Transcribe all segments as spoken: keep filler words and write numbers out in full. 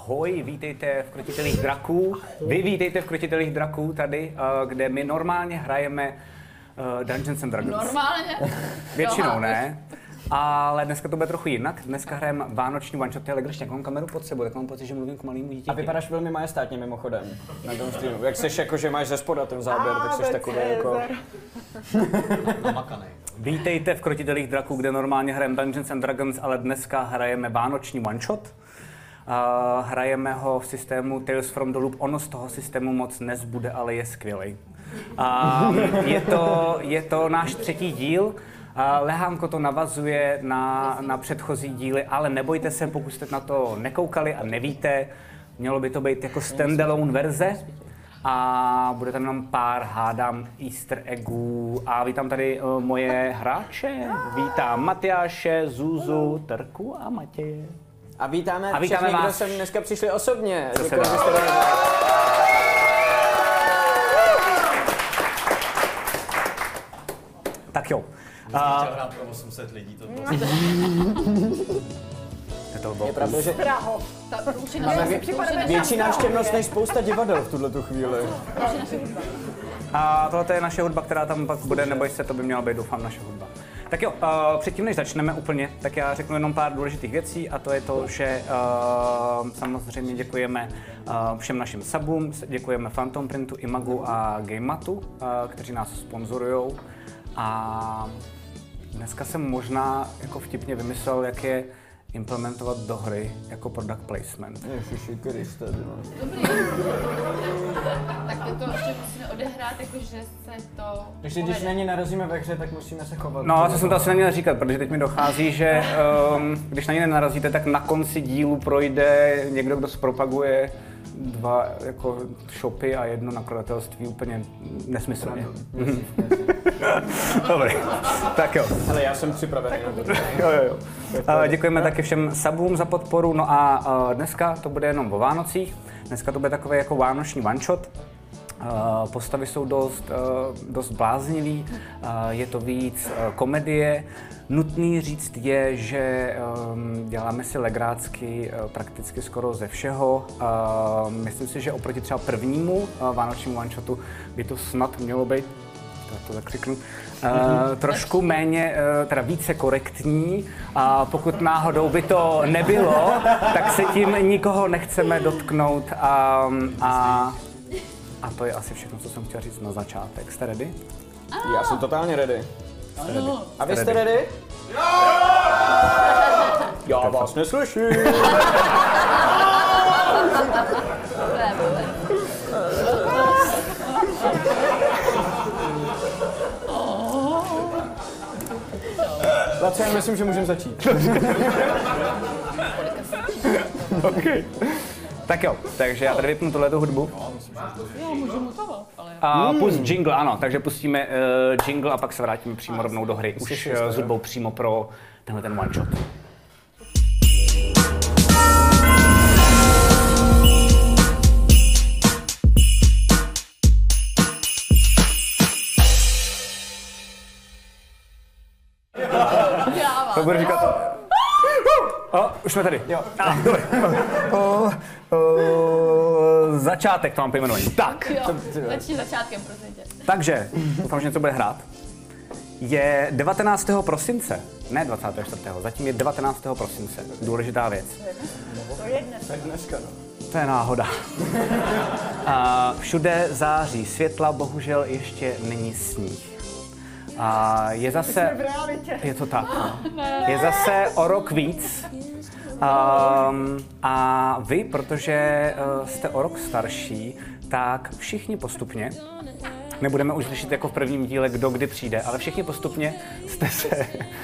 Ahoj, vítejte v Krotitelích draků. Vy vítejte v Krotitelích draků tady, kde my normálně hrajeme Dungeons and Dragons. Normálně? Většinou ne, ale dneska to bude trochu jinak. Dneska hrajeme vánoční one-shot, ale když mám kameru pod sebou, tak mám pocit, že mluvím k malému dítěti. A vypadáš velmi majestátně mimochodem na tom streamu. Jak seš jako, že máš ze spoda ten záběr, tak seš takový jako... namakanej. Vítejte v Krotitelích draků, kde normálně hrajeme Dungeons and Dragons, ale dneska hrajeme vánoční one-shot. Uh, hrajeme ho v systému Tales from the Loop. Ono z toho systému moc nezbude, ale je skvělý. Uh, je, to, je to náš třetí díl. Uh, lehánko to navazuje na, na předchozí díly, ale nebojte se, pokud jste na to nekoukali a nevíte, mělo by to být jako standalone verze. A bude tam jenom pár, hádám, easter eggů. A vítám tady uh, moje hráče. Vítám Matyáše, Zuzu, Trku a Matěje. A vítáme, a vítáme všichni, vás. kdo sem dneska přišli osobně. Děkuji, že jste tady. Tak jo. Chtěl hrát pro osm set lidí, to bylo. To bylo Je pravda, že Máme větší návštěvnost než spousta divadel v tuhletu chvíli. A tohle je naše hudba, která tam pak bude, neboj se, to by měla být, doufám, naše hudba. Tak jo, uh, předtím, než začneme úplně, tak já řeknu jenom pár důležitých věcí a to je to, že uh, samozřejmě děkujeme uh, všem našim subům, děkujeme Phantom Printu, Imagu a Gamematu, uh, kteří nás sponzorujou. A dneska jsem možná jako vtipně vymyslel, jak je implementovat do hry jako product placement. Ježiši Kriste, Dobrý. Tak to, to ještě musíme odehrát, jakože se to Takže když na ně narazíme ve hře, tak musíme se chovat. No, to jsem to asi neměl říkat, protože teď mi dochází, že um, když na ně nenarazíte, tak na konci dílu projde někdo, kdo zpropaguje dva jako shopy a jedno nakladatelství úplně nesmyslně. Dobrý, tak jo. Ale já jsem připravený na to. Jo, jo, jo. Děkujeme taky všem subům za podporu, no a dneska to bude jenom o Vánocích. Dneska to bude takový jako vánoční one-shot. Uh, postavy jsou dost, uh, dost bláznivý, uh, je to víc uh, komedie. Nutný říct je, že um, děláme si legrácky uh, prakticky skoro ze všeho. Uh, myslím si, že oproti třeba prvnímu uh, vánočnímu one-shotu by to snad mělo být, to zakřiknu, uh, trošku méně, uh, teda více korektní. A pokud náhodou by to nebylo, tak se tím nikoho nechceme dotknout a, a A to je asi všechno, co jsem chtěl říct na začátek. Jste ready? Já jsem totálně ready. Jste ready? A vy jste ready? Jo! Já vás neslyším. Laci, já myslím, že můžeme začít. Okay. Tak jo, takže já tady vypnu tuhletu hudbu. Jo, můžu mutovat, ale... A pust jingle, ano, takže pustíme uh, jingle a pak se vrátíme přímo rovnou do hry. Už uh, s hudbou přímo pro tenhle ten one shot. To budu říkat. O, už jsme tady. Jo. Ah, dobrý. O, o, začátek to mám pojmenovaný. Tak. Jo, začni začátkem, prosím tě. Takže, doufám, že něco bude hrát. Je devatenáctého prosince, ne dvacátého čtvrtého zatím je devatenáctého prosince. Důležitá věc. To je dnes. Tak dneska, no. To je náhoda. A všude září světla, bohužel ještě není sníh. A je zase, je to tak, no. Je zase o rok víc. Um, a vy, protože uh, jste o rok starší, tak všichni postupně, nebudeme už řešit jako v prvním díle, kdo kdy přijde, ale všichni postupně jste se...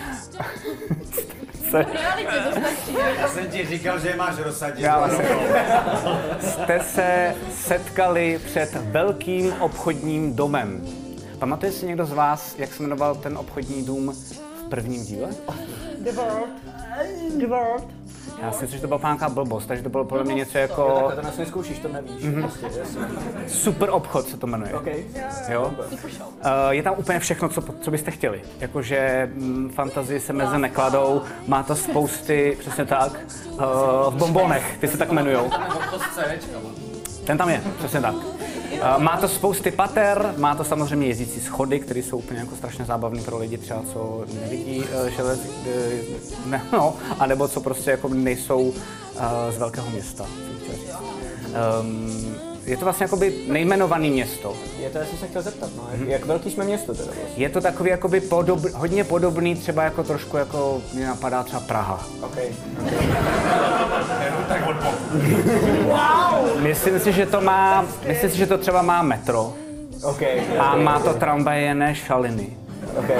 jste, Já jsem ti říkal, že máš rozsadit. já vlastně, jste se setkali před velkým obchodním domem. Pamatuje si někdo z vás, jak se jmenoval ten obchodní dům v prvním díle? The World. The World. Já si myslím, že to byla nějaká blbost, takže to bylo podle mě něco Jo, jako takhle to nás neskoušíš, to nevíš. Mm-hmm. Prostě, jasně. super obchod se to jmenuje. Okay. Jo? Uh, je tam úplně všechno, co, co byste chtěli. Jakože mm, fantazii se meze nekladou, má to spousty, přesně tak, uh, v bombonech, ty se tak jmenujou. Ten tam je, přesně tak. Uh, má to spousty pater, má to samozřejmě jezdící schody, které jsou úplně jako strašně zábavné pro lidi třeba, co nevidí uh, želez, uh, ne, no, anebo co prostě jako nejsou uh, z velkého města. Um, je to vlastně jakoby nejmenované město. Je to, já jsem se chtěl zeptat, no, jak, jak velký jsme město teda vlastně? Je to takový jakoby podob, hodně podobný, třeba jako trošku jako mě napadá třeba Praha. Okay. Tak od boku. Wow. Myslím si, že to má, myslím si, že to třeba má metro. Okay, A okay, má to okay. tramvajené šaliny. Okay.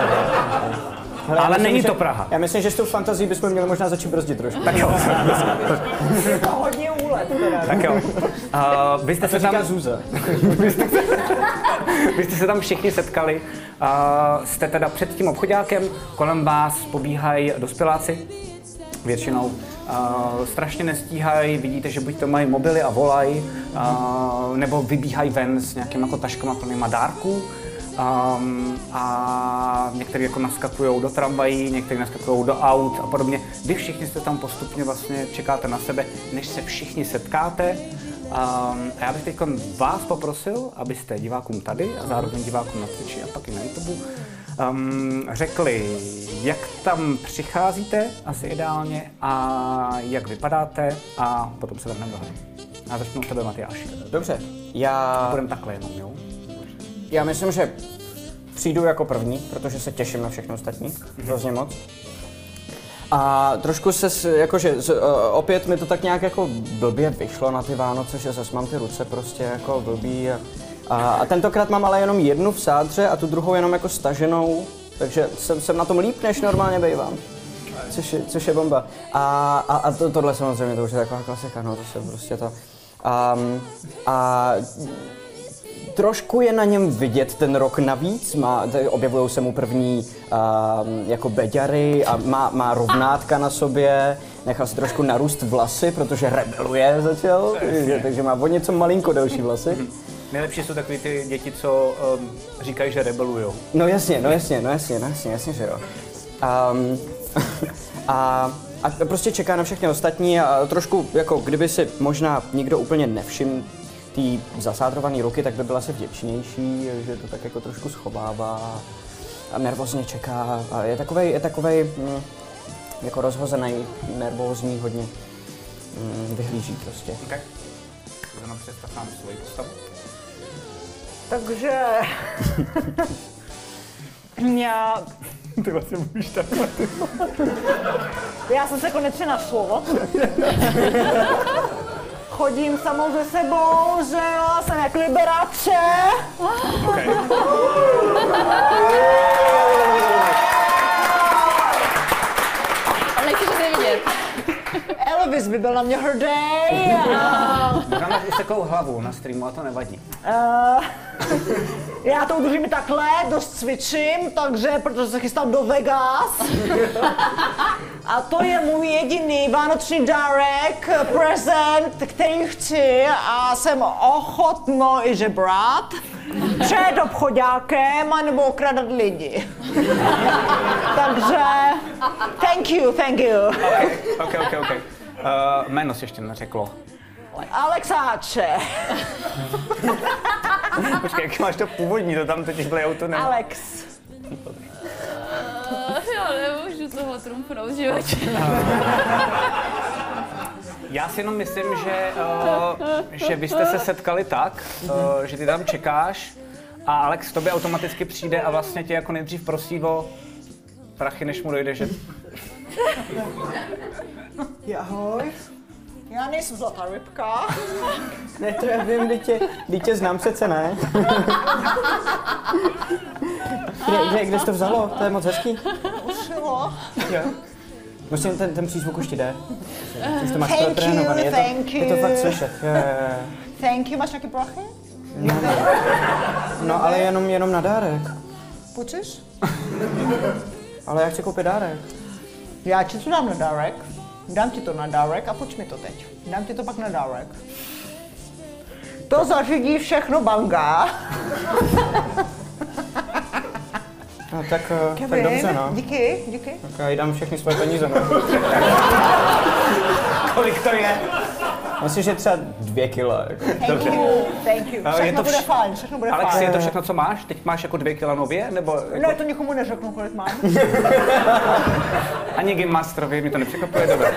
Hele, ale myslím, není že, to Praha. Já myslím, že s tou fantazí bychom měli možná začít brzdit trošku. Tak jo. Je to hodně úlet teda. Tak jo. Uh, vy jste A se to říká tam, Zůza. vy, jste se, vy jste se tam všichni setkali. Uh, jste teda před tím obchodákem, kolem vás pobíhají dospěláci. Většinou uh, strašně nestíhají, vidíte, že buď to mají mobily a volají, uh, nebo vybíhají ven s nějakými jako taškama plnýma dárků. Um, a někteří jako naskakují do tramvají, někteří naskakují do aut a podobně. Vy všichni jste tam postupně vlastně čekáte na sebe, než se všichni setkáte. Um, a já bych teď vás poprosil, abyste divákům tady a zároveň divákům na Twitchi a pak i na YouTube um, řekli, jak tam přicházíte asi ideálně a jak vypadáte a potom se vrhneme do hry. A začnu s tebe, Matyáši. Dobře, já... Budeme takhle jenom, jo? Já myslím, že přijdu jako první, protože se těším na všechno ostatní, hrozně moc. A trošku se, s- jakože, z, uh, opět mi to tak nějak jako blbě vyšlo na ty Vánoce, že zase mám ty ruce prostě jako blbý. A, a, a tentokrát mám ale jenom jednu v sádře a tu druhou jenom jako staženou, takže jsem, jsem na tom líp, než normálně bývám. Což je, což je bomba. A, a, a to, tohle samozřejmě, to už je taková klasika, no to se prostě to... Um, a trošku je na něm vidět ten rok navíc, má, objevují se mu první um, jako beďary a má, má rovnátka na sobě, nechal si trošku narůst vlasy, protože rebeluje začal, takže, takže má o něco malinko delší vlasy. Nejlepší jsou takový ty děti, co um, říkají, že rebelujou. No jasně, no jasně, no jasně, no jasně, jasně, že jo. Um, a, a prostě čeká na všechny ostatní a trošku, jako kdyby si možná nikdo úplně nevšiml ty zasádrované ruky, tak by byl asi vděčnější, že to tak jako trošku schovává a nervózně čeká a je takovej, je takovej mm, jako rozhozený, nervózní hodně, mm, vyhlíží prostě. Okay. Zuzana, představ nám svoji postavu. Takže... já... Ty vlastně mluvíš takhle. Já jsem se konečně našlo. Chodím samou ze sebou, že jo, jsem jak liberace. Okay. Ale nechci to nevidět. Elvis by byl na mě hrdý. Možná máš useklou hlavu na streamu a to nevadí. Uh, já to udržím takhle, dost cvičím, takže protože se chystám do Vegas. A to je můj jediný vánoční dárek, prezent, který chci a jsem ochotno i žebrat před obchodákem anebo okradat lidi. Takže thank you, thank you. Ok, ok, ok. Uh, jméno si ještě neřeklo. Alexáče. Počkej, jak máš to původní, to tam totiž byl auto ne? Alex. Uh, já nemůžu tohle trumfnout v životě. Já si jenom myslím, že, uh, že vy jste se setkali tak, uh, že ty tam čekáš a Alex k tobě automaticky přijde a vlastně tě jako nejdřív prosí o prachy, než mu dojde, že... Ahoj. Já nejsem zlatá rybka. Ne, to já vím, dítě, dítě znám přece, ne? Kde, kde, kde jsi to vzalo? To je moc hezký. Ušilo. Musím, ten, ten přízvuk už ti jde. Už to máš Thank protrénovaný, you, je to, thank je to you. fakt slyšet. Je, je, je. Thank you, máš nějaký prachy? No ale jenom, jenom na dárek. Půjčíš? Ale já chci koupit dárek. Já ti to dám na dárek. Dám ti to na dárek a pojď mi to teď. Dám ti to pak na dárek. To zařídí všechno Banga. No tak, uh, Kevin, tak dobře, no. Díky, díky. Tak já jí dám všechny svoje peníze, no. Kolik to je? Myslím, že třeba dvě kila. Jako. Thank you, thank you. Ale Všechno je to bude vš- fajn, všechno bude Alexi, fajn. je to všechno, co máš? Teď máš jako dvě kila nově, nebo jako... Ne, to nikomu neřeknu, kolik mám. Ani Game Masterovi, mi to nepřekvapuje, dobré.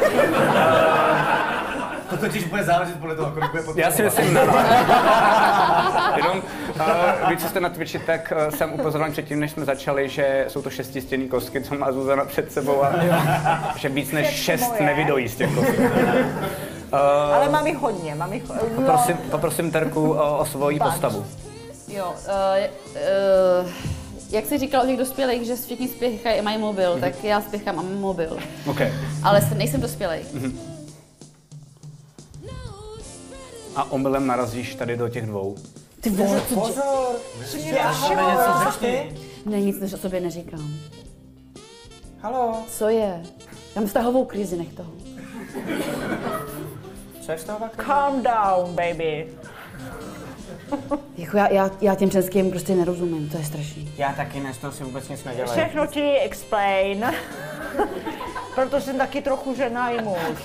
To totiž bude záležet podle toho, kolik bude potřeba. Já si myslím, ne. Jenom, uh, vy, co jste na Twitchi, tak uh, jsem upozorňoval předtím, než jsme začali, že jsou to šestistěnný kostky, co má Zuzana před sebou a že víc než šest moje. nevydojí z těch kostek. Uh, Ale mám jich hodně, mám jich hodně. poprosím, poprosím Terku o, o svoji Páč. postavu. Jo, uh, uh, jak jsi říkal o těch dospělých, že všichni spěchají a mají mobil, mm-hmm. tak já spěchám a mám mobil. Okay. Ale jsem- nejsem dospělej. Mm-hmm. A omylem narazíš tady do těch dvou. Ty vole, co dě... Pozor! Máme něco řešit. Ne, nic než o sobě neříkám. Haló? Co je? Já mám vztahovou krizi, nech toho. Co je z toho vakna? Calm down, baby. Jako já, já, já těm ženským prostě nerozumím, to je strašný. Já taky ne, z toho si vůbec nic nedělám. Všechno ti explain. Protože jsem taky trochu žena i muž.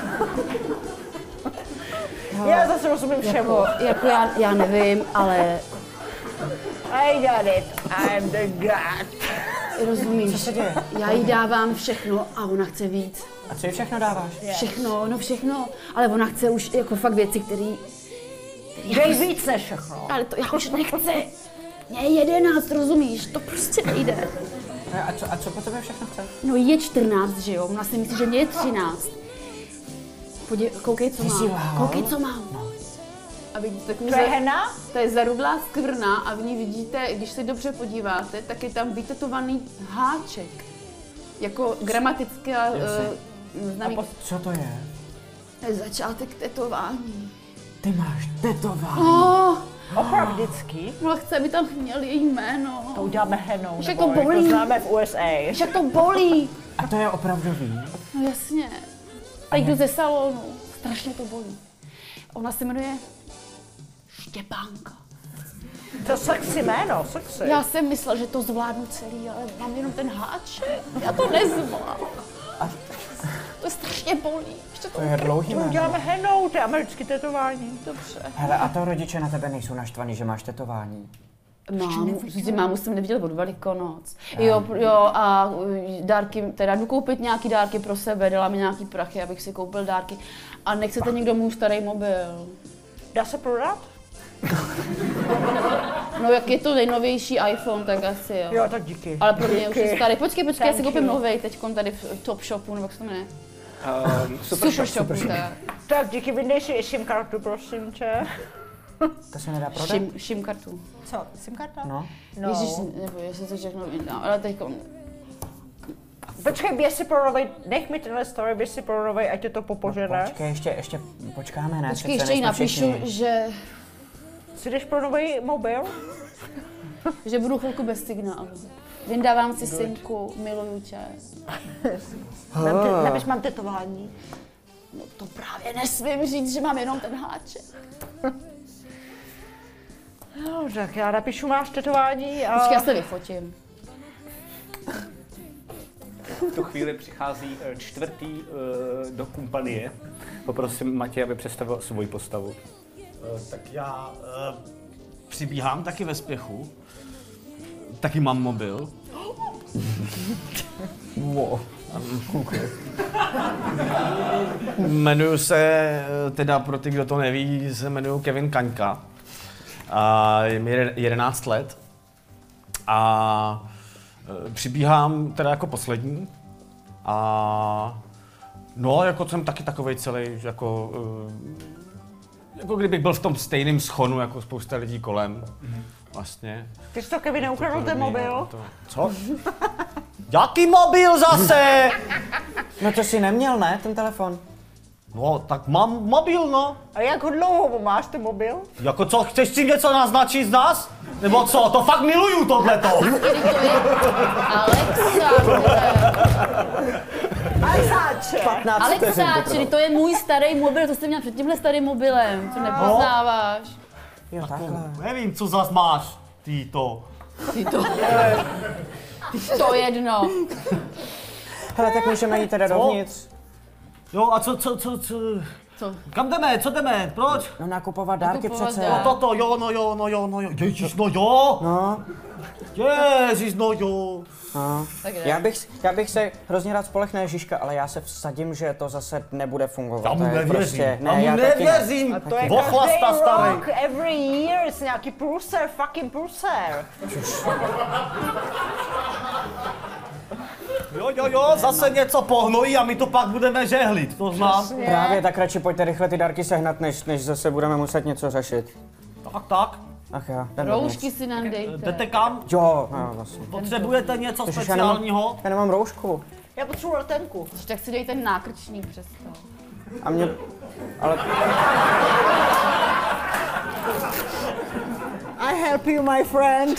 Já zase rozumím všemu. Jako, jako já, já nevím, ale I got it, I'm the god. rozumíš, Co se děje? já jí dávám všechno a ona chce víc. A co jí všechno dáváš? Všechno, no všechno, ale ona chce už jako fakt věci, které... Dej víc než všechno. Ale to já už nechci. Mě je jedenáct, rozumíš, to prostě nejde. A co, a co po tebe všechno chce? No je čtrnáct, že jo, ona si myslí, že mě je třináct. Podě, koukej, co Ty jsi mám, lhal? koukej, co mám. A vidíte takovou To je za- henna? to je zarudlá skvrna a v ní vidíte, když se dobře podíváte, tak je tam vytetovaný háček. Jako gramatická uh, znamení. Co to je? To je začátek tetování. Ty máš tetování. Oh, Opravdický. no chce, aby tam měl její jméno. To uděláme henou, Už nebo jako jak to bolí. známe v U S A. Však to bolí. A to je opravdový? No jasně. Tady jdu ze salonu. Strašně to bolí. Ona se jmenuje Štěpánka. To sexy jméno, sexy. Já jsem myslela, že to zvládnu celý, ale mám jenom ten háček. Já to nezvládnu. To strašně bolí. Ještě to To je dlouhý To jméno. uděláme henou, to je americké tetování. dobře. Hele, a to rodiče na tebe nejsou naštvaný, že máš tetování? Mámu, říci, mámu jsem neviděl od Velikonoc. Jo, jo, a uh, dárky, teda jdu koupit nějaký dárky pro sebe, dala mi nějaký prachy, abych si koupil dárky. A nechcete někdo můj starý mobil? Dá se prodat? No jak je to nejnovější iPhone, tak asi jo. Jo, tak díky. Ale pro mě už je starý. Počkej, počkej, já si Thank koupím you. novej teďkon tady v Top Shopu, nebo jak se to jmenuje? Uh, super, Super shop, Shopu, tak. Tak díky, vyndej si SIM kartu, prosím tě. To se nedá prodat? Šim, šim kartu. Co, SIM karta? No. No. Ježíš, nebo jestli to všechno vydám, ale teďkon... Počkej, běž si prorovej, nech mi tenhle story, běž si prorovej, ať tě to popožene. Počkej, ještě, ještě počkáme, ne? Počkej, Přece ještě jí nejsme napíšu, všichni. že, Si jdeš pro nový mobil? že budu chvilku bez signálu. Vyndávám si synku, miluju tě. Mám te, napiš, mám tetování. No to právě nesmím říct, že mám jenom ten háček. No, tak já napíšu, máš tetování a... Počkej, já se vyfotím. V tu chvíli přichází eh, čtvrtý eh, do kompanie. Poprosím Matěje, aby představil svoji postavu. Eh, Tak já uh, přibíhám taky ve spěchu. Taky mám mobil. Wow. Jmenuji se, eh, teda pro ty, kdo to neví, se jmenuji Kevin Kaňka. A je mi jedenáct let. A eh, přibíhám teda jako poslední. A no, jako jsem taky takovej celý, jako, eh, jako kdybych byl v tom stejném schonu jako spousta lidí kolem. Vlastně. Ty jsi to, Kevin, neukradl ten mobil? To, co? Jaký mobil zase? No to jsi neměl, ne, ten telefon? No, tak mám mobil, no. A jak dlouho máš ten mobil? Jako co, chceš si něco naznačit z nás? Nebo co? To fakt miluju tohleto. Alexandre. Alexáče! patnáct vteřin Alexáči, to je můj starý mobil, to jste měl před tímhle starým mobilem, co nepoznáváš. Jo, takhle. Nevím, co zas máš, ty to. Ty to... Ty to jedno. Hele, tak můžeme jít teda Co? dovnitř. Jo, a co, co, co, co? Co? Kam jdeme, co jdeme, proč? No nakupovat dárky Nakupovat přece. dárky. No toto, jo, no jo, no jo, no jo, ježiš, no jo. No, Ježiš, no jo. no. Tak Já bych, já bych se hrozně rád spolech na Ježíška, ale já se vsadím, že to zase nebude fungovat. Já mu To je nevěřím, Prostě, já mu já taky ne. nevěřím. To je Vochlasta každý starý. rok, every year, je nějaký průser, fucking průser. Jo, jo, jo, zase něco pohnojí a my to pak budeme žehlit, to znám. Právě tak radši pojďte rychle ty dárky sehnat, než, než zase budeme muset něco řešit. Tak, tak. Ach jo, jdem Roušky dovnitř. si nám dejte. Jdete kam? Jo, no, vlastně. Potřebujete něco Ježiš, já nemám, speciálního? já nemám roušku. Já potřebuji letenku. Tak si dejte nákrčník přes to. A mě, ale I help you, my friend.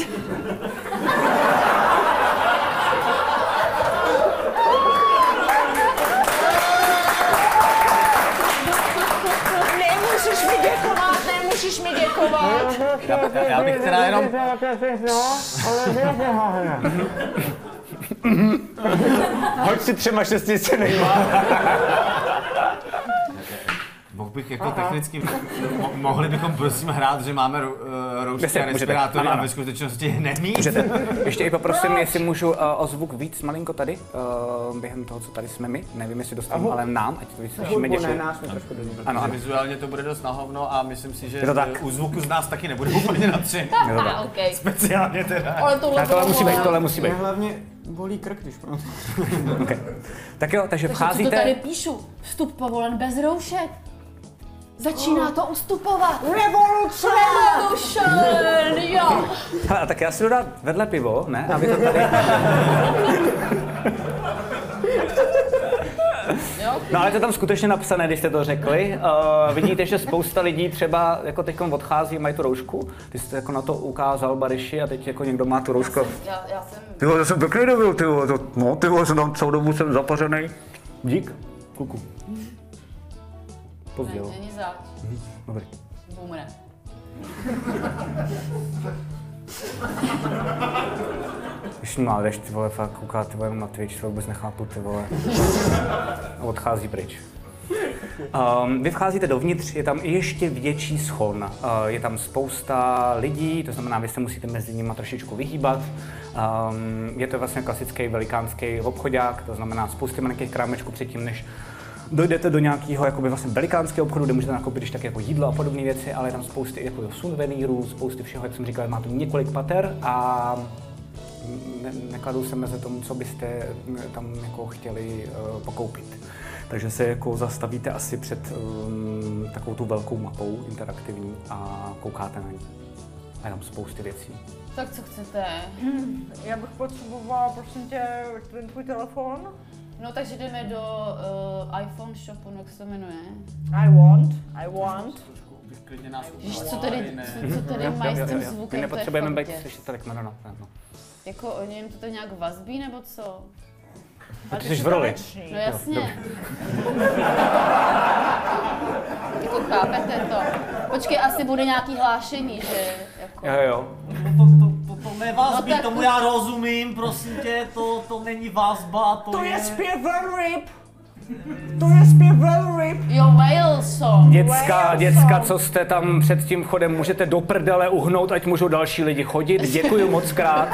Nemusíš mi děkovat, nemusíš mi děkovat. Já, já bych teda jenom... Hoď si třema šesticemi. Mohl bych jako technicky, mo- mohli bychom prosím hrát, že máme ro- uh, roušky Můžete, a můžete. respirátory Ano, a ano. ve skutečnosti nemít. Můžete. Ještě i poprosím, jestli můžu uh, o zvuk víc malinko tady, uh, během toho, co tady jsme my. Nevím, jestli dostaneme, ale nám, ať to víc slyšíme, ne, děkuji. nás mi trošku dolí. Ano, ano. Vizuálně to bude dost na hovno a myslím si, že Je to tak. u zvuku z nás taky nebude úplně nadšen. Je to tak. A, OK. Speciálně teda. Ale tohle Tak tohle bylo musí být, volá. tohle musí být. Mě hlavně bolí krk, když pro Okay. Tak jo, takže Takže co to tady vcházíte. píšu? Vstup povolen bez roušek. Začíná to ustupovat. Revoluce! Revolution, jo. Hele, a tak já si jdu dát vedle pivo, ne? Aby to tady... Jo? No ale to je tam skutečně napsané, když jste to řekli. Uh, vidíte, že spousta lidí třeba jako teď odchází, mají tu roušku. Ty jste jako na to ukázal, Baryši, a teď jako někdo má tu roušku. Já, já jsem... Ty vole, to jsem pěkný nebyl, ty vole, to, no ty vole, jsem tam celou dobu jsem zapařený. Dík, kluku. Pozdě, jo. Není zač. Dobrý. Umre. Když mládež, ty vole, fakt kouká, ty vole, jenom na Twitch, to vůbec nechápu, ty vole. A odchází pryč. Um, vy vcházíte dovnitř, je tam ještě větší schon. Uh, je tam spousta lidí, to znamená, vy se musíte mezi nimi trošičku vyhýbat. Um, je to vlastně klasický velikánský obchodák, to znamená spousty malinkých krámečků předtím, než dojdete do nějakého jakoby vlastně velikánského obchodu, kde můžete nakoupit když tak jako jídlo a podobné věci, ale je tam spousty jako suvenýrů, spousty všeho, jak jsem říkal, má to několik pater a ne, nekladou se mezi tomu, co byste tam jako chtěli uh, pokoupit. Takže se jako zastavíte asi před um, takovou tu velkou mapou interaktivní a koukáte na ní. A je tam spousty věcí. Tak co chcete? Já bych potřebovala, prosím tě, ten tvůj telefon. No takže jdeme do uh, iPhone shopu, no jak se to jmenuje? I want, I want. Ježiš, co tady, co, co tady mají s tím My zvukem, to je nepotřebujeme fakt být děs. slyšet tolik, no, no, no, no. Jako oni jim to tady nějak vazbí, nebo co? A Ty jsi v roli. No jasně. Jako chápete to? Počkej, asi bude nějaký hlášení, že? Jako... Jo, jo. To, to, to, to nevazbí, No tak tomu to- já rozumím, prosím tě, to, to není vazba, to, To je... je zpěv velryb. To je zpěv velryb. Jo, whale song. Děcka, Well, děcka, song. co jste tam před tím chodem, můžete do prdele uhnout, ať můžou další lidi chodit. Děkuji moc krát.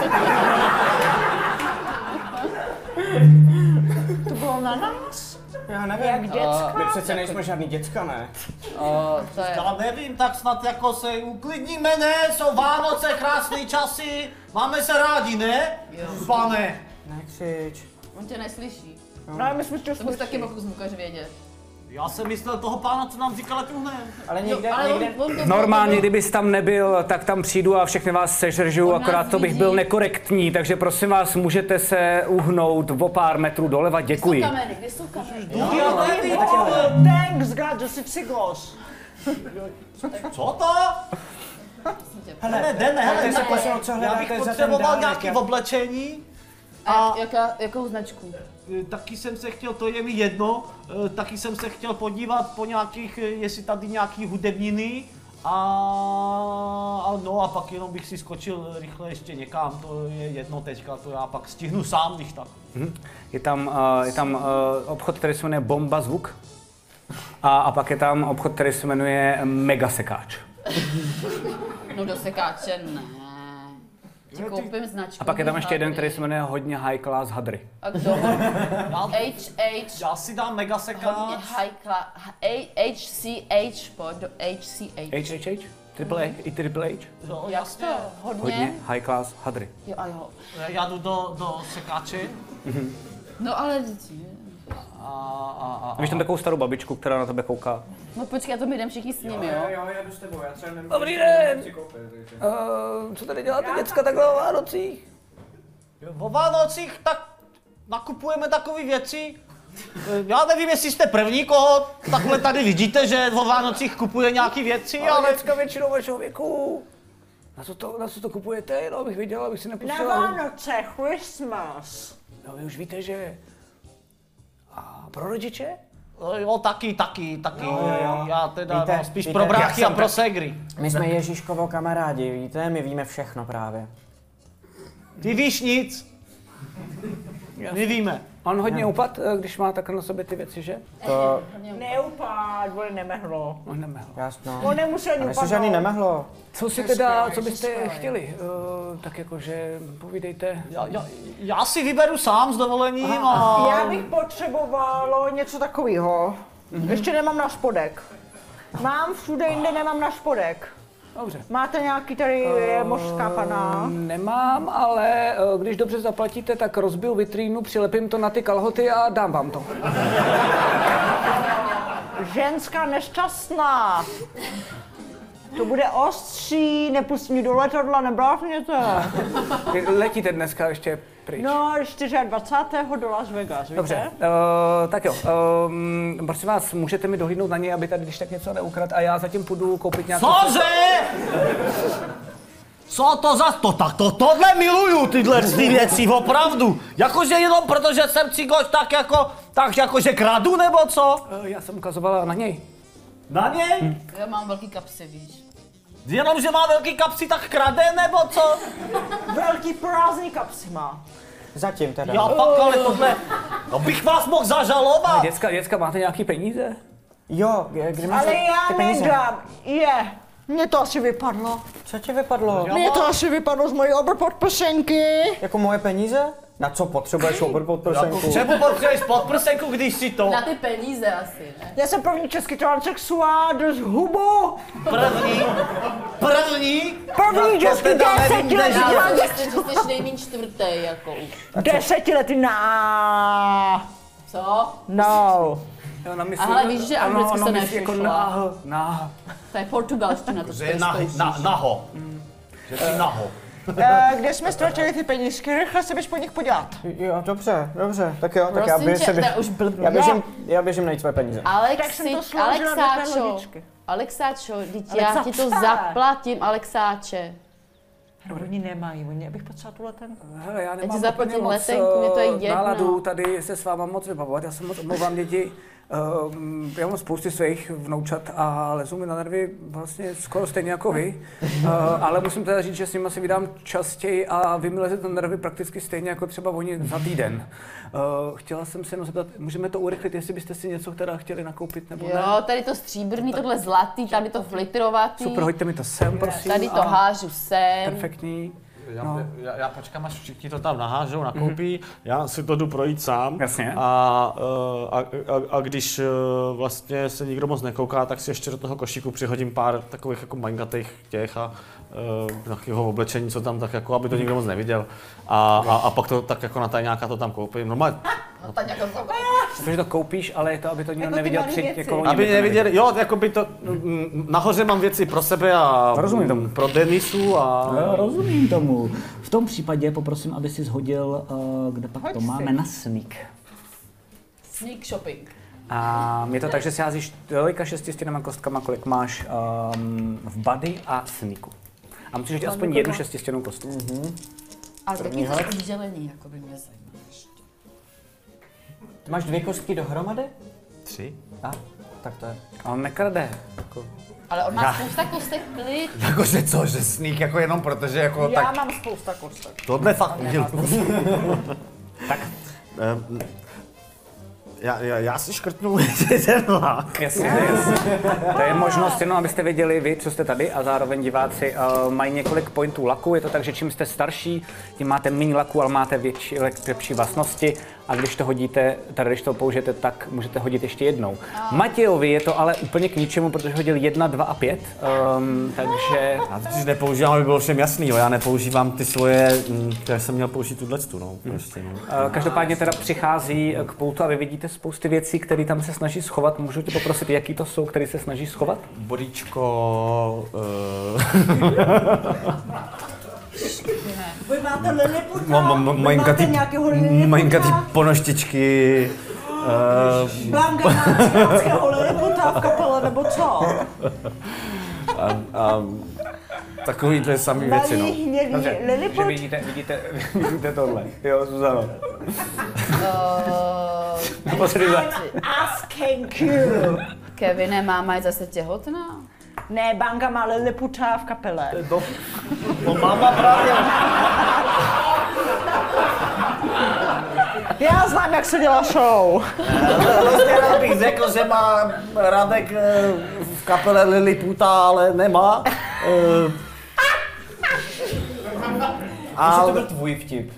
To bylo na nás? Já nevím. Jak děcka? My přece nejsme žádný děcka, ne? O, to je... Já nevím, tak snad jako se uklidníme, ne? Jsou Vánoce, krásné časy, máme se rádi, ne? Pane. Nekřič. On tě neslyší. No, my jsme to To bys taky slyšeli. mohl zvukař vědět. Já jsem myslel toho pána, co nám říkal, ať uhne. Ale někde, Jo, ale on, někde... on to Normálně, kdybys tam nebyl, tak tam přijdu a všechny vás sežeržu, On nás akorát to bych vidí. byl nekorektní, takže prosím vás, můžete se uhnout o pár metrů doleva, děkuji. Kde jsou kamery? Kde jsou kamery? Já nevím, Oh, thanks God, že jsi cigos. co to? Hele, Ne, jdeme, hele, pojďte se jdeme. posunout, co Já hledáte bych za ten potřeboval dárek, nějaký jak- oblečení. A jaká, jakou značku? taky jsem se chtěl, to je mi jedno, taky jsem se chtěl podívat po nějakých, jestli tady nějaký hudebniny. A, a no a pak jenom bych si skočil rychle ještě někam, to je jedno teďka, to já pak stihnu sám, když tak. Mhm. Je tam, uh, je tam uh, obchod, který se jmenuje Bomba Zvuk a, a pak je tam obchod, který se jmenuje Mega Sekáč. No do sekáče ne. Ti koupím značku. A pak je tam ještě jeden, který se jmenuje Hodně High Class Hadry. A kdo? H H. Já si dám Mega Hodně Sekáč. high class. H C H, pojď do H C H. H H H? Triple H? I Triple H? Jo, Jak jasně. to? Hodně? Hodně High Class Hadry. Jo, a jo. Já jdu do, do Sekáče. No ale... A, a, a, A víš tam takovou starou babičku, která na tebe kouká? No počkej, to my jdem všichni s nimi, jo? Jo, já jdu s tebou, já třeba nemůžu. Dobrý den! Uh, co tady děláte děcka takhle o Vánocích? O Vánocích tak nakupujeme takové věci. Já nevím, jestli jste první, koho takhle tady vidíte, že o Vánocích kupuje nějaké věci, Ale ale... děcka většinou vašeho věku. Na co to, na co to kupujete? No, abych viděl, abych si Na nepustila. Vánoce, Christmas. No, vy už víte, že... A pro rodiče? No, jo, taky, taky, taky. jo, jo. Já teda Víte, no, spíš víte, pro já bráchy a jsem pro tak- ségry. My jsme Ježíškovo kamarádi, víte, my víme všechno právě. Ty víš nic. My víme. On hodně upad, když má tak na sobě ty věci, že? To, Neupád, vole, nemehlo. On nemehl. jasno. On nemusel ani A myslím, že upadnout. ani nemehlo. Co si teda, co byste chtěli? Uh, tak jakože, povídejte. Já, já, já si vyberu sám s dovolením a... Já bych potřebovalo něco takového. Ještě nemám na spodek. Mám všude jinde, nemám na spodek. Dobře. Máte nějaký tady je mořská pana? Nemám, ale uh, když dobře zaplatíte, tak rozbiju vitrínu, přilepím to na ty kalhoty a dám vám to. Ženská nešťastná. To bude ostří, nepustí mě do letadla, nebláfněte. Vy letíte dneska ještě pryč. No, dvacátého čtvrtého do Las Vegas, víte? Dobře, uh, tak jo. Um, prosím vás, můžete mi dohlídnout na něj, aby tady když tak něco neukrad a já zatím půjdu koupit nějaké... Cože? Co to za... To, tak to, tohle miluju, tyhle ty věci, opravdu. Jakože jenom protože jsem cigoš, tak jako, tak jakože kradu, nebo co? Uh, já jsem ukazovala na něj. Na něj? Já mám velký kapsy, víš. Jenom, že má velký kapsy, tak krade, nebo co? Velký prázdný kapsy má. Zatím teda. Já pak, ale tohle... No bych vás mohl zažalovat. Děcka, děcka, máte nějaký peníze? Jo, kde kde máš Ale ty já peníze? nedám. Je. Mně to asi vypadlo. Co ti vypadlo? Mně to asi vypadlo z mojí obrpodprsenky. Jako moje peníze? Na co potřebuješ obr pod prsenku? Čemu potřebuješ podprsenku, když si to Na ty peníze asi, ne? Já jsem první český transexuál, dost hubu. první, první, První to český teda nevím, kde desetiletý žiješ. Já myslím, že jsi nejméně čtvrtý, jako už. Desetiletý na. Co? No. Jo, ona myslí, Ale víš, že ano, anglicky ono se myslí jako nešušla. náh, náh. To je portugalština, to Že je na, zkoušíš. na, naho. Že jsi naho. E, kde jsme ztratili ty penízky? Rychle se běž po nich podívat. Jo, dobře, dobře, tak jo, tak já Prosím běžím, tě, běž, to je už blbě. já běžím, já běžím najít své peníze. Tak jsem Alexi, to složila do té Alexáčo, lodičky. Alexáčo, teď já ti to Alexáče. zaplatím, Alexáče. No, oni nemají, oni, abych potřebovala tu letenku. Hele, já nemám ti zaplatím úplně moc letenku, mě to je eh, jedno. náladu tady se s váma moc vybavovat, já se moc omlouvám děti. Uh, já mám spousty svých vnoučat a lezou mi na nervy vlastně skoro stejně jako vy, uh, ale musím teda říct, že s nimi si vydám častěji a vy mi lezete na nervy prakticky stejně jako třeba oni za týden. Uh, chtěla jsem se jenom zeptat, můžeme to urychlit, jestli byste si něco teda chtěli nakoupit nebo ne? Jo, tady to stříbrný, tohle zlatý, tady to flitrovatý. Super, hoďte mi to sem, prosím. Tady to a- hážu sem. Perfektní. Já, No. já, já počkám, až všichni to tam nahážou, nakoupí, mm-hmm. já si to jdu projít sám. Jasně. A, a, a, a když eh, vlastně se nikdo moc nekouká, tak si ještě do toho košíku přihodím pár takových jako mangatých těch a uh, nějakého oblečení, co tam tak jako, aby to nikdo moc neviděl. A, a, a pak to tak jako na tajňáka to tam koupím. Normálně, No, tak jako to... Protože to koupíš, ale je to, aby to nikdo Jako ty neviděl malý tři, věci. jako oni aby by to neviděli, jo, jako by to, mm, nahoře mám věci pro sebe a Rozumím tomu. pro Denisu a... Jo, rozumím tomu. V tom případě poprosím, aby si shodil, uh, kde pak Hoď to si. máme, na sneak. Sneak shopping. A je to tak, že si házíš tolika šestistěnýma kostkama, kolik máš um, v body a sneaku. A musíš hodit aspoň jednu šestistěnnou kostku. Ale taky to oddělení, jako by mě zajímalo ještě. Máš dvě kostky dohromady? Tři. A, tak to je. A on nekrade. Jako. Ale on má spousta kostek, klid. Jakože co, že sník jako jenom protože jako Já tak... mám spousta kostek. Tohle fakt udělal. Tak. Um, já, já, já si škrtnu ten lák. Jasně, jasně. To je možnost jenom, abyste věděli vy, co jste tady a zároveň diváci uh, mají několik pointů laku. Je to tak, že čím jste starší, tím máte méně laku, ale máte větší, lepší vlastnosti. A když to hodíte, tady když to použijete, tak můžete hodit ještě jednou. Matějovi je to ale úplně k ničemu, protože hodil jedna, dva a pět. Um, takže... Já totiž nepoužívám, aby bylo všem jasný, jo. Já nepoužívám ty svoje, které jsem měl použít tuto, no. Prostě, no. Uh, každopádně teda přichází k pultu a vy vidíte spousty věcí, které tam se snaží schovat. Můžu tě poprosit, jaký to jsou, které se snaží schovat? Bodíčko... Uh... Vy máte liliputa? Mám Vy malinka máte ty, nějakého liliputa? malinka ty ponoštičky. Uh... Blanka má nějakého liliputa v kapele, nebo co? A, a, takovýhle samý věci, no. Malý hnědý Dobře, že liliput? vidíte, vidíte, vidíte tohle. Jo, Zuzano. Uh, Asking you. Kevine, máma je zase těhotná? Ne, Banga má liliputa v kapele. To, to máma právě. Já znám, jak se dělá show. Vlastně rád bych řekl, že má Radek v kapele Liliputa, ale nemá. A to byl tvůj vtip.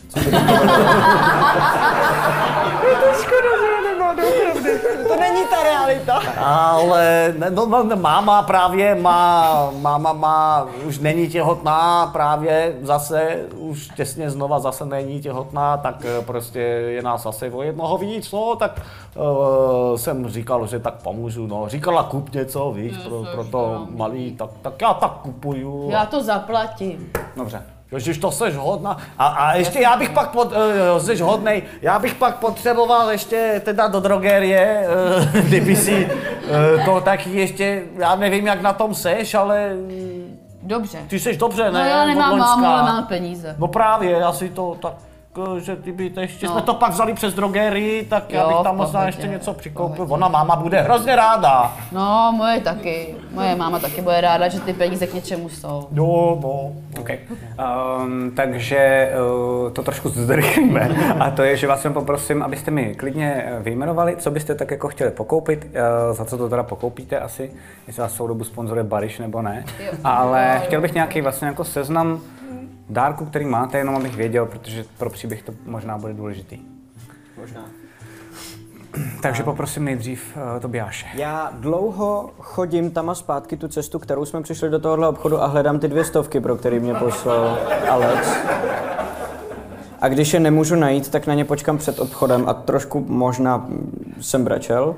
Je to škoda, že ho nemá, doopravdy. To není ta realita. Ale no, no, máma právě má, máma má, už není těhotná, právě zase, už těsně znova zase není těhotná, tak prostě je nás zase o jednoho víc, no, tak uh, jsem říkal, že tak pomůžu, no, říkala kup něco, víš, pro, pro to malý, tak, tak já tak kupuju. Já to zaplatím. Dobře. Ježiš, to seš hodná. A, a ještě já bych pak, pod, uh, seš hodnej, já bych pak potřeboval ještě teda do drogerie, uh, kdyby si uh, to taky ještě, já nevím, jak na tom seš, ale Dobře. ty seš dobře, No ne? já nemám Od mámu, loňska. ale mám peníze. No právě, asi to tak, uh, že ty by to ještě, No. jsme to pak vzali přes drogerii, tak já Jo, bych tam v možná pohodě, ještě něco v přikoupil. pohodě. Ona máma bude hrozně ráda. No, moje taky. Moje máma taky bude ráda, že ty peníze k něčemu jsou. Jo, no. Okay. Um, takže uh, to trošku zrychlíme. A to je, že vás jen poprosím, abyste mi klidně vyjmenovali, co byste tak jako chtěli pokoupit, uh, za co to teda pokoupíte asi, jestli vás celou dobu sponzoruje Bariš nebo ne. Jo. Ale chtěl bych nějaký vlastně jako seznam dárků, který máte, jenom abych věděl, protože pro příběh to možná bude důležitý. Možná. Takže poprosím nejdřív uh, Tobiáše. Já dlouho chodím tam a zpátky tu cestu, kterou jsme přišli do tohohle obchodu a hledám ty dvě stovky, pro který mě poslal Alex. A když je nemůžu najít, tak na ně počkám před obchodem a trošku možná jsem brečel.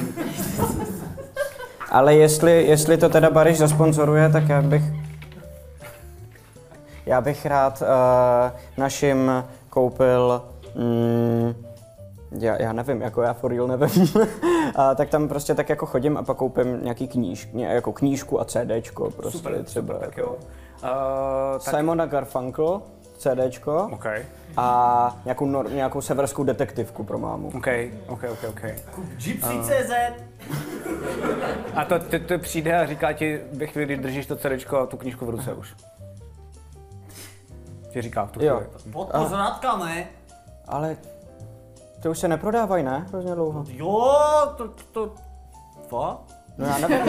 Ale jestli, jestli to teda Bariš zasponzoruje, tak já bych... Já bych rád uh, našim koupil... Mm, Já, já nevím, jako já for real nevím. A tak tam prostě tak jako chodím a pak koupím nějaký kníž, ně, jako knížku a CDčko prostě Super, třeba. super, tak jo. Uh, tak, Simona Garfunkel, CDčko okay. a nějakou, nor, nějakou severskou detektivku pro mámu. OK, OK, OK, OK. Gypsy tečka cé zet. A to, to, to přijde a říká ti ve chvíli, kdy držíš to CDčko a tu knížku v ruce už. Ti říká v tu Jo. chvíli. Pod pořádka, ne? Ale ty už se neprodávají, ne? Hrozně dlouho. Jo, to, to, co? No já nevím.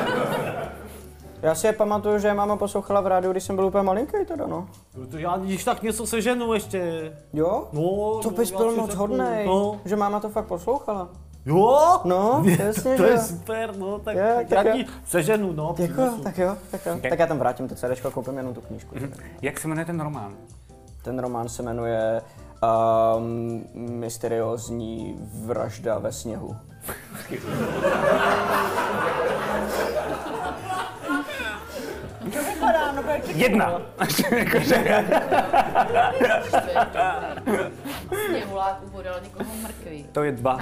Já si je pamatuju, že je máma poslouchala v rádiu, když jsem byl úplně malinký teda, no. To já když tak něco seženu ještě. Jo? No, To bys já byl si moc řeknu, hodnej, No. že máma to fakt poslouchala. Jo? No, jasně, To že je jo. super, no, tak, Je, tak tak já jo. ti seženu, no. Děkuji, přinesu. tak jo, tak jo. Okay. Tak já tam vrátím to CDčko a koupím jenom tu knížku. Jak se jmenuje ten román? Ten román se jmenuje um, Mysteriózní vražda ve sněhu. Jedna! Sněhulák ubodal někoho mrkví. To je dva.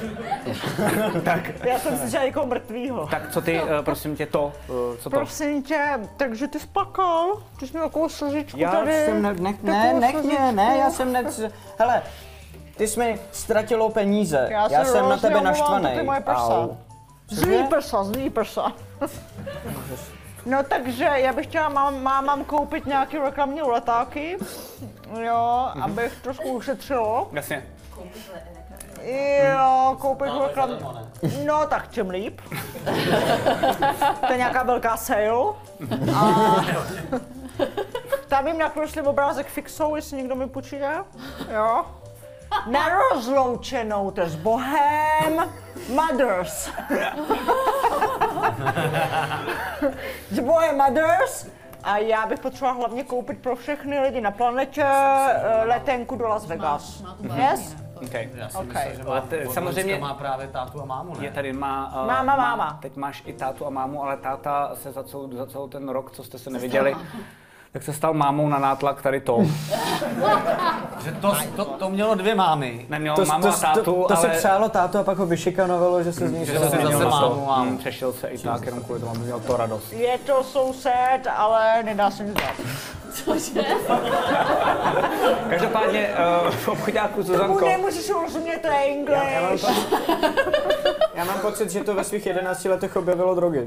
tak, Já jsem si žádal někoho mrtvýho. tak co ty, uh, prosím tě, to, uh, co to? Prosím tě, takže ty jsi plakal? Ty jsi měl takovou slzičku Já tady. jsem ne, ne, ne, Takovou nech mě, slzičku. ne, já jsem ne, hele, Ty jsi mi ztratilo peníze. Já, Já se jsem na hrozně tebe omlouvám, to naštvaný. ty moje prsa. Au. Zlý prsa, zlý prsa. No takže já bych chtěla mám, mám koupit nějaký reklamní letáky, jo, abych trošku ušetřilo. Jasně. Jo, koupit reklamní. No tak čím líp. To je nějaká velká sale. A tam jim nakreslím obrázek fixou, jestli někdo mi půjčíte. Jo. Na rozloučenou, to je s Bohem Mothers. S Bohem Mothers. A já bych potřebovala hlavně koupit pro všechny lidi na planetě letenku do Las Vegas. Yes? Okay. Já si Okay. myslím, že Ale má, ty- od samozřejmě- Loňska má právě tátu a mámu, ne? Je tady má, uh, Máma, má- máma. Teď máš i tátu a mámu, ale táta se za celou, za celou ten rok, co jste se neviděli, tak se stal mámou na nátlak tady to. Že to, to, to mělo dvě mámy. Neměl To, mámu to, a tátu, to, to ale... se přálo tátu a pak ho vyšikanovalo, že se z něj Že stalo se změnil zase na mámu, to. mámu. Hmm, přešel se i tak, jenom kvůli tomu, aby měl to radost. Je to so sad, ale nedá se nic dělat. Cože? Každopádně uh, v obchodáku Tomu Zuzanko, nemůžeš rozumět, to je English. Já mám pocit, že to ve svých jedenácti letech objevilo drogy.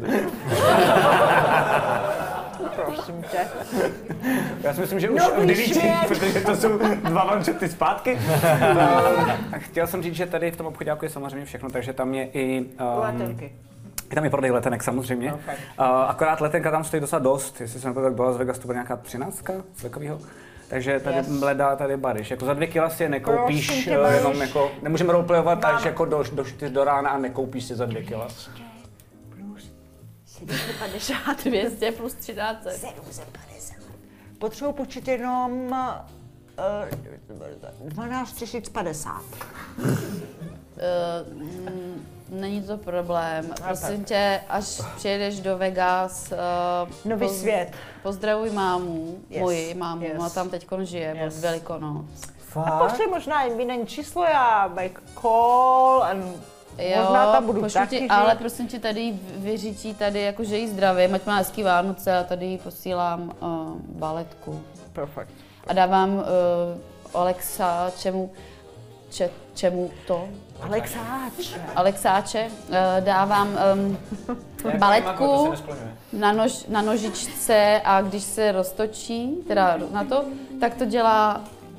Prosím tě. já si myslím, že už Nový v devíti, svět. protože to jsou dva one-shoty zpátky. A chtěl jsem říct, že tady v tom obchodáku je samozřejmě všechno, takže tam je i... Um, Letenky. Je tam i prodej letenek samozřejmě. Okay. Uh, akorát letenka tam stojí docela dost, jestli jsem tak do Las Vegas, to bude nějaká třináctka z takového. Takže tady Yes. yes. Bleda, tady Baryš. Jako za dvě kila si je nekoupíš, Prosím tě, uh, Baryš. jenom jako, nemůžeme roleplayovat Mám. až jako do, do čtyř do rána a nekoupíš si za dvě kila. Plus sedm set padesát. dvě stě plus třináct. sedm set padesát. Potřebuji počít jenom uh, dvanáct tisíc padesát. Uh, mm, není to problém. Prosím tě, až přijedeš do Vegas, uh, Nový poz- svět. pozdravuj mámu, Yes, moji mámu, yes. ona tam teď žije, Yes. od Velikonoc. A pošli možná jim jiné číslo, já make call and možná tam budu pošlu taky ti, žít. ale prosím tě tady vyříčí tady, jakože jí zdravím, ať má hezký Vánoce a tady jí posílám uh, baletku. Perfect. A dávám uh, Alexa, čemu, če, čemu to? Alexáč. Alexáče, uh, dávám um, baletku na, nož, na nožičce a když se roztočí, teda na to, tak to dělá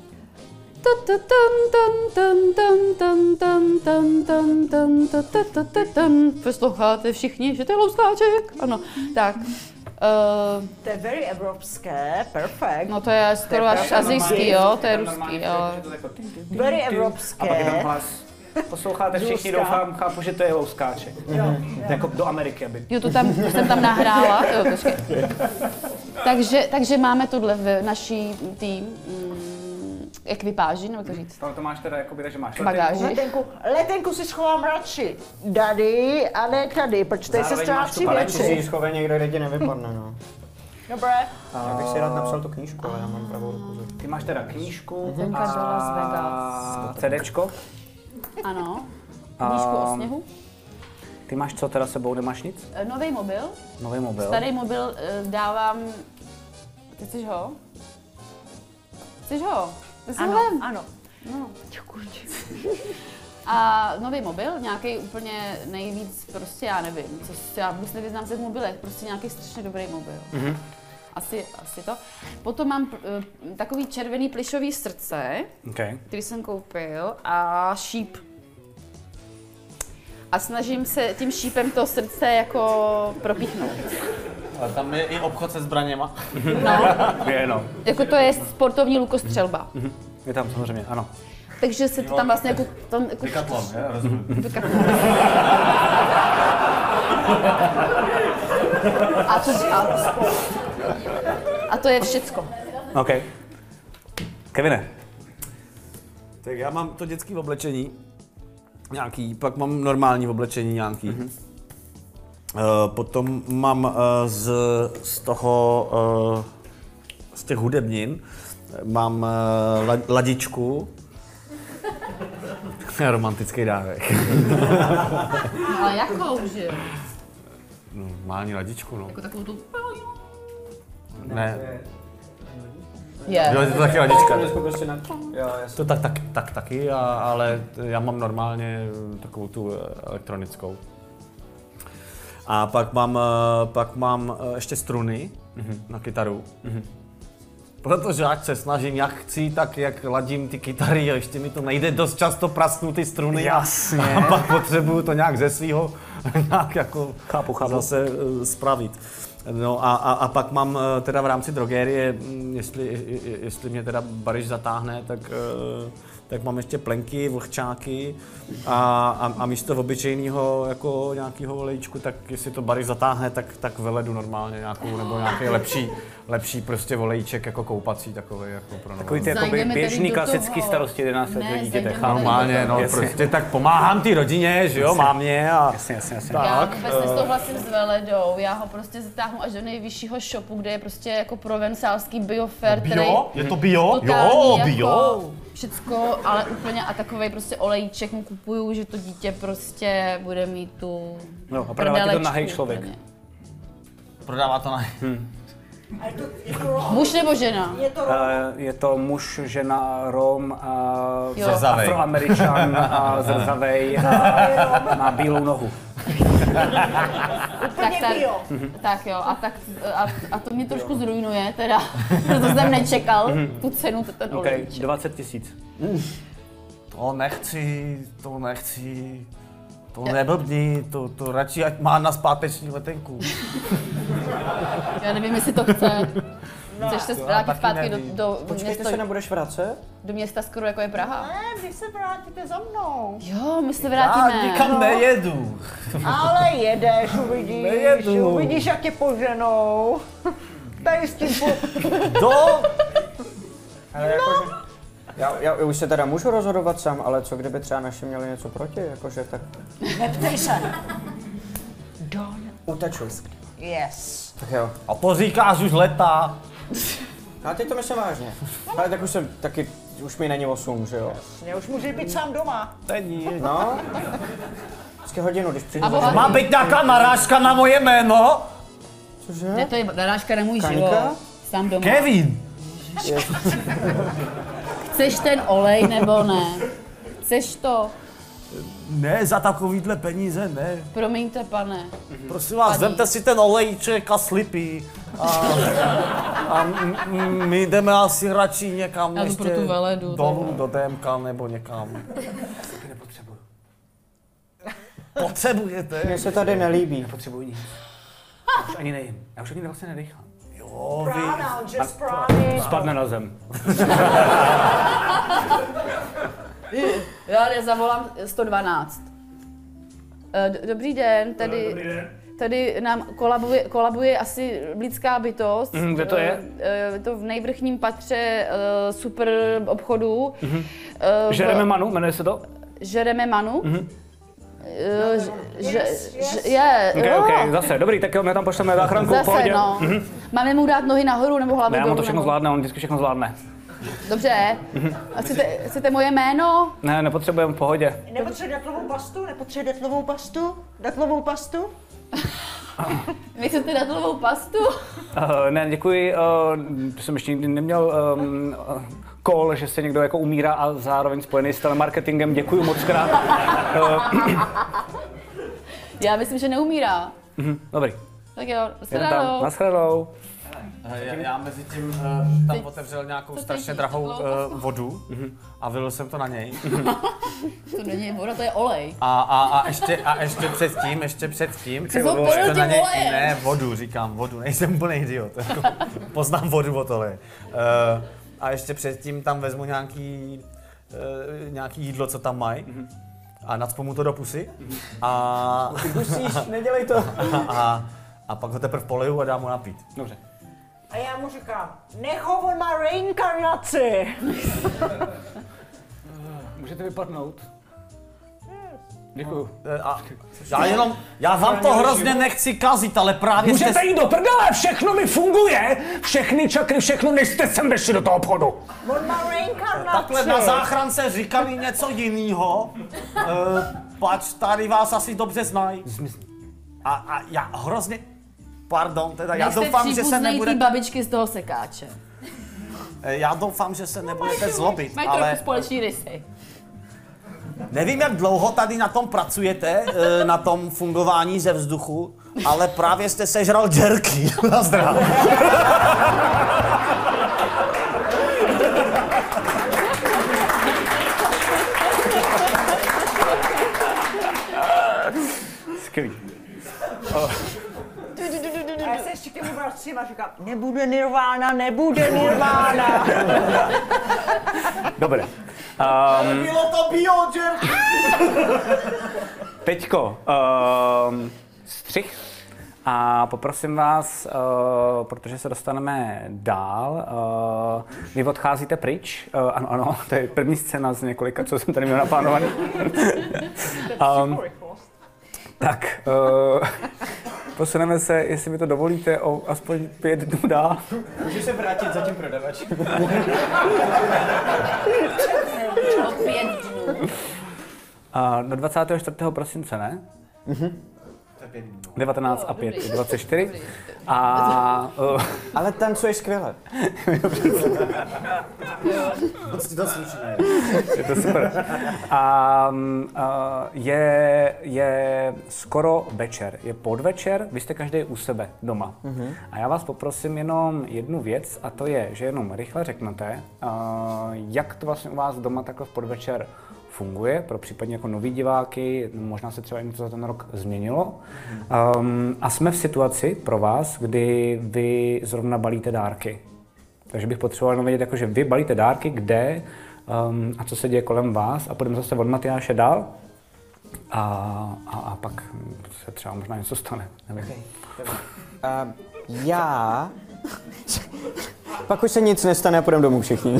posloucháte všichni, že to je louskáček? Ano, tak. Uh, To je very evropské, perfect. no to je skoro až asijský, jo, to je ruský, ale... Very A pak je tam evropské. hlas. Posloucháte všichni, Zuzka. doufám, chápu, že to je louskáček. Jako do Ameriky, aby... Jo, to tam, to jsem tam nahrála, jo, počkej. Takže, takže máme tohle v naší tým mm, ekvipáži, nebo to říct, To, to máš teda, jakoby, takže máš bagáži. Letenku, letenku si schovám radši tady a ne tady, protože tady se Zároveň máš tu ztrácí paletu Si ji věci. schovej někde, kde ti nevypadne, no. Dobré. Já bych si rád napsal tu knížku, ale já mám pravou ruku. Ty máš teda knížku Letenka do Las a CDčko. Ano, knížku o sněhu. Ty máš co teda sebou, nemáš nic? Nový mobil, Nový mobil. starý mobil eh, dávám, ty chceš ho? Chceš ho? Ty jsi ho Ano, vem. ano. No. Děkuji ti. A nový mobil, nějaký úplně nejvíc, prostě já nevím, co, si- já vůbec nevyznám se v mobilech, prostě nějaký strašně dobrý mobil. Mhm. Asi, asi to. Potom mám uh, takový červený plišový srdce, Okay. který jsem koupil, a šíp. A snažím se tím šípem to srdce jako propíchnout. Ale tam je i obchod se zbraněma. No, Je, no. jako to je sportovní lukostřelba. Mhm. Je tam samozřejmě, ano. Takže se to tam vlastně jako... Tam, jako Decathlon, je? Rozumím. a, to, a, a to je všecko. OK. Kevine, Tak já mám to dětské oblečení nějaký, pak mám normální oblečení nějaký. Mm-hmm. Uh, potom mám uh, z, z toho, uh, z těch hudebnin, mám uh, la, ladičku. Romantický dárek. No, ale jakou, že jo? Normální ladičku, no. Jako takovou tu... Ne. Je. Jo, je to taky ladička. Prostě na... Jo, jasně. To tak, tak, tak taky, a, ale já mám normálně takovou tu elektronickou. A pak mám, pak mám ještě struny mm-hmm. na kytaru. Mm-hmm. Protože ať se snažím, jak chci, tak jak ladím ty kytary, a ještě mi to nejde dost často prasknu ty struny. Jasně. A pak potřebuju to nějak ze svýho nějak jako chápu, chápu. zase uh, spravit. No a, a, a pak mám uh, teda v rámci drogérie, jestli, jestli mě teda Baryš zatáhne, tak, uh, tak mám ještě plenky, vlhčáky a, a, a místo obyčejného jako nějakého olejčku, tak jestli to Baryš zatáhne, tak, tak veledu normálně nějakou, nebo nějaký lepší, lepší prostě olejček jako koupací takový jako pro Takový ty jakoby běžný klasický starosti jedenáct let dítěte. Normálně, no jasně. prostě tak pomáhám ty rodině, že jo, mámě a... Jasně, jasně, jasně. Já vůbec nesouhlasím s veledou, já ho prostě zatáhnu až do nejvyššího shopu, kde je prostě jako provencálský biofair, který... Bio? Je to bio? totální Jo, jako bio! Všecko, ale úplně a takovej prostě olejček mu kupuju, že to dítě prostě bude mít tu No a prodává ti to nahej člověk. úplně. Prodává to na... Hmm. Muž nebo žena? Je to Uh, je to muž, žena, Rom, uh, Zrzavej. Afroameričan, uh, zrzavej a má bílou nohu. tak, tak, tak jo, a, tak, a, a to mě trošku zrujnuje teda, to jsem nečekal, tu cenu, ten Okay, olejček. dvacet tisíc. To nechci, to nechci, to neblbni, to, to radši ať má na zpáteční letenku. Já nevím, jestli to chce. Chceš se vrátit taky zpátky do, nevím. do, Počkej, ty města, se nebudeš vracet? do města skoro jako je Praha? Ne, vy se vrátíte za mnou. Jo, my se Já vrátíme. nikam nejedu. Ale jedeš, uvidíš, Nejedu. uvidíš, jak tě poženou. Tady s tím po... Do... Ale jakože... Já, já už se teda můžu rozhodovat sám, ale co kdyby třeba naši měli něco proti, jakože tak... Neptej se. Don. Uteču. Yes. Tak jo. A poříkáš už leta. A teď to myslím vážně. Ale tak už jsem taky, už mi není osm, že jo? Mě už můžeš být sám doma. Není. No. Vždycky hodinu, když přijdu. A bohatý. Má být nějaká narážka na moje jméno? Cože? Ne, to je narážka na můj Kaňka? život. Sám doma. Kevin. Chceš ten olej nebo ne? Chceš to? Ne, za takovýhle peníze ne. Promiňte, pane. Prosím vás, vemte si ten olejček a slipy. A, a m- m- my jdeme asi radši někam Já jdu ještě pro tu veledu, dolů tak. do démka nebo někam. Potřebujete? Mně se tady nelíbí. Nepotřebuji nic. Já už ani nejím. Já už ani vlastně nedechám. Jo, vy... Prána, on just prány. Spadne na zem. Já zavolám sto dvanáct. Eh, d- Dobrý den, tady, Dobrý den. tady nám kolabuje, kolabuje asi lidská bytost. Mhm, kde to je? Eh, eh, to v nejvrchním patře eh, super obchodu. Mhm. Eh, v- Žereme Manu, jmenuje se to? Žereme Manu. Mhm. Eh, že, že, že, je, Okay, jo. okay, zase, dobrý, tak jo, my tam pošleme záchranku, v Zase, pohodě. no. Máme mu dát nohy nahoru nebo hlavu Ne, on dolů? to všechno nebo- zvládne, on vždycky všechno zvládne. Dobře. A chcete, chcete moje jméno? Ne, nepotřebujeme, v pohodě. Nepotřebuje datlovou pastu? Nepotřebuje datlovou pastu? Datlovou pastu? Vy chcete datlovou pastu? Uh, ne, děkuji, uh, to jsem ještě nikdy neměl um, uh, call, že se někdo jako umírá a zároveň spojený s telemarketingem, děkuji moc krát. Uh, Já myslím, že neumírá. uh, dobrý, Tak jo, jeden tam, shledanou. nashledanou. Já, já mezi tím uh, tam Teď- otevřel nějakou to strašně teď drahou dlouho uh, vodu a vylil jsem to na něj. To není voda, to je olej. A, a, a, ještě, a ještě předtím, ještě předtím, Ty jsi ho to polil tím na něj, olejem. ne, vodu, říkám, vodu, nejsem úplný idiot, jako, poznám vodu od oleje. Uh, a ještě předtím tam vezmu nějaký, uh, nějaký jídlo, co tam mají a nacpu mu to do pusy a, Ty musíš, nedělej to. a, a pak ho teprve poliju a dám mu napít. Dobře. A já mu říkám, necho, on má reinkarnaci. Můžete vypadnout? Děkuju. Eh, A já jenom, já vám to hrozně nechci kazit, ale právě jste... Můžete jít do prdele, všechno mi funguje! Všechny čakry, všechno, než jste sem vešli do toho obchodu. On má reinkarnaci. Takhle na záchrance říkali něco jinýho. E, pač tady vás asi dobře znají. A, a já hrozně... Pardon, teda já Nejste doufám, že se příbuznej nebude... tý babičky z toho sekáče. Já doufám, že se nebudete zlobit, Mají ale trochu společný rysy. nevím, jak dlouho tady na tom pracujete, eh, na tom fungování ze vzduchu, ale právě jste sežral jerky. Na zdraví. Skvělý. A já se ještě k těmu vracím a říkám, nebude Nirvana, nebude Nirvana. Dobré. Um, Bylo to bio jerky. teďko um, střih. A poprosím vás, uh, protože se dostaneme dál, uh, vy odcházíte pryč, uh, ano, ano, to je první scéna z několika, co jsem tady měl naplánovaný. um, tak, uh, posuneme se, jestli mi to dovolíte, o aspoň pět dnů dál. Můžu se vrátit za tím prodavačem. O pět dnů. Uh, do dvacátého čtvrtého prosince, ne? Mhm. devatenáct a pět, dvacet čtyři. A... Uh, Ale tancuješ skvěle. Je to super. A um, uh, je, je skoro večer, je podvečer, vy jste každý u sebe doma. Mm-hmm. A já vás poprosím jenom jednu věc, a to je, že jenom rychle řeknete, uh, jak to vlastně u vás doma takhle v podvečer funguje, pro případně jako nový diváky, možná se třeba něco za ten rok změnilo. Um, a jsme v situaci pro vás, kdy vy zrovna balíte dárky. Takže bych potřeboval jenom vědět, jako, že vy balíte dárky, kde um, a co se děje kolem vás, a půjdeme zase od Matyáše dál a, a, a pak se třeba možná něco stane. Nevím. Okay. Uh, já... pak už se nic nestane a půjdeme domů všichni.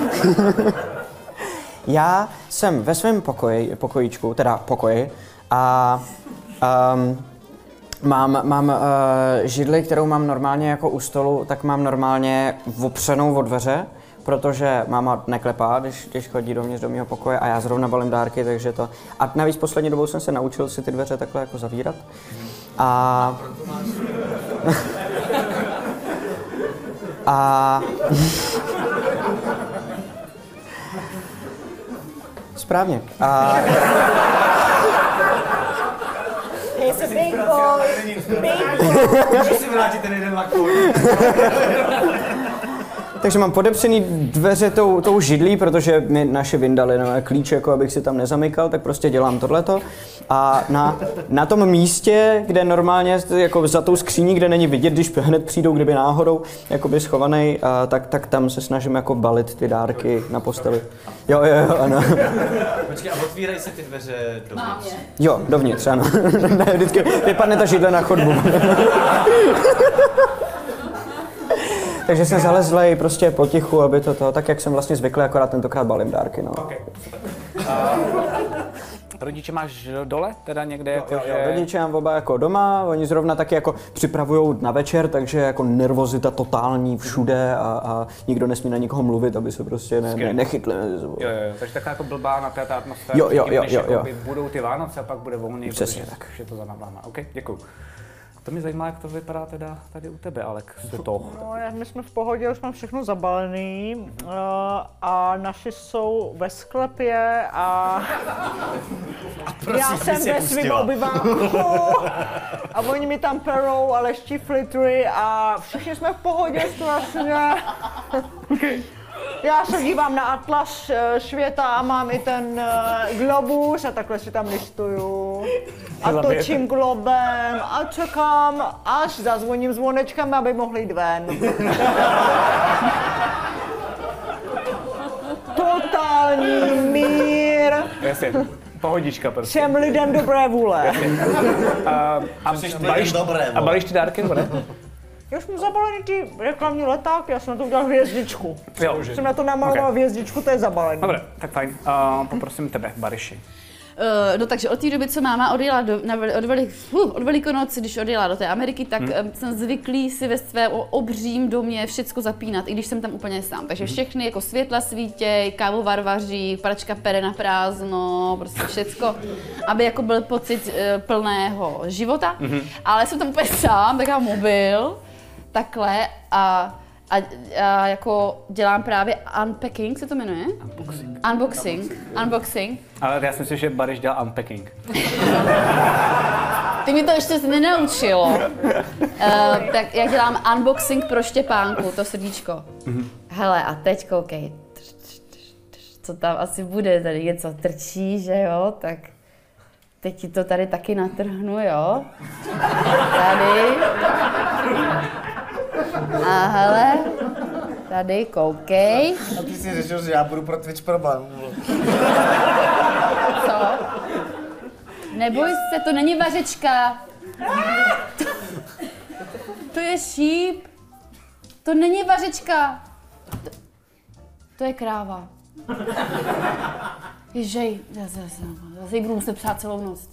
Já jsem ve svém pokoji, pokojíčku, teda pokoji, a um, mám, mám uh, židli, kterou mám normálně jako u stolu, tak mám normálně opřenou od dveře, protože máma neklepá, když, když chodí dovnitř do mého pokoje, a já zrovna balím dárky, takže to... A navíc poslední dobou jsem se naučil si ty dveře takhle jako zavírat. A... a... Správně. A... He's a big boy, big boy. Můžeš si vrátit ten jeden lakůj. Takže mám podepřený dveře tou, tou židlí, protože mi naše vyndali no, klíč, jako abych si tam nezamykal, tak prostě dělám tohleto. A na, na tom místě, kde normálně jako za tou skříní, kde není vidět, když hned přijdou, kdyby náhodou jakoby schovaný, tak, tak tam se snažím jako balit ty dárky na posteli. Jo, jo, jo, ano. Počkej, a otvírají se ty dveře dovnitř? Jo, dovnitř, ano. Ne, vždycky vypadne ta židle na chodbu. Takže jsem zalezlej prostě potichu, aby to to, tak jak jsem vlastně zvyklý, akorát tentokrát balím dárky, no. Okay. Uh, rodiče máš dole, teda někde? Jo, jako, jo, že... jo, rodiče mám oba jako doma, oni zrovna taky jako připravujou na večer, takže jako nervozita totální všude, a, a nikdo nesmí na nikoho mluvit, aby se prostě ne, ne, nechytli. Jo, jo, takže taková jako blbá na té atmosféře, jo, jo, tím, jo, než jo, jo. budou ty Vánoce a pak bude volný. Přesně tak. Je to za náma. OK, děkuju. To mě zajímá, jak to vypadá teda tady u tebe, Alex. To. No, my jsme v pohodě, už mám všechno zabalený uh, a naši jsou ve sklepě a já jsem ve svým obyváku a oni mi tam perou a leští flitry a všichni jsme v pohodě strašně. Já se dívám na atlas světa a mám i ten globus a takhle si tam listuju. A točím globem a čekám, až zazvoním zvonečkem, aby mohli jít ven. Totální mír. Jasně, pohodička prostě. Všem lidem dobré vůle. A, a, balíš, a balíš ty dárky, nebo ne? Já už mám zabalený ty reklamní letáky, já jsem na to udělal hvězdičku. Jo, jsem na to namaloval okay. hvězdičku, to je zabalený. Dobré, tak fajn. Uh, poprosím tebe, Baryši. Uh, no takže od té doby, co máma odjela do, na, od, velik, uh, od Velikonoc, když odjela do té Ameriky, tak hmm. um, jsem zvyklý si ve svém obřím domě všecko zapínat, i když jsem tam úplně sám. Takže všechny jako světla svítěj, kávovar vaří, pračka pere na prázdno, prostě všecko, aby jako byl pocit uh, plného života. Hmm. Ale jsem tam úplně sám, tak mám mobil, takhle a A, a jako dělám právě unpacking, se to jmenuje? Unboxing. Unboxing. Unboxing. Ale já si myslím, že Baryš dělá unpacking. Ty mi to ještě nenaučilo. Uh, tak já dělám unboxing pro Štěpánku, to srdíčko. Mm-hmm. Hele, a teď koukej. Co tam asi bude, tady něco trčí, že jo, tak teď ti to tady taky natrhnu, jo. Tady. A hele, tady koukej. A ty jsi řešil, že já budu pro Twitch problém. Co? Neboj se, to není vařečka. To, to je šíp. To není vařečka. To, to je kráva. Ježej, zase, zase jí budu muset psát celou noc.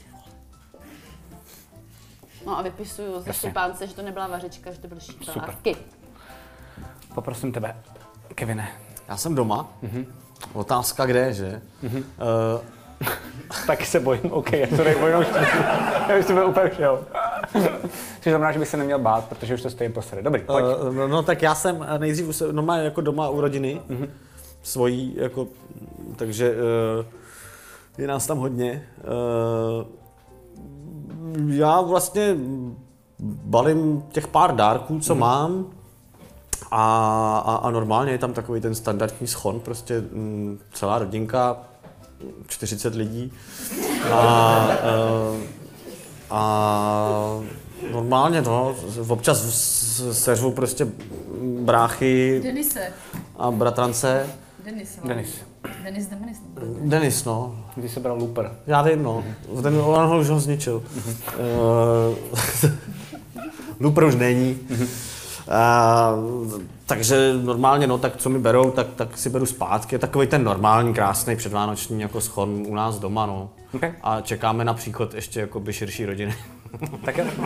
No a vypisuju ze Štěpánce, že to nebyla vařečka, že to byl šíp. Super. Poprosím tebe, Kevine. Já jsem doma. Mm-hmm. Otázka kde, že? Mm-hmm. Uh, Taky se bojím, OK, já to nebojím. Já už to byl úplně všeho. Což znamená, že bych se neměl bát, protože už to stojí posledně. Dobrý, pojď. Uh, no, no tak já jsem nejdřív se normálně jako doma u rodiny. Mm-hmm. Svojí, jako, takže uh, je nás tam hodně. Uh, já vlastně balím těch pár dárků, co mm-hmm. mám. A, a, a normálně je tam takový ten standardní schon, prostě m, celá rodinka, čtyřicet lidí. A, a, a normálně no, občas seřvu prostě bráchy Denise. A bratrance. Denis. No. Denis. Denis, Denis. Denis, no. Když se bral Looper. Já vím, no. Ten on ho už ho zničil. uh, Looper už není. Uh, takže normálně, no, tak co mi berou, tak, tak si beru zpátky. Je takový ten normální, krásný předvánoční jako schon u nás doma, no. Okay. A čekáme na příchod ještě jakoby širší rodiny. Tak jo.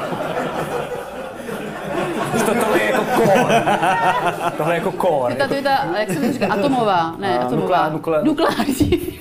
Už to tohle je jako core. Tohle je jako core. To je ta, jak se to říká, atomová, ne, A, atomová. Nukleár. Nukleární.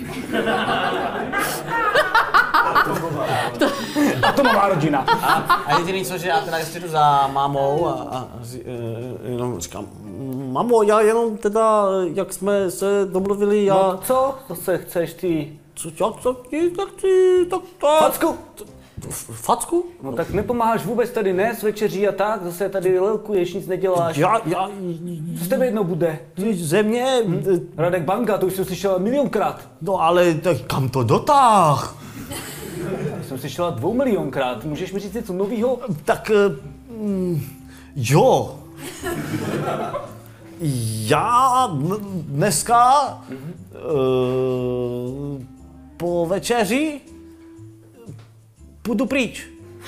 Atomová rodina. A, a jediný co, že já teda ještě jdu za mámou a, a, a jenom říkám, mamo, já jenom teda, jak jsme se domluvili, já... No co? To se chceš ty? Co, jak, co, ty, tak ty, tak to... Facku! Facku? No tak nepomáháš vůbec tady, ne, s večeří a tak, zase tady lelkuješ, nic neděláš. Já, já... Co z tebe jednou bude? Země... Hm? Radek Banga, to už jsem slyšela milionkrát. No ale tak kam to dotáh? Jsem slyšela dvou milionkrát, můžeš mi říct něco novýho? Tak... Mm, jo. Já dneska mm-hmm. uh, po večeři půjdu pryč.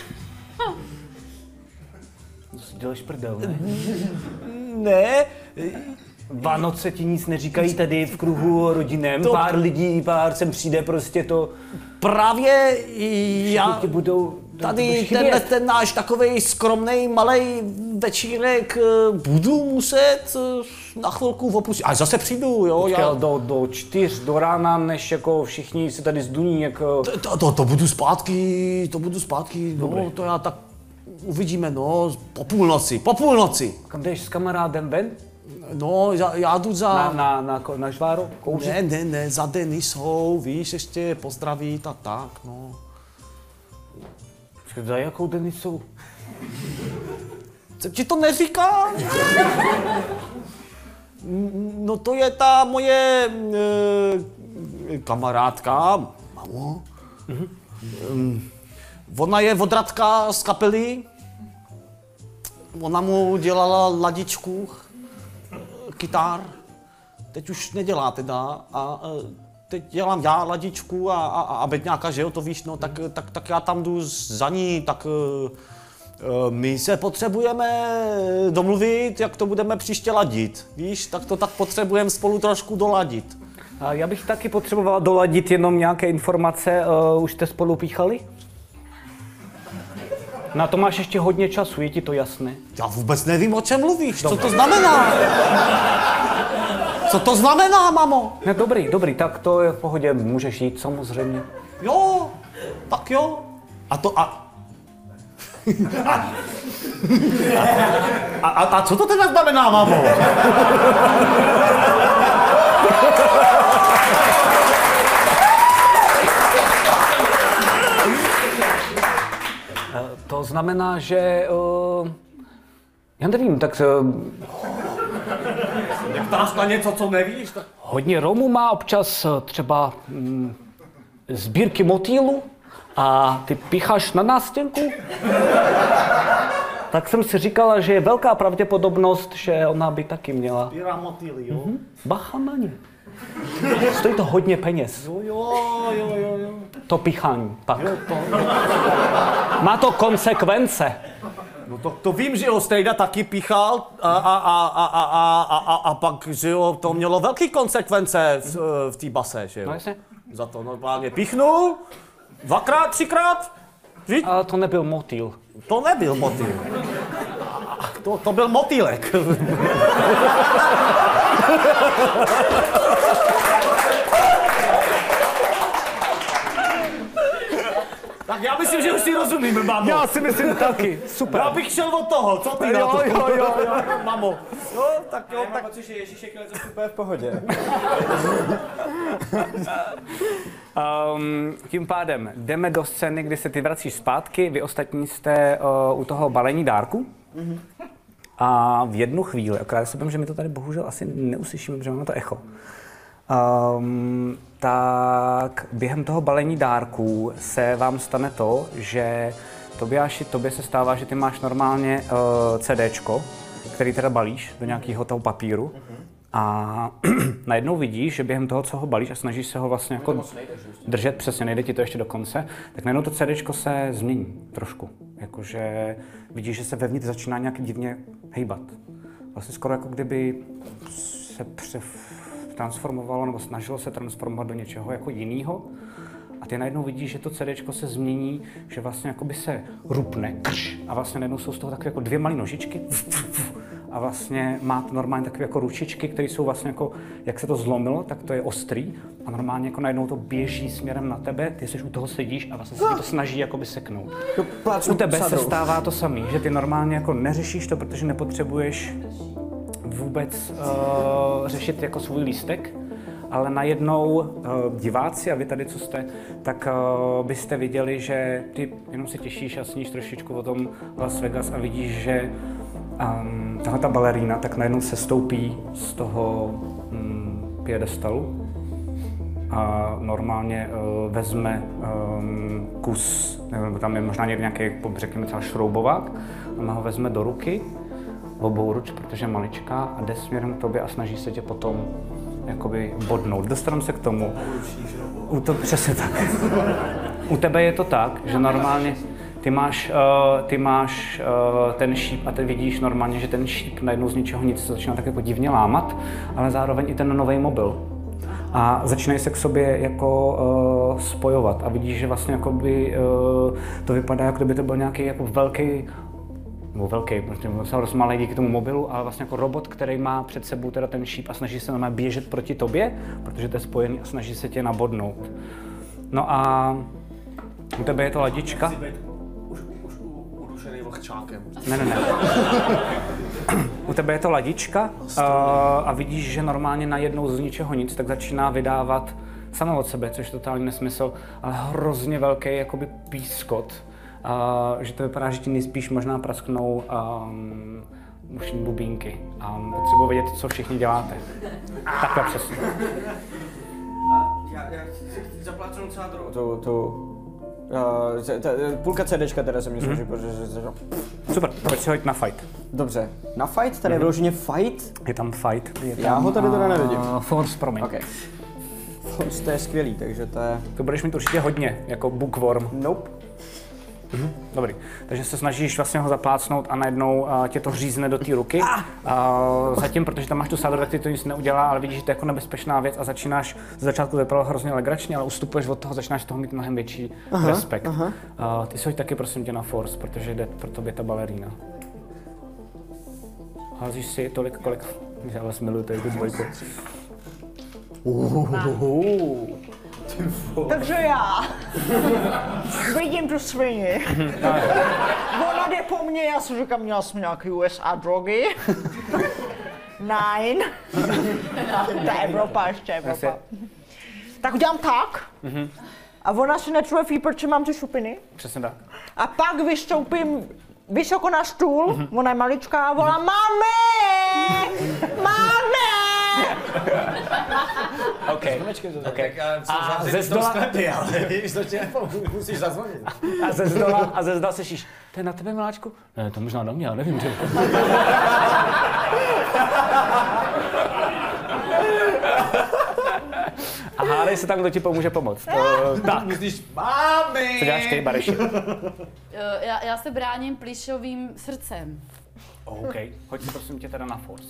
To si děláš prdel, ne? Ne. Vánoce ti nic neříkají tady v kruhu rodinem, To... pár lidí, pár sem přijde, prostě to... Právě já... Ti budou... Tady tenhle ten náš takovej skromnej, malej večírek budu muset na chvilku opustit. A zase přijdu, jo. Počkej, Já... do, do čtyř do rána, než jako všichni se tady zduní, jak... To, to, to, to budu zpátky, to budu zpátky, no, to já tak uvidíme, no, po půlnoci, po půlnoci. Kam jdeš s kamarádem ven? No, já, já jdu za... Na, na, na, na žváro? Kouřit? Ne, ne, ne, za Denisou, víš, ještě pozdravit a tak, no. Za jakou Denisou? Jsem ti to neříkal? No to je ta moje e, kamarádka, mamo. Mm-hmm. Um, ona je odradka z kapely. Ona mu dělala ladičku, kytar. Teď už nedělá teda. A, teď dělám já ladičku a, a, a bedňáka, že jo, to víš, no, tak, tak, tak já tam jdu za ní, tak uh, my se potřebujeme domluvit, jak to budeme příště ladit, víš, tak to tak potřebujeme spolu trošku doladit. A já bych taky potřebovala doladit jenom nějaké informace, uh, už jste spolu píchali? Na to máš ještě hodně času, je ti to jasné? Já vůbec nevím, o čem mluvíš, Dobre. Co to znamená? Co to znamená, mamo? Ne, dobrý, dobrý, tak to je v pohodě, můžeš jít samozřejmě. Jo, tak jo. A to a... A, a, a co to teda znamená, mámo? To znamená, že... Uh, já nevím, tak... Uh, Jak ptáš na něco, co nevíš? Tak... Hodně Romů má občas třeba mm, sbírky motýlu a ty pícháš na nástěnku. Tak jsem si říkala, že je velká pravděpodobnost, že ona by taky měla. Sbírá motýly, jo? Mm-hmm. Bacha na ně. Stojí to hodně peněz. Jo, jo, jo, jo, jo. To píchání, pak. Jo, to... Má to konsekvence. No to, to vím, že jo, Strejda taky píchal a, a, a, a, a, a, a, a pak, že jo, to mělo velké konsekvence v, v té base, že jo. No jasně. Za to normálně píchnul, dvakrát, třikrát, víš? Ale to nebyl motýl. To nebyl motýl. To, to byl motýlek. Tak já myslím, že už si rozumíme, mámo. Já si myslím taky, super. Já bych šel od toho, co ty Jo, na to? jo, jo, jo. Mamo. Jo, tak jo, Já tak... mám pocit, že Ježíšek je úplně v pohodě. Um, tím pádem jdeme do scény, kdy se ty vracíš zpátky, vy ostatní jste uh, u toho balení dárku. Mm-hmm. A v jednu chvíli, akorát si povím, že my to tady bohužel asi neuslyšíme, protože máme to echo. Um, tak během toho balení dárků se vám stane to, že Tobiáši, tobě se stává, že ty máš normálně uh, CDčko, který teda balíš do nějakého toho papíru. A najednou vidíš, že během toho, co ho balíš a snažíš se ho vlastně jako držet, přesně nejde ti to ještě do konce, tak najednou to CDčko se změní trošku. Jakože vidíš, že se vevnitř začíná nějak divně hejbat. Vlastně skoro jako kdyby se pře transformovalo nebo snažilo se transformovat do něčeho jako jiného. A ty najednou vidíš, že to CDčko se změní, že vlastně jakoby se rupne, krš, a vlastně najednou jsou z toho takové jako dvě malé nožičky. A vlastně má to normálně takové jako ručičky, které jsou vlastně jako, jak se to zlomilo, tak to je ostrý. A normálně jako najednou to běží směrem na tebe, ty seš u toho sedíš a vlastně se ti to snaží jakoby seknout. U tebe se stává to samý, že ty normálně jako neřešíš to, protože nepotřebuješ vůbec uh, řešit jako svůj lístek, ale najednou uh, diváci a vy tady, co jste, tak uh, byste viděli, že ty jenom se těšíš a sníš trošičku o tom Las Vegas a vidíš, že um, tahle ta balerína tak najednou se stoupí z toho um, piedestalu a normálně uh, vezme um, kus, nevím, tam je možná někde nějaký, řekněme třeba šroubovák, ona ho vezme do ruky, obou ruč, protože je maličká a jde směrem k tobě a snaží se tě potom jakoby bodnout. Dostaneme se k tomu. U to, přesně tak. U tebe je to tak, že normálně ty máš, uh, ty máš uh, ten šíp a ty vidíš normálně, že ten šíp najednou z ničeho nic se začíná tak jako divně lámat, ale zároveň i ten nový mobil. A začínají se k sobě jako uh, spojovat a vidíš, že vlastně jakoby, uh, to vypadá, jako kdyby to byl nějaký jako velký nebo velký, protože se rozmalej díky tomu mobilu, ale vlastně jako robot, který má před sebou teda ten šíp a snaží se normálně běžet proti tobě, protože to je spojený a snaží se tě nabodnout. No a u tebe je to ladička. Už, už udušený vlhčákem. Ne, ne, ne. U tebe je to ladička uh, a vidíš, že normálně najednou z ničeho nic, tak začíná vydávat samo od sebe, což je totální nesmysl, ale hrozně velký jakoby pískot. Uh, že to vypadá, že ti nejspíš možná prasknou um, ušní bubínky a potřebuji vědět, co všichni děláte. Takhle přesně. Já, já si zaplácnu celá druhou. Tu, tu, uh, ta, půlka CDčka teda se mi složí, mm-hmm. protože... Super, pojď si hoď na fight. Dobře, na fight? Tady je vyloženě fight? Je tam fight. Je tam, Já ho tady teda nevidím. Uh, force, promiň. Okay. Force, to je skvělý, takže to je... To budeš mít určitě hodně, jako bookworm. Nope. Mhm, dobrý. Takže se snažíš vlastně ho zaplácnout a najednou uh, tě to řízne do té ruky. Uh, zatím, protože tam máš tu sádu, tak ty to nic neudělá, ale vidíš, že to je jako nebezpečná věc a začínáš, z začátku to vypadalo hrozně legračně, ale ustupuješ od toho, začínáš z toho mít mnohem větší aha, respekt. Aha. Uh, ty si hoď taky prosím tě na force, protože jde pro tobě ta balerína. Házíš si tolik, kolik... Já vás miluji, tady tu dvojku. Uhuhuhu. Takže já vidím tu svině. Ona jde po mně, já si říkám, měla jsem nějaký U S A drogy. Nine. To je Evropa, ještě Evropa. Tak udělám tak. A ona si netrefí, protože mám ty šupiny. Přesně tak. A pak vystoupím vysoko na stůl, mm-hmm. ona je maličká a volá Mami! Mami! OK. Okay. A ze zdola... sklepy, ale víš, to tě musíš zazvonit. A ze zdola, a ze zdola slyšíš, to je na tebe, miláčku? Ne, to možná na mě, já nevím, že... A hádej se tam, kdo ti pomůže pomoct. Uh, tak. Myslíš, mami! Co děláš ty, Bareši? Já, já se bráním plyšovým srdcem. OK, hoď si prosím tě teda na force.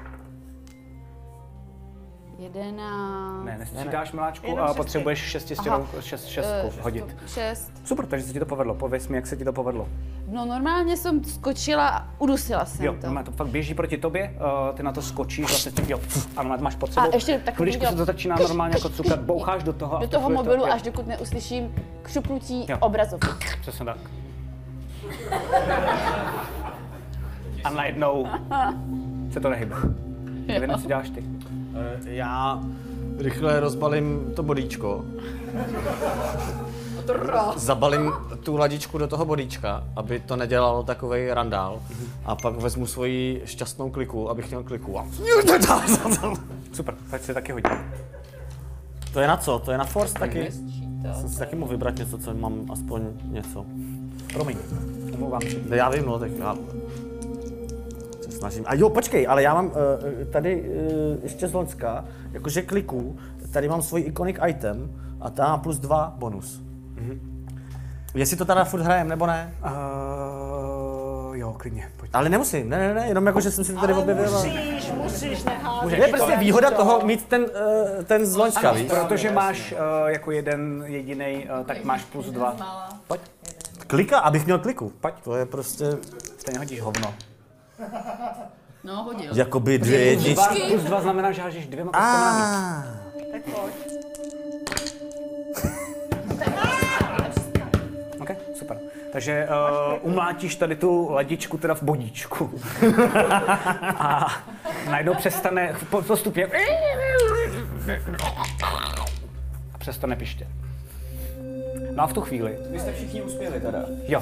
Jedenáct. Ne, nestřídáš miláčku Jenom a šestky. potřebuješ šestistěnou, šest, šestku Uh, hodit. Šest. Super, takže se ti to povedlo. Pověz mi, jak se ti to povedlo. No normálně jsem skočila a udusila jsem Jo, to. no, to fakt běží proti tobě, uh, ty na to skočíš, vlastně tím, jo, ano, máš pod A sebou. ještě takový Chviličku se udělal- to začíná normálně jako cukat, boucháš do toho. a Do v tu toho chvíli mobilu, to, jo, až dokud neuslyším křupnutí Jo. obrazovky. Přesně tak. A najednou se to nehybe. Nevím, co děláš ty. Já rychle rozbalím to bodíčko. Zabalím tu ladičku do toho bodíčka, aby to nedělalo takovej randál. A pak vezmu svoji šťastnou kliku, abych měl kliku. A... Super, tak si taky hodím. To je na co? To je na force taky? Jsem si taky mohl vybrat něco, co mám aspoň něco. Promiň, omlouvám se. No já vím, no, tak já se snažím. A jo, počkej, ale já mám uh, tady uh, ještě z Loňska, jakože kliků, tady mám svůj iconic item a ta má plus dva bonus. Mm-hmm. Jestli to teda furt hrajem, nebo ne? Uh, jo, klidně, pojď. Ale nemusím, ne, ne, ne, jenom jako, že jsem si to tady objevil. Musíš, musíš nehádat. To je prostě výhoda toho mít ten, uh, ten z Loňska, víš? Protože máš uh, jako jeden jediný, uh, tak máš plus dva. Pojď, Klika, abych měl kliku. Pojď. To je prostě stejně hodíš hovno. No, hodil. jakoby dvě jedničky. Plus dva znamená, že hážeš dvěma kostkami navíc. Tak pojď. OK, super. Takže uh, umlátíš tady tu ladičku teda v bodíčku. A najednou přestane postupně a přestane pištět. No a v tu chvíli... Vy jste všichni uspěli teda. Jo.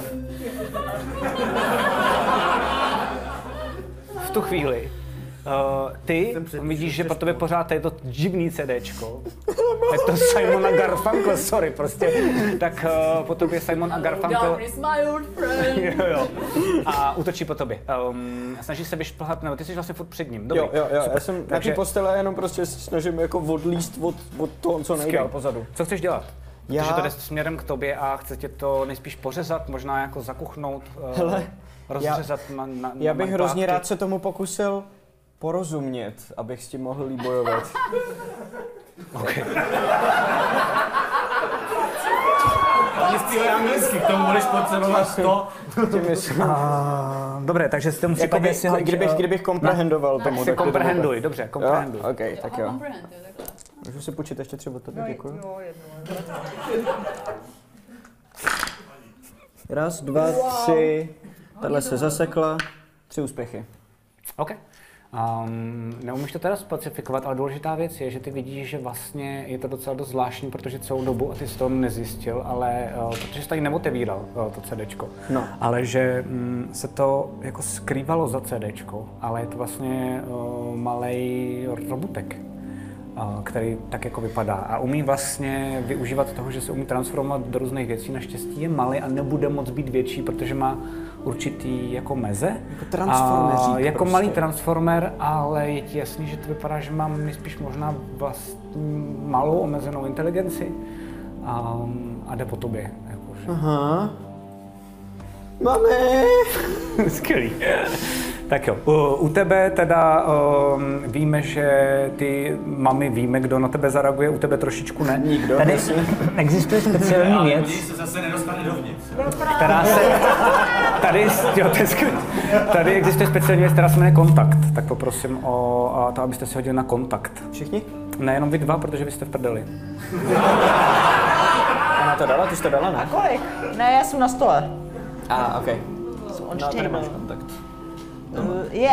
V tu chvíli uh, ty vidíš, že po tobě pořád je to divný CDčko. Je to Simon a Garfunkel, sorry, prostě. Tak uh, po tobě Simon a Garfunkel. Jo, jo. A útočí po tobě. Um, snaží se vyšplhat, nebo ty jsi vlastně furt před ním. Dobrý. Jo, jo, jo, Super. já jsem na Takže- té postele a jenom prostě se snažím jako odlíst od, od toho, co nejdál Skvělý. pozadu. Co chceš dělat? Já- Protože to jde směrem k tobě a chce tě to nejspíš pořezat, možná jako zakuchnout, uh, Hele, rozřezat na, na, Já na bych manipátky. hrozně rád se tomu pokusil porozumět, abych s tím mohl líp bojovat. Okay. Jistý anglicky, k tomu budeš potřebovat sto. Uh, dobré, takže s tím Jako případě by, si hoď, kdybych, uh, kdybych komprehendoval tomu, si tak by to komprehenduj, dobře, bylo. komprehenduj. Jo, ok, tak jo. Comprehend, jo, takhle. Můžu si půjčit ještě třeba tebe, děkuji. Raz, dva, tři, tahle se zasekla, tři úspěchy. OK. Um, neumíš to teda specifikovat, ale důležitá věc je, že ty vidíš, že vlastně je to docela dost zvláštní, protože celou dobu, a ty jsi to nezjistil, ale uh, protože jsi tady neotevíral uh, to CDčko, No. ale že um, se to jako skrývalo za CDčko, ale je to vlastně uh, malej robotek, uh, který tak jako vypadá a umí vlastně využívat toho, že se umí transformovat do různých věcí. Naštěstí je malý a nebude moc být větší, protože má určitý jako meze. Jako transformeřík A jako prostě. malý transformer, ale je ti jasný, že to vypadá, že mám nejspíš možná vlastní malou omezenou inteligenci a, a jde po tobě. Jakože. Aha. Mami! Skvělý. Tak jo, u, u tebe teda um, víme, že ty mami víme, kdo na tebe zareaguje, u tebe trošičku ne. Nikdo. Tady existuje speciální věc, se zase nedostane dovnitř. která se... Tady, jo, to je skvělý. Tady existuje speciální věc, která se jmenuje kontakt. Tak poprosím o a to, abyste si hodili na kontakt. Všichni? Nejenom vy dva, protože vy jste v prdeli. to dala? Ty jsi to dala, ne? Kolik? Ne, já jsem na stole. A, ah, okej. Jsem on No, tady máš table. kontakt. Uh, je.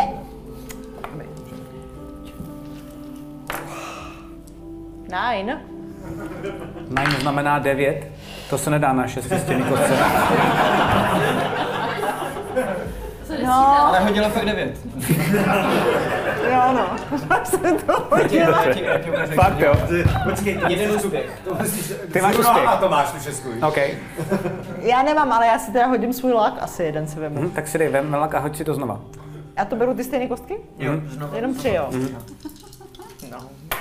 Nine. Nine znamená devět. To se nedá na šestistěný kostce. No, Ale hodila fakt devět. jo no. jsem to hodila. Fakt jo. Počkej, jeden úspěch. Ty máš úspěch. A to máš tu šestku. OK. Já nemám, ale já si teda hodím svůj lak, asi jeden si vemu. Hm, tak si dej vem lak a hoď si to znova. Já to beru ty stejné kostky? Jo, znovu. Jenom tři, jo. No.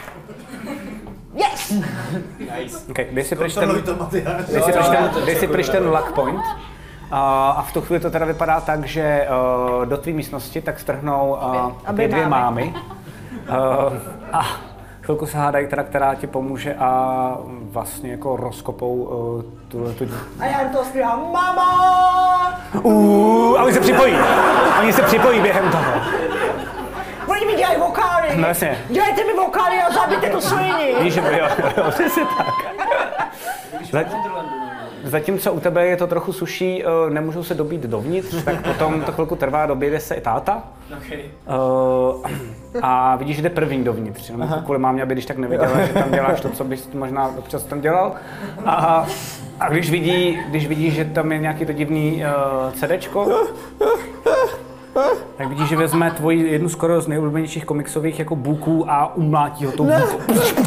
Yes! Nice. OK, dej si pryč Kontroluj ten, to, Matyáš. dej si pryč ten, dej si pryč ten luck point. A, a v tu chvíli to teda vypadá tak, že uh, do tvý místnosti tak strhnou uh, Aby ty dvě mámy. mámy. Uh, a chvilku se hádají teda, která ti pomůže a vlastně jako rozkopou uh, tuhle tu... A já do toho zpívám, mama! Uh, a oni se připojí. Oni se připojí během toho. Oni mi dělají vokály! No jasně. Dělejte mi vokály a zabijte tu svini! Víš, jo, jo, přesně tak. Zat- Zatímco u tebe je to trochu suší, uh, nemůžou se dobít dovnitř, tak potom to chvilku trvá, doběde se i táta. Okay. Uh, a vidíš, že jde první dovnitř, jenom kvůli mámě, aby když tak neviděla, že tam děláš to, co bys možná občas tam dělal. A, a když vidí, když vidí, že tam je nějaký to divný uh, CDčko, tak vidíš, že vezme tvoji jednu skoro z nejoblíbenějších komiksových jako buků a umlátí ho tou bukou.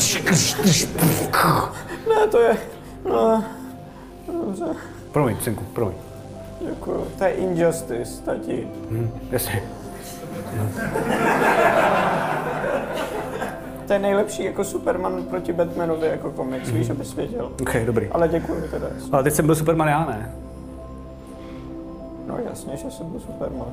Ne, to je... No, Promiň, synku, promiň. děkuju. To je Injustice, tati. Hm, jasně. To je nejlepší jako Superman proti Batmanovi jako komiks, víš, abys věděl. OK, dobrý. Ale děkuju teda. Ale teď jsem byl Superman, já ne. No jasně, že jsem byl Superman.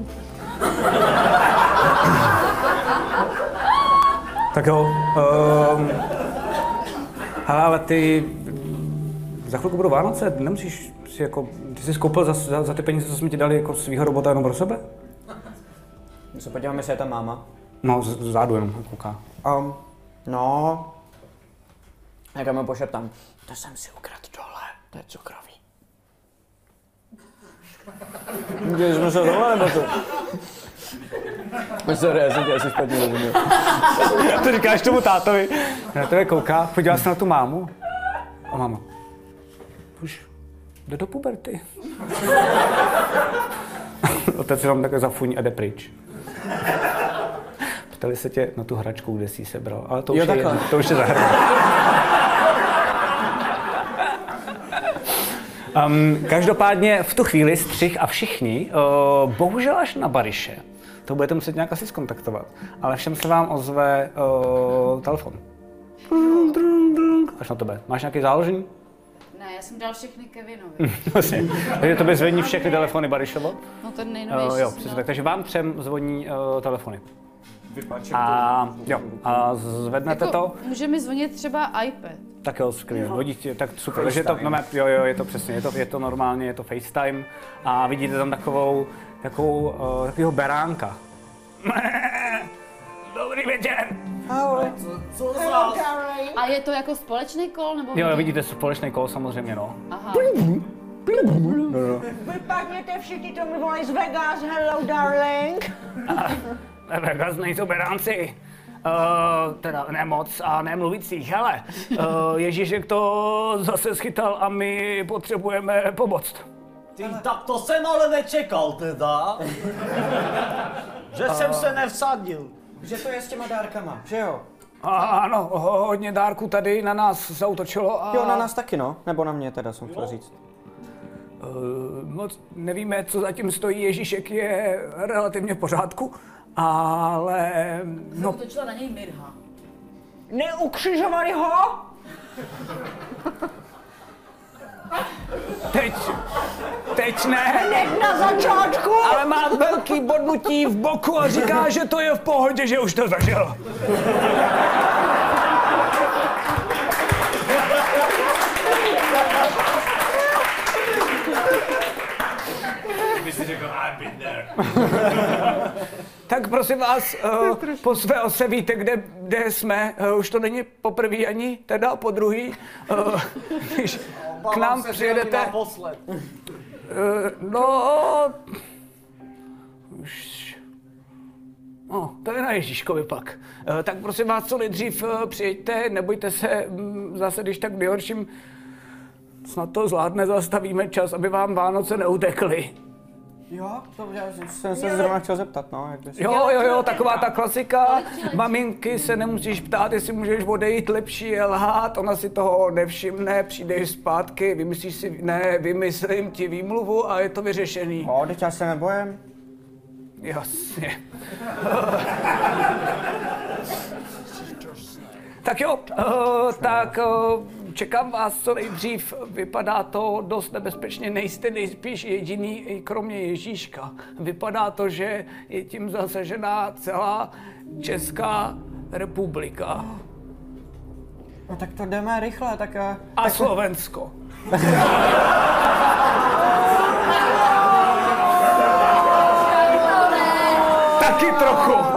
Tak jo. Um, hele, ale ty... Za chvilku budou Vánoce, nemusíš si jako... Ty jsi koupil za, za, za ty peníze, co jsme ti dali jako svýho robota jenom pro sebe? My se podíváme, jestli je ta máma. No, z- zádu jenom kouká. Um, no... Jak já mu pošeptám. To jsem si ukradl dole, to je cukrový. Děli jsme se tohle, nebo to? Sorry, já jsem tě asi špatně rozuměl. To říkáš tomu tátovi. Na tebe kouká, podívá se na tu mámu. A máma. Už jde do puberty. Otec se vám takhle zafuní a jde pryč. Ptali se tě na tu hračku, kde jsi ji sebral, ale to už, Jo, je, takhle. to už je za hra. Um, každopádně v tu chvíli střih a všichni, uh, bohužel až na Baryše, to budete muset nějak asi zkontaktovat, ale všem se vám ozve uh, telefon. Až na tebe. Máš nějaký záložní? Ne, já jsem dal všechny Kevinovi. Vlastně. Takže to by zvoní všechny telefony Baryšovo? No ten nejnovější. Uh, jo, jsem přesně dala. tak. Takže vám třem zvoní uh, telefony. A jo, a zvednete Jako, to? může mi zvonit třeba iPad. Tak jo, skvělé, hodí ti, tak super, takže to, no, jo, jo, je to přesně, je to, je to normálně, je to FaceTime a vidíte tam takovou, takovou, uh, takovýho beránka. Dobrý večer! Ahoj. A je to jako společný kol nebo? Jo, vidíte společný kol samozřejmě, no. Aha. Vypadněte všichni, to mi volají z Vegas, hello darling. Vegas nejsou beránci. Uh, teda ne moc a ne mluvících, hele, uh, Ježíšek to zase schytal a my potřebujeme pomoct. Ty, tak to jsem ale nečekal teda. Že jsem se nevsadil. Že to je s těma dárkama, že jo? A, ano, ho- hodně dárků tady na nás zautočilo a... Jo, na nás taky no, nebo na mě teda jsem chtěl říct. Uh, moc nevíme, co zatím stojí, Ježíšek je relativně v pořádku, ale... No, Točila na něj Mirha. Neukřižovali ho? teď, teď ne, Hned na začátku? ale má velký bodnutí v boku a říká, že to je v pohodě, že už to zažil. Tak prosím vás, uh, po své ose víte, kde, kde jsme, uh, už to není poprvé ani teda po druhý. Uh, když k nám přijedete. Naposled. Uh, no, už... No, to je na Ježíškovi pak. Uh, tak prosím vás, co nejdřív uh, přijeďte, nebojte se, um, zase když tak v nejhorším snad to zvládne, zastavíme čas, aby vám Vánoce neutekly. Jo, to já jsem se zrovna chtěl zeptat, no, jak bys... Jo, jo, jo, taková ta klasika. Maminky se nemusíš ptát, jestli můžeš odejít, lepší je lhát, ona si toho nevšimne, přijdeš zpátky, vymyslíš si, ne, vymyslím ti výmluvu a je to vyřešený. No, teď já se nebojím. Jasně. Tak jo, uh, tak uh, čekám vás co nejdřív. Vypadá to dost nebezpečně, nejste nejspíš jediný, kromě Ježíška. Vypadá to, že je tím zasažená celá Česká republika. No tak to jdeme rychle, tak... Uh, A tak... Slovensko. Taky trochu.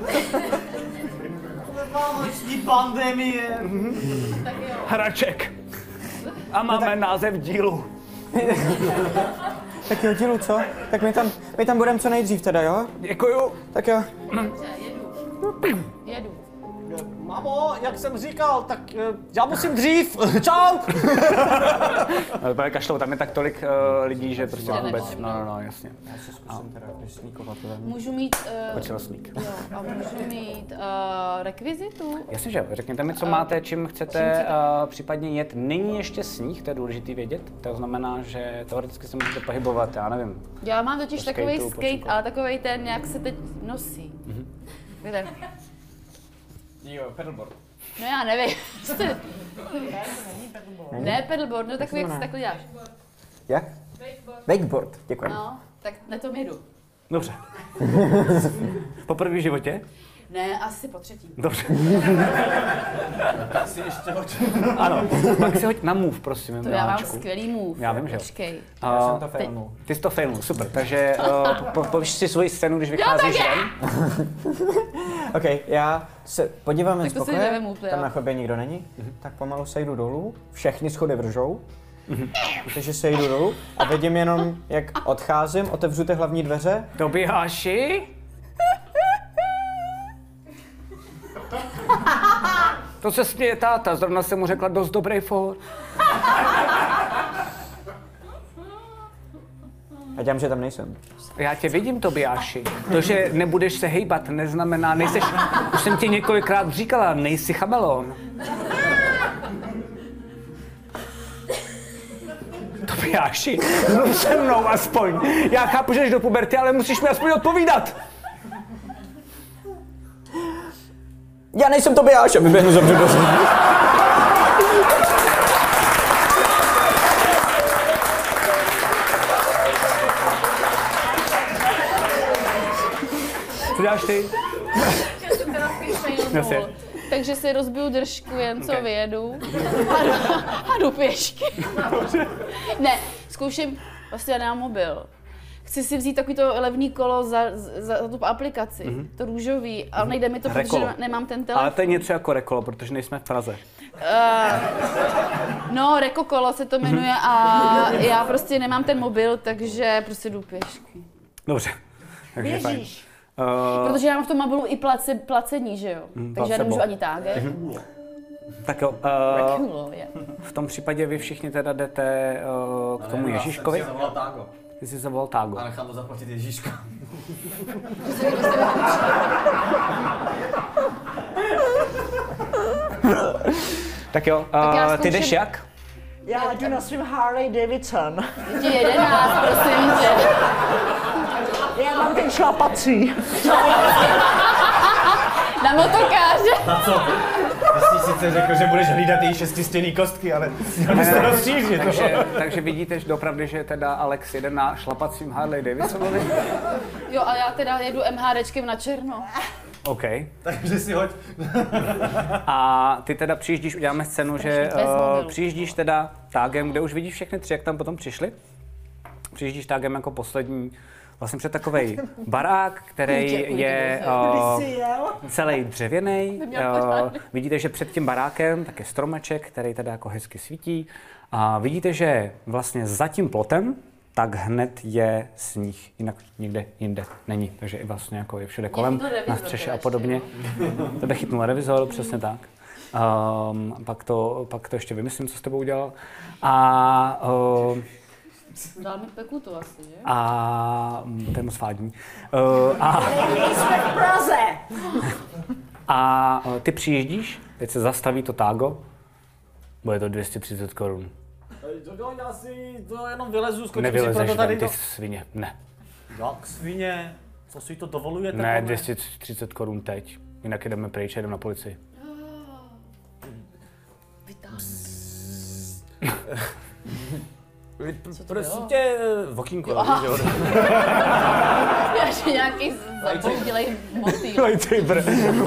Vánoční pandemie. Hraček. A máme tak... název dílu. Tak jo, dílu, co? Tak my tam, my tam budeme co nejdřív teda, jo? Děkuju. Tak jo. Jedu. Jedu. Mamo, jak jsem říkal, tak uh, já musím dřív. Čau. Ale kašlou, tam je tak tolik uh, lidí, že prostě vůbec, no, no, no, jasně. Já se zkusím teda sníkovat. Můžu mít... Uh, Počela sník. Jo, a můžu mít uh, rekvizitu? Jasně, že jo. Řekněte mi, co máte, čím chcete uh, případně jet. Není ještě sníh, to je důležitý vědět. To znamená, že teoreticky se můžete pohybovat, já nevím. Já mám totiž Po takový skateu, po skate, čemkoliv. ale takový ten, jak se teď nosí. Mhm. Kde? Jo, pedalboard. No já nevím. Ne, pedalboard, no takový, jak se takhle děláš. Jak? Wakeboard, děkuji. No, tak na tom jedu. Dobře. Poprvé v životě? Ne, asi po třetí. Dobře. Tak si ještě hoď. Ano, pak si hoď na move, prosím. To já mám skvělý move. Já vím, že jo. Počkej. Já jsem to Uh, failnul. ty jsi to failnul, super. Takže uh, po, povíš si svoji scénu, když vycházíš ven. OK, já se podívám jen z Tak to si pokoje, nevemu úplně, tam jo. na chodbě nikdo není, tak pomalu sejdu dolů, všechny schody vržou, takže sejdu dolů a vidím jenom, jak odcházím, otevřu ty hlavní dveře. Dobíháši? To se směje táta, zrovna jsem mu řekla dost dobrý for. A dělám, že tam nejsem. Já tě vidím, Tobiáši. To, že nebudeš se hejbat, neznamená, nejseš, už jsem ti několikrát říkala, nejsi chameleon. Tobiáši, mluv se mnou aspoň. Já chápu, že jdeš do puberty, ale musíš mi aspoň odpovídat. Já nejsem Tobiáš a vyběhnu zavřu do zdi. Co děláš ty? Jasně. Takže si rozbiju držku, jen co okay. vyjedu a, jdu, a jdu pěšky. Ne, zkouším, vlastně já nemám mobil. Chci si vzít takový to levný kolo za, za, za tu aplikaci, mm-hmm. to růžový, ale nejde mi to, Rekolo. protože nemám ten telefon. Ale to je něco jako rekolo, protože nejsme v Praze. Uh, no, rekokolo se to jmenuje a já prostě nemám ten mobil, takže prostě jdu pěšky. Dobře. Takže fajn. Běžíš. Uh, Protože já mám v tom mobilu i place, placení, že jo? Mm, takže já nemůžu ani táge. Mm-hmm. Tak jo, uh, v tom případě vy všichni teda jdete uh, k tomu Ježíškovi. Já jsem si zavolal Tágo. Ty jsi zavolal Tágo. A nechám to zaplatit Ježíška. Tak jo, uh, ty jdeš jak? Já jdu na svým Harley Davidson. Ti jedenáct, prosím tě. Já mám ten šlapací. Na motokáře. Na co? Ty jsi sice řekl, že budeš hlídat její šestistěný kostky, ale měl bys to rozšířit. Takže, takže vidíte že doopravdy, že teda Alex jede na šlapacím Harley Davidsonovi? Jo, a já teda jedu MHDčkem na černo. OK. Takže si hoď. A ty teda přijíždíš, uděláme scénu, že uh, přijíždíš teda tágem, kde už vidíš všechny tři, jak tam potom přišli. Přijíždíš tágem jako poslední, vlastně před takovej barák, který je uh, celý dřevěný. Uh, vidíte, že před tím barákem tak je stromeček, který teda jako hezky svítí. A vidíte, že vlastně za tím plotem tak hned je sníh, jinak nikde jinde není, takže i vlastně jako je všude kolem, na střeše a podobně. Tebe chytnul revizor, přesně tak. Um, pak, to, pak to ještě vymyslím, co s tebou udělal. A, uh, Dal mi pekutu asi, že? a to je moc fádní. Uh, a, Jsme v Praze! a uh, ty přijíždíš, teď se zastaví to tágo, bude to dvě stě třicet korun. To já si to jenom vylezu, skočím si Nevylezeš proto tady ven, to... ty svině, ne. Jak svině? Co si to dovolujete? Ne, pane? dvě stě třicet korun teď, jinak jdeme pryč, jdeme na policii. Prosím tě, vokínko, víš, jo? Já že nějaký zaboudilej motýl. Lightsaber.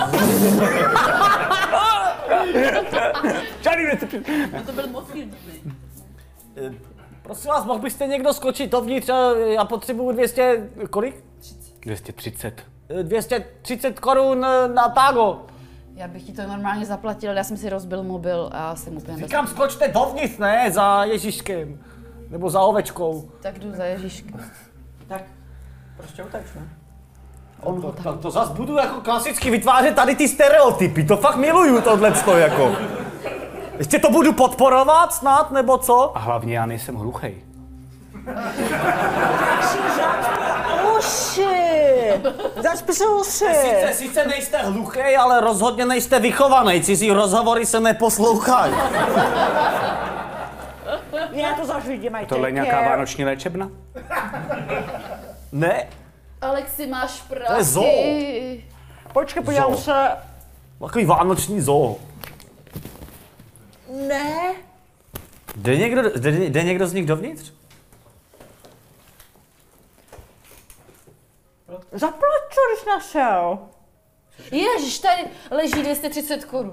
No to byl motýl. Prosím vás, mohl byste někdo skočit dovnitř? Já potřebuju dvě stě, kolik? dvě stě třicet. dvě stě třicet korun na tágo. Já bych ti to normálně zaplatil, já jsem si rozbil mobil a jsem úplně bez... Říkám, skočte dovnitř, ne? Za Ježíškem. Nebo za ovečkou. Tak jdu za Ježíškem. Tak, prostě uteč, ne? On ho To, tam... to zas budu jako klasicky vytvářet tady ty stereotypy, to fakt miluju tohleto jako. Ještě to budu podporovat snad, nebo co? A hlavně já nejsem hluchej. Uši! Zacpi si uši! Sice, sice nejste hluchej, ale rozhodně nejste vychovaný, cizí rozhovory se neposlouchají. Já to zařídím, aj Tohle je nějaká vánoční léčebna? Ne, Alexi, máš prachy. to je zoo. Počkej, podívám Zoo. se. Takový vánoční zoo. Ne. Jde někdo, jde, jde někdo z nich dovnitř? Zaplať, co když našel? Ježiš, tady leží dvě stě třicet korun.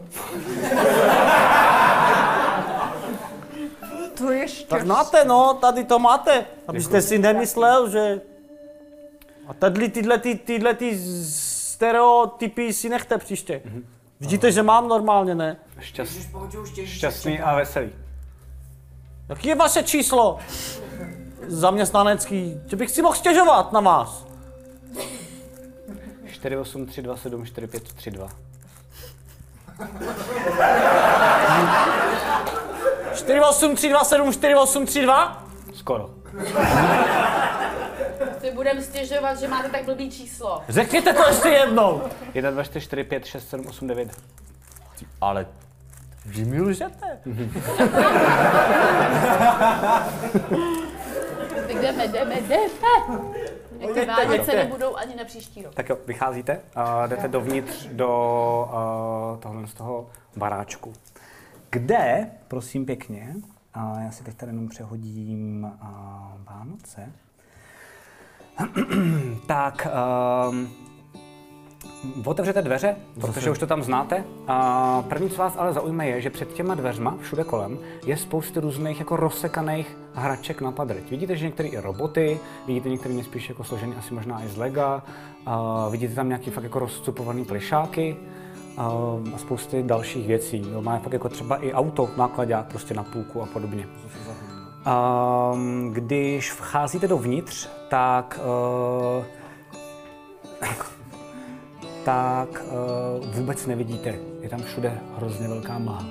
To je štěstí. Tak máte, no, tady to máte, abyste si nemyslel, že... A tady tyhle, ty, tyhle ty stereotypy si nechte příště. Vidíte, že mám normálně, ne? Šťast, šťastný a veselý. Jaký je vaše číslo? Zaměstnanecký, že bych si mohl stěžovat na vás. čtyři osm tři dva sedm čtyři pět tři dva. čtyři osm tři dva sedm čtyři osm tři dva? Skoro. Si budem stěžovat, že máte tak blbý číslo. Řekněte to ještě jednou. jedna dva čtyři čtyři pět šest sedm osm devět. Ale vy mi lžete. Tak jdeme, jdeme, jdeme. Jak ty Vánoce nebudou ani na příští rok. Tak jo, vycházíte, uh, jdete dovnitř do uh, tohle z toho baráčku. Kde, prosím pěkně, uh, já si teď tady jenom přehodím uh, Vánoce, tak um, otevřete dveře, protože už to tam znáte. A první, co vás ale zaujme, je, že před těma dveřma, všude kolem, je spousty různých jako rozsekaných hraček na padrť. Vidíte, že některé i roboty, vidíte některé nejspíš jako složené asi možná i z lega, a vidíte tam nějaký fakt jako rozcupovaný plišáky a, a spousty dalších věcí. Jo, má fakt jako třeba i auto, nákladák prostě na půlku a podobně. Um, když vcházíte dovnitř, tak uh, tak uh, vůbec nevidíte. Je tam všude hrozně velká mlha.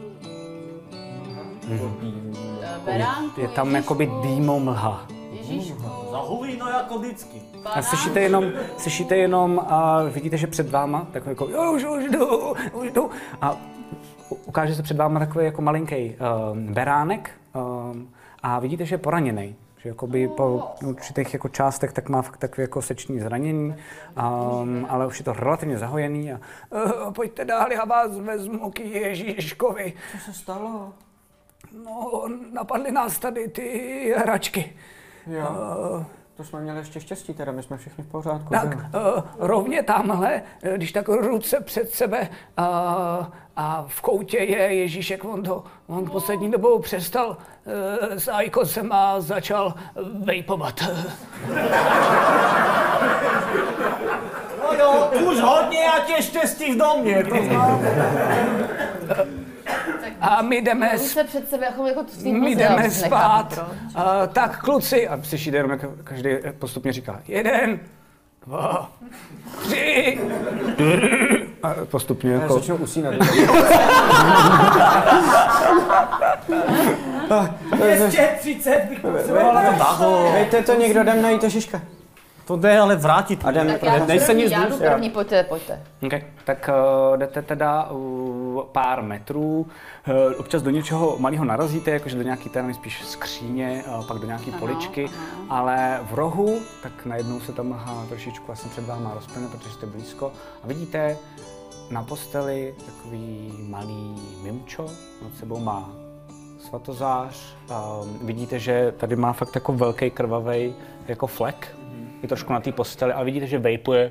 Beránku, Je tam Ježíšku, jakoby dýmo mlha. Ježíšku. Zahuví, no jako vždycky. A slyšíte jenom, slyšíte jenom a vidíte, že před váma takový jako jo, už, už jdu, už jdu. A ukáže se před váma takový jako malinký um, beránek um, a vidíte, že je poraněný. Že jakoby po určitých jako částech tak má fakt takové jako seční zranění, um, ale už je to relativně zahojený a uh, pojďte dál, já vás vezmu k Ježíškovi. Co se stalo? No, napadly nás tady ty hračky. Jo. Uh, to jsme měli ještě štěstí, teda my jsme všichni v pořádku. Tak uh, rovně tamhle, když tak ruce před sebe uh, a v koutě je Ježíšek, on to, on poslední dobou přestal uh, s ajkosem a začal vejpovat. No jo, už hodně a tě štěstí v domě, to znám. A a my jdeme, Už se před sebe jako, jako to my jdeme spát. A, tak kluci, a slyšíte jenom, jak každý postupně říká, jeden, dva, tři, a postupně Já jako... začnu usínat. dvě stě třicet bych potřeboval. Vejte to někdo, jdem najít Ježiška. To jde ale vrátit. A jdem, Tak já jdu nejse první, nic já jdu důl. první, pojďte, pojďte. Okay. Tak uh, jdete teda uh, pár metrů, uh, občas do něčeho malého narazíte, jakože do nějaký té spíš skříně, uh, pak do nějaký Ano, poličky, ano. ale v rohu, tak najednou se tam mrhá trošičku asi před váma rozplyne, protože jste blízko a vidíte na posteli takový malý mimčo, nad sebou má svatozář, um, vidíte, že tady má fakt jako velký krvavý jako flek, je trošku na té posteli, ale vidíte, že vejpuje.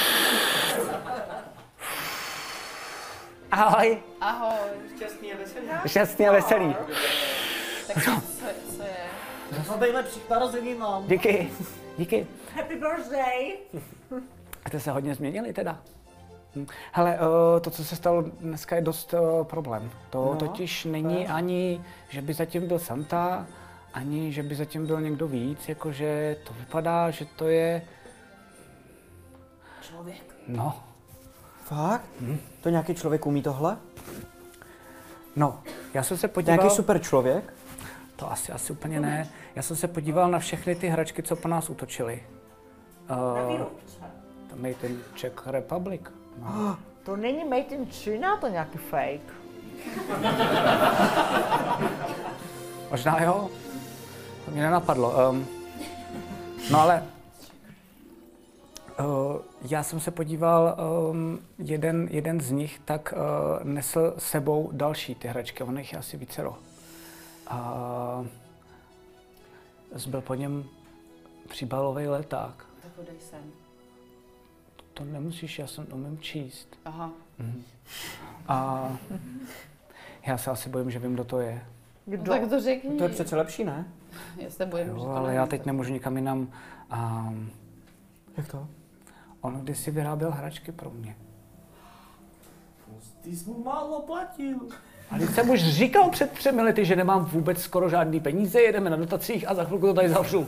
Ahoj. Ahoj. Šťastný a veselý. Šťastný a veselý. Tak co, co je? To nejlepší narozeninám. Díky. Díky. Happy birthday! Jste se hodně změnili teda. Hm. Hele, uh, to, co se stalo dneska, je dost uh, problém. To no, totiž není ani, že by zatím byl Santa, ani, že by zatím byl někdo víc, jakože to vypadá, že to je... Člověk. No, Fakt? To nějaký člověk umí tohle? no, já jsem se podíval... Nějaký super člověk? To asi, asi úplně ne. Já jsem se podíval na všechny ty hračky, co po nás útočily. Uh, to Made in Czech Republic. No. To není made in China, to nějaký fake. Možná jo. To mě nenapadlo. Um, no ale... Uh, já jsem se podíval, um, jeden, jeden z nich tak uh, nesl sebou další ty hračky, ono jich je asi vícero. A zbyl po něm příbalový leták. Tak ho dej sem. To nemusíš, já jsem umím číst. Aha. A já se asi bojím, že vím, kdo to je. Kdo? Tak to řekni. To je přece lepší, ne? Já se bojím, že Jo, to ale nevím. já teď nemůžu nikam jinam. Um, Jak to? on kdysi vyráběl hračky pro mě. Ty jsi mu málo platil. A když jsem už říkal před třemi lety, že nemám vůbec skoro žádný peníze, jedeme na dotacích a za chvilku to tady zavřu.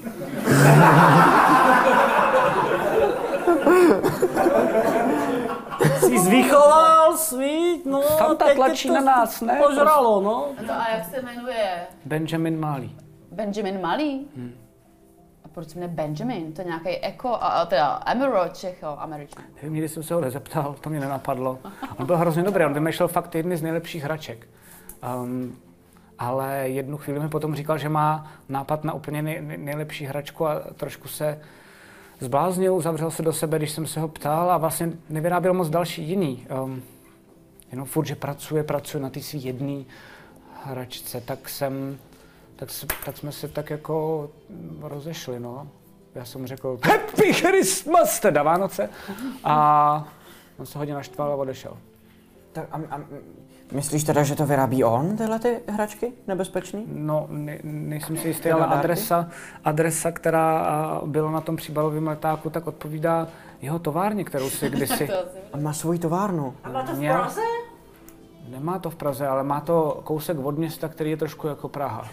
Jsi zvychoval svít, no. Santa teď tlačí to na nás, ne? Požralo, no. No a jak se jmenuje? Benjamin Malý. Benjamin Malý? Hmm. A proč se jmenuje Benjamin? To je nějaký eko, a, a teda Emerald Čecho, Američan. Nevím, nikdy jsem se ho nezeptal, to mě nenapadlo. On byl hrozně dobrý, on vymýšlel fakt jedny z nejlepších hraček. Um, ale jednu chvíli mi potom říkal, že má nápad na úplně nej, nej, nejlepší hračku a trošku se zbláznil, uzavřel se do sebe, když jsem se ho ptal a vlastně nevyráběl moc další jiný. Um, jenom furt, že pracuje, pracuje na té svý jedné hračce, tak jsem, tak, se, tak jsme se tak jako rozešli, no. Já jsem mu řekl Happy Christmas, teda Vánoce, a on se hodně naštval a odešel. Tak a, a myslíš teda, že to vyrábí on, tyhle ty hračky nebezpečný? No, ne, nejsem si jistý, Teda ale dárky? adresa, adresa, která a, byla na tom příbalovém letáku, tak odpovídá jeho továrně, kterou si kdysi On má svoji továrnu. A má to v měl. Praze? Nemá to v Praze, ale má to kousek od města, který je trošku jako Praha.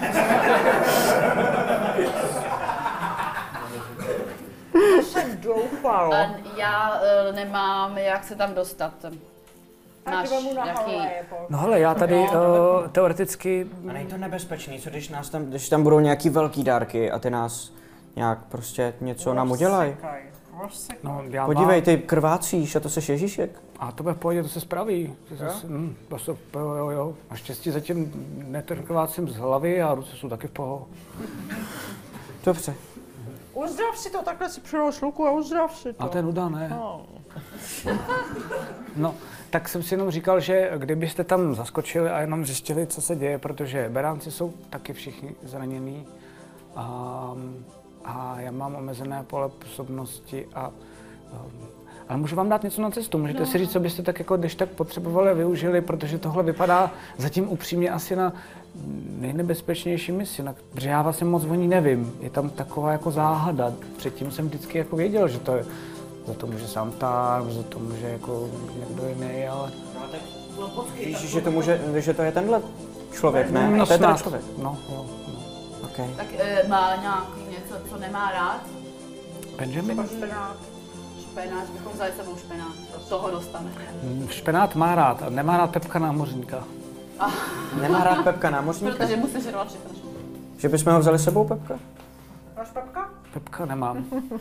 To jsem doufal. A já uh, nemám, jak se tam dostat. Náš nějaký... No hele, já tady uh, teoreticky, A není to nebezpečný, co když, nás tam, když tam budou nějaký velký dárky a ty nás nějak prostě něco nám udělají? no já Podívej, mám, ty krvácíš a to seš Ježíšek. a to bude v pohodě, to se spraví. To se, hm, to se, jo, jo, jo. Naštěstí zatím netrkvácím z hlavy a ruce jsou taky v pohodě. Dobře. Uzdrav si to, takhle si přilož ruku a uzdrav si to. A to je nuda, ne? No. No, tak jsem si jenom říkal, že kdybyste tam zaskočili a jenom zjistili, co se děje, protože beránci jsou taky všichni zranění a, a já mám omezené pole působnosti a um, ale můžu vám dát něco na cestu, můžete no. si říct, co byste tak jako když tak potřebovali a využili, protože tohle vypadá zatím upřímně asi na nejnebezpečnější misi, na, protože já vlastně moc o ní nevím, je tam taková jako záhada, předtím jsem vždycky jako věděl, že to je, za to může Santa, za to může jako někdo jiný, ale... No tak Víš, že to může, že to je tenhle člověk, ne? No to je ten snad. člověk. No, jo. Okay. Tak e, má nějaký něco, co nemá rád? Benjamin? Špenát. Špenát, bychom vzali s sebou špenát. Toho dostane. Špenát má rád a nemá rád Pepka námořníka. Nemá rád Pepka námořníka? Protože musí žerovat všechno. Že bychom ho vzali s sebou, Pepka? Máš Pepka? Pepka nemám.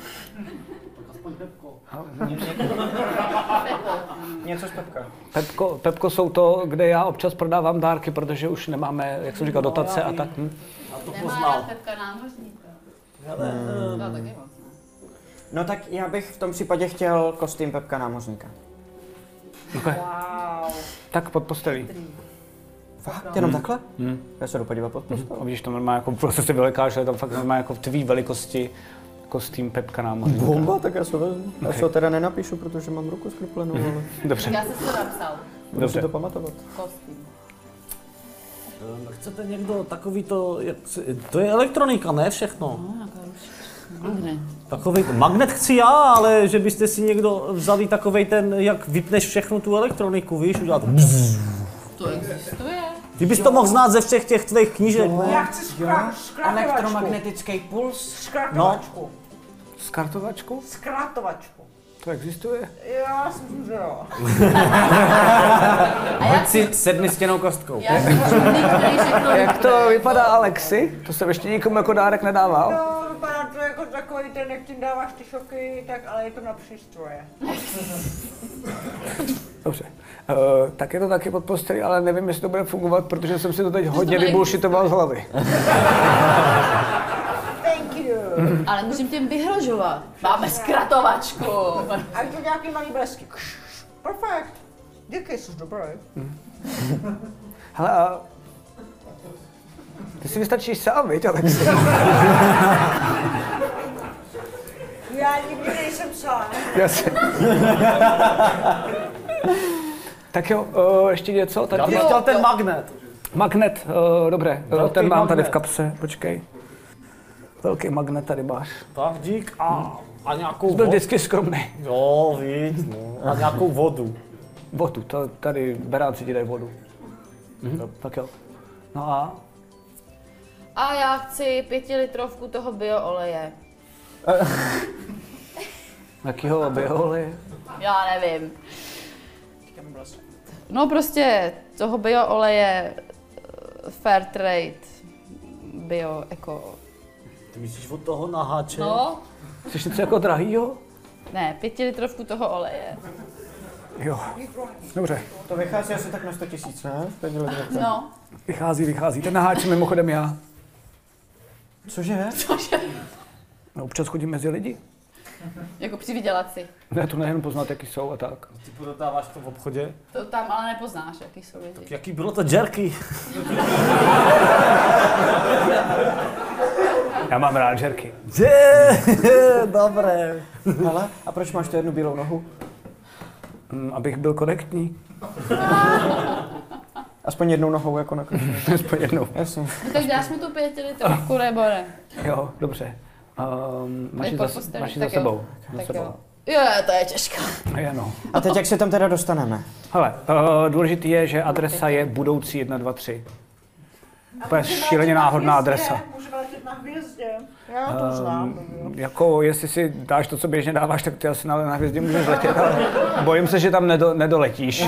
Něco z Pepka. Pepko, Pepko jsou to, kde já občas prodávám dárky, protože už nemáme, jak jsem říkal, dotace a tak. Hm. Nemá rád Pepka námořníka. Hmm. To taky moc, ne? No tak já bych v tom případě chtěl kostým Pepka námořníka. Okay. Wow. Tak pod postelí. Fakt? Jenom takhle? Hmm. Já se jdu podívat pod postel. A vidíš, to normálně jako prostě se vylekáš, ale tam fakt normálně jako v tvý velikosti kostým Pepka námořníka. Bomba, tak já se vezmu. Já se ho teda nenapíšu, protože mám ruku skroplenou, ale Dobře. Já jsem si to napsal. budu si Dobře. to pamatovat. Kostým. Chcete někdo takový to, jak, se- to je elektronika, ne všechno. No, jako už. Magnet. Takový magnet chci já, ale že byste si někdo vzali takovej ten, jak vypneš všechnu tu elektroniku, víš, udělat to bzz. To existuje. Ty bys to mohl znát ze všech těch tvých knížek, Já ne? chci skra- zkratovačku. Elektromagnetický puls. Zkratovačku. Skartovačku? Zkratovačku. To existuje? Já si myslím, že jo. Hoď si sedmi stěnou kostkou. Já jsem člověk, který všechno Jak to vypadá, Alexi? To jsem ještě nikomu jako dárek nedával. No, vypadá to jako takový ten, jak tím dáváš ty šoky, tak ale je to na přístroje. Dobře. Uh, tak je to taky pod postelí, ale nevím, jestli to bude fungovat, protože jsem si to teď hodně vybullshitoval z hlavy. Thank you. Ale můžeme tím vyhrožovat. Máme zkratovačku. A je to nějaký malý blesky. Perfekt. Díky, jsi dobrý. Hele, a... Ty si vystačíš sám, viď, Alexi? Já nikdy nejsem sám. Jasně. Tak jo, uh, ještě něco? Tady Já bych Jo, chtěl ten jo. magnet. magnet, uh, dobré, uh, Velký ten mám tady v magnet. kapse, počkej. Velký magnet tady máš. Tak dík a, a nějakou Byl vodu. vždycky skromný. Jo, víc, no. A nějakou vodu. Vodu, to tady beránci ti dají vodu. Mhm. Tak jo. No a? A já chci pětilitrovku toho biooleje. Jakýho bioly? Já nevím. No prostě toho biooleje eh, fair trade, bio, eko. Ty myslíš od toho naháče? No, Chceš něco jako drahýho? ne, pětilitrovku toho oleje. Jo. Dobře. To vychází asi tak na sto tisíc, ne? No, Vychází, vychází. Ten naháč mimochodem já. Cože? No, občas chodím mezi lidi. jako přivydělat si. Ne, to nejen poznat, jaký jsou a tak. Ty podotáváš to v obchodě? To tam ale nepoznáš, jaký jsou lidi. Jaký bylo to jerky? Já mám rád žerky. Dobré. Hele, a proč máš tu jednu bílou nohu? Mm, abych byl korektní. Aspoň jednou nohou jako na kromě. Aspoň jednou. Jasně. No tak dáš mi tu pětilitrovku, nebo ne? Jo, dobře. Um, máš Teď ji pod za, postelí, máš ji za tak jo. sebou. Za Tak sebou. jo. Jo, to je těžká. Je, no. A teď jak se tam teda dostaneme? Hele, uh, důležitý je, že adresa je budoucí jedna dva tři. To je šíleně náhodná adresa. Můžeme letět na hvězdě. Já to znám. Um, jako, jestli si dáš to, co běžně dáváš, tak ty asi na, na hvězdě můžeš letět, ale bojím se, že tam nedo, nedoletíš.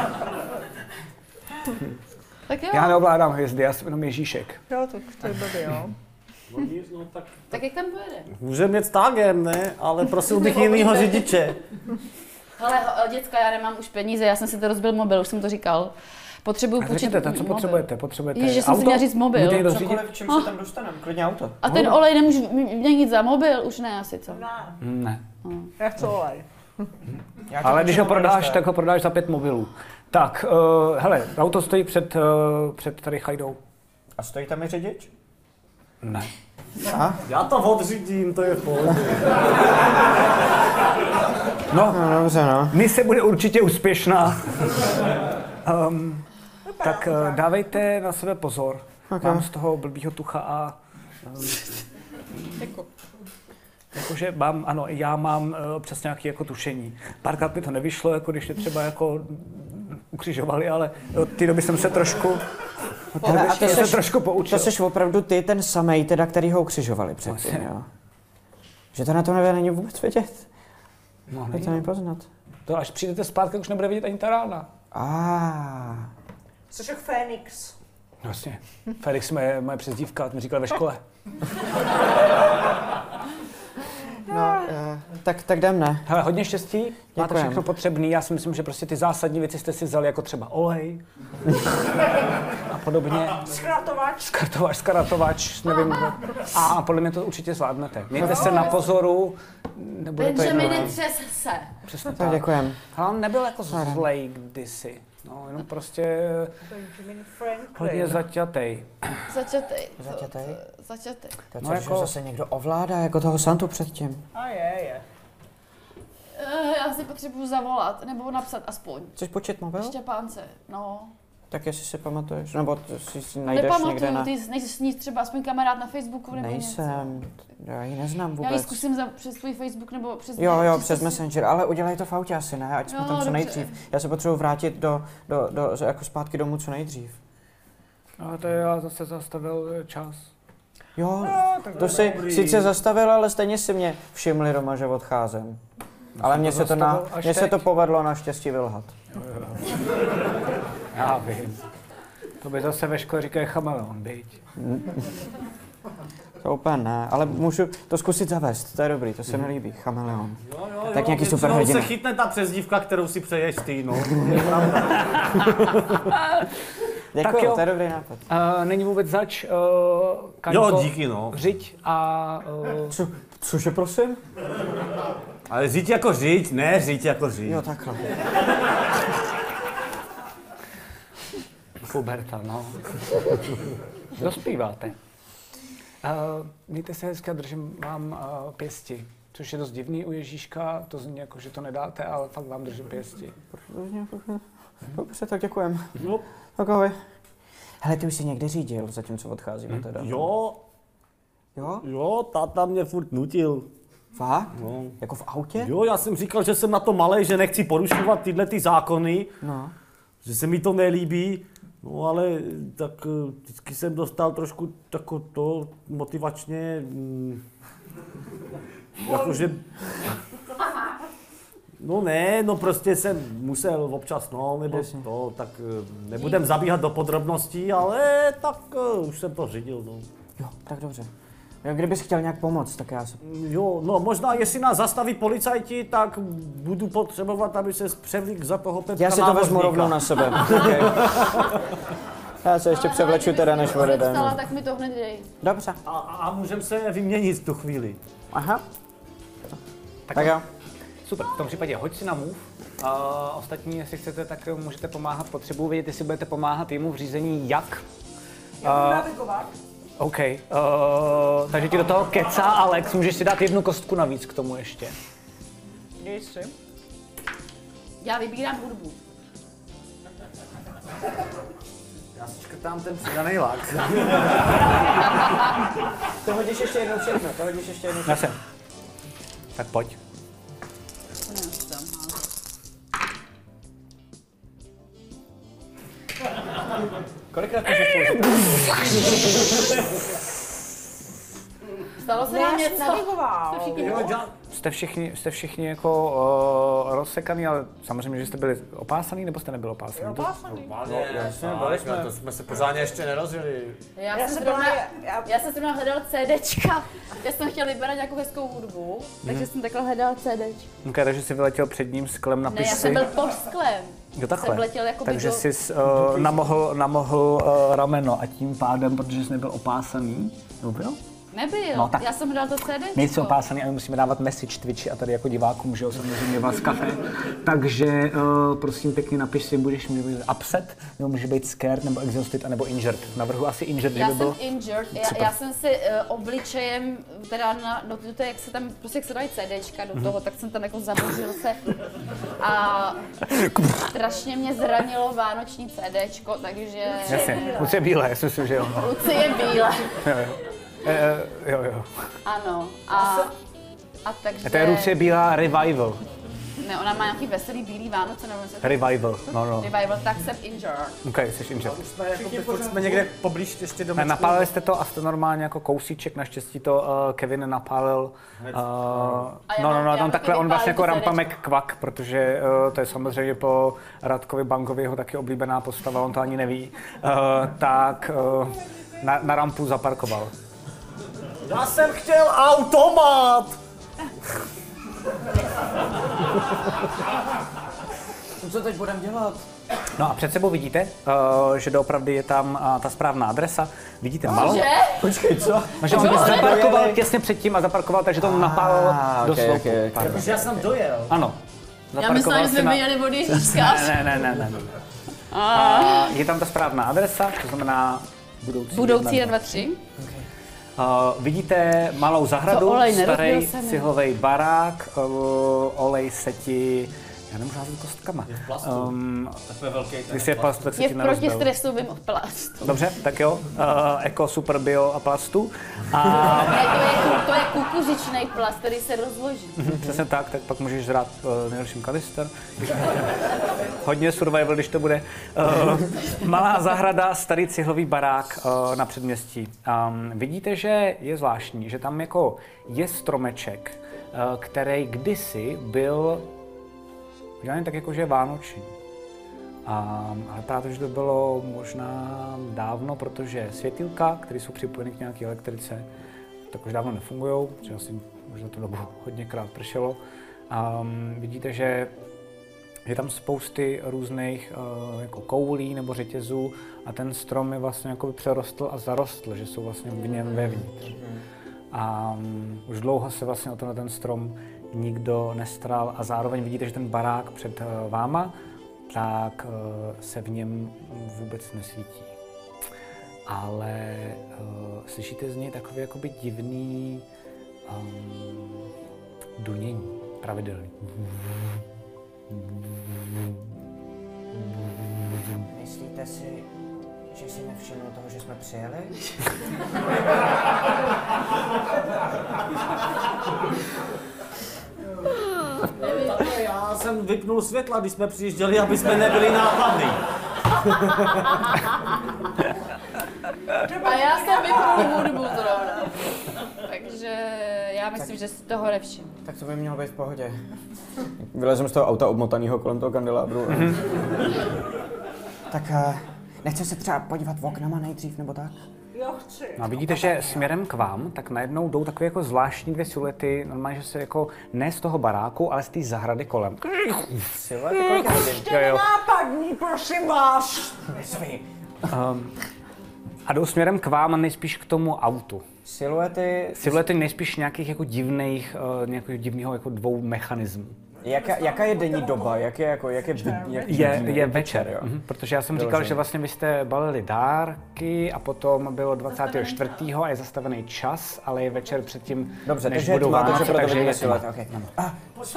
Tak jo, Já neovládám hvězdy, já jsem jenom Ježíšek. Jo, tak to je blbý, jo. No, tak tak jak tam pojede? můžeme jet s tágem, ne? Ale prosil bych jinýho řidiče. Hele, ho- děcka, já nemám už peníze, já jsem si to rozbil mobil, už jsem to říkal. Potřebuju půjčit Řekněte, tak co mobil. potřebujete? Potřebujete Ježiš, jsem si auto? měla říct mobil. Můžete někdo řídit? Cokoliv, čím se tam dostaneme, klidně auto. A ten olej nemůžu měnit za mobil? Už ne asi, co? Hm, Ne. Já chci olej. Já to Ale když ho potřebuji prodáš, dostat. tak ho prodáš za pět mobilů. Tak, uh, hele, auto stojí před, uh, před tady chajdou. A stojí tam i řidič? Ne. A? Já to odřídím, to je v pohodě. No, No dobře, no. mise bude určitě úspěšná. Um, tak uh, dávejte na sebe pozor. Okay. Mám z toho blbýho tucha a... Um, jakože mám, ano, já mám uh, občas nějaké jako tušení. Párkrát mi to nevyšlo, jako když je třeba jako ukřižovali, ale od té doby jsem se trošku, od té Hele, doby a to jsem se seš- trošku poučil. To jsi opravdu ty ten samej, teda, který ho ukřižovali předtím, Vlastně. jo? Že to na to nevě není vůbec vidět. No, Je to nepoznat. to až přijdete zpátky, už nebude vidět ani ta rána. Ah. Jsi jak Fénix. Vlastně. Felix je moje přezdívka, to mi říkal ve škole. No, uh, tak, tak jdem, ne? Hele, hodně štěstí, máte Děkujem. všechno potřebný. Já si myslím, že prostě ty zásadní věci jste si vzali jako třeba olej a podobně. Zkratovač. Skartovač, skaratovač, nevím. A podle mě to určitě zvládnete. Mějte se na pozoru, nebude to jedno. Benjamine, třes se. Přesně Tak tak. děkujem. Ale on nebyl jako zlej kdysi. No, jenom prostě Benjamin Franklin. hodně zaťatej. Začatej. Zaťatej? Začatej. To No co, jako- že zase někdo ovládá, jako toho Santu předtím. A je, je. Eh, Já si potřebuju zavolat, nebo napsat aspoň. Chceš počít mobil? Štěpánce, no. Tak jestli si pamatuješ, nebo t- si si najdeš někde Nepamatuju, na... ty nejsi s ní třeba aspoň kamarád na Facebooku nebo něco. Nejsem, já ji neznám Já ji vůbec. zkusím za, přes tvůj Facebook nebo přes... Jo, jo, přes- přes Messenger, ale udělej to v autě asi, ne? Ať jsme Jo, tam co dobře. nejdřív. Já se potřebuji vrátit do, do, do, jako zpátky domů co nejdřív. A to já zase zastavil čas. Jo, to si sice zastavil, ale stejně si mě všimli doma, že odcházím. Ale mně se to, na, zastavil až mně se teď. to povedlo naštěstí vylhat. Já vím. To by zase ve škole říkají chameleon, byť. To úplně ne, ale můžu to zkusit zavést, to je dobrý, to se mi líbí, chameleon. Jo, jo, Tak nějaký většinou superhrdina. se chytne ta přezdívka, kterou si přeješ ty, no. Děkuju, jo. to je dobrý nápad. Uh, není vůbec zač, uh, Kaňko, Jo, díky, no. Řiď a... Uh, Co, cože prosím? Ale říct jako říct, ne říct jako říct. Jo, takhle. Huberta, no. Dospíváte. Uh, mějte se hezky a držím vám uh, pěsti. Což je dost divný u Ježíška, to zní jako, že to nedáte, ale fakt vám držím pěsti. Dobře, tak děkujem. Jo. Tak ahoj. Hele, ty už jsi někde řídil, zatímco odcházíme teda. Jo, Jo? jo, táta mě furt nutil. Fakt? No. Jako v autě? Jo, já jsem říkal, že jsem na to malej, že nechci porušovat tyhle ty zákony, No. že se mi to nelíbí. No ale tak eh, vždycky jsem dostal trošku tako to motivačně, mm, jakože, no ne, no prostě jsem musel občas, no, nebo Jasně. to, tak eh, nebudem zabíhat do podrobností, ale tak uh, už jsem to řídil, no. Jo, tak dobře. Jo, kdybys chtěl nějak pomoct, tak já se... Jo, no možná jestli nás zastaví policajti, tak budu potřebovat, aby se převlík za toho Petra Já si to vezmu námořníka. rovnou na sebe. Okay. Já se ještě převleču teda, než Kdyby odjedeme. stala, tak mi to hned dej. Dobře. A, a můžeme se vyměnit v tu chvíli. Aha. Tak, tak jo. Super, v tom případě hoď si na move. A ostatní, jestli chcete, tak můžete pomáhat. Potřebuji vědět, jestli budete pomáhat jemu v řízení jak. Já navigovat. OK, uh, takže ti do toho kecá Alex, můžeš si dát jednu kostku navíc k tomu ještě. Děj si. Já vybírám hudbu. Já si škrtám ten přidaný lak. To hodíš ještě jednou všechno, to hodíš ještě jednou Já jsem. Tak pojď. Kolikrát můžeš použít? Stalo se Ne, nám já něco? jsem navigoval. To všichni Jste všichni, jste všichni jako uh, rozsekaný, ale samozřejmě, že jste byli opásaný, nebo jste nebyli opásaný? No, jasně, byli jsme. To jsme se pořádně ještě nerozjeli. Já, Já jsem jsem zrovna, právě- já- já jsem zrovna hledal CDčka. Já jsem chtěl vybrat nějakou hezkou hudbu, takže jsem takhle hledal CDčka. Okay, takže jsi vyletěl před ním sklem, Ne, napiš já si. jsem byl pod sklem. Jo, takhle. Jsem letěl jakoby Takže do... jsi uh, namohl, namohl uh, rameno a tím pádem, protože jsi nebyl opásaný, nebo byl? Nebyl, No, tak. já jsem hledal to CDčko. Nejsi opásaný a my musíme dávat message Twitchi a tady jako divákům, že jo, samozřejmě vás kafe. Takže uh, prosím pěkně napiš si, budeš může být upset, nebo může být scared, nebo exhausted, anebo injured. Navrhu asi injured, že Já by jsem byl... injured, já, Super. já jsem si uh, obličejem, teda na, no to, to jak se tam, prostě jak se dají CDčka do toho, tak jsem tam jako zabořil se a strašně mě zranilo vánoční CDčko, takže... Jasně, Lucie Bílé, já si myslím, že jo. Lucie Bílé, Jo, jo. E, jo, jo. ano. A, a takže... A to je Lucie Bílá Revival. Ne, ona má nějaký veselý bílý Vánoce nebo něco. Revival, no no. Revival, tak jsem injured. OK, jsi injured. Jsme, jako, furt jsme někde poblíž ještě do Ne, napálili jste to a jste normálně jako kousíček, naštěstí to uh, Kevin napálil. Uh, no, no, no, já on takhle, taky on vlastně jako vypálím Rampamek Kvak, protože uh, to je samozřejmě po Radkovi Bangovi jeho taky oblíbená postava, on to ani neví, uh, tak uh, na, na rampu zaparkoval. Já jsem chtěl automat! Co teď budeme dělat? No a před sebou vidíte, uh, že doopravdy je tam uh, ta správná adresa. Vidíte malou? Že? Počkej, co? No, že on zaparkoval těsně předtím a zaparkoval, takže to napálil do okay, sloupu. okay, okay. Protože já jsem dojel. Ano. Já myslela, že si jsme na- viděli od Ježíška. Ne, ne, ne, ne. ne. A je tam ta správná adresa, to znamená budoucí. Budoucí jedna, jedna, dva, tři. Uh, vidíte malou zahradu, Co, olej, starý nerozbil se mi. cihlový barák, uh, olej se ti, já nemůžu házet kostkama. Je v plastu, um, Takový velký ten když je v plastu, tak se Je ti v nerozbil. protistresovém plastu. Dobře, tak jo, uh, eko, super bio a plastu. A Ne, to je, ku- to je kukuřičnej plast, který se rozloží. přesně tak, tak pak můžeš zrát uh, nejhorším kalister. Hodně survival, když to bude. Uh, malá zahrada, starý cihlový barák uh, na předměstí. Um, vidíte, že je zvláštní, že tam jako je stromeček, uh, který kdysi byl udělaný tak jako, že je vánoční. Um, ale právě, že to bylo možná dávno, protože světýlka, které jsou připojeny k nějaké elektrice, tak už dávno nefungují, protože asi možná tu dobu hodněkrát pršelo. Um, vidíte, že je tam spousty různých uh, jako koulí nebo řetězů a ten strom je vlastně jako přerostl a zarostl, že jsou vlastně v něm vevnitř. A um, už dlouho se vlastně o tenhle ten strom nikdo nestaral a zároveň vidíte, že ten barák před uh, váma, tak uh, se v něm vůbec nesvítí. Ale uh, slyšíte z něj takový jakoby divný um, dunění, pravidelný. Myslíte si, že si nevšiml toho, že jsme přijeli? Já jsem vypnul světla, když jsme přijížděli, aby jsme nebyli nápadní. A já jsem vypnul hudbu zrovna. Takže já myslím, že si toho nevšiml. Tak to by mělo být v pohodě. Vylezem z toho auta obmotanýho kolem toho kandelábru. Mm-hmm. Tak uh, nechce se třeba podívat v oknama nejdřív, nebo tak? Jo, chci. No a vidíte, že směrem k vám, tak najednou jdou takové jako zvláštní dvě siluety, normálně, že se jako ne z toho baráku, ale z té zahrady kolem. Silvety, kolik je hodin? Jo, jo. Nápadní, prosím vás. Um, a jdou směrem k vám a nejspíš k tomu autu. Siluety... Siluety nejspíš nějakých jako divných, uh, nějakého divného jako dvou mechanismů. Jaká, jaká je denní doba? Jak je, jako, jak je, jak Je, je večer, jo. Mhm, protože já jsem říkal, Vyloženě. že vlastně vy jste balili dárky a potom bylo dvacátého čtvrtého a je zastavený čas, ale je večer předtím, Dobře, než takže budou tma, Vánoce, takže proto takže vidíme je tma. siluety, okay. A,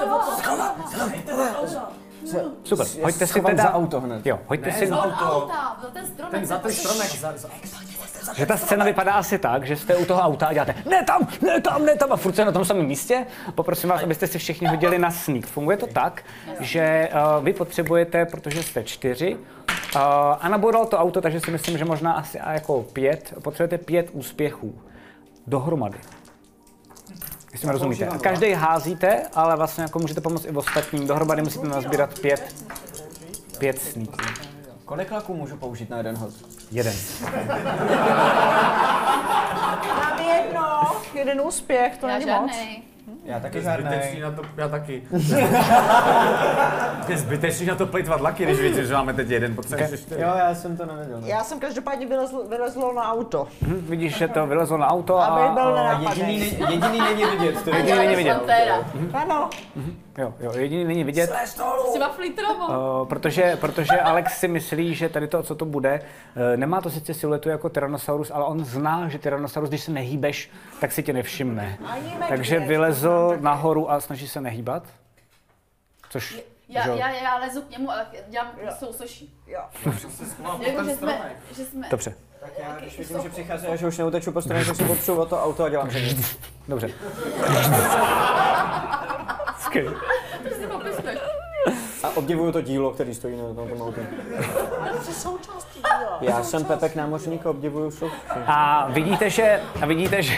Super, hoďte si schovám teda... za auto hned. Jo, hoďte si... Od auta, za ten stromek. Ten za ten stromek. Za, za. Že ta scéna vypadá asi tak, že jste u toho auta a děláte ne tam, ne tam, ne tam a furt jste na tom samém místě. Poprosím vás, abyste si všichni hodili na sneak. Funguje to tak, že uh, vy potřebujete, protože jste čtyři, uh, a naboural to auto, takže si myslím, že možná asi a jako pět, potřebujete pět úspěchů dohromady. Jestli mi rozumíte. A každý házíte, ale vlastně jako můžete pomoct i ostatním. Dohromady musíte nazbírat pět, pět sneaků. Kolik laků můžu použít na jeden hod? Jeden. Mám jedno, jeden úspěch, to Já není moc. žádnej. Já taky Zbytečný žádnej. na to, já taky. Je zbytečný na to plejtvat laky, když víte, že máme teď jeden, potřebuješ ještě. Jo, já jsem to nevěděl. Ne? Já jsem každopádně vylezl, vylezl na auto. Hm, vidíš, že to vylezlo na auto a... Aby byl a- nenapadný. Jediný, ne- jediný není vidět. To je Jediný není vidět. Teda. Ano. Jo, jo, jediný není vidět, Si waflí tromo. uh, protože, protože Alex si myslí, že tady to, co to bude, uh, nemá to sice siluetu jako Tyrannosaurus, ale on zná, že Tyrannosaurus, když se nehýbeš, tak si tě nevšimne. Takže vylezl nahoru a snaží se nehýbat, což... Já, že jo. já, já lezu k němu, ale dělám sousoší. Jo. Jako, že jsme, že jsme... Dobře, Tak já, když vidím, že přichází a že už neuteču po straně, tak si popřu o to auto a dělám že nic. dobře. Skvělý. Ty si popisuješ. A obdivuju to dílo, který stojí na tomto autě. To je součástí díla. Já jsem Pepek námořník a obdivuju sochu. A vidíte, že... A vidíte, že...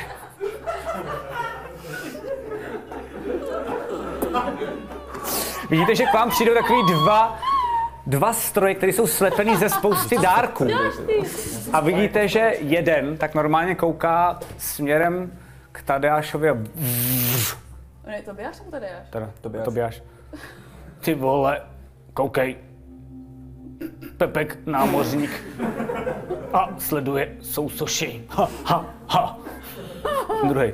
Vidíte, že k vám přijdou takový dva, dva stroje, které jsou slepený ze spousty dárků. A vidíte, že jeden tak normálně kouká směrem k Tadeášovi a... Ne, Tobiáš nebo Tadeáš? Teda, Tobiáš. Tobiáš. Ty vole, koukej. Pepek námořník. A sleduje sousoši. Ha, ha, ha. Druhý.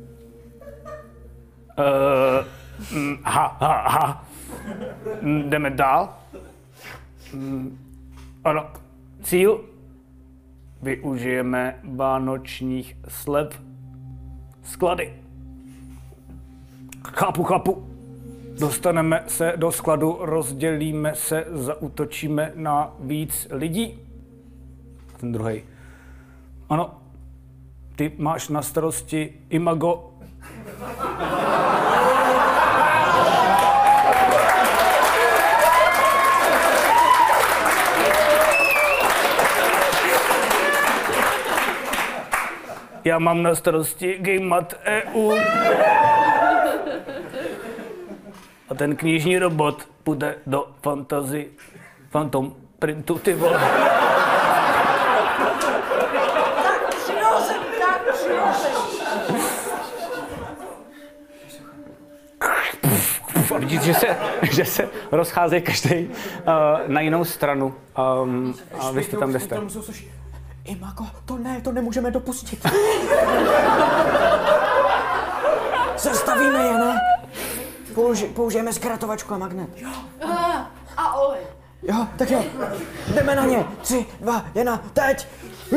Uh, mm, ha, ha, ha. Mm, jdeme dál. Mm, ano, cíl. Využijeme vánočních slev. Sklady. Chápu, chápu. Dostaneme se do skladu, rozdělíme se, zaútočíme na víc lidí. Ten druhý. Ano, ty máš na starosti Imago. Já mám na starosti GameMat E U. A ten knižní robot půjde do Fantasy Phantom Printu, ty vole. Tak přinosím, tak přinosím. A vidíte, že se, že se rozcházejí každý uh, na jinou stranu. Um, a vy jste tam, kde jste. Imago, to ne, to nemůžeme dopustit. Zastavíme je, ne? Použi, použijeme zkratovačku a magnet. Jo. A olej. Jo, tak jo. Jdeme na ně. Tři, dva, jedna, teď.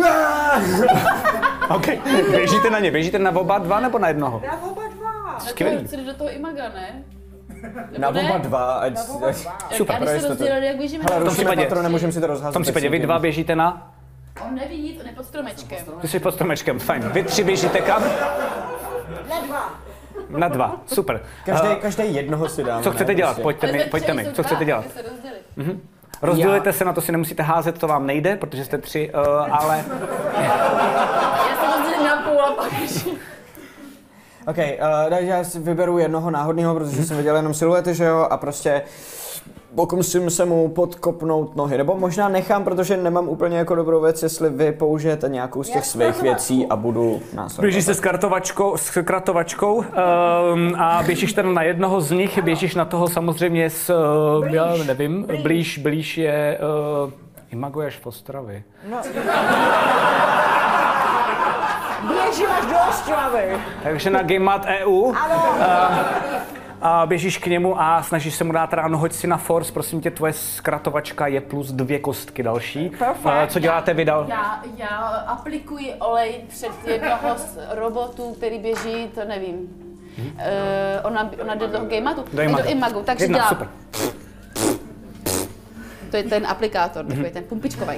OK, běžíte na ně. Běžíte na oba dva nebo na jednoho? Na oba dva. Skvělý. Chci do toho Imaga, ne? Na oba dva, ať... Super, a když se rozdělili, jak běžíme? Hele, v tom rušíme případě, patro, nemůžeme si to rozházet. v tom případě vy dva běžíte na... On neví nic, on je pod stromečkem. Ty jsi pod stromečkem, fajn. Vy tři běžíte kam? Na dva. Na dva, super. Každý, Uh, každý jednoho si dáme. co chcete ne, dělat? prostě. Pojďte mi, pojďte mi. Co chcete dělat? Se rozdělit. Mhm. Rozdělujete se, na to si nemusíte házet, to vám nejde, protože jste tři, uh, ale... Já se rozdělím na půl a pak už. OK, uh, takže já si vyberu jednoho náhodného, protože jsem viděl jenom siluety, že jo, a prostě pokusím se mu podkopnout nohy, nebo možná nechám, protože nemám úplně jako dobrou věc, jestli vy použijete nějakou z těch svých věcí a budu následovat. Běžíš se s kartovačkou, s kratovačkou um, a běžíš teda na jednoho z nich, běžíš na toho samozřejmě s, uh, já nevím, blíž, blíž je, uh, Imago je až v Ostravě. No. Běžím až do Ostravy. Takže na GameMat E U. Ano. A běžíš k němu a snažíš se mu dát ráno, hoď si na force, prosím tě, tvoje zkratovačka je plus dvě kostky další. Perfect. Co děláte vy dal? Já, já aplikuji olej před jednoho z robotů, který běží, to nevím. Uh, ona, ona jde do toho GameMatu, Do jde do Imagu. Imagu, takže Jedna, dělá. super. To je ten aplikátor, takový ten pumpičkový.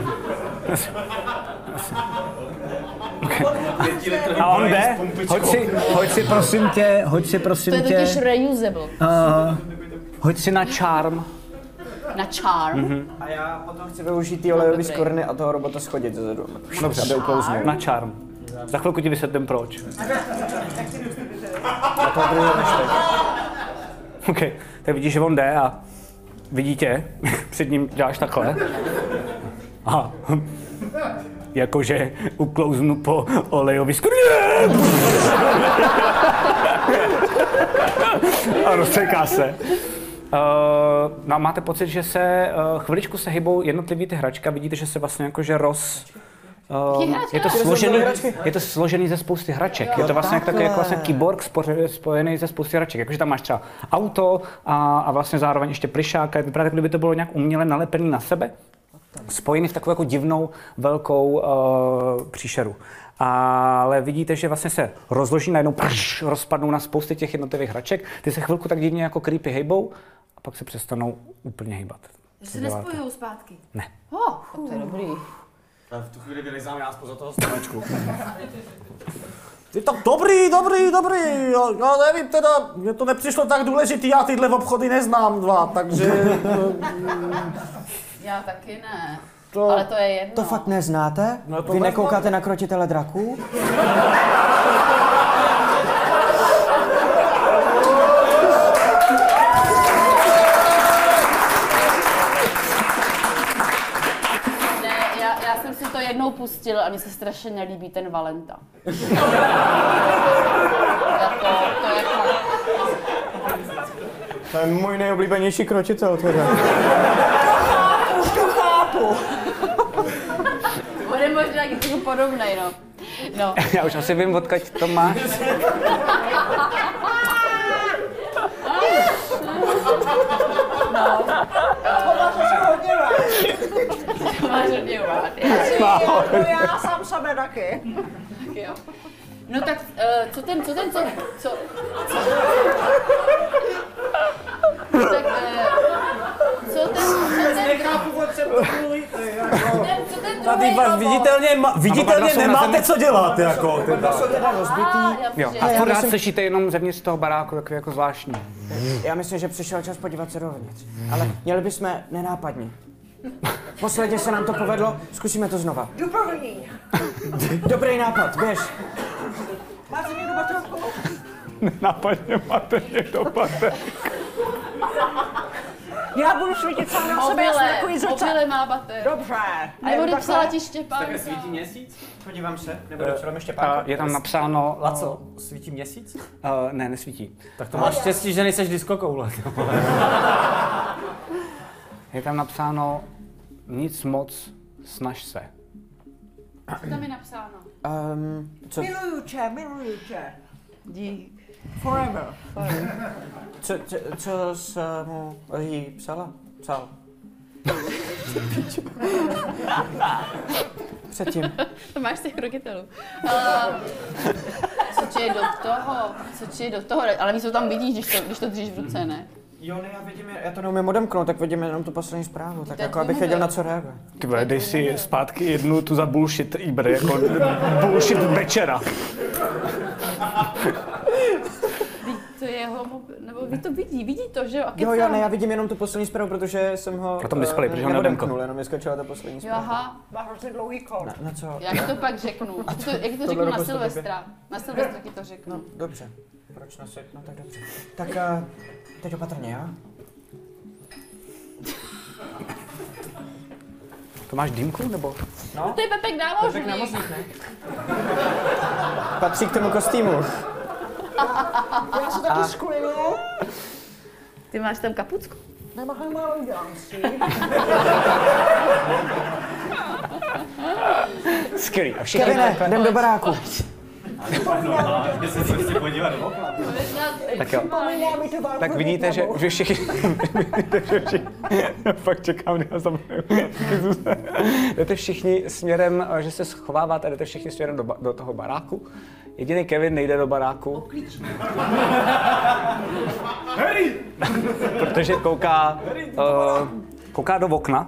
A on jde, hoď si, hoď si prosím tě, hoď si prosím To je tě, totiž reusable. uh, hoď si na charm. Na charm. Mhm. A já potom chci využít ty olejové dobrý. skvrny a toho robota schodit zezadu. Dobře, Aby uklouznul. na charm. Za chvilku ti vysvětlím proč. A toho druhého než teď. OK, tak vidíš, že on jde a vidí tě, před ním děláš takhle. A jakože uklouznu po olejový skvrně. A rozseká se. Uh, no a máte pocit, že se uh, chviličku se hybou jednotlivý ty hračky a vidíte, že se vlastně jakože roz... Uh, je to složený, je to složený ze spousty hraček. Je to vlastně jak takový jako vlastně kyborg spoře- spojený ze spousty hraček. Jakože tam máš třeba auto a, a vlastně zároveň ještě plyšák. Vypadá, jako kdyby to bylo nějak uměle nalepený na sebe. Spojený v takovou jako divnou velkou uh, příšeru. Ale vidíte, že vlastně se rozloží najednou, prš, rozpadnou na spousty těch jednotlivých hraček. Ty se chvilku tak divně jako creepy hejbou a pak se přestanou úplně hýbat. Že se nespojujou zpátky. Ne. Oh, to je dobrý. A v tu chvíli vylezám já spoza toho stromečku. Je to dobrý, dobrý, dobrý, já, já nevím teda, mně to nepřišlo tak důležitý, já tyhle obchody neznám dva, takže... Já taky ne. To- Ale to je jedno. To fakt neznáte? No to Vy tak- nekoukáte na Krotitele draků? Ne, já, já jsem si to jednou pustil a mně se strašně nelíbí ten Valenta. jako, to je jako... To je můj nejoblíbenější kročitel teda. Bude možná taky trochu podobnej, no. No. Já už asi vím, odkud to máš. To máš hodně rád. Jako já sám sebe taky. Tak jo. No tak, uh, co ten, co ten, co, co, co, tak, uh, co ten, co ten, ten, co ten Tady druhej vás robot? viditelně, ma, viditelně jsou na nemáte zemi. co dělat, jako. Teda. Ah, já Jo, že- a já furt myslím- slyšíte jenom zevnitř toho baráku, takový jako zvláštní. Já myslím, že přišel čas podívat se dovnitř. Ale měli bychom nenápadně. Posledně se nám to povedlo, zkusíme to znova. Jdu první. Dobrý nápad, běž. Máte někdo baterku? Napadně máte někdo bater. Já budu svítit sám na sebe, já jsem Mobile, takový zrcadlo. mobile má bater. Dobře. Nebo Jen odepsala takhle. ti Štěpánka. Měsíc? Podívám se, nebo uh, ještě A je tam napsáno... Laco, svítí měsíc? Uh, ne, nesvítí. Tak to máš štěstí, že nejseš diskokoule. Je tam napsáno nic moc, snaž se. Co tam je napsáno? Um, co, Miluju tě, miluju tě. Dík. Forever. co, co, co jsi mu jí psala? Psal. Předtím. To máš z těch krokitelů. Uh, co ti je do toho? Co ti je do toho? Ale víš, co tam vidíš, když to, když to držíš v ruce, ne? Jo, ne, já vidím, já to neumím odemknout, tak vidím jenom tu poslední zprávu, tak To je jako abych tvůj věděl, mobil. na co reaguje. Ty vole, dej si zpátky jednu tu za bullshit Ibr, jako bullshit večera. To je jeho mobil, nebo vy to vidí, vidí to, že jo? A Jo, jo, kecám. ne, já vidím jenom tu poslední zprávu, protože jsem ho... Na tom displeji, protože ho neodemknul, neodemkl. jenom mi skočila ta poslední Jo, zpráva. aha, Máš hrozně dlouhý kód. Na, na co? já ti to pak řeknu. A to, jak ti to Tohle řeknu na dokonce Silvestra? Na Silvestra ti to řeknu. No, dobře. Proč na No, tak dobře. Tak uh, teď opatrně, jo? To máš dýmku, nebo? To je Pepek námořník. námořník, ne? Patří k tomu kostýmu. Já se taky sklinu. Ty máš tam kapucku? Nemá málo udělám si. Skvělý. A všichni... Kevine, jdem do baráku. Tak jo. Pomíná mi to vám Tak vidíte, že, že všichni... že všichni fakt čekám, kdy já zapomenu. Jdete všichni směrem, že se schováváte, jdete všichni směrem do, ba- do toho baráku. Jediný Kevin nejde do baráku. Protože kouká, uh, kouká do okna.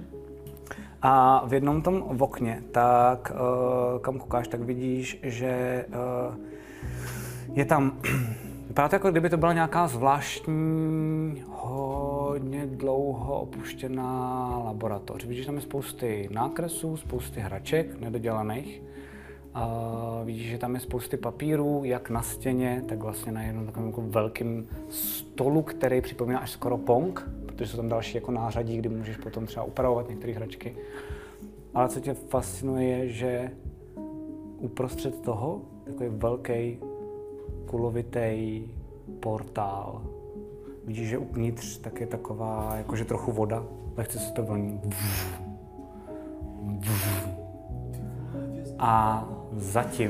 A v jednom tom okně, tak uh, kam koukáš, tak vidíš, že uh, je tam, vypadá to jako kdyby to byla nějaká zvláštní, hodně dlouho opuštěná laboratoř. Vidíš, tam je spousty nákresů, spousty hraček nedodělaných. A vidíš, že tam je spousty papírů, jak na stěně, tak vlastně na jednom takovém jako velkém stolu, který připomíná až skoro Pong, protože jsou tam další jako nářadí, kdy můžeš potom třeba upravovat některé hračky. Ale co tě fascinuje je, že uprostřed toho takový velký kulovitý portál. Vidíš, že uvnitř tak je taková jakože trochu voda, lehce se to vlní. A zatím.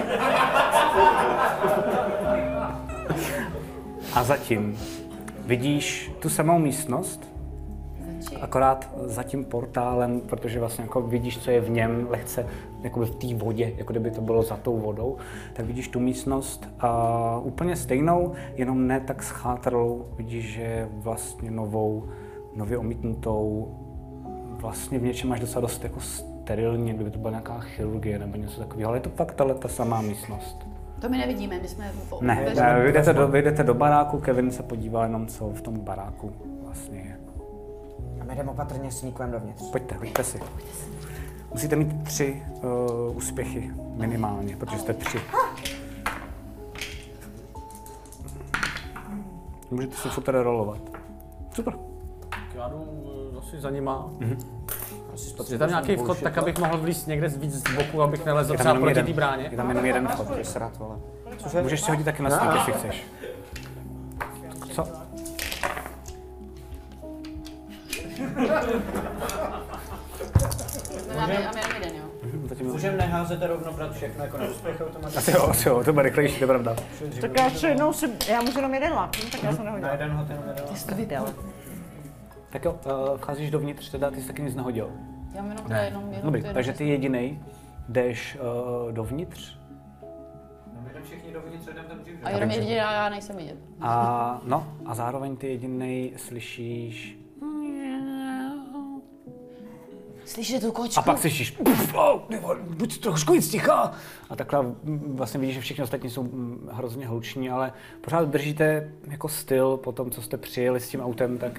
A zatím vidíš tu samou místnost, akorát za tím portálem, protože vlastně jako vidíš, co je v něm, lehce jako v té vodě, jako kdyby to bylo za tou vodou, tak vidíš tu místnost a úplně stejnou, jenom ne tak schátrlou, vidíš, že je vlastně novou, nově omítnutou, vlastně v něčem máš docela dost jako sterilní, kdyby to byla nějaká chirurgie nebo něco takového, ale je to fakt tahle ta samá místnost. To my nevidíme, my jsme v Ne, ne vy, jdete do, vy jdete do baráku, Kevin se podívá jenom, co v tom baráku vlastně je. A my jdeme opatrně sníkem dovnitř. Pojďte, pojďte si. Musíte mít tři uh, úspěchy minimálně, protože jste tři. Můžete si furt rolovat. Super. Já jdu zase za nima. Mm-hmm. Je tam nějaký vchod, tak abych mohl vlízt někde víc z boku, abych nelezl třeba proti té bráně? Je tam jenom jeden vchod. Můžeš si hodit taky na sník, jestli chceš. Co? Máme jenom jeden, jo. Můžeme neházet rovno brát všechno jako neúspěch automaticky. Asi jo, asi jo, to bude rychlejší, to je pravda. Tak já ještě jednou si, já můžu jenom jeden lap, tak já jsem nehodil. Na jeden hod jenom jeden Ty jsi viděl. Tak jo, uh, vcházíš dovnitř, teda ty jsi taky nic nehodil. Já mám jenom to jenom, jenom Dobrý, to jenom takže ty jedinej jdeš uh, dovnitř. No my jdeme všichni dovnitř, jdeme tam dřív. A jenom jediný, já, já nejsem vidět. A no, a zároveň ty jedinej slyšíš. Slyšíte tu kočku? A pak slyšíš, puf, oh, nebo, buď trošku víc ticha. A takhle mm, vlastně vidíš, že všichni ostatní jsou mm, hrozně hluční, ale pořád držíte jako styl po tom, co jste přijeli s tím autem, tak...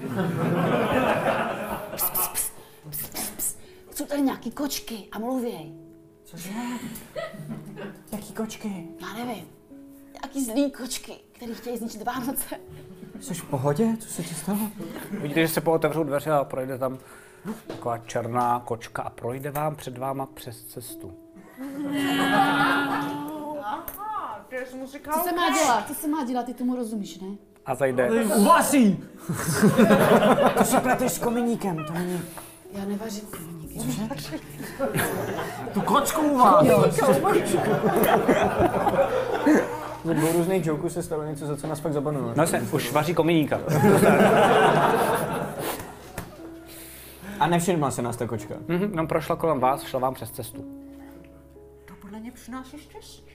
Pst, pst, pst, pst, pst, pst. Jsou tady nějaký kočky a mluvěj. Cože? Jaký kočky? Já nevím. Nějaký zlý kočky, který chtějí zničit Vánoce. Jsi v pohodě? Co se ti stalo? Vidíte, že se pootevřou dveře a projde tam taková černá kočka a projde vám před váma přes cestu. Aha, ty jsi mu říkal. Co se má dělat? Co se má dělat? Ty tomu rozumíš, ne? A zajde. Uvasí! To si pleteš s kominíkem, to není... Já nevařím kominíky. Tu kočku uvásí! Ze dvou různých joků se stalo něco, za co nás pak zabanulo. No se, už vaří kominíka. A nevšimla se nás ta kočka. Mhm, no prošla kolem vás, šla vám přes cestu. To podle mě přináší štěstí.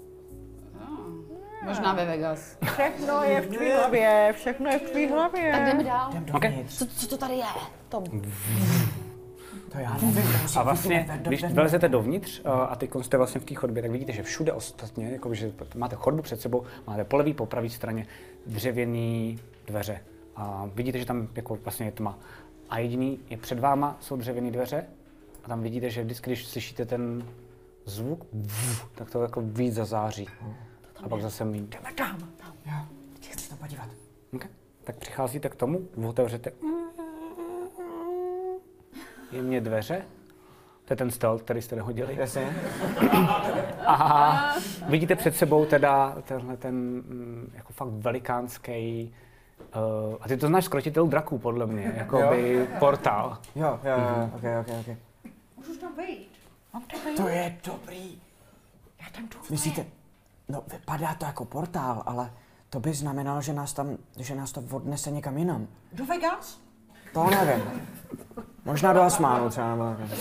Možná ve Vegas. Všechno je v tvý hlavě, všechno je v tvý hlavě. Tak jdeme dál. Jdem Okay. dovnitř. Co, co to tady je? Tom. To já nevím. A vlastně, když vylezete dovnitř uh, a teď jste vlastně v té chodbě, tak vidíte, že všude ostatně, jako že máte chodbu před sebou, máte po levý, po pravý straně dřevěné dveře. A vidíte, že tam jako vlastně je tma. A jediný je před váma, jsou dřevěné dveře a tam vidíte, že vždycky, když slyšíte ten zvuk, tak to jako víc zazáří. A pak zase míň. Jdeme tam. Jo, chci se tam podívat. Okay. Tak přicházíte k tomu, otevřete jemně dveře. To je ten stealth, který jste nehodili. Jasně. A vidíte před sebou teda tenhle ten mm, jako fakt velikánský, uh, a ty to znáš z Krotitel draků podle mě, jako by portál. Jo, jo, jo, ok, ok, ok. Můžu tam vejít? Mám tam vejít? To je dobrý. Já tam jdu. Myslíte, no vypadá to jako portál, ale to by znamenalo, že nás tam, že nás to odnese někam jinam. Do Vegas? To nevím. Možná do Asmánu třeba, nebo nevím.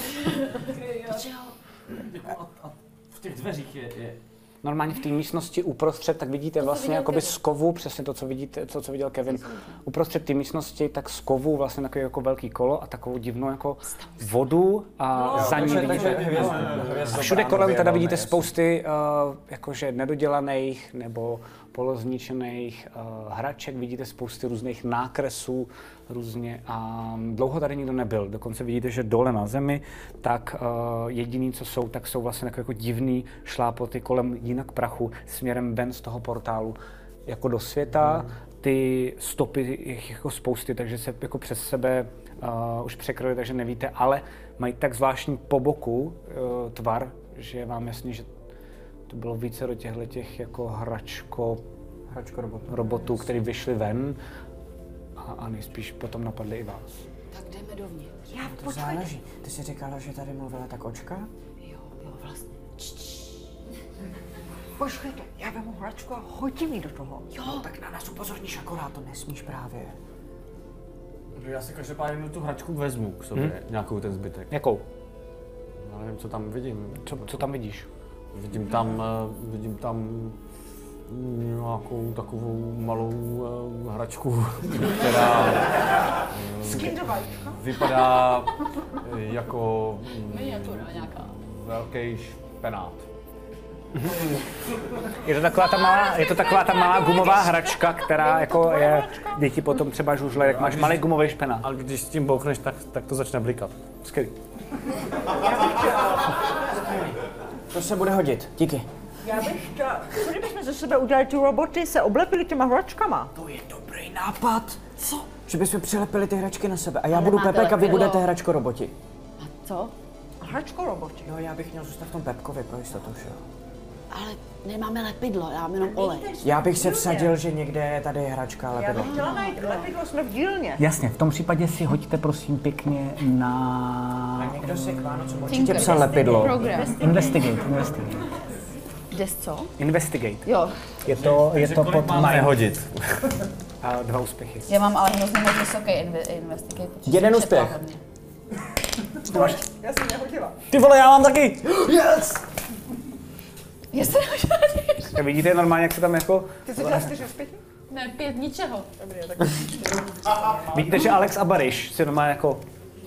V těch dveřích je, je... Normálně v té místnosti uprostřed, tak vidíte vlastně jakoby z kovu, přesně to, co vidíte, to, co viděl Kevin. Uprostřed té místnosti, tak z kovu vlastně takový jako velký kolo a takovou divnou jako vodu a no, za ní vidíte. A všude kolem teda vidíte spousty uh, jakože nedodělaných nebo polozničených uh, hraček, vidíte spousty různých nákresů, různě a dlouho tady nikdo nebyl. Dokonce vidíte, že dole na zemi, tak uh, jediný, co jsou, tak jsou vlastně takové jako divný šlápoty kolem jinak prachu směrem ven z toho portálu jako do světa. Ty stopy je jako spousty, takže se jako přes sebe uh, už překryly, takže nevíte, ale mají tak zvláštní po boku uh, tvar, že je vám jasný, že to bylo více do těchto těch jako hračko, Hračko robotů. robotů, které vyšly ven a, a nejspíš potom napadly i vás. Tak jdeme dovnitř. Já To záleží. Ty jsi říkala, že tady mluvila ta kočka? Jo, jo, vlastně. Počkejte, já vemu hračku a hodím ji do toho. Jo, No, tak na nás upozorníš akorát, to nesmíš právě. Já si každopádně tu hračku vezmu k sobě, hmm? nějakou ten zbytek. Jakou? Já nevím, co tam vidím. Co, co tam vidíš? Vidím tam, eh, vidím tam nějakou takovou malou uh, hračku, která uh, vypadá jako miniatura nějaká. velký špenát. Je to taková ta malá, je to taková ta malá gumová hračka, která jako je, děti potom třeba žužle, jak máš malý gumový špenát. Ale když s tím bouchneš, tak, tak to začne blikat. Skvělý. To se bude hodit, díky. Já bych to, co kdybychom ze sebe udělali ty roboty, se oblepili těma hračkama? To je dobrý nápad. Co? Že bychom přilepili ty hračky na sebe a já Ale budu máte Pepek a vy lepidlo. budete hračko roboti. Co? Hračko roboti. Jo, já bych měl zůstat v tom Pepkovi pro jistotu, že jo. Ale nemáme lepidlo, já mám jenom olej. Já bych se vsadil, že někde je tady hračka Já lepidlo. bych chtěla najít lepidlo, jsme v dílně. Jasně, v tom případě si hoďte prosím pěkně na Někdo si k Vánocům určitě Tinker. psal lepidlo. Program. Investigate, Investigate. Des co? Investigate. Jo, Je to, je to pod Máme hodit. a dva úspěchy. já mám ale hrozně moc vysoký inve- investigate. protože Jeden jsem četla úspěch. hodně. Já jsem nehodila. Ty vole, já mám taky! Jestli Tak vidíte normálně, jak se tam jako... Ty jsi dělala čtyři zpětí? ne, pět ničeho. Vidíte, že Alex a Bariš si normálně jako...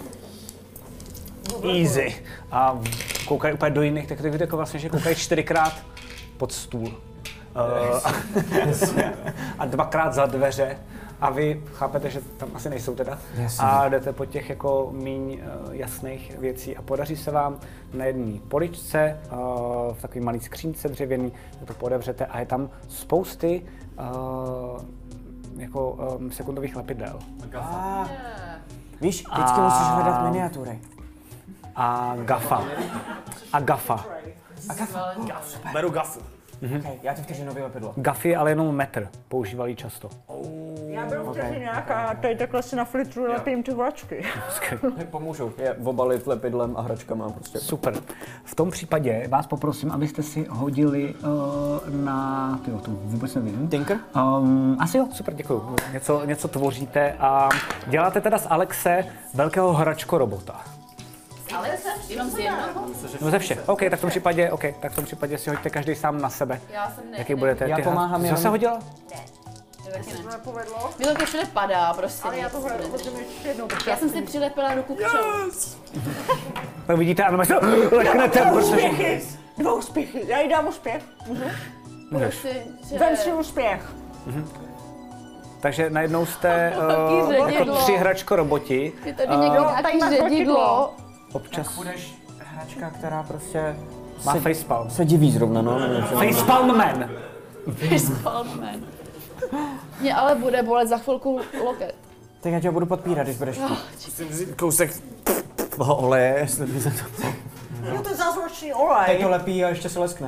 Easy. A koukají úplně do jiných, tak to vidíte jako vlastně, že koukají čtyřikrát pod stůl. Uh, a dvakrát za dveře. A vy chápete, že tam asi nejsou teda. Jasně. A jdete po těch jako míň uh, jasných věcí a podaří se vám na jedné poličce, uh, v takové malé skřínce dřevěný, to podevřete a je tam spousty uh, jako um, sekundových lepidel. Ah. Víš, vždycky musíš hledat miniatury. A gafa. A gafa. Beru gafu. Okay, já ti vteřinový lepidlo. Gafy je ale jenom metr, používali často. Já beru vteřiňák a tady takhle si nafiltruji lepím ty hračky. Pomůžu je obalit lepidlem a hračkama prostě. Super. V tom případě vás poprosím, abyste si hodili uh, na... Tyjo, to vůbec nevím. Tinker? Um, asi jo, super, děkuju. Něco, něco tvoříte a děláte teda z Alexe velkého hračko-robota. Ale se jenom z jednoho? No ze všech. OK, tak v tom případě, OK, tak v tom případě si hoďte každý sám na sebe. Já jsem ne. Jaký budete? Já Ty pomáhám Ty jenom- zase hodila? Taky ne. Nepovedlo, Mě to všude padá, prostě. ale já nic to hledu, ne- potřebuji ještě jednou. Já jsem si přilepila ruku k čelu. Tak vidíte, ano, máš to leknete, protože... Úspěchy! Dva úspěchy. Já jí dám úspěch. Můžeš. Si, že... Vem si úspěch. Takže najednou jste Taky uh, jako ředidlo. tři hračko-roboti. Je tady někdo Jo, tady nějaký máš ředidlo. Občas Budeš hračka, která prostě má se, facepalm. se diví zrovna, no. nevím, co- Facepalm man. Facepalm. Mě ale bude bolet za chvilku loket. Tak já tě ho budu podpírat, když budeš chtít. Musím vzít kousek toho oleje, jestli by se to... Jo, ten zázračný Teď olej. to lepí a ještě se leskne.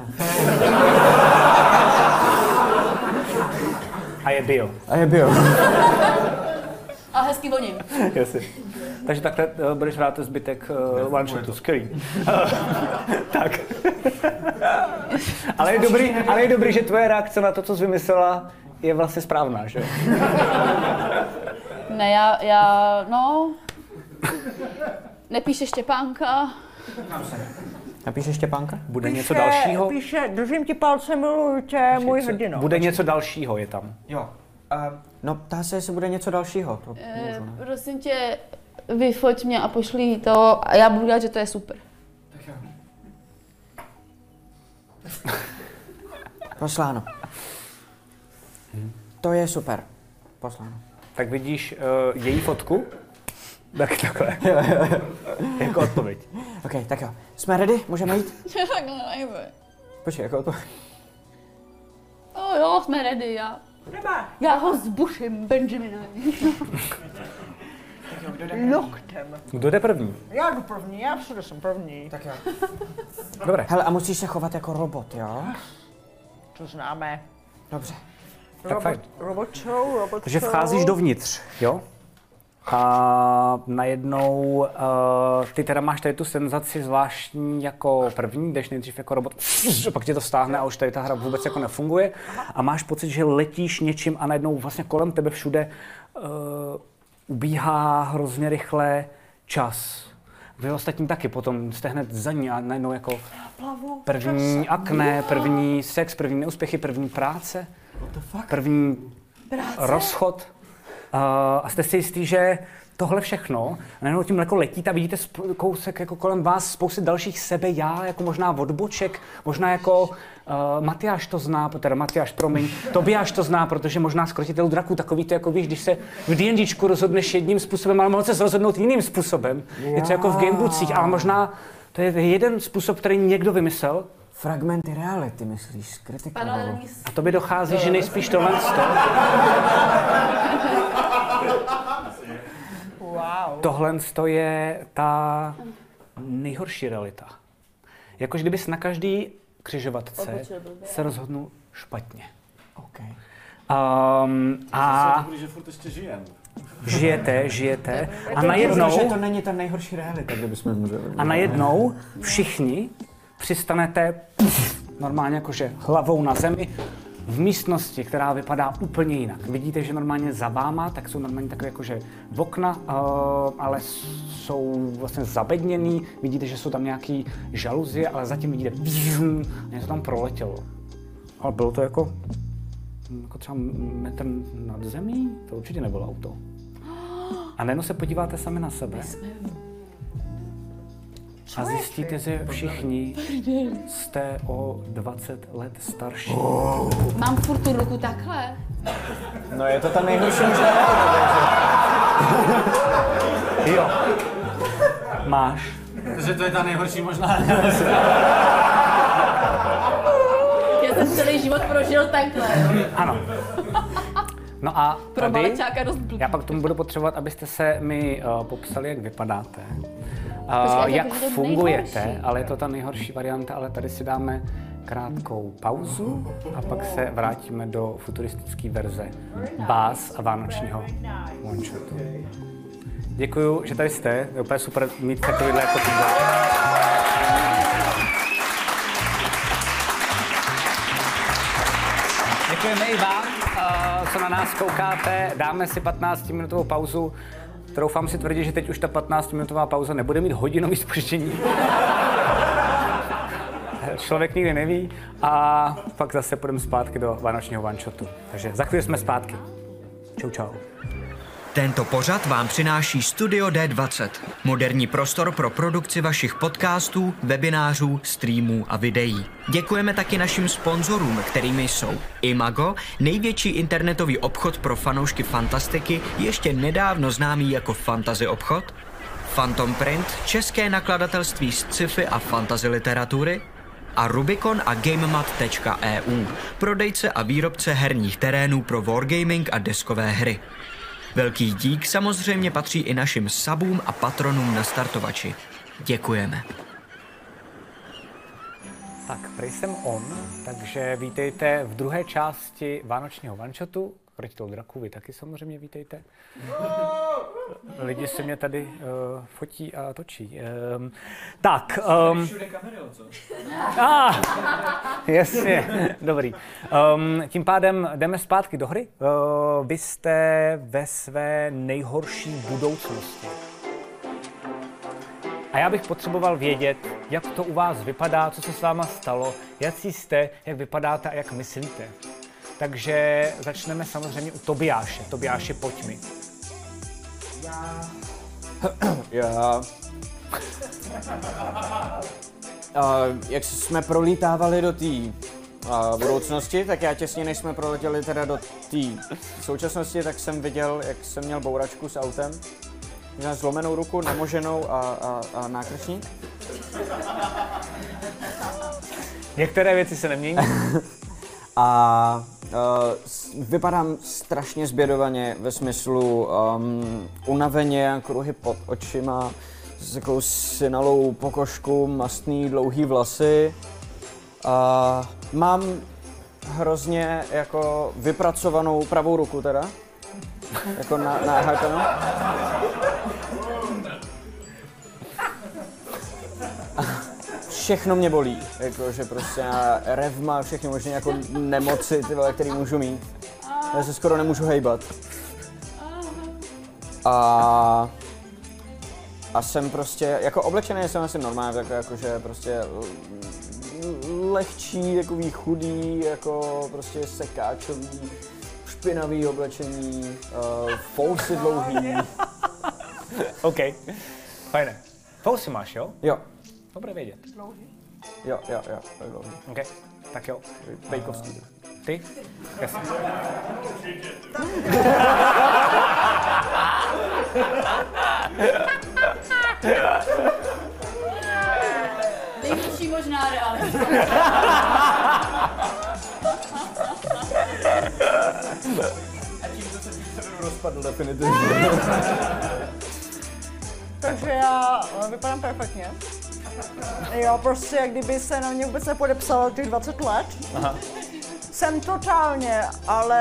A je bio. A je bio. A hezky voním. Jasně. Takže takhle uh, budeš hrát zbytek uh, one shotu, skvělý. Tak. ale, je dobrý, ale je dobrý, že tvoje reakce na to, co jsi vymyslela, je vlastně správná, že jo? Ne, já, já, no... Nepíše Štěpánka. Napíšeš Štěpánka? Bude něco Píše- dalšího? Píše, držím ti palce, miluju tě, můj hrdino. Bude něco dalšího, je tam. Jo. Uh, no, ptá se, jestli bude něco dalšího. To Eh, můžu, ne? prosím tě, vyfoť mě a pošli to a já budu dělat, že to je super. Posláno. To je super. Posláno. Tak vidíš uh, její fotku? Tak takhle. jako odpověď. OK, tak jo. Jsme ready? Můžeme jít? Takhle nejde. Počkej, jako odpověď. Oh jo, jsme ready, já. Třeba Já ho zbuším, Benjamina. loktem. Kdo jde první? Já jdu první, já všude jsem první. Tak jo. Dobré. Hele, a musíš se chovat jako robot, jo? To známe. Dobře. Tak fajn. Robot show, robot Takže show. vcházíš dovnitř, jo? A najednou uh, ty teda máš tady tu senzaci zvláštní jako první, jdeš nejdřív jako robot, pak tě to stáhne a už tady ta hra vůbec jako nefunguje a máš pocit, že letíš něčím a najednou vlastně kolem tebe všude uh, ubíhá hrozně rychle čas. Vy ostatní taky potom jste hned za ní a najednou jako první akné, první sex, první neúspěchy, první práce, první rozchod. Uh, a jste si jistý, že tohle všechno, a najednou tím jako letíte a vidíte sp- kousek jako kolem vás spousty dalších sebe, já, jako možná odboček, možná jako uh, Matyáš to zná, teda Matyáš, promiň, Tobiáš to zná, protože možná z Krotitelů draků, takový to jako víš, když se v D&Dčku rozhodneš jedním způsobem, ale mohl se rozhodnout jiným způsobem. Je to jako v gamebookcích, ale možná to je jeden způsob, který někdo vymyslel. Fragmenty reality, myslíš, kritika. A to by dochází, že nejspíš tohle sto. Wow. Tohle je ta nejhorší realita. Jakož kdybys na každý křižovatce se rozhodnul špatně. Okay. Um, a že furt ještě žijem. žijete, žijete a najednou, Že to není ta nejhorší realita, kdybychom můželi. a najednou všichni přistanete pff, normálně jakože hlavou na zemi v místnosti, která vypadá úplně jinak. Vidíte, že normálně za váma, tak jsou normálně takové jakože okna, uh, ale jsou vlastně zabedněný. Vidíte, že jsou tam nějaký žaluzie, ale zatím vidíte, něco tam proletělo. Ale bylo to jako, jako třeba metr nad zemí, to určitě nebylo auto. A najednou se podíváte sami na sebe. A zjistíte, že všichni jste o dvacet let starší. Oh. Mám furt tu ruku takhle. No je to ta nejhorší možná realita, Jo. Máš. Protože to je ta nejhorší možná. Já jsem celý život prožil takhle. Ano. No a Pro tady, malečáka dost blbý. já pak tomu budu potřebovat, abyste se mi uh, popsali, jak vypadáte. Uh, Počkej, jak to je fungujete, nejhorší. ale je to ta nejhorší varianta, ale tady si dáme krátkou pauzu a pak se vrátíme do futuristické verze vás a vánočního one-shotu. Děkuju, že tady jste, je úplně super mít takovýhle jako feedback. Děkujeme i vám, uh, co na nás koukáte. Dáme si patnáctiminutovou pauzu. Troufám si tvrdit, že teď už ta patnáctiminutová pauza nebude mít hodinový zpoždění. Člověk nikdy neví. A pak zase půjdeme zpátky do vánočního one-shotu. Takže za chvíli jsme zpátky. Čau, čau. Tento pořad vám přináší Studio D dvacet. Moderní prostor pro produkci vašich podcastů, webinářů, streamů a videí. Děkujeme taky našim sponzorům, kterými jsou Imago, největší internetový obchod pro fanoušky fantastiky, ještě nedávno známý jako Fantasy obchod, Phantom Print, české nakladatelství z sci-fi a fantasy literatury, a Rubicon a GameMat tečka E U, prodejce a výrobce herních terénů pro wargaming a deskové hry. Velký dík samozřejmě patří i našim subům a patronům na startovači. Děkujeme. Tak, prej jsem on, takže vítejte v druhé části vánočního one-shotu. Krotitelů draků, vy taky samozřejmě vítejte. Lidi se mě tady uh, fotí a točí. Um, tak. Um, Všude kamery, co? Ah, jasně, dobrý. Um, tím pádem jdeme zpátky do hry. Uh, vy jste ve své nejhorší budoucnosti. A já bych potřeboval vědět, jak to u vás vypadá, co se s váma stalo, jaký jste, jak vypadáte a jak myslíte. Takže začneme samozřejmě u Tobiáše. Tobiáši, pojď mi. Já... Já... Uh, jak jsme prolítávali do té uh, budoucnosti, tak já těsně než jsme proletěli teda do té současnosti, tak jsem viděl, jak jsem měl bouračku s autem. Měl zlomenou ruku, namoženou a, a, a nákrstník. Některé věci se nemění. A uh, vypadám strašně zbědovaně ve smyslu um, unaveně, kruhy pod očima, s takovou synalou pokožku, mastný, dlouhý vlasy. Uh, mám hrozně jako vypracovanou pravou ruku teda, jako na, na hajpenu. Všechno mě bolí, jakože prostě revma, všechny možné jako nemoci, ty vole, který můžu mít. Já se skoro nemůžu hejbat. A, a jsem prostě, jako oblečený jsem asi normálně, jako, jakože prostě lehčí, takový chudý, jako prostě sekáčový, špinavý oblečení, uh, fousy dlouhý. OK. Fajné. Fousy máš, jo? Jo. Dobré vědět. Jo, jo, jo, to je dlouhý. OK. Tak jo. Bejkovský. Ty? Jasně. Nejvyšší možná realita. Rozpadl definitivně. Takže já vypadám perfektně. Jo, prostě jak kdyby se na mě vůbec nepodepsalo těch dvacet let. Aha. Jsem totálně, ale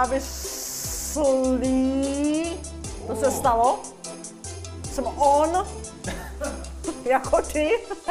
závislý. To se stalo. Jsem on. Jako ty.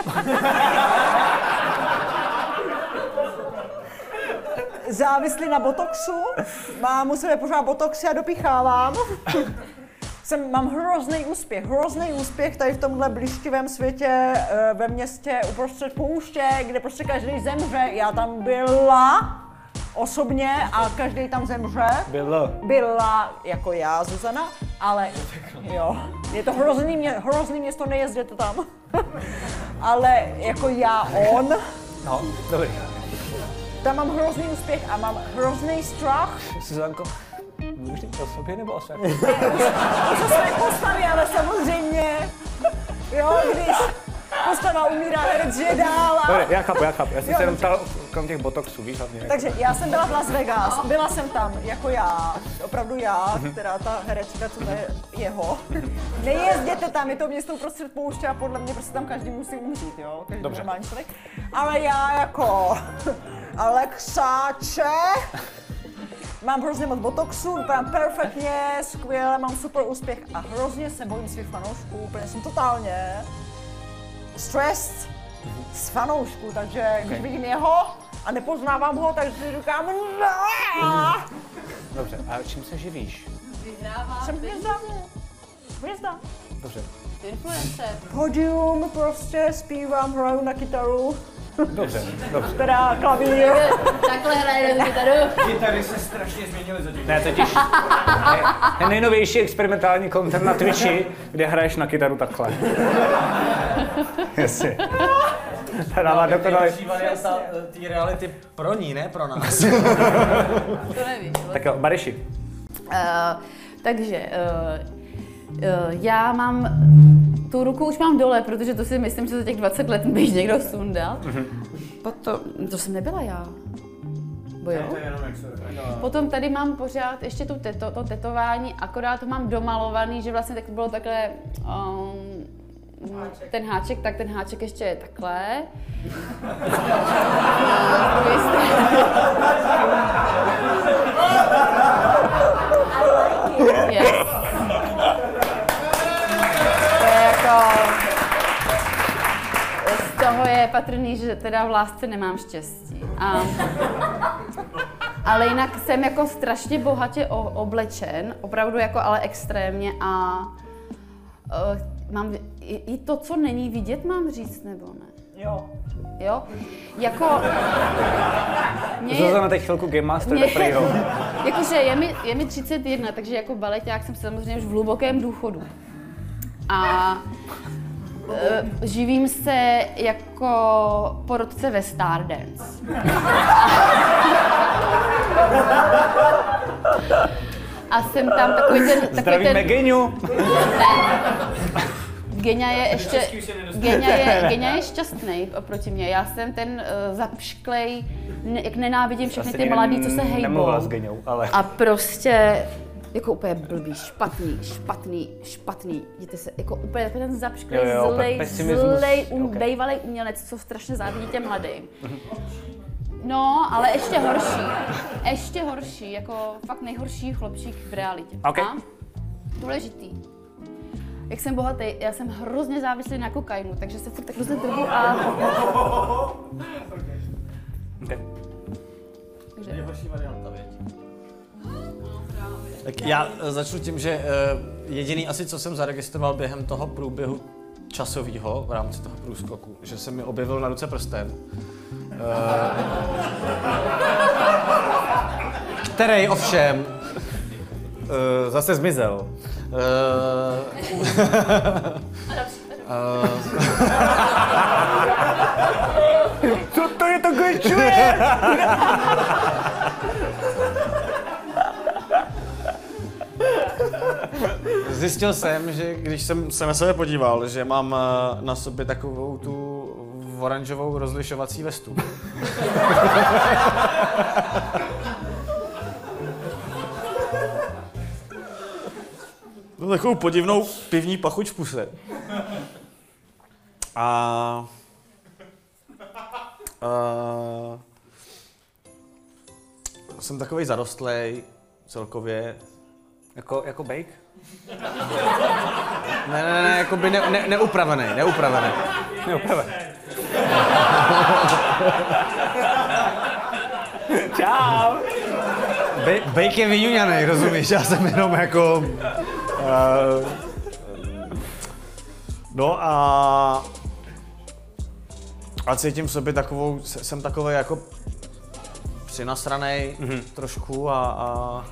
Závislý na botoxu. Mám u sebe pořád botoxy a dopíchávám. Jsem, mám hrozný úspěch, hrozný úspěch tady v tomhle blištivém světě, ve městě uprostřed pouště, kde prostě každý zemře. Já tam byla osobně a každý tam zemře. Byla. Byla jako já, Zuzana, ale jo, je to hrozný, mě, hrozný město, nejezděte tam. Ale jako já, on. No, dobrý. Tam mám hrozný úspěch a mám hrozný strach. Suzanko, můžeš říct o sobě nebo o své? Už o své postavě, ale samozřejmě, jo, když postava umírá, herec žije dál a... Dobrý, já chápu, já chápu. Já jsem Jo, se jenom ptal kolem těch botoxů, víš, hlavně. Takže já jsem byla v Las Vegas, byla jsem tam jako já, opravdu já, která ta herečka, co to je jeho. Nejezděte tam, je to město uprostřed pouště a podle mě prostě tam každý musí umřít, jo, každý Dobře. normální člověk. Ale já jako Alexáče, mám hrozně moc botoxu, vypadám perfektně, skvěle, mám super úspěch a hrozně se bojím svých fanoušků, úplně jsem totálně stressed z fanoušků, takže když vidím jeho a nepoznávám ho, takže si říkám no. Dobře, a čím se živíš? Vyhrává. Jsem hvězda. Hvězda. Dobře. Influencer. Podium, prostě zpívám, hraju na kytaru, Dobře, dobře. teda klavír. Takhle hraje na kytaru. Kytary se strašně změnily za těch. Ne, totiž je nejnovější experimentální content na Twitchi, kde hraješ na kytaru takhle. Jasně. To dává dokonalý. Nejlepší varianta té reality pro ní, ne pro nás. To nevíš. Tak jo, Bareši. Uh, takže uh, uh, já mám tu ruku už mám dole, protože to si myslím, že za těch dvacet let bych někdo sundal. Mm-hmm. Potom, to jsem nebyla já. Bo jo? Potom tady mám pořád ještě tu teto, to tetování, akorát to mám domalovaný, že vlastně tak bylo takhle um, ten háček, tak ten háček ještě je takhle. Yes. To je jako... Z toho je patrný, že teda v lásce nemám štěstí. A... Ale jinak jsem jako strašně bohatě oblečen, opravdu jako ale extrémně a uh, mám i, i to, co není vidět, mám říct, nebo ne? Jo. Jo? Jako... Mě Zuzana na teď chvilku Game Master mě, Prejho. Jakože je mi, je mi třicet jedna, takže jako baleťák jsem samozřejmě už v hlubokém důchodu. A uh, živím se jako porodce ve Stardance. A jsem tam takový ten... Takový Zdravíme ten, Geniu. Genia je ještě, Genia je, Genia je šťastný oproti mě. Já jsem ten uh, zapšklej, ne, jak nenávidím všechny ty mladý, co se hejbou. Nemluvila s Geniou, ale... A prostě jako úplně blbý, špatný, špatný, špatný. Vidíte se, jako úplně takový ten zapšklej, Jo, jo, zlej, pesimismus, zlej, um, okay. bejvalej umělec, co strašně závidí těm mladým. No, ale ještě horší, ještě horší, jako fakt nejhorší chlapčík v realitě. Okay. A důležitý. Jak jsem bohatý, já jsem hrozně závislý na kokainu, takže se furt tak hrozně trhu a... Okay. Takže... Nejhorší varianta, věď. Tak já začnu tím, že uh, jediný asi, co jsem zaregistroval během toho průběhu časového v rámci toho průskoku, že se mi objevil na ruce prsten, uh, který ovšem uh, zase zmizel. Co to je, to glitchuje? Zjistil jsem, že když jsem se na sebe podíval, že mám na sobě takovou tu oranžovou rozlišovací vestu. No, takovou podivnou pivní pachuť v puse. A... Uh, jsem takovej zarostlej celkově. Jako, jako bake? Ne, ne, ne, jako by ne, ne, neupravený, neupravený. Neupravený. Čau! Be- bake je vyjuňanej, rozumíš? Já jsem jenom jako... Uh, no a... A cítím v sobě takovou, jsem takovej jako přinasranej mm-hmm. trošku a, a...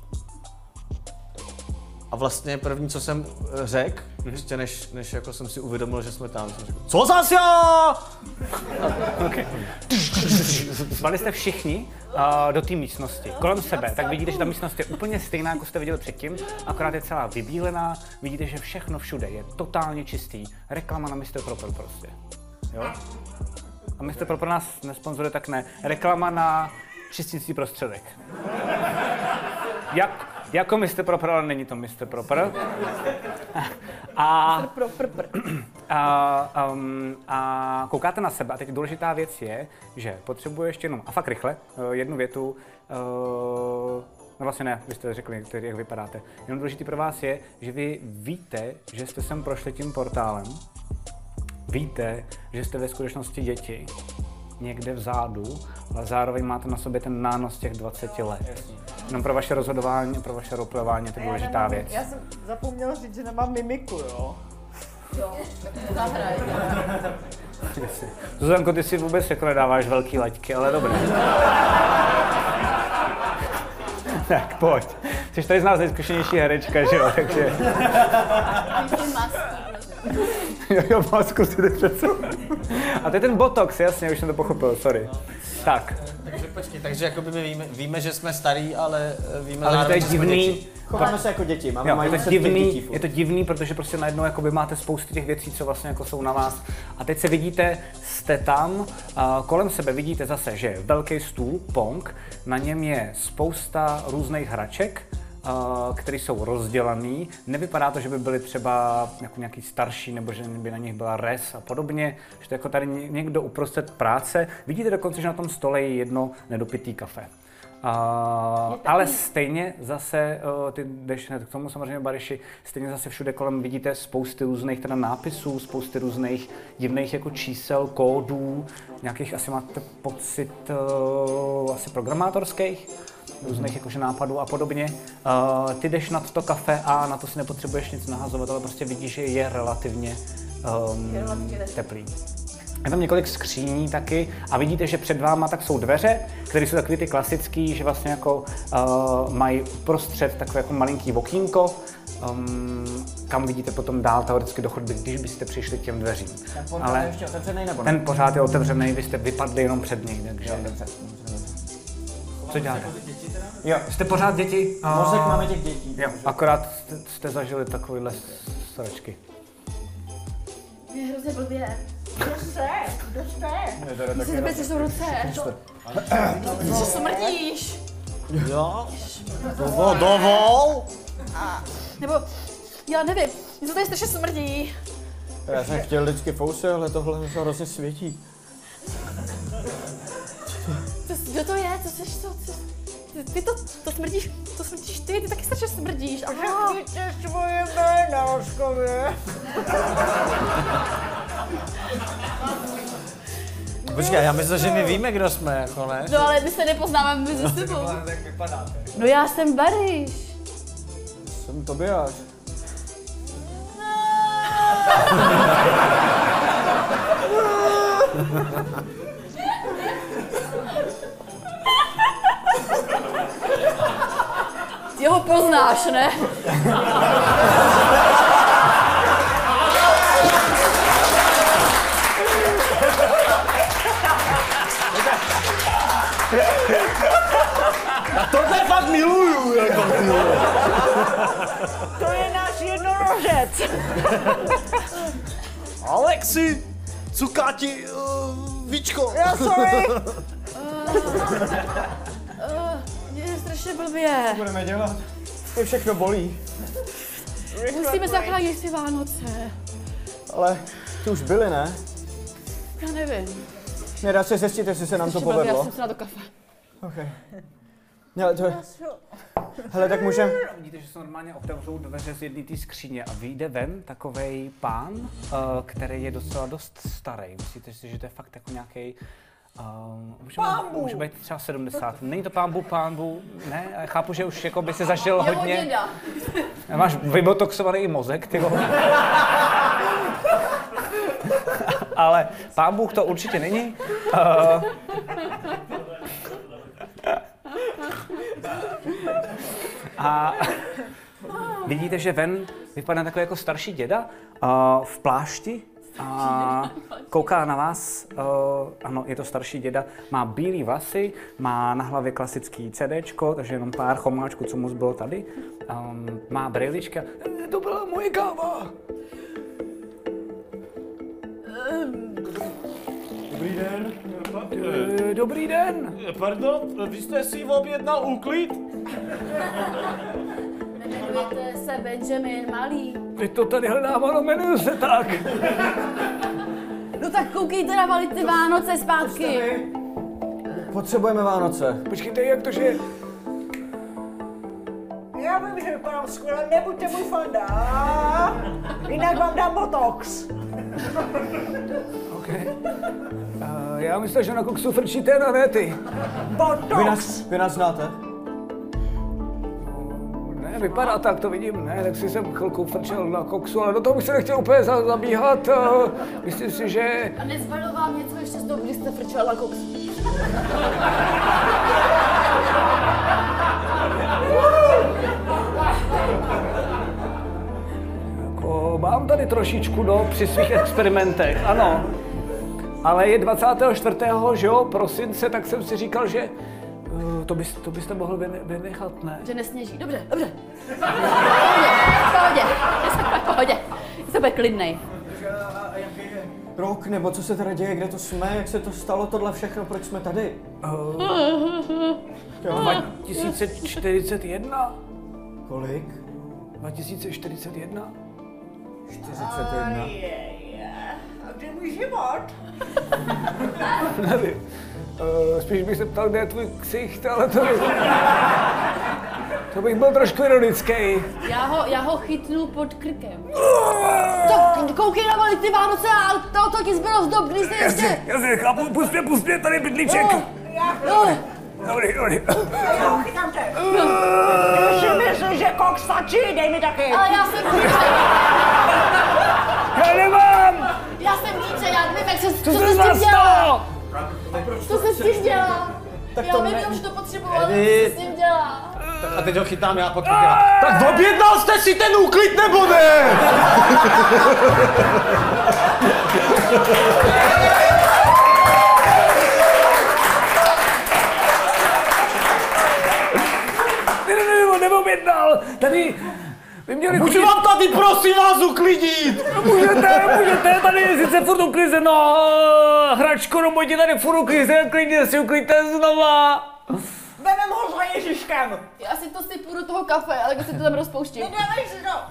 A vlastně první, co jsem řekl, mm-hmm. ještě než, než jako jsem si uvědomil, že jsme tam, jsem řekl, co zas já? Okay. Zvali jste všichni uh, do té místnosti, kolem sebe, tak vidíte, že ta místnost je úplně stejná, jako jste viděli předtím, akorát je celá vybílená, vidíte, že všechno všude je totálně čistý, reklama na mister Proper prostě, jo? A mister Proper nás nesponzoruje, tak ne, reklama na čistící prostředek. Jak? Jako mister Proper, ale není to mister Proper. A, a, um, a koukáte na sebe a teď důležitá věc je, že potřebuješ ještě jenom, a fakt rychle, jednu větu, uh, no vlastně ne, vy jste řekli, některý, jak vypadáte. Jenom důležitý pro vás je, že vy víte, že jste sem prošli tím portálem, víte, že jste ve skutečnosti děti, někde vzadu, ale zároveň máte na sobě ten nános těch dvaceti let. Jenom pro vaše rozhodování, pro vaše roleplayování je to důležitá nemám, věc. Já jsem zapomněla říct, že nemám mimiku, jo? Jo, zahraj. Zuzanko, ty si vůbec jako nedáváš velký laťky, ale dobré. Tak pojď. Jsi tady z nás nejzkušenější herečka, že jo, takže... Jo, jo, masku si jde přece. A to je ten botox, jasně, už jsem to pochopil, sorry. Tak. Takže počkej, takže jakoby my víme, víme, že jsme starý, ale víme ale zároveň, to je divný. Chováme se jako děti, máme jo, je, to divný, dětí, je to divný, protože prostě najednou jakoby máte spousty těch věcí, co vlastně jako jsou na vás. A teď se vidíte, jste tam, a kolem sebe vidíte zase, že je velký stůl, pong, na něm je spousta různých hraček, které jsou rozdělaný. Nevypadá to, že by byly třeba jako nějaký starší, nebo že by na nich byla res a podobně, že to jako tady někdo uprostřed práce. Vidíte dokonce, že na tom stole je jedno nedopitý kafe. Uh, ale stejně zase, uh, ty jdeš hned k tomu samozřejmě, Baryši, stejně zase všude kolem vidíte spousty různých teda nápisů, spousty různých divných jako čísel, kódů, nějakých asi máte pocit uh, asi programátorských, různých jakože nápadů a podobně. Uh, ty jdeš nad to kafe a na to si nepotřebuješ nic nahazovat, ale prostě vidíš, že je relativně, um, je relativně teplý. Je tam několik skříní taky a vidíte, že před váma tak jsou dveře, které jsou takový ty klasický, že vlastně jako uh, mají uprostřed takové jako malinký okýnko, um, kam vidíte potom dál teoreticky do chodby, když byste přišli k těm dveřím. Ten portál je ještě otevřený nebo ne? Ten pořád je otevřený, vy jste vypadli jenom před něj, takže... Jo, dobře. Co děláte? Jo, jste pořád děti? Mozek máme těch dětí. Jo, akorát jste, jste zažili takovýhle sračky. Je hrozně blbě. Kdo jste? Kdo jste? Musíte tebe, že jsou ruce. Co smrdíš? Jo? Dovol, dovol! Nebo, já nevím, něco tady strašně smrdí. Já jsem chtěl vždycky fousy, ale tohle se hrozně světí. Kdo to je? Co jsi to? Ty, ty to, to smrdíš, to smrdíš ty, ty taky strašně smrdíš. Aha. Řekněte svoje jména, Oškově. Počkej, já myslím, že my víme, kdo jsme, jako ne? No ale my se nepoznáváme mezi sebou. Jak vypadáte? No já jsem Baryš. Jsem Tobiáš. Ty ho poznáš, ne? A tohle fakt miluju, jako ty. To je náš jednorožec. Alexi, cukáti, uh, víčko. Já sorry. Uh, mě je strašně blbě. Budeme dělat. Mě všechno bolí. Musíme zachránit ty Vánoce. Ale ty už byly, ne? Já nevím. Nedá se zjistit, jestli se nám to Ještě blbě, já povedlo. jsem se na to kafe. Okay. No, to je... Hele, tak můžem... Vidíte, že se normálně otevřou dveře z jedné té skříně a vyjde ven takovej pán, uh, který je docela dost starý. Myslíte si, že to je fakt jako nějaký Uh, může být třeba sedmdesát. Není to pán Bu, pán Bu, ne? Já chápu, že už jako by si zažil Jeho hodně. děda. Máš vybotoxovaný i mozek, ty vole. Ale pán Bůh to určitě není. Uh, a vidíte, že ven vypadá takový jako starší děda uh, v plášti. A kouká na vás, uh, ano, je to starší děda, má bílý vlasy, má na hlavě klasický CDčko, takže jenom pár chomáčků, co mu zbylo tady. Um, má brýlička. E, to byla moje káva. Dobrý den. E, dobrý den. Pardon, vy jste si objednal úklid? Jmenujete se Benjamin Malý. Teď to tady hledám, ano, jmenuju se tak. No tak koukejte na valit ty Vánoce zpátky. Potřebujeme Vánoce. Počkejte, jak to, že... Já vím, že vypadám skvěle, nebuďte můj fanda. Jinak vám dám botox. Okay. Uh, já myslím, že na koksu frčíte, no ne ty. Botox. Vy nás, vy nás znáte? Ne, vypadá tak, to vidím, ne, tak si jsem chvilku frčel na koksu, ale do toho bych se nechtěl úplně za- zabíhat. Uh, myslím si, že... A nezvalil vám něco ještě z doby, kdy jste frčel na koks? Jako, mám tady trošičku, no, při svých experimentech, ano. Ale je dvacátého čtvrtého že jo, prosince, tak jsem si říkal, že uh, to, bys, to byste mohl vyne, vynechat, ne? Že nesněží. Dobře, dobře. V pohodě, v pohodě. V pohodě. Jsem bude klidnej. Rok, nebo co se tady děje, kde to jsme, jak se to stalo, tohle všechno, proč jsme tady? Uh, dva tisíce čtyřicet jedna? Kolik? dva tisíce čtyřicet jedna? čtyřicet jedna. A kde je můj život? Nevím. Uh, spíš bych se ptal, kde je tvůj ksicht, ale to bych... To bych byl trošku ironický. Já ho, já ho chytnu pod krkem. Tak koukej na valit ty Vánoce a to, to ti zbylo z dob, kdy jste ještě... Já si chápu, pust mě, pust mě, tady bydlíček. No, Dobrý, dobrý. Já ho chytám tě. Ty si myslíš, že koks stačí? Dej mi taky. ale já jsem dítě. Já nemám! Já jsem dítě, já nevím, jak se, co Co se se s z vás tím dělá. stalo? Co se s tím dělá? Tak Já to vím, ne- že už to potřeboval, ale co se s tím dělá? A teď ho chytám já pod krkem. Tak objednal jste si ten úklid nebo ne? Ne, ne, ne, on neobjednal. Tady... Vy měli Můžu vám tady prosím vás uklidit? Můžete, můžete, tady je sice furt uklizeno. Hračko, no pojďte tady furt uklizeno, klidně si uklidte znova. Vemem ho za Ježíškem. Já si to sypu do toho kafe, ale když si to tam rozpouštím. Nedávej si to.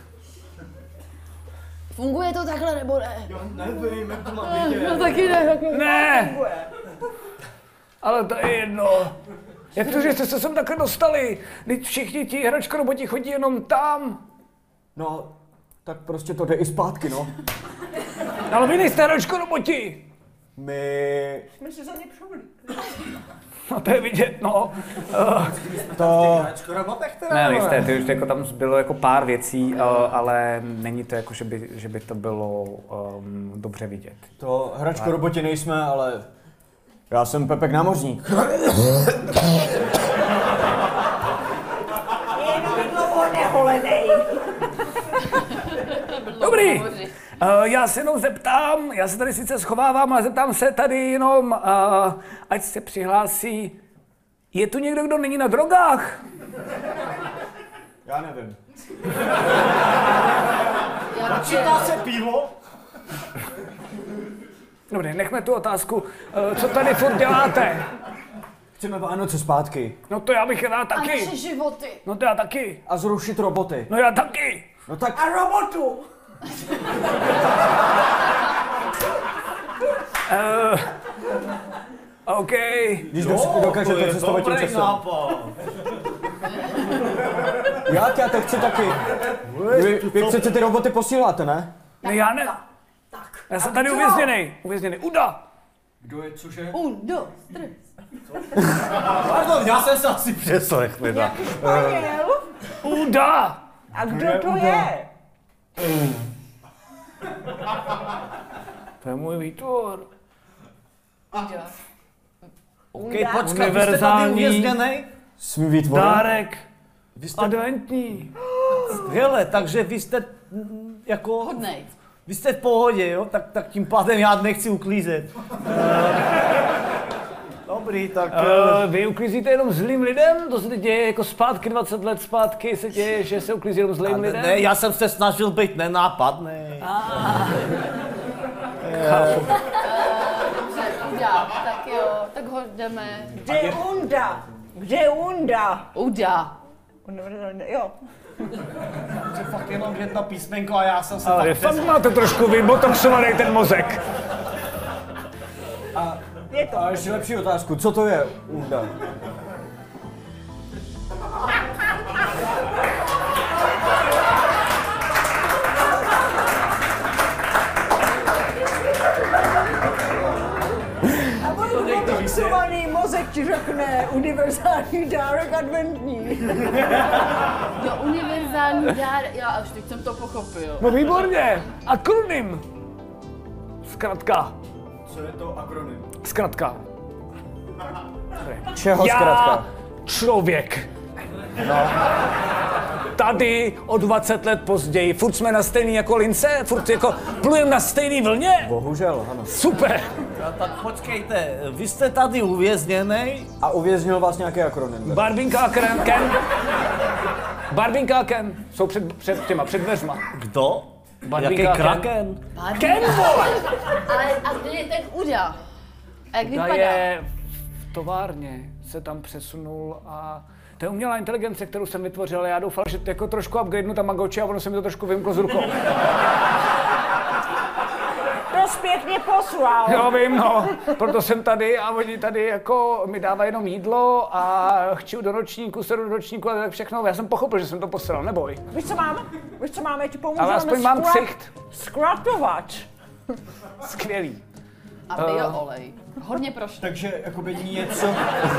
Funguje to takhle nebo ne? Já nevím, jak to mám No taky ne, taky ne. Ne. Ale to je jedno. Jak to, že jste se sem takhle dostali? Teď všichni ti hračkoroboti chodí jenom tam. No, tak prostě to jde i zpátky, no. Ale vy nejste hračkoroboti. My... My si za ně přijeli. No to je vidět, no. Uh, To... ne, nejste, ty už jako tam bylo jako pár věcí, uh, ale není to jako, že by, že by to bylo um, dobře vidět. To hračko roboti nejsme, ale... Já jsem Pepek námořník. Dobrý. Uh, já se jenom zeptám, já se tady sice schovávám, ale zeptám se tady jenom, uh, ať se přihlásí. Je tu někdo, kdo není na drogách? Já nevím. Počítá se pivo? Dobrý, nechme tu otázku. Uh, co tady furt děláte? Chceme Vánoce zpátky. No to já bych rád A taky. naše životy. No to já taky. A zrušit roboty. No já taky. No tak... A robotu! Uh, OK. Když do, dokážete cestovat tím časem. Jak? Já to chci taky. Vy, vy přece ty roboty posíláte, ne? Ne, já ne. Já jsem tady uvězněnej. Uvězněnej. Uda. Kdo je, cože? Un, dos, tres. Pardon, já jsem se asi přeslech, teda. Španěl? Uda. A kdo to je? To je můj výtvor. Uda. OK, počkat, vy jste tady Univerzální. uvězněnej? Smí výtvorem? Dárek. Vy jste... Adventní. Hele, takže vy jste mm, jako... Hodnej. Vy jste v pohodě, jo? Tak, tak tím pádem já nechci uklízet. Dobrý, tak... Uh, vy uklízíte jenom zlým lidem? To se teď děje jako zpátky, dvacet let zpátky se děje, že se uklízí jenom zlým ne, lidem? ne, já jsem se snažil být nenápadný. Ah. Dobře, Uda. Tak jo, tak ho jdeme. Kde je Unda? Kde je Unda? Uda. Univerzální, jo. To je fakt jenom jedno písmenko a já jsem se Ale fakt... fakt máte trošku vybotoxovaný ten mozek. A, Je to. a ještě lepší otázku, co to je Unda? A můj vyboxovaný mozek ti řekne univerzální dárek adventní. Jo, univerzální dár. Já až teď jsem to pochopil. No výborně. Akronym. Zkratka. Co je to akronym? Zkratka. Čeho Já, zkrátka? člověk. No. Tady o dvacet let později, furt jsme na stejný jako lince, furt jako plujeme na stejný vlně. Bohužel, ano. Super. A tak počkejte, vy jste tady uvězněnej? A uvěznil vás nějaký akronym? Barbinka a Ken. Ken. Barbinka a Ken jsou před, před těma, před dveřma. Kdo? Barbinka Jaký a Ken. kraken? Ken, vole! Ale a kde je ten Uda? A jak Ta vypadá? je v továrně, se tam přesunul a to je umělá inteligence, kterou jsem vytvořil, já doufal, že to jako trošku upgradenu Tamagotchi a ono se mi to trošku vymklo z rukou. Dost pěkně poslal. Jo, vím, no. Proto jsem tady a oni tady jako mi dávají jenom jídlo a chčiju do ročníku, sedu do ročníku a tak všechno. Já jsem pochopil, že jsem to posral, neboj. Víš, co máme? Víš, co máme? Já ti pomůžu. Ale aspoň mám ksicht. Zkratovač. Skvělý. A bioolej. Hodně prošlo. Takže jakoby něco...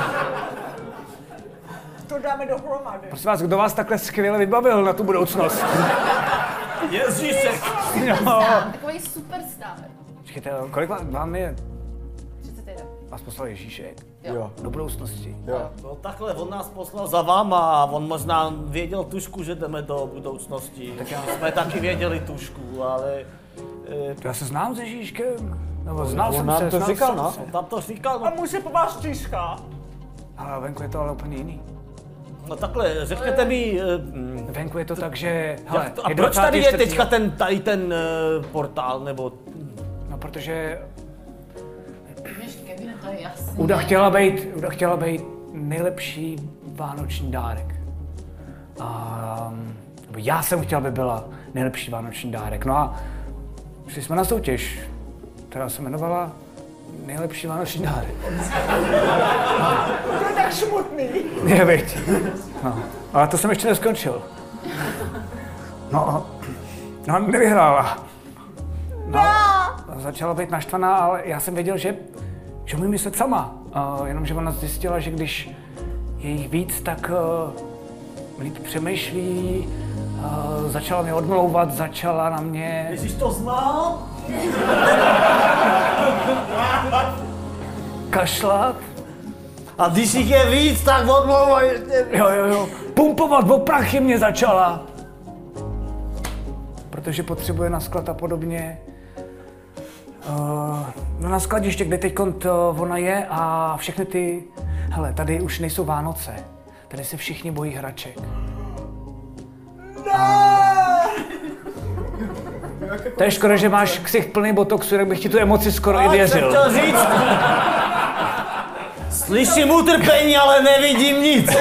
To dáme dohromady. Prosím vás, kdo vás takhle skvěle vybavil na tu budoucnost? Ježíšek! No. Takový superstar. Počkejte, kolik vám, vám je? třicet jedna. Vás poslal Ježíšek? Jo. Do budoucnosti. Jo. No takhle, on nás poslal za váma a on možná věděl tušku, že jdeme do budoucnosti. Tak já jsme taky věděli tušku, ale... E, Já se znám s Ježíškem. Nebo znal on jsem nám se, to znal říkal, jsem no. se. tam to říkal, A no, může po vás tížka. A venku je to ale úplně jiný. no takhle, řekněte mi... E, mm, Venku je to tak, že... Hele, jak to, a je proč tady je dvacátého teďka čtvrtého ten, tady ten e, portál, nebo... No, protože Víš, Kevin, to je jasný. Uda chtěla být, Uda chtěla být nejlepší vánoční dárek. A, nebo já jsem chtěl, aby byla nejlepší vánoční dárek. No a šli jsme na soutěž, která se jmenovala Nejlepší vánoční dárek. To je tak smutný. Je, viď. No, ale to jsem ještě neskončil. No, no nevyhrála. No, začala být naštvaná, ale já jsem věděl, že, že umí myslet sama. Uh, jenomže ona zjistila, že když je jich víc, tak uh, líp přemýšlí, uh, začala mě odmlouvat, začala na mě... Ježíš to znal? kašlat. A když jich je víc, tak odmlouvaj ještě. Jo, jo, jo. Pumpovat o prachy mě začala. protože potřebuje na sklad a podobně. Uh, no na skladiště, kde teď ona je a všechny ty... Hele, tady už nejsou Vánoce. Tady se všichni bojí hraček. To je škoda, že máš ksicht plný botoxu, tak bych ti tu emoci skoro i věřil. Co chtěl říct? Slyším utrpení, ale nevidím nic.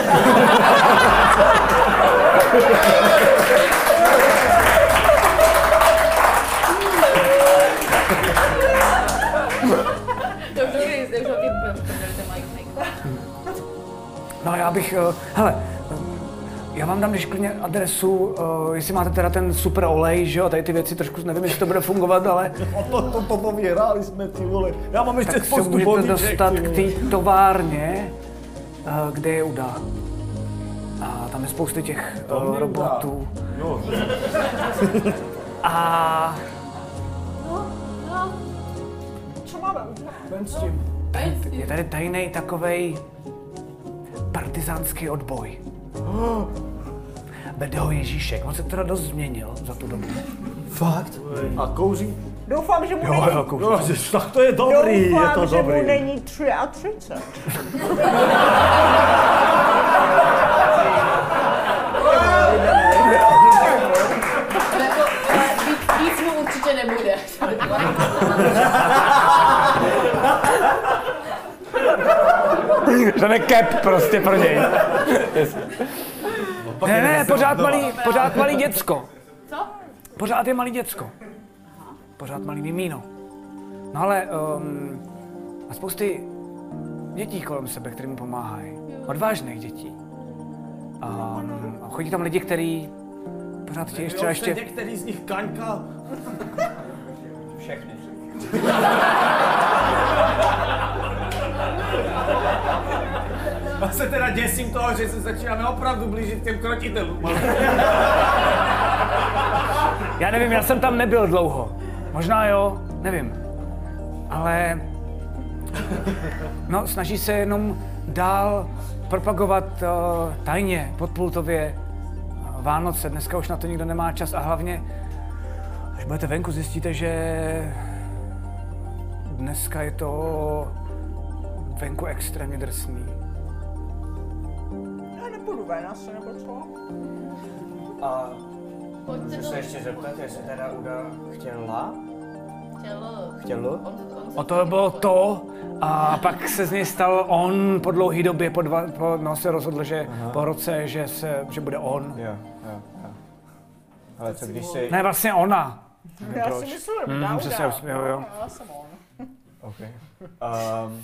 No já bych, uh, hele, um, já vám dám když klidně adresu, uh, jestli máte teda ten super olej, že jo, tady ty věci trošku, nevím, jestli to bude fungovat, ale... A to, to, to, to vyhráli jsme, ty vole. Já mám ještě tak se spoustu můžete bodíček, dostat k té továrně, uh, kde je Uda. A tam je spousty těch uh, robotů. Jo. A... Co máme udělat? Ven s tím. Je tady tajný takovej partizánský odboj. Vede ho Ježíšek, on se teda dost změnil za tu dobu. Fakt? A kouří? Doufám, že mu Jo, není... jo, kouří. Jo, tak to je dobrý, je Doufám, to že dobrý. mu není třicet tři. Víc mu určitě nebude. Ten je cap prostě pro něj. Ne, ne, pořád malý, pořád malý děcko. Co? Pořád je malý děcko. Pořád malý mimíno. No ale um, a spousty dětí kolem sebe, kterým pomáhají. Odvážných dětí. Um, a chodí tam lidi, kteří pořád chtějí ještě, ještě... Některý z nich Kaňka. Všechny. Já se teda děsím toho, že se začínáme opravdu blížit k těm krotitelům. Já nevím, já jsem tam nebyl dlouho. Možná jo, nevím. Ale... No, snaží se jenom dál propagovat uh, tajně, podpultově uh, Vánoce. Dneska už na to nikdo nemá čas a hlavně, až budete venku, zjistíte, že dneska je to venku extrémně drsný. Já nepůjdu ven asi, nebo co? A Pojďte můžu to... se ještě zeptat, jestli teda Uda chtěla? Chtěl... Chtělo? On, on O to bylo to a pak se z něj stal on po dlouhé době, po dva, po, no se rozhodl, že Aha. po roce, že, se, že bude on. Jo, jo, jo. Ale co když si... Ne, vlastně ona. Já Proč? si myslím, že Mm, dá že se Uda. usměl, jo. Já jsem on. Okay. Um,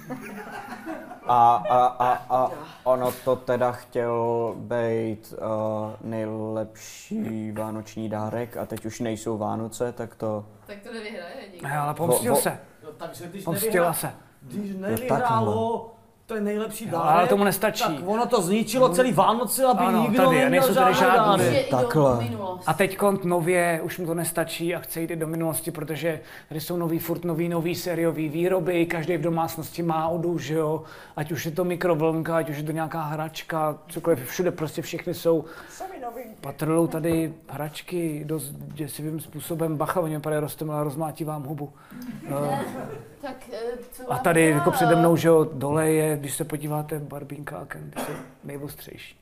a, a, a, a ono to teda chtěl být uh, nejlepší vánoční dárek a teď už nejsou Vánoce, tak to... Tak to nevyhraje nikdo. Ne, ale pomstil Vo- vo- se. No, takže když Pomstila nevyhrá, se. když nevyhrálo, to je nejlepší Jo, dárek, ale tomu nestačí. tak ono to zničilo celý Vánoce, aby Ano, nikdo tady, neměl nejsou tady žádný žádný. dárek. Je i do Takhle. minulosti. A teď kont nově už mu to nestačí a chce jít i do minulosti, protože tady jsou nový, furt nový, nový sériový výroby, každý v domácnosti má Udu, že jo, ať už je to mikrovlnka, ať už je to nějaká hračka, cokoliv, všude prostě všechny jsou. Sami novinky. Patrlou tady hračky dost děsivým způsobem, bacha, oni tady rostem, ale rozmlátí vám hubu. Uh, Tak, eh, co a vám tady dál? jako přede mnou, že jo, dole je, když se podíváte, Barbínka a Ken, ty jsou nejostřejší.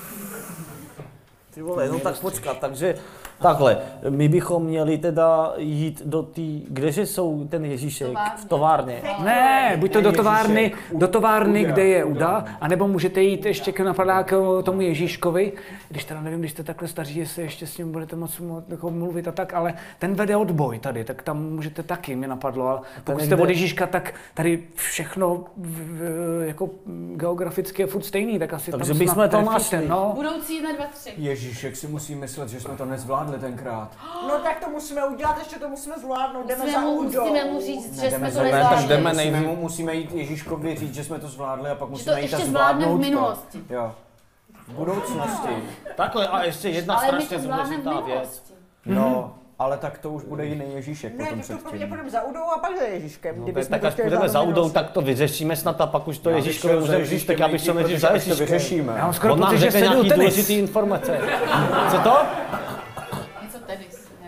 Ty vole, no tak počkat, takže takhle, my bychom měli teda jít do té, kdeže jsou ten Ježíšek, Továrně. v továrně. Ne, buď to do továrny, do továrny, kde je Uda, anebo můžete jít ještě k napadá k tomu Ježíškovi, když teda nevím, když jste takhle staří, jestli ještě s ním budete moc jako mluvit a tak, ale ten vede odboj tady, tak tam můžete taky, mě napadlo, ale pokud jste někde- od Ježíška, tak tady všechno v, v, jako geograficky je furt stejný, tak asi Takže tam bychom snad to trefíte, našli. no. Budoucí jedna, dva, tři. Ježíšek si musí myslet, že jsme to nezvládli tenkrát. No tak to musíme udělat, ještě to musíme zvládnout, jdeme Musíme za mu, Udou. musíme mu říct, že Jdeme jsme za- to ne, nezvládli. jdeme Musíme, nejvíc. mu, musíme jít Ježíškovi říct, že jsme to zvládli a pak Že musíme to jít a ještě zvládneme zvládnout v to. minulosti. Jo. V budoucnosti. Takhle a ještě jedna Ale my strašně to zvládneme v důležitá věc. minulosti. No, ale tak to už bude jiný Ježíšek Ne, potom tak to prvně předtím. půjdeme za Udou a pak za Ježíškem. No, kdybychom tak to až chtěli půjdeme dát za do Udou, minulosti. tak to vyřešíme snad a pak už to Já Ježíškovi bych šel za můžeme říct, Ježíškem tak já bych šel nejdřív, nejdřív za protože až to Ježíškem. vyřešíme. Já mám skoro On nám pocit, že řekne sleduju nějaký tenis. důležitý informace. Co to? Něco tenis.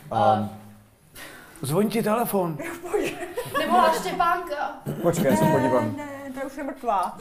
Um, Zvoní ti telefon. Nevolá Štěpánka. Počkej, já se podívám. Ne, to už je mrtvá.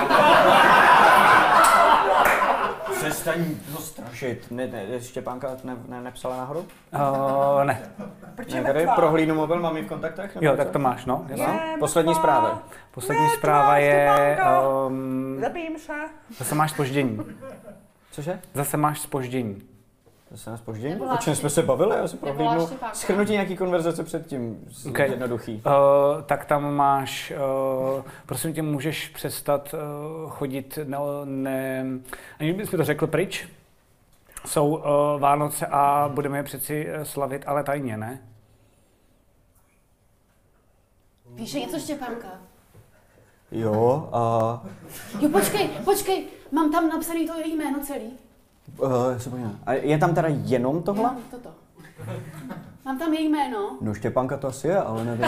Přestaň to strašit. Ne, ne, Štěpánka ne, ne, nepsala náhodou? Uh, ne. Proč Ne, je tady mrtvá? prohlídnu mobil, mám ji v kontaktech? nebo Jo, co? tak to máš, no. Jasně. Je Poslední mrtvá. zprávy. Poslední Mrtvá zpráva je... Štěpánka. Um, Zabijím se. zase máš zpoždění. Cože? Zase máš zpoždění. Zase na zpoždění? Nevolá O čem jsme se bavili? Já si Nevolá prohlídnu. Štěpánka. Schrnutí nějaký konverzace předtím. Okay. Jednoduchý. Uh, tak tam máš, uh, prosím tě, můžeš přestat uh, chodit, ne, ne, aniž bychom to řekl pryč. Jsou uh, Vánoce a budeme je přeci uh, slavit, ale tajně, ne? Píše něco Štěpánka. Jo, a... Jo, počkej, počkej, mám tam napsaný to její jméno celý. Uh, já se podívám. A je tam teda jenom tohle? Jo, toto. Mám tam její jméno. No Štěpánka to asi je, ale nevím.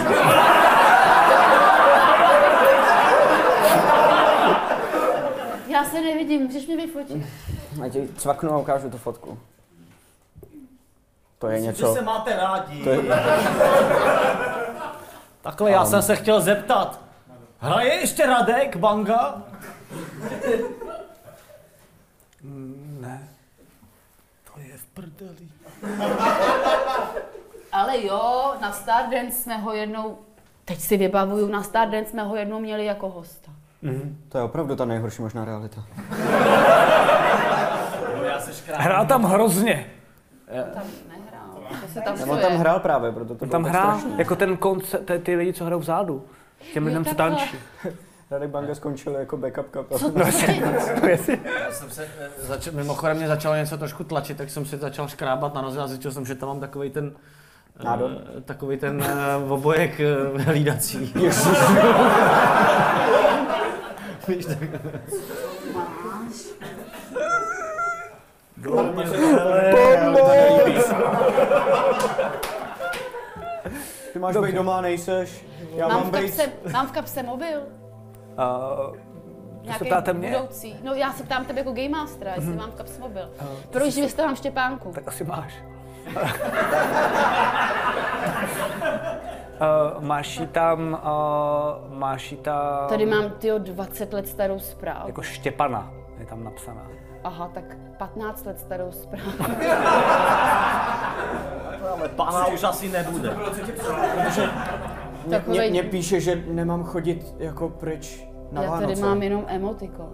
Já se nevidím, můžeš mě vyfotit. Já ti cvaknu a ukážu tu fotku. To je Že něco... se máte rádi. To je... Takhle, já Um. jsem se chtěl zeptat. Hraje ještě Radek, Banga? Ne. To je v prdeli. Ale jo, na Stardance jsme ho jednou, teď si vybavuju, na Stardance jsme ho jednou měli jako hosta. To je opravdu ta nejhorší možná realita. No, já se škrám. Hrál tam hrozně. Tam nehrál, to se tam On tam hrál právě, proto to On bylo tam tak hrál strašný. jako ten koncert, ty, ty lidi, co hrajou vzadu. Těm Jo, lidem, co takhle. tančí. Radek Banga skončil jako backup kapela. Co to je? To je si... Já jsem se, eh, začal, mimochodem mě začalo něco trošku tlačit, tak jsem si začal škrábat na noze a zjistil jsem, že tam mám takovej ten... eh, Nádor? Takový ten uh, obojek uh, hlídací. Víš, tak... Ty máš být doma, nejseš. Já Mám mám v, být... kapse, mám v kapse mobil. Uh, Nějaký ptáte mě? budoucí. No já se ptám tebe jako Game Mastera, jestli mám v kapse mobil. Proč vystavám Štěpánku? tak asi máš. Uh, máš jí tam, uh, máš jí tam... Tady mám tyjo dvacet let starou zprávu. Jako Štěpana je tam napsaná. Aha, tak patnáct let starou zprávu. Ale pána už asi nebude. Mě, Takovej- mě, mě píše, že nemám chodit jako pryč na Já Vánoce. tady mám jenom emotikon.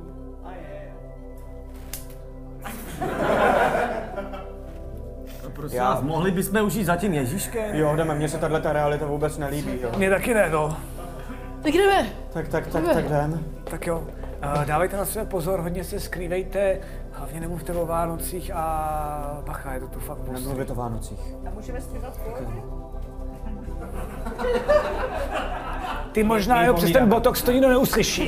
Prosím Já- vás, mohli bychom už jít za tím Ježíškem? Jo, jdeme, mně se tahle ta realita vůbec nelíbí, jo. Mně taky ne, no. Tak jdeme. Tak, tak, tak, tak jdem. Tak jo, uh, dávejte na sebe pozor, hodně se skrývejte, hlavně nemluvte o Vánocích a bacha, je to tu fakt prostě. Nemluvit o Vánocích. A můžeme střídat kolegy? Ty možná, jo, přes ten botox to nikdo neuslyší.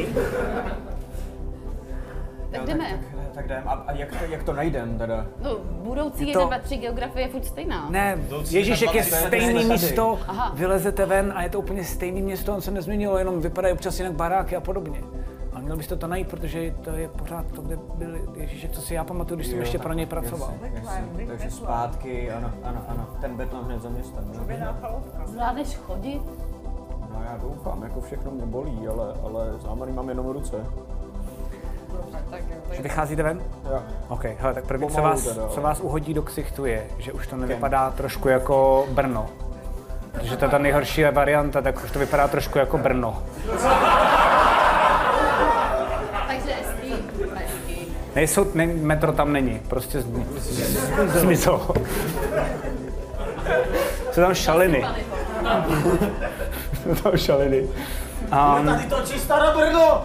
Tak jdeme. Tak, tak jdem. A, a jak, to, jak to najdem teda? No, budoucí Je to- jedna, dva, tři geografie je furt stejná. Ne, Ježíšek je stejný místo, Aha. vylezete ven a je to úplně stejný město, on se nezměnilo, jenom vypadají občas jinak baráky a podobně. Ale měl byste to najít, protože to je pořád to, kde byl Ježíšek, co si já pamatuju, když jsem ještě pro něj pracoval. Jasně, takže zpátky, ano, ano, ano. Ten Betlehem hned za městem. no. Zvládneš chodit? No já doufám, jako všechno mě bolí, ale, ale zámary mám jenom v ruce. Že vycházíte ven? Jo. OK, hele, tak první, co Pomalu vás, teda, ale- co vás uhodí do ksichtu je, že už to nevypadá trošku jako Brno. Protože to je ta nejhorší varianta, tak už to vypadá trošku jako Brno. Takže eský. Eský. Nejsou, ne, metro tam není, prostě z- z- zmizelo. Jsou tam šaliny. Jsou tam šaliny. Um, Tady točí Staré Brno!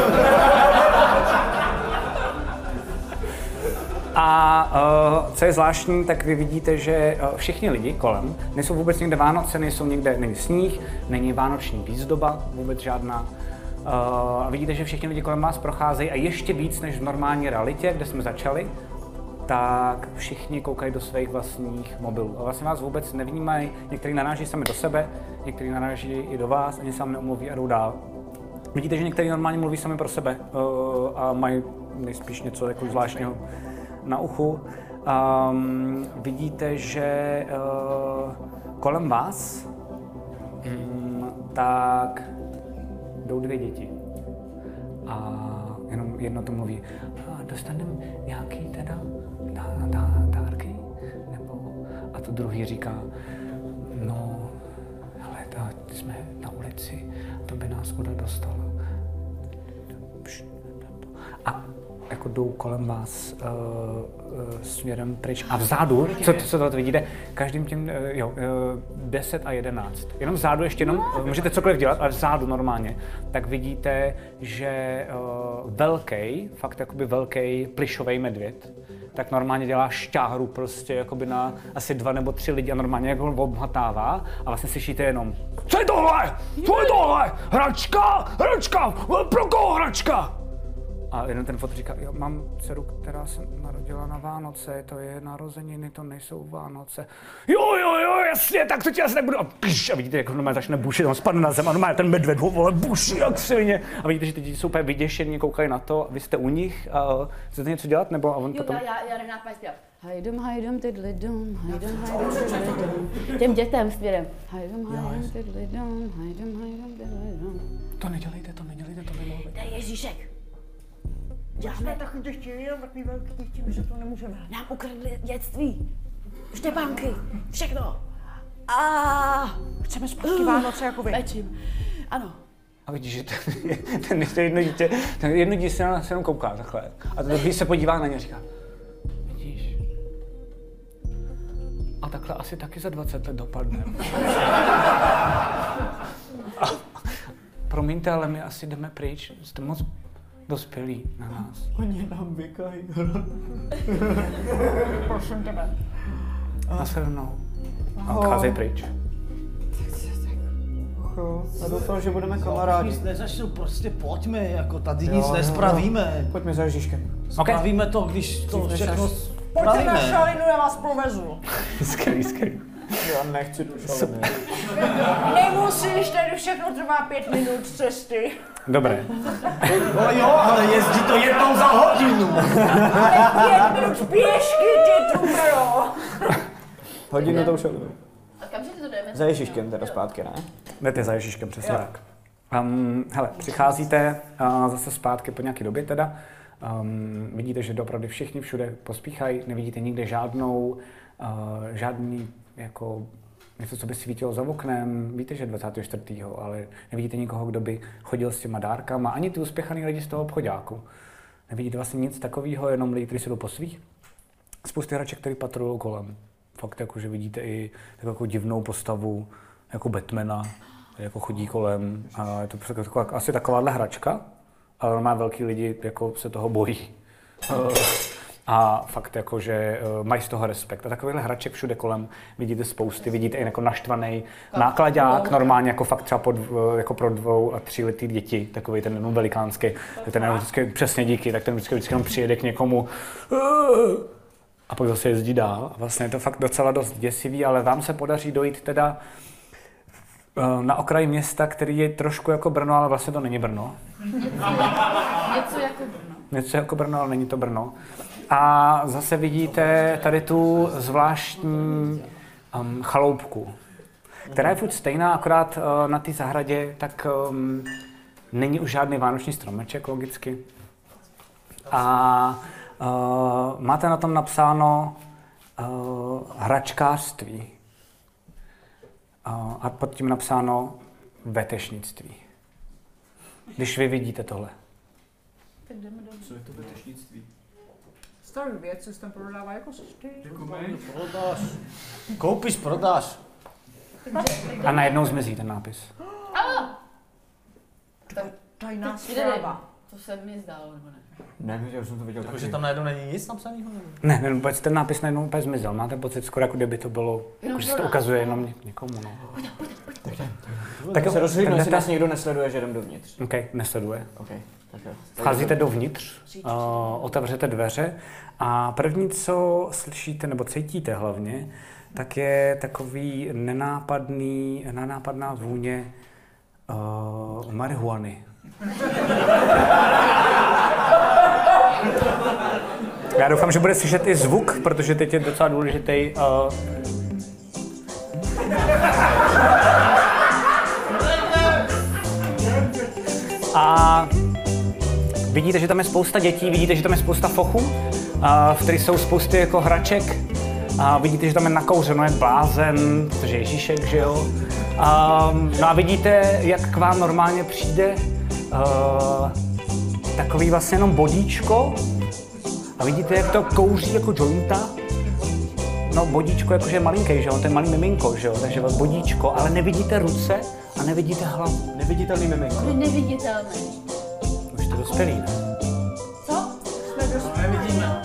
A uh, co je zvláštní, tak vy vidíte, že uh, všichni lidi kolem nejsou vůbec někde Vánoce, nejsou někde, není sníh, není vánoční výzdoba, vůbec žádná. Uh, a vidíte, že všichni lidi kolem vás procházejí a ještě víc než v normální realitě, kde jsme začali, tak všichni koukají do svých vlastních mobilů. A vlastně vás vůbec nevnímají, někteří naráží sami do sebe, někteří naráží i do vás, ani sám neumluví a jdou dál. Vidíte, že někteří normálně mluví sami pro sebe uh, a mají nejspíš něco jako zvláštního na uchu. Um, vidíte, že uh, kolem vás um, tak jdou dvě děti. A jenom jedno to mluví. A dostaneme nějaký teda dá, dá, dárky? Nebo... A to druhý říká, no, hele, ta, jsme na ulici, to by nás kuda dostalo. A jako jdou kolem vás uh, uh, směrem pryč. A vzadu, co, co to vidíte, každým těm, uh, jo, uh, deset a jedenáct. Jenom vzadu ještě jenom, uh, můžete cokoliv dělat, ale vzadu normálně. Tak vidíte, že uh, velký, fakt jakoby velký plyšový medvěd, tak normálně dělá šťáru prostě jakoby na asi dva nebo tři lidi a normálně jako ho obhatává a vlastně slyšíte jenom co je tohle? Co je tohle? Hračka? Hračka? Pro koho hračka? A jeden ten fotr říká, jo, mám dceru, která se narodila na Vánoce, to je narozeniny, to nejsou Vánoce. Jo, jo, jo, jasně, tak to ti asi tak budu. A, pš, a vidíte, jak normálně začne bušit, on spadne na zem a normálně ten medvěd ho vole buší jak silně. A vidíte, že ty děti jsou úplně vyděšení, koukají na to, a vy jste u nich a chcete něco dělat, nebo a on jo, potom... já, já, já nenápadně zpěvat. Hajdum, hajdum, tydli dum, hajdum, hajdum, tydli dum. Těm dětem směrem. Hajdum, hajdum, tydli dum, hajdum, hajdum, tydli dum. To nedělejte, to nedělejte, to nedělejte. To je Ježíšek. Jsme taky děti, jenom takový velký děti, my se to nemůžeme. Nám ukradli dětství, štěpánky, všechno. A chceme zpátky Vánoce jako vy. Pečím. Ano. A vidíš, že ten, ten, ten jedno dítě, ten jedno dítě se na se jenom kouká takhle. A ten druhý se podívá na ně a říká, vidíš, a takhle asi taky za dvacet let dopadne. A, promiňte, ale my asi jdeme pryč, jste moc dospělí na nás. Oni nám vykají. Prosím tebe. Nashledanou. A odcházej pryč. Já doufám, že budeme kamarádi. Nic nezačnu, prostě pojďme, jako tady nic nespravíme. Pojďme za Ježíškem. Spravíme to, když to všechno Pojďte na spravíme. šalinu, já vás provezu. Skvělý, skvělý. Já nechci tu šalinu. Nemusíš, tady všechno trvá pět minut cesty. Dobré. No jo, ale jezdí to jednou za hodinu. Ale pět minut pěšky, ty trubero. Hodinu tou šalinu. A kam si to jdeme? Za Ježíškem teda zpátky, ne? Jdete za Ježíškem, přesně tak. Um, hele, přicházíte uh, zase zpátky po nějaké době teda. Um, vidíte, že opravdu všichni všude pospíchají, nevidíte nikde žádnou, uh, žádný jako něco, co by svítilo za oknem. Víte, že dvacátého čtvrtého ale nevidíte nikoho, kdo by chodil s těma dárkama, ani ty uspěchaný lidi z toho obchodáku. Nevidíte vlastně nic takového, jenom lidi, kteří se jdou po svých. Spousty hraček, který patrují kolem. Fakt jako, že vidíte i takovou jako divnou postavu, jako Batmana, jako chodí kolem. A je to taková, asi takováhle hračka, ale normálně velký lidi jako se toho bojí. A fakt jako, že mají z toho respekt. A takovýchhle hraček všude kolem vidíte spousty, vidíte i jako naštvaný nákladák, normálně jako fakt třeba pod, jako pro dvou a tři letý děti, takový ten jenom velikánský, ten vždycky přesně díky, tak ten vždycky, vždycky jenom přijede k někomu a pak zase jezdí dál. A vlastně je to fakt docela dost děsivý, ale vám se podaří dojít teda na okraj města, který je trošku jako Brno, ale vlastně to není Brno. Něco jako Brno. Něco jako Brno, ale není to Brno. A zase vidíte tady tu zvláštní um, chaloupku, která je furt stejná, akorát uh, na té zahradě, tak um, není už žádný vánoční stromeček logicky. A uh, máte na tom napsáno uh, hračkářství. Uh, a pod tím napsáno vetešnictví. Když vy vidíte tohle. Tak jdeme domů. Co je to vetešnictví? Starý věci se tam prodává jako sty. Prodáš. Koupíš, prodáš. A najednou zmizí ten nápis. Tajná zpráva. To se mi zdálo, nebo ne? Ne, já jsem to viděl Jako, taky. že tam najednou není nic napsaného? Ne, ne, vůbec ten nápis najednou úplně zmizel. Máte pocit skoro, jako kdyby to bylo, jako, že se to ukazuje jenom ně- někomu, no. Tak jo, se rozhodnu, tak jestli jdete- nás někdo nesleduje, že jdem dovnitř. OK, nesleduje. OK, tak jo. Vcházíte dovnitř, uh, otevřete dveře a první, co slyšíte nebo cítíte hlavně, tak je takový nenápadný, nenápadná vůně uh, marihuany. Já doufám, že bude slyšet i zvuk, protože teď je docela důležitý. Uh... A vidíte, že tam je spousta dětí, vidíte, že tam je spousta fochů, uh, v kterých jsou spousty jako hraček. A vidíte, že tam je nakouřeno jak blázen, protože Ježíšek, že jo. Um, no a vidíte, jak k vám normálně přijde uh, takový vlastně jenom bodíčko. A vidíte, jak to kouří jako jointa. No bodíčko jakože je malinký, že jo, to je malý miminko, že jo, takže bodíčko, ale nevidíte ruce a nevidíte hlavu. Neviditelný miminko. On je neviditelný. Už to dospělý, ne? Co? Jsme dospělí. Nevidíme.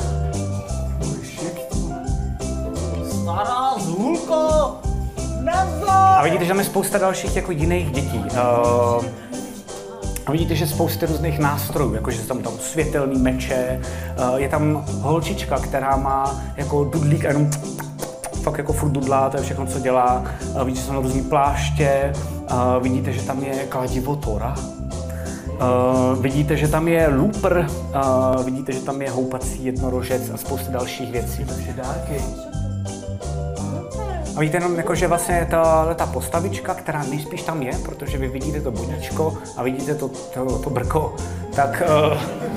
Stará zhůlko! Nezo! A vidíte, že tam je spousta dalších jako jiných dětí. Uh, a vidíte, že spousty různých nástrojů, jakože jsou tam, tam světelný meče, uh, je tam holčička, která má jako dudlík a jenom fakt jako furt dudlá, to je všechno, co dělá. Uh, vidíte, že jsou tam různý pláště, uh, vidíte, že tam je kladivo Tora. Uh, vidíte, že tam je looper, uh, vidíte, že tam je houpací jednorožec a spousta dalších věcí. Takže dárky. A víte jenom, jako, že vlastně ta, ta postavička, která nejspíš tam je, protože vy vidíte to bodíčko a vidíte to, to, to brko, tak... Uh...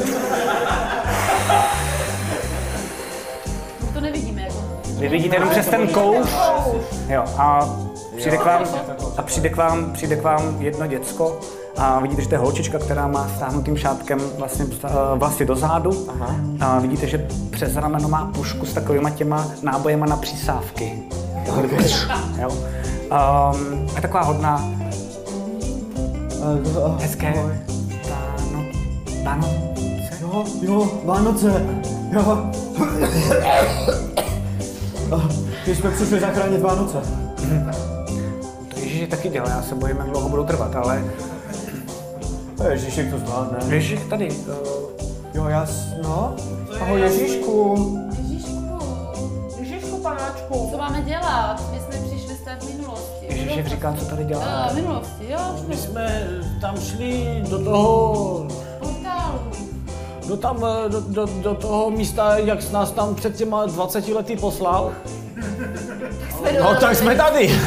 To nevidíme jako. Vy vidíte jenom přes ten kouř. Jo, a přijde k vám, a přijde k vám, přijde k vám jedno děcko a vidíte, že to je holčička, která má stáhnutým šátkem vlastně vlasy do zádu. Aha. A vidíte, že přes rameno má pušku s takovýma těma nábojema na přísávky. Jo. Um, je taková hodná, hezké Váno, Vánoce. Jo, jo, Vánoce, jo. My jsme přišli zachránit Vánoce. To Ježíšek taky dělá, já se bojím, jak dlouho budou trvat, ale... Ježíšek to zvládne. Ježíšek tady. Uh... Jo, jas, no. Ahoj Ježíšku. Ježíšku. Ježíšku, panáčku. Co máme dělat? My jsme přišli z té minulosti. Ježíšek říká, co tady dělá. Uh, minulosti, jo. My jsme tam šli do toho... Portálu. Do, tam, do, do, do toho místa, jak jsi nás tam před těma dvaceti lety poslal. No tak jsme tady.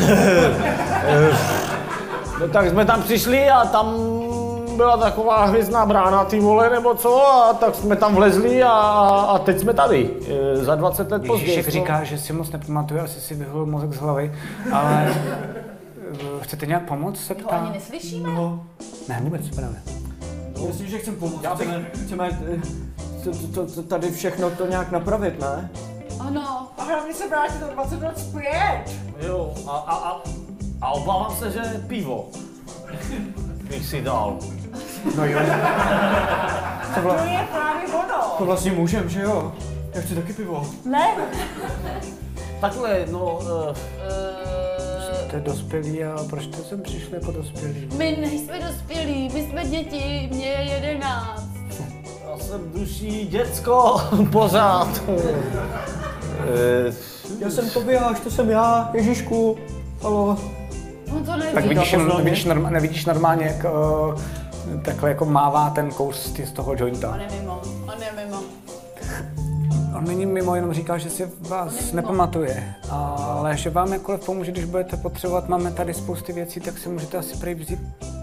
No tak jsme tam přišli a tam byla taková hvězdná brána, ty vole, nebo co, a tak jsme tam vlezli a, a teď jsme tady, e, za dvacet let později. Ježíšek říká, že si moc nepamatuje, asi si vyhul mozek z hlavy, ale chcete nějak pomoct, se ptá? To ani neslyšíme? No. Ne, vůbec právě. Myslím, že chcem pomoct, chceme, chceme to, to, to, tady všechno to nějak napravit, ne? Ano. A hlavně se vrátit o dvacet let zpět. Jo, a, a, a, a obávám se, že pivo bych si dal. No jo. To, vla... To je právě ono. to vlastně můžem, že jo? Já chci taky pivo. Ne. Takhle, no... Uh... Jste dospělí a proč jste sem přišli jako dospělí? My nejsme dospělí, my jsme děti, mě je jedenáct. Já jsem duší děcko, pořád. Já jsem Tobiáš, to jsem já, Ježíšku. Halo. On to neví. Tak vidíš, nevidíš, norm, nevidíš normálně, jak uh, takhle jako mává ten kous z toho jointa. On je mimo, on je mimo. On není mimo, jenom říká, že si vás nepamatuje, ale že vám jakkoliv pomůže, když budete potřebovat. Máme tady spousty věcí, tak si můžete asi prej vzít.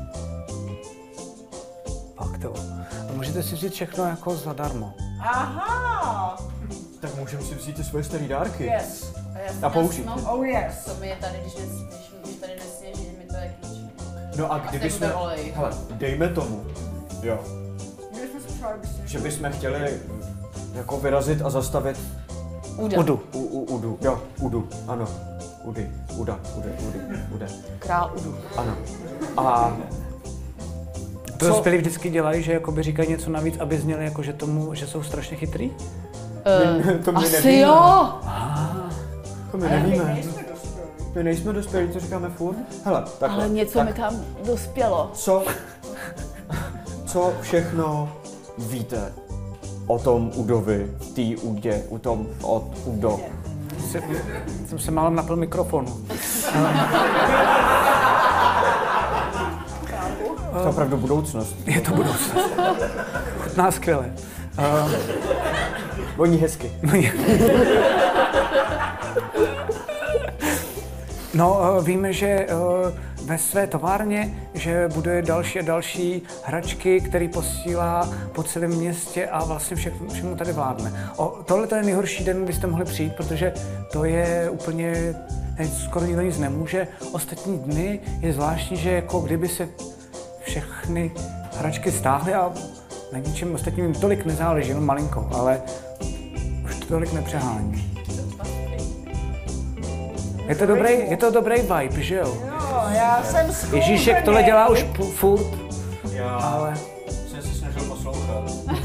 Fakt to. Můžete si vzít všechno jako zadarmo. Aha. Tak můžeme si vzít ty svoje staré dárky. Yes. A použít. No, Oh yes. to mi je tady, když, nes, když, když tady nesněží, mi to je k ničemu. No a kdyby jsme, bude olej. hele, dejme tomu, jo, Když jsme se přáli, byste... že bychom chtěli jako vyrazit a zastavit Uda. Udu. u, u, Udu, jo, Udu, ano, Udy, Uda, Ude, Udy, Ude, Král Udu. ano. A To dospělí vždycky dělají, že jakoby říkají něco navíc, aby zněli jako, že, tomu, že jsou strašně chytrý? Uh, to my asi nevíme. jo. To my nevíme. My nejsme dospělí, to říkáme furt. Hele, takhle. Ale něco tak mi tam dospělo. Co, co všechno víte o tom Udovi, tý Udě, u tom od Udo? Jsem, jsem se málem napil mikrofonu. To je opravdu budoucnost. Je to budoucnost. Chutná skvěle. Uh, Voní hezky. No, víme, že ve své továrně, že buduje další a další hračky, který posílá po celém městě a vlastně všechno, všechno tady vládne. O, tohle to je nejhorší den, kdy jste mohli přijít, protože to je úplně, skoro nikdo nic nemůže. Ostatní dny je zvláštní, že jako kdyby se všechny hračky stáhly a na ničem ostatním jim tolik nezáleží, jenom malinko, ale už to tolik nepřehání. Je to dobrý, je to dobrý vibe, že jo? Jo, já jsem zkoupený. Ježíšek tohle dělá už p- furt, Já ale... jsem se snažil poslouchat.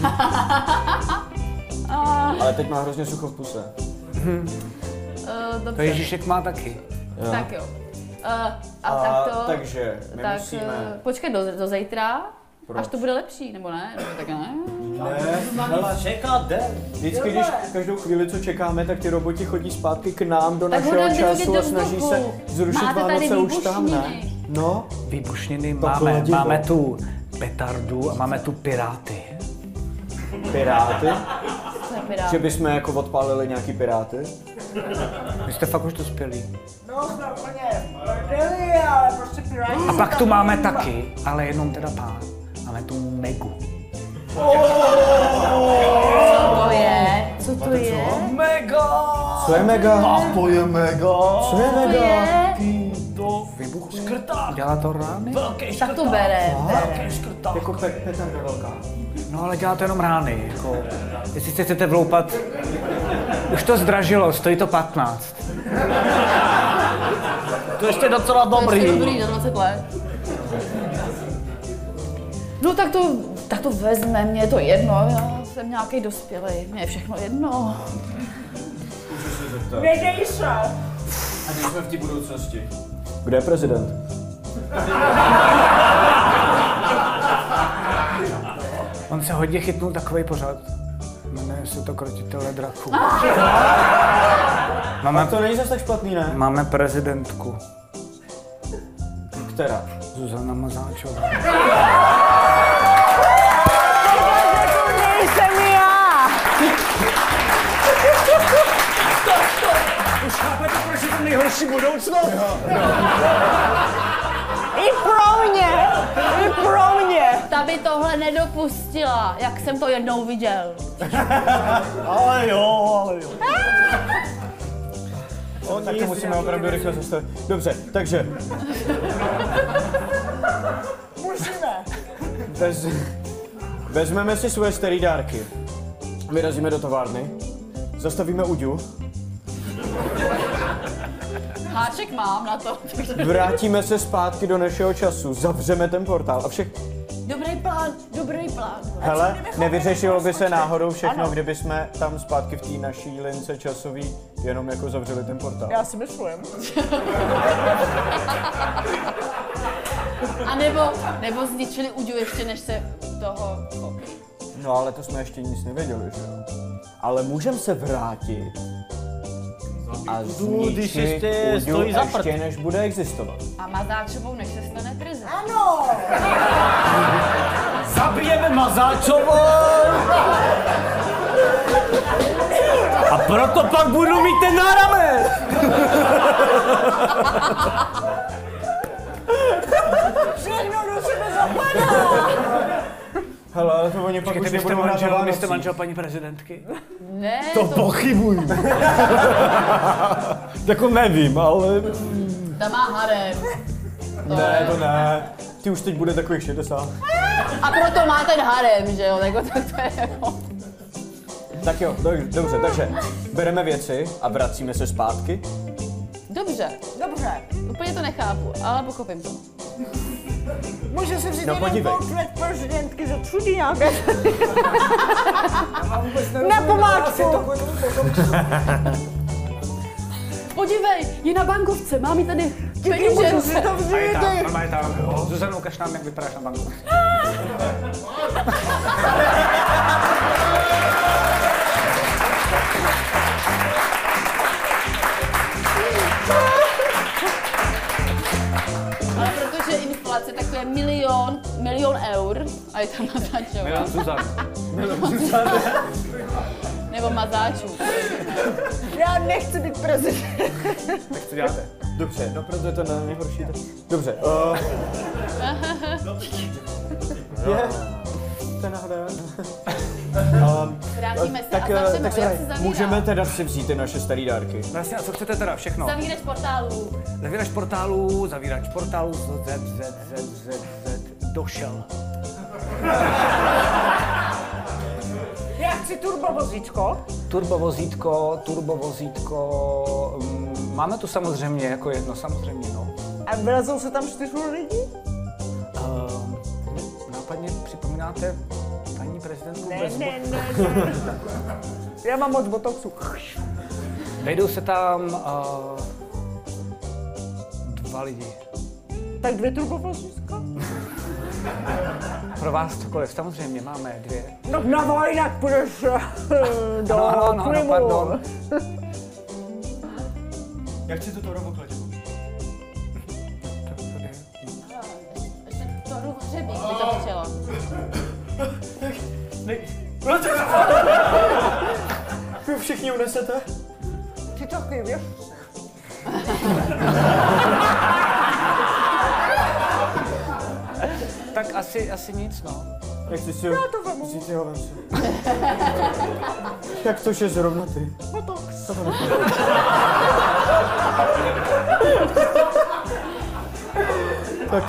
Ale teď má hrozně sucho v puse. Uh, To dobře, Ježíšek má taky. Jo. tak jo. Uh, a, A tak to... takže my tak musíme... uh, počkej do, do zítra, Proč? až to bude lepší, nebo ne? Nebo tak ne? Ne, hele, Čeká den. vždycky, když každou chvíli, co čekáme, tak ty roboti chodí zpátky k nám do Tak našeho budeme času do a snaží vzduchu. se zrušit Máte tady Vánoce už tam, ne? výbušniny. No, Výbušniny To máme, kladivo. máme tu petardu a máme tu piráty. piráty. To je pirát. Že bychom jako odpálili nějaký piráty. Vy jste fakt už dospělí. No, jsme úplně prdeli, ale prostě piráti. A pak tu máme taky, ale jenom teda pár. Máme tu Megu. Co to je? Co to je? Mega! Co je mega? To je mega! Co je To mega? je? To Vybuchuje. škrták! Dělá to rány? Velký Tak škrták! to bere. Velký škrták! Jako pe- petarda velká. No ale dělá to jenom rány, jako... Jestli se chcete vloupat... Už to zdražilo, stojí to patnáct. To ještě docela To je dobrý. dobrý za dvacet let. No tak to, tak to vezme, mně je to jedno, já jsem nějaký dospělý, mně je všechno jedno. Nedej se. A teď jsme v té budoucnosti. Kde je prezident? On se hodně chytnul takovej pořad. Jmenuje se to Krotitele draků. A Máme, to není zase tak špatný, ne? máme prezidentku. Která? Zuzana Mazáčová. Nejsem já. Už chápete, proč je to nejhorší budoucnost? I pro mě. I pro mě. Ta by tohle nedopustila, jak jsem to jednou viděl. Ale jo, ale jo. Tak to musíme opravdu rychle zastavit. Dobře, takže... Musíme. Vez... Vezmeme si svoje staré dárky. Vyrazíme do továrny. Zastavíme Uďu. Háček mám na to. Vrátíme se zpátky do našeho času. Zavřeme ten portál a všech... Dobrý plán, dobrý plán. Hele, nevyřešilo by se náhodou všechno, kdyby jsme tam zpátky v té naší lince časový jenom jako zavřeli ten portál. Já si myslím. A nebo, nebo zničili Uďu ještě, než se toho chopí. No ale to jsme ještě nic nevěděli, že jo? Ale můžeme se vrátit a když zničit ještě Uďu stojí za prd. ještě než bude existovat. A Mazáčovou, než se stane prezident. Ano. Zabijeme Mazáčovou! A proto pak budu mít ten náramek! Všechno do sebe zapadá. Hele, ale to oni pak už Vy jste nebudou hrát manžel, na vy jste Vánocích. manžel paní prezidentky? Ne, To pochybuju. Jako nevím, ale... ta má harem. To Ne, je. to ne. Ty už teď bude takových šedesát. A proto má ten harem, že jo, jako tak to je jako... Tak jo, do- dobře, takže bereme věci a vracíme se zpátky. Dobře, Dobře. úplně to nechápu, ale pochopím to. Může se vzít No, jenom podívej. portrét prezidentky za třudy nějaké. Na památku. Podívej, je na bankovce, mám ji tady Můžu penížence. si to vzít. A je tam, normálně tam. Zuzano, ukaž nám, jak vypadáš na banku. Ale protože je inflace, tak to je milion, milion eur a je tam Mazáčová. Milan Zuzan. Nebo Nebo mazáčů. Já nechci být prezident. Tak co děláte? Dobře, no proto je to na nejhorší. Dobře. Uh... je. To je náhoda. um, Vrátíme se tak, a zavřeme, tak jak se se zavírá. můžeme teda si vzít ty naše staré dárky. Vlastně, a co chcete teda všechno? Zavírač portálů. Zavírač portálů, zavírač portálů, z, z, z, z, z, z, došel. Já chci turbovozítko. Turbovozítko, turbovozítko, mm, máme tu samozřejmě jako jedno, samozřejmě, no. A vylezou se tam čtyři lidi? Uh, nápadně připomínáte paní prezidentku Ne, bez ne, bo- ne, ne. Já mám moc botoxu. Vejdou se tam uh, dva lidi. Tak dvě turbovozítka? Pro vás cokoliv, samozřejmě, máme dvě. No na vojnak půjdeš do Ano, ano, ano, Krymu. pardon. Jak chci to rovokladě? To jdu hřebík, by to chtělo. Vy všichni unesete? Ty taky, víš? Tak asi, asi nic, no. Jak ty si ho... Já to vemu. Vzít si ho vem si. Jak to, že zrovna ty? Botox. Co to nechám? Tak...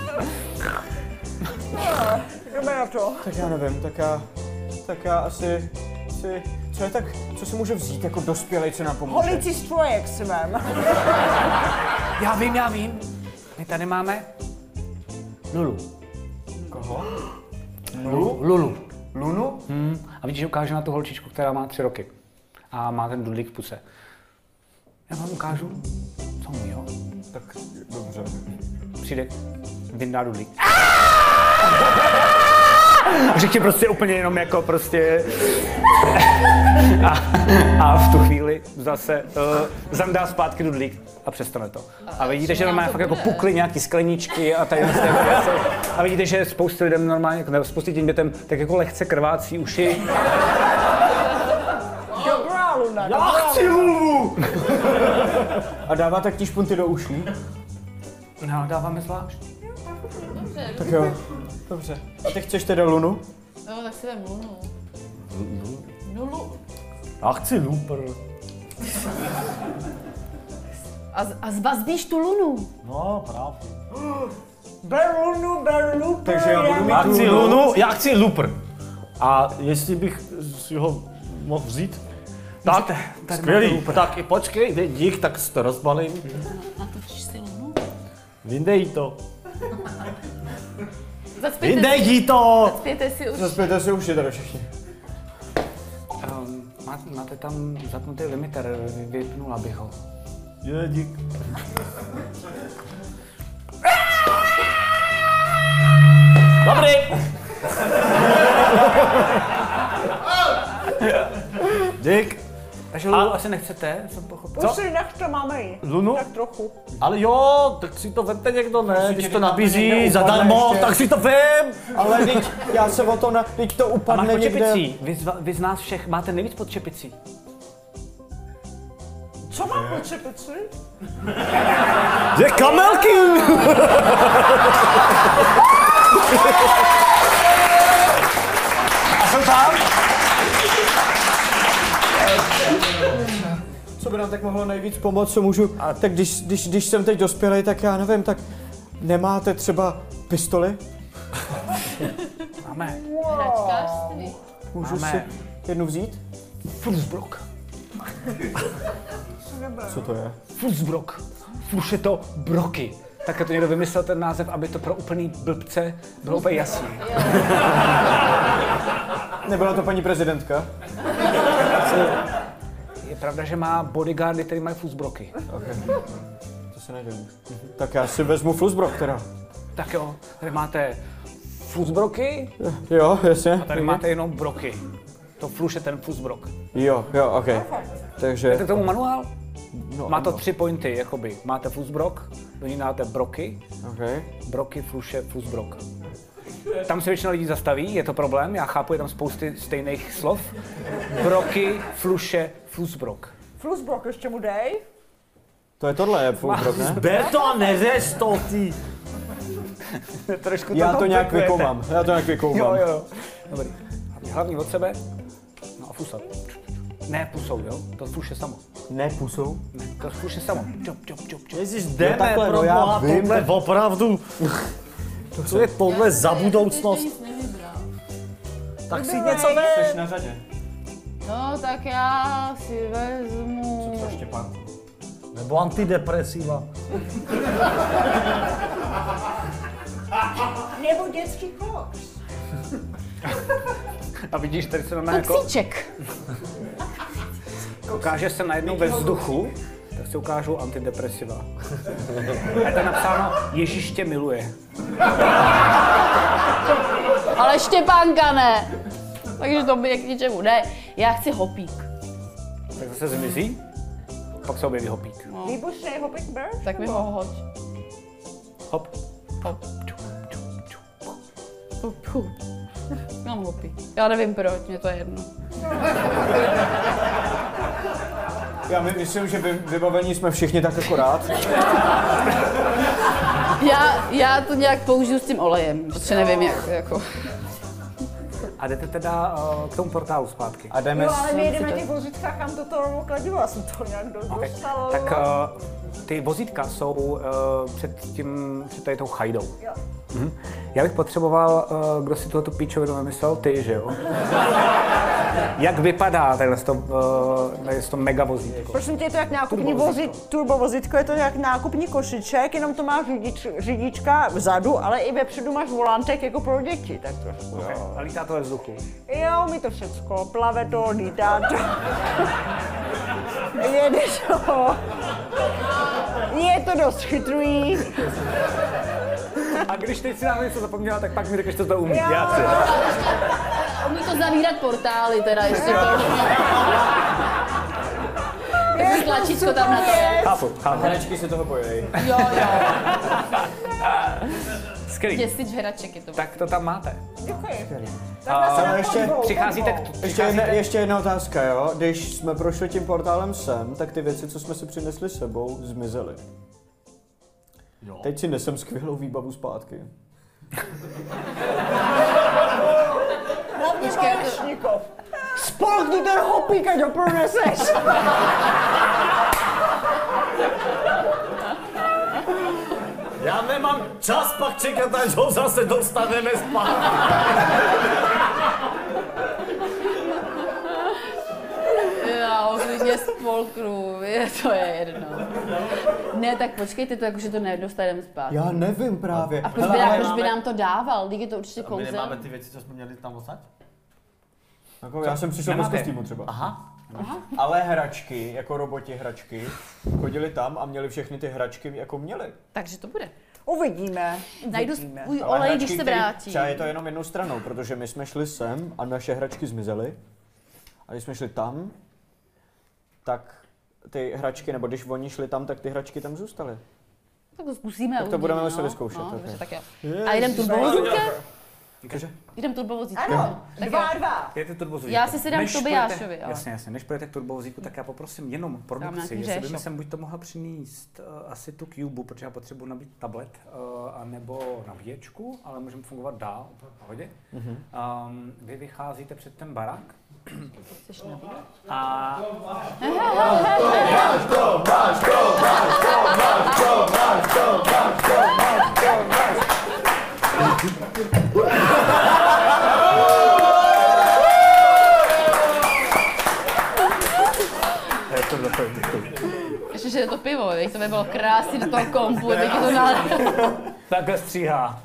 Jdeme na to. Tak já nevím, tak já... Tak já asi... Si, co je tak... Co si může vzít jako dospělej, co nám pomůže? Holící strojek si vem. Já vím, já vím. My tady máme Lulu. Koho? Lulu? Lulu. Lunu? Hmm. A vidíš, že ukážu na tu holčičku, která má tři roky. A má ten dudlík v puse. Já vám ukážu, co umí, jo? Tak dobře. Přijde, vyndá dudlík. Řekni prostě úplně jenom jako prostě... a, a v tu chvíli zase uh, zandá zpátky dudlík a přestane to. A vidíte, že normálně fakt jako pukly nějaký skleničky a tady věci. A vidíte, že spousty lidem normálně, nebo spousty těm dětem tak jako lehce krvácí uši. Dobrá, Luna, Já chci Lulu! A dává tak ti špunty do uší? No, dáváme zvlášť. Dobře, Tak jo. Dobře. A ty chceš teda Lunu? no, tak si vem Lunu. Lulu. Já chci Looper. A, z- a zbazdíš tu Lunu. No, právě. ber Lunu, ber Looper. Takže já budu mít Já chci Lunu. Lunu, já chci Looper. A jestli bych si ho mohl vzít? Tak, tady máte skvělý. Looper. Tak i počkej, dej, dík, tak si to rozbalím. Natočíš si Lunu? Vyndej to. Zacpějte, Vyndej jí to! zacpějte si už. Zaspějte si uši teda všichni. Um, máte, máte tam zapnutý limiter, vy- vypnula bych ho. Je, dík. Dobrý! Dík. Takže Lulu asi nechcete, jsem pochopil. Už si nech to, máme ji. Lunu? Tak trochu. Ale jo, tak si to vemte někdo, ne? Když to někdo nabízí upadne zadarmo, ještě. tak si to vem! Ale teď já se o to na... Teď to A máš upadne pod někde... čepicí. Vy, z, vy z nás všech máte nejvíc pod čepicí. Co mám po čepici? Je kamelky! A jsou tam? Co by nám tak mohlo nejvíc pomoct, co můžu... A tak když, když, když jsem teď dospělej, tak já nevím, tak nemáte třeba pistoli? Máme. Hračkářství. Můžu Máme. si jednu vzít? Fullsbrock. Co to je? Fullsbrock. Už je to broky. Tak to někdo vymyslel ten název, aby to pro úplný blbce bylo úplně jasný. Nebyla to paní prezidentka? Je pravda, že má bodyguardy, který mají fullsbroky. Okay. To se nevím. Tak já si vezmu Flusbrock teda. Tak jo, tady máte fullsbroky Jo, jasně. a tady máte jenom broky. To fluš je ten fullsbrock. Jo, jo, ok. Takže... Máte k tomu manuál? No, Má to ano. tři pointy, jakoby. Máte fullsbrock, do ní dáte broky, Okay. broky, fluše, fullsbrock. tam se většina lidí zastaví, je to problém, já chápu, je tam spousty stejných slov. Broky, fluše, flusbrok. Flusbrok ještě mu dej. To je tohle, je Flusbrok, ne? Ber to a neřeš to, ty. Trošku Já to nějak komplikujete. vykoumám, já to nějak vykoumám. Jo, jo. Dobrý. Hlavní od sebe. No a fusat. Ne pusou, jo? To fluše samo. Ne pusou? Ne, to fluše samo. Čop, čop, čop, čop. Ježíš, jdeme, takhle, pro no já boha, vím. tohle opravdu. Co je tohle za budoucnost? Tak si něco ne. Jsi na řadě. No tak já si vezmu... Co Štěpán? Nebo antidepresiva. Nebo dětský koks. A vidíš, tady se na mě jako Koksíček. ukáže se najednou ve vzduchu, tak se ukážou antidepresiva. A je tam napsáno Ježíš tě miluje. Ale Štěpánka ne. Takže to by k ničemu ne. Já chci hopík. Tak zase zmizí, pak se objeví hopík. No. Výbušný hopik ber? Tak mi ho hoď. Hop. Hop. Puh. Mám hopík. Já nevím proč, mě to je jedno. Já my, myslím, že vy, vybavení jsme všichni tak akorát. Já, já to nějak použiju s tím olejem, protože nevím jak, jako. A jdete teda uh, k tomu portálu zpátky. A jdeme Jo, s... ale my jedeme na těch vozítkách, kam to toho kladivo, já jsem to nějak do, Okay. dostal. Tak uh, ty vozítka jsou uh, před tím, před tady tou chajdou. Jo. Mhm. Já bych potřeboval, uh, kdo si tuhle tu píčovinu vymyslel, ty, že jo? Jak vypadá tadyhle to, uh, to mega vozítko? Prosím tě, je to jak nákupní vozit, turbovozítko, je to jak nákupní košiček, jenom to má řidič, řidička vzadu, ale i vepředu máš volantek jako pro děti, tak trošku, Okay. jo. A lítá to ve vzduchu. Jo, umí to všecko, plave to, lítá to. Jede to. Je to dost chytrý. A když teď si nám něco zapomněla, tak pak mi řekneš, co to umí. Jo. Já chci. Umí to zavírat portály teda ještě to. Takový tlačítko tam na to je. Chápu, chápu. Hračky si toho bojí. Jo, jo. Skvělý. Děsič hraček je to. Tak to tam máte. Děkuji. Ale ještě, Přicházíte k... ještě, jedna, ještě jedna otázka, jo? Když jsme prošli tím portálem sem, tak ty věci, co jsme si přinesli s sebou, zmizely. Jo. Teď si nesem skvělou výbavu zpátky. Hlavně Marešníkov. Spolkni ten hopík, ať ho proneseš. Já nemám čas pak čekat, až ho zase dostaneme zpátky. Já ho klidně spolknu, je to je jedno. Ne, tak počkejte to, jakože to nedostaneme zpátky. Já nevím právě. A proč by, nám, proč by nám to dával? Díky to určitě My kouzel. nemáme ty věci, co jsme měli tam odsaď? Jako, já jsem přišel bez Nemáte? kostýmu třeba. Aha. Ale hračky, jako roboti hračky, chodili tam a měli všechny ty hračky, jako měli. Takže to bude. Uvidíme. Najdu Uvidíme. svůj Ale olej, hračky, když se který- vrátí. Třeba je to jenom jednou stranou, protože my jsme šli sem a naše hračky zmizely. A když jsme šli tam, tak ty hračky, nebo když oni šli tam, tak ty hračky tam zůstaly. Tak to zkusíme. Tak to uvidíme, budeme no. muset vyzkoušet, No, ok. dobře, tak jo. A jdem turbovozítkem? Jakože? Jdem turbovozítkem. Ano, Tak dva jo. a dva. Jdete turbovozítko. Já si si dám Než Tobiášovi, půjdete- ale- Jasně, jasně. Než půjdete k turbovozítku, tak já poprosím jenom produkci, nějaký jestli by mi řešok. sem buď to mohla přinést uh, asi tu Cube, protože já potřebuji nabít tablet, uh, anebo nabíječku, ale můžeme fungovat dál, v pohodě. Mm-hmm. Um, vy vycházíte před ten barák. A je to dobré, děkuji. Ještě, že je to pivo, víš, to by bylo krásný do toho kompu, teď je to nádherné. Takhle stříhá.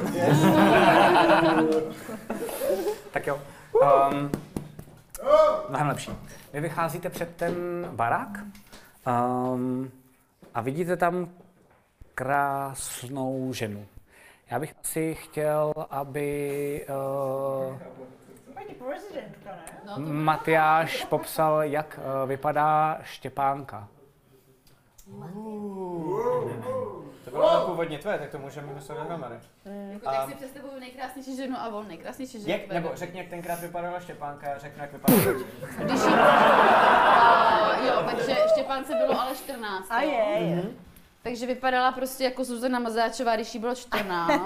Tak jo. Um, mnohem lepší. Vy vycházíte před ten barák um, a vidíte tam krásnou ženu. Já bych asi chtěl, aby uh, Paní prezidentka, ne? Matyáš popsal, jak uh, vypadá Štěpánka. To byla jako původně tvé, tak to můžeme myslet dohromady. Jako, tak si představuju nejkrásnější ženu a on nejkrásnější ženu. Jak, nebo řekni, jak tenkrát vypadala Štěpánka, a řekni, jak vypadala teď. Když jí... uh, jo, takže Štěpánce bylo ale čtrnáct. A je, je. Mm-hmm. Takže vypadala prostě jako Zuzana Mazáčová, když jí bylo čtrnáct.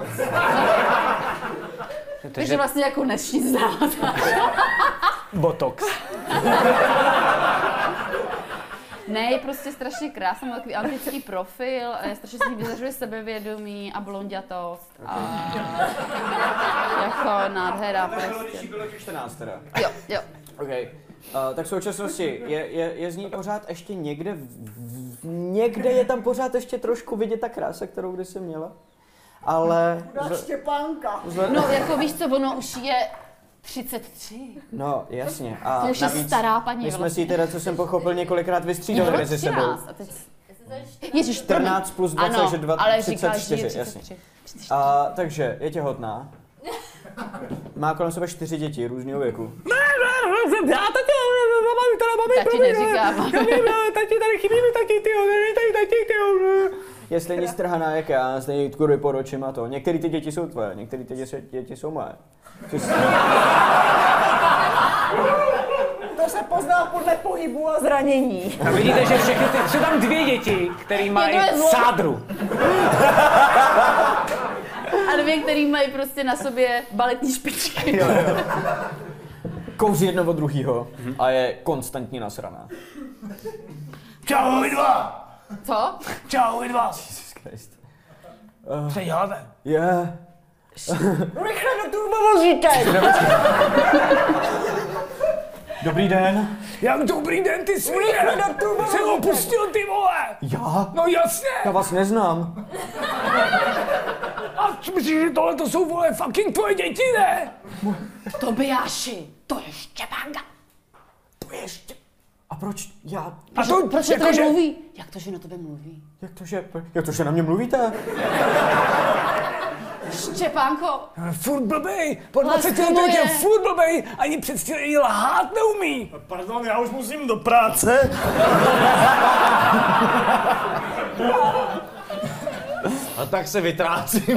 Takže vlastně jako dnešní znát. Botox. Ne, je prostě strašně krásná, má takový antický profil, strašně se ní vyzařuje sebevědomí a blondětost. A jako nádhera prostě. Když bylo čtrnáct teda. Jo, jo. Okay. Uh, tak v současnosti je, je, je z ní pořád ještě někde, v, někde je tam pořád ještě trošku vidět ta krása, kterou kdysi měla, ale... Chudá Štěpánka. No jako víš co, ono už je třicet tři. No, jasně. A to už je stará paní. My jsme si teda, co jsem pochopil, několikrát vystřídali mezi sebou. A teď... Ježiš, čtrnáct plus dvacet, ano, že dva, ale třicet čtyři, říkáš, jasně. A, takže je těhotná. Má kolem sebe čtyři děti různého věku. Já tati, mami, teda mami, tati neříká, mami. Tati, tady chybí mi tati, tyjo, tady tati, tyjo. Jestli není strhaná jak já, stejně kurvy pod očima to. Některé ty děti jsou tvoje, některé ty děti, děti jsou moje. To se pozná podle pohybu a zranění. A vidíte, že všechny ty, jsou tam dvě děti, které mají sádru. A dvě, který mají prostě na sobě baletní špičky. Jo, jo. Kouří jedno od druhýho a je konstantně nasraná. Čau vy dva! Co? Čau vy dva! Jesus Christ. Uh, Co děláte? Je. Yeah. Rychle do turbovozítek! Dobrý den. Jak dobrý den, ty svině! Jsem opustil, ty vole! Já? No jasně! Já vás neznám. A myslíš, že tohle to jsou, vole, fucking tvoje děti, ne? Tobiáši, to je Štěpánka. To je ještě... A proč já... A to, proč jako, to že... mluví? Jak to, že na tebe mluví? Jak to, že... Jak to, že na mě mluvíte? Štěpánko! Furt blbej, po dvaceti letech je furt blbej, ani předstíraný lhát neumí. Pardon, já už musím do práce. A tak se vytrácím.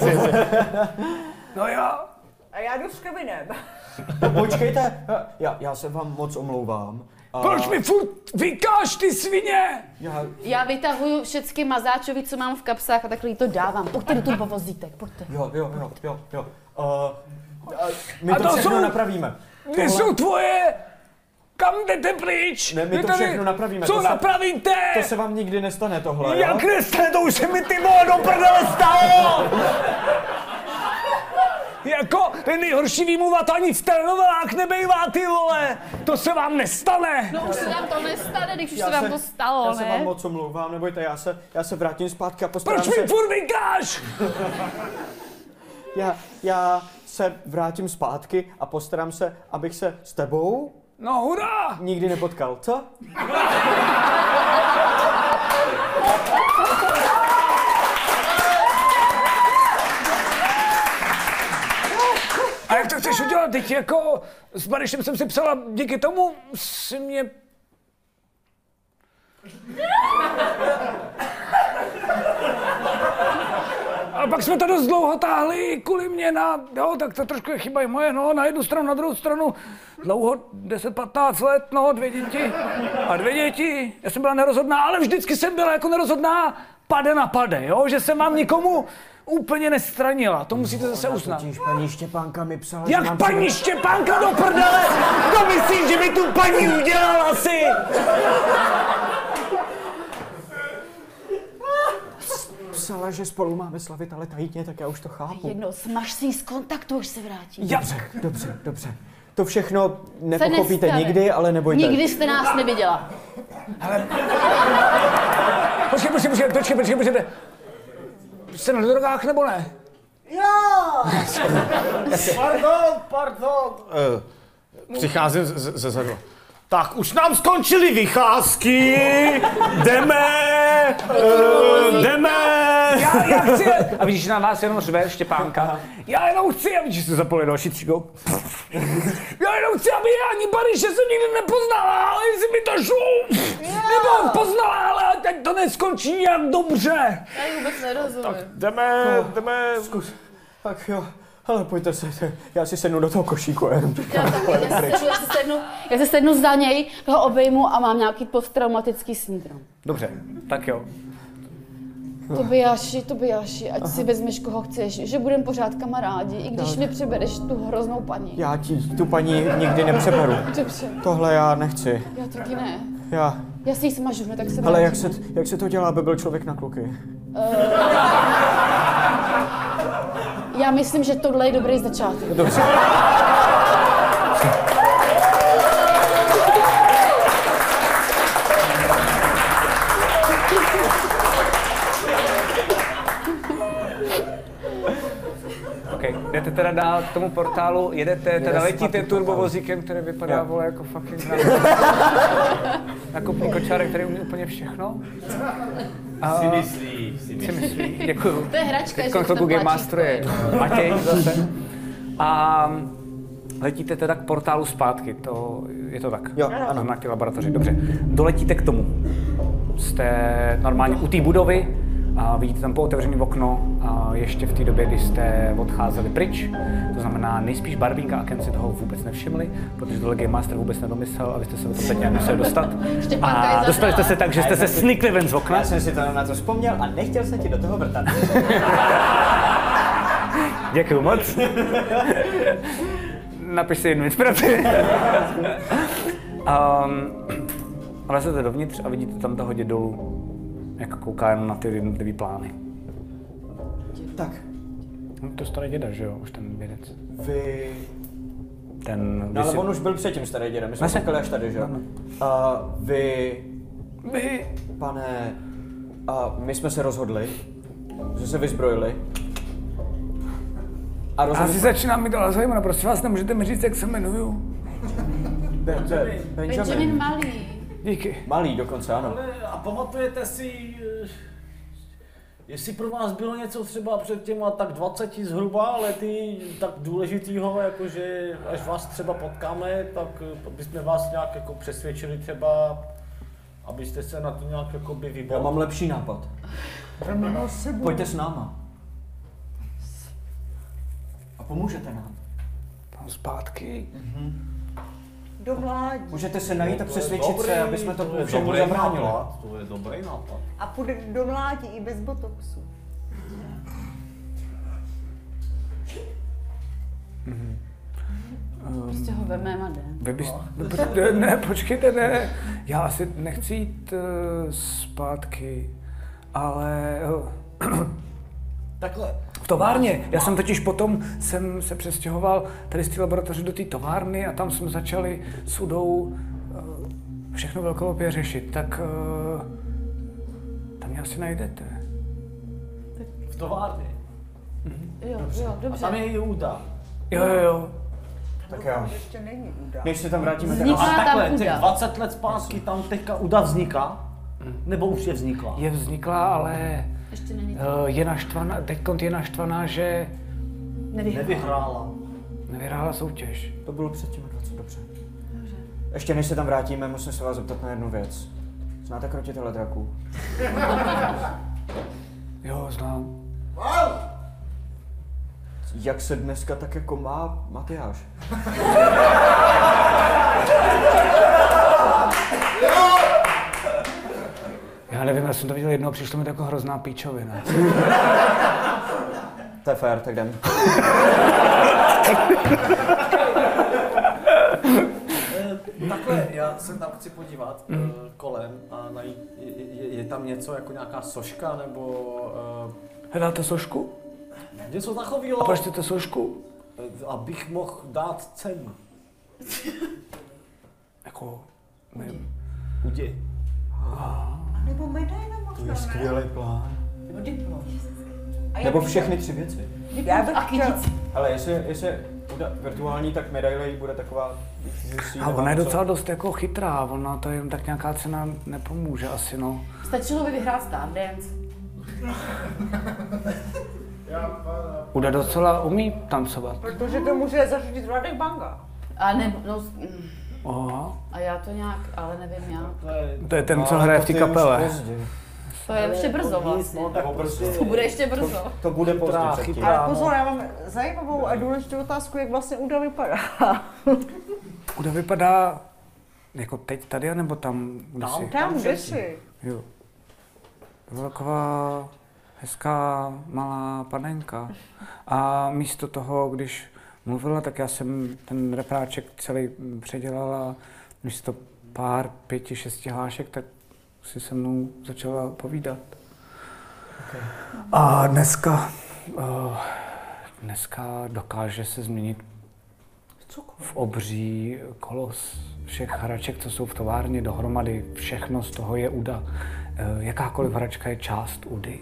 No jo. A já jdu s Kevinem. Počkejte, já, já se vám moc omlouvám. A... Proč mi furt vykáš, ty svině? Já... Já vytahuju všechny mazáčovi, co mám v kapsách a takhle jí to dávám. Pojďte do turbovozítek, pojďte. Jo, jo, jo, jo, jo. Uh, uh, my a to, to všechno jsou, napravíme. Ty Tohle... jsou tvoje... Kam jdete pryč? Ne, my to tady... všechno napravíme. Co to se, napravíte? To se vám nikdy nestane tohle, Jak jo? nestane, to už se mi ty vole do prdele stalo! Jako ten nejhorší výmluva, to ani v telenovelách nebejvá, ty vole! To se vám nestane! No už se vám to nestane, když už Já se vám se, to stalo, já ne? se vám moc omlouvám, nebojte, já se, já se vrátím zpátky a postarám Proč se... mi furt vykáš? Já, já se vrátím zpátky a postarám se, abych se s tebou... No hurá! Nikdy nepotkal, co? A jak to chceš udělat? Teď jako s Marišem jsem si psala, díky tomu si mě... A pak jsme to dost dlouho táhli kvůli mě na, jo, tak to trošku je chyba i moje, no, na jednu stranu, na druhou stranu, dlouho, deset patnáct let, no, dvě děti a dvě děti, já jsem byla nerozhodná, ale vždycky jsem byla jako nerozhodná pade na pade, jo, že jsem vám nikomu úplně nestranila, to musíte zase uznat. Totiž paní Štěpánka mi psala, Jak že mám paní přijde... Štěpánka do prdele? To myslíš, že mi tu paní udělala si? Psala, že spolu máme slavit, ale tajitně, tak já už to chápu. Jedno, smaž si ji z kontaktu, až se vrátí. Dobře, dobře, dobře. To všechno nepochopíte nikdy, ale nebojte. Nikdy jste nás neviděla. Hele. Počkej, počkej, počkej, počkej, počkej, počkej. Jste na drogách nebo ne? Jo! Pardon, pardon. Uh, přicházím ze, ze zadu. Tak už nám skončily vycházky, jdeme, uh, jdeme já, já chci, a vidíš, na vás jenom řve Štěpánka. Já jenom chci, a vidíš, se zapojili další třídou. Já jenom chci, aby ani Baryše jsem nikdy nepoznala, ale jestli mi to šlo, nebo poznala, ale teď to neskončí nějak dobře. Já ji vůbec nerozumím. Tak jdeme, no, jdeme. Zkus. Tak jo. Hele, pojďte se, já si sednu do toho košíku, jenom já, taky, já, se sednu, já, se sednu, já se sednu za něj, toho obejmu a mám nějaký posttraumatický syndrom. Dobře, tak jo. Tobiáši, Tobiáši, ať Aha. si vezmeš koho chceš, že budeme pořád kamarádi, i když mi přebereš tu hroznou paní. Já ti tu paní nikdy nepřeberu. Dobře. Tohle já nechci. Já taky ne. Já. Já si ji smažu, ne, tak se Ale jak se, jak se to dělá, aby byl člověk na kluky? Uh... Já myslím, že tohle je dobrý začátek. Dobře. Okay. Jdete teda dál k tomu portálu, jedete, teda letíte turbovozíkem, který vypadá, yeah. vole, jako fucking nakupní kočárek, který umí úplně všechno. A si myslí, si myslí. Si myslí, děkuju. To je hračka, že to tam Game Master je Matěj zase. A letíte teda k portálu zpátky, to je to tak? Jo, ano. Na té laboratoři, dobře. Doletíte k tomu. Jste normálně u té budovy, a vidíte tam pootevřené okno, a ještě v té době, kdy jste odcházeli pryč. To znamená, nejspíš Barbínka a Ken si toho vůbec nevšimli, protože tohle Game Master vůbec nedomyslel a vy jste se do toho teď nějak museli dostat. A dostali jste se tak, že jste se snikli ven z okna. Já jsem si to na to vzpomněl a nechtěl jsem ti do toho vrtat. Děkuju moc. Napiš si jednu inspiraci. um, ale jste dovnitř a vidíte tam toho dědolu, jak kouká jenom na ty jednotlivé plány. Tak. No, to starý děda, že jo, už ten vědec. Vy... Ten... No, ale on už byl předtím starý děda, my jsme čekali až tady, že jo? A vy... Vy... Pane... A my jsme se rozhodli, že se vyzbrojili. A rozhodli... Asi začíná mi to ale zajímat, prosím vás, nemůžete mi říct, jak se jmenuju? Benjamin. Benjamin Malý. Díky. Malý dokonce, ano. Ale a pamatujete si, jestli pro vás bylo něco třeba před těma tak dvaceti zhruba lety tak důležitýho, jakože až vás třeba potkáme, tak bychom vás nějak jako přesvědčili třeba, abyste se na to nějak jako by vybavili. Já mám lepší nápad. Pojďte s náma. A pomůžete nám. Tam zpátky. Mhm. Do mládí. Můžete se najít a přesvědčit se, aby jsme to všemu zabránili. To je dobrý nápad. A půjde do mládí i bez botoxu. Mm-hmm. Um, prostě ho vememe a jde. Vy byste... Ne, ne, počkejte, ne. Já asi nechci jít uh, zpátky, ale... Uh, Takhle. V továrně. Já jsem totiž potom jsem se přestěhoval tady z té laboratoře do té továrny a tam jsme začali s Udou uh, všechno velkolepě řešit. Tak uh, tam mě asi najdete. V továrně? Mhm. Jo, jo, dobře. A tam je i Uda. Jo, jo, jo. Tak jo. Ještě není Uda. Než se tam vrátíme, tak... A takhle, těch dvacet let zpátky tam teďka Uda vzniká? Nebo už je vznikla? Je vzniklá, ale ještě není uh, je naštvaná, teďkont je naštvaná, že nevyhrála. Nevyhrála. Nevyhrála soutěž. To bylo předtím dvacet, dobře. Dobře. Ještě než se tam vrátíme, musím se vás zeptat na jednu věc. Znáte krotitele draků? Jo, znám. Jak se dneska tak jako má Matyáš? Já nevím, já jsem to viděl jednou, přišlo mi to jako hrozná píčovina. To je fér, tak jdem. Takhle, já se tam chci podívat mm. uh, kolem a najít, je, je, je tam něco jako nějaká soška nebo... Uh, Hledáte sošku? Něco takového. A proč chcete sošku? Abych mohl dát cenu. Jako... nevím. Udě. A nebo medaile možná, To je skvělý plán. Nebo diplom. Nebo všechny tři věci. Já bych chtěl... Ale jestli, jestli bude virtuální, tak medaile jí bude taková... A ona je docela dost jako chytrá, ona to jen tak nějaká cena nepomůže asi, no. Stačilo by vyhrát Stardance. Uda docela umí tancovat. Protože to může zařídit Radek Banga. A ne, no, Aha. a já to nějak, ale nevím já. To je ten, co hraje v té kapele. To je ještě brzo vlastně. To bude ještě brzo. To, to bude pozdě předtím. Ale pozor, já mám zajímavou a důležitou otázku, jak vlastně Uda vypadá. Uda vypadá jako teď tady, nebo tam, kde jsi? Tam, kde jsi? Jo. To byla taková hezká malá panenka. A místo toho, když mluvila, tak já jsem ten repráček celý předělala. Místo pár, pěti, šesti hlášek, tak si se mnou začala povídat. Okay. A dneska, uh, dneska dokáže se změnit v obří kolos všech hraček, co jsou v továrně dohromady. Všechno z toho je Uda. Uh, jakákoliv hračka je část Udy.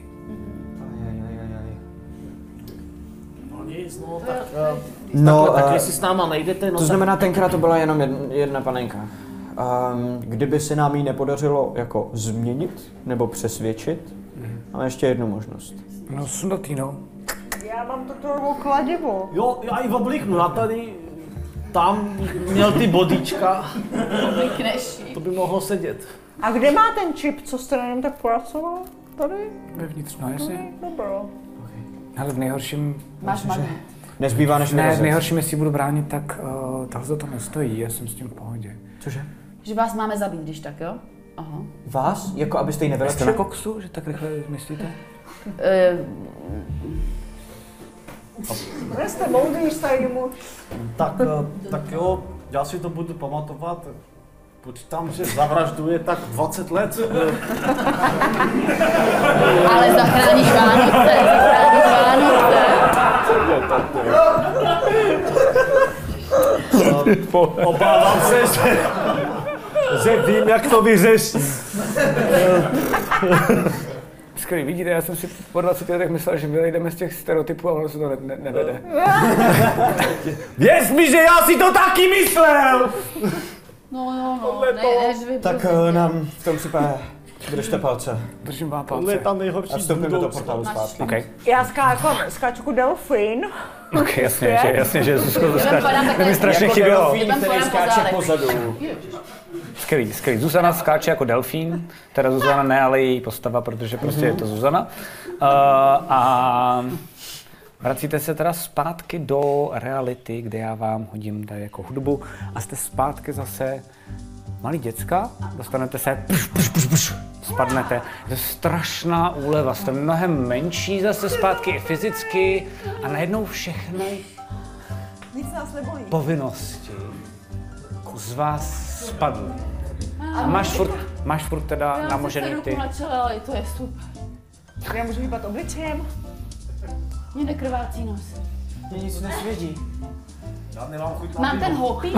No nic, no tak... No, takhle, tak uh, jestli s náma nejdete, no to tak... znamená, tenkrát to byla jenom jedna, jedna panenka. Um, kdyby se nám ji nepodařilo jako změnit nebo přesvědčit, mm. máme ještě jednu možnost. No sundatý, no. Já mám to toho kladivo. Jo, já ji oblíknu, já tady... Tam měl ty bodíčka. Oblikneš. To by mohlo sedět. A kde má ten čip, co jste na něm tak pracoval? Tady? Vevnitř, no jasně. Dobro. Ale v nejhorším... Máš magnet. Nezbývá než Ne, vyrazit. v nejhorším, jestli budu bránit, tak uh, tohle to nestojí, já jsem s tím v pohodě. Cože? Že vás máme zabít, když tak, jo? Aha. Vás? Jako abyste ji Jste na nevylepšili? koksu, že tak rychle myslíte? E, Vy jste moudrý starý muž. Tak, tak jo, já si to budu pamatovat. Počítám, že zavražduje tak dvacet let. ale zachráníš Vánoce, zachráníš Vánoce. Obávám se, že, že vím, jak to vyřešit. Skvělý, vidíte, já jsem si po dvaceti letech myslel, že vylejdeme z těch stereotypů a ono se to ne, ne, nevede. Věř mi, že já si to taky myslel! No jo, no, ne, než vy Tak prostě. uh, nám v tom případě držte palce. Držím vám Tohle je palce. ta nejhorší A vstoupíme do budoucnost. portálu zpátky. Okay. Já skáču, skáču jako delfín. Ok, jasně, že, jasně, že Zuzko to skáče. padám takhle. To mi strašně Jako chybělo. delfín, Jdem který kolem po skáče zádech. pozadu. Skvělý, skvělý. Zuzana skáče jako delfín, teda Zuzana ne, ale její postava, protože prostě je to Zuzana. Uh, a vracíte se teda zpátky do reality, kde já vám hodím tady jako hudbu a jste zpátky zase malí děcka, dostanete se, puš, puš, puš, puš, spadnete. Je to strašná úleva, jste mnohem menší zase zpátky i fyzicky a najednou všechny Nic nás nebolí. povinnosti z vás spadly. A máš furt, máš furt teda Já namožený jsem se ty. ruku na čele, ale to je super. Já můžu hýbat obličejem. Mě nekrvácí nos. Mě nic nesvědí. Já nemám chuť na Mám pivo. ten hopík?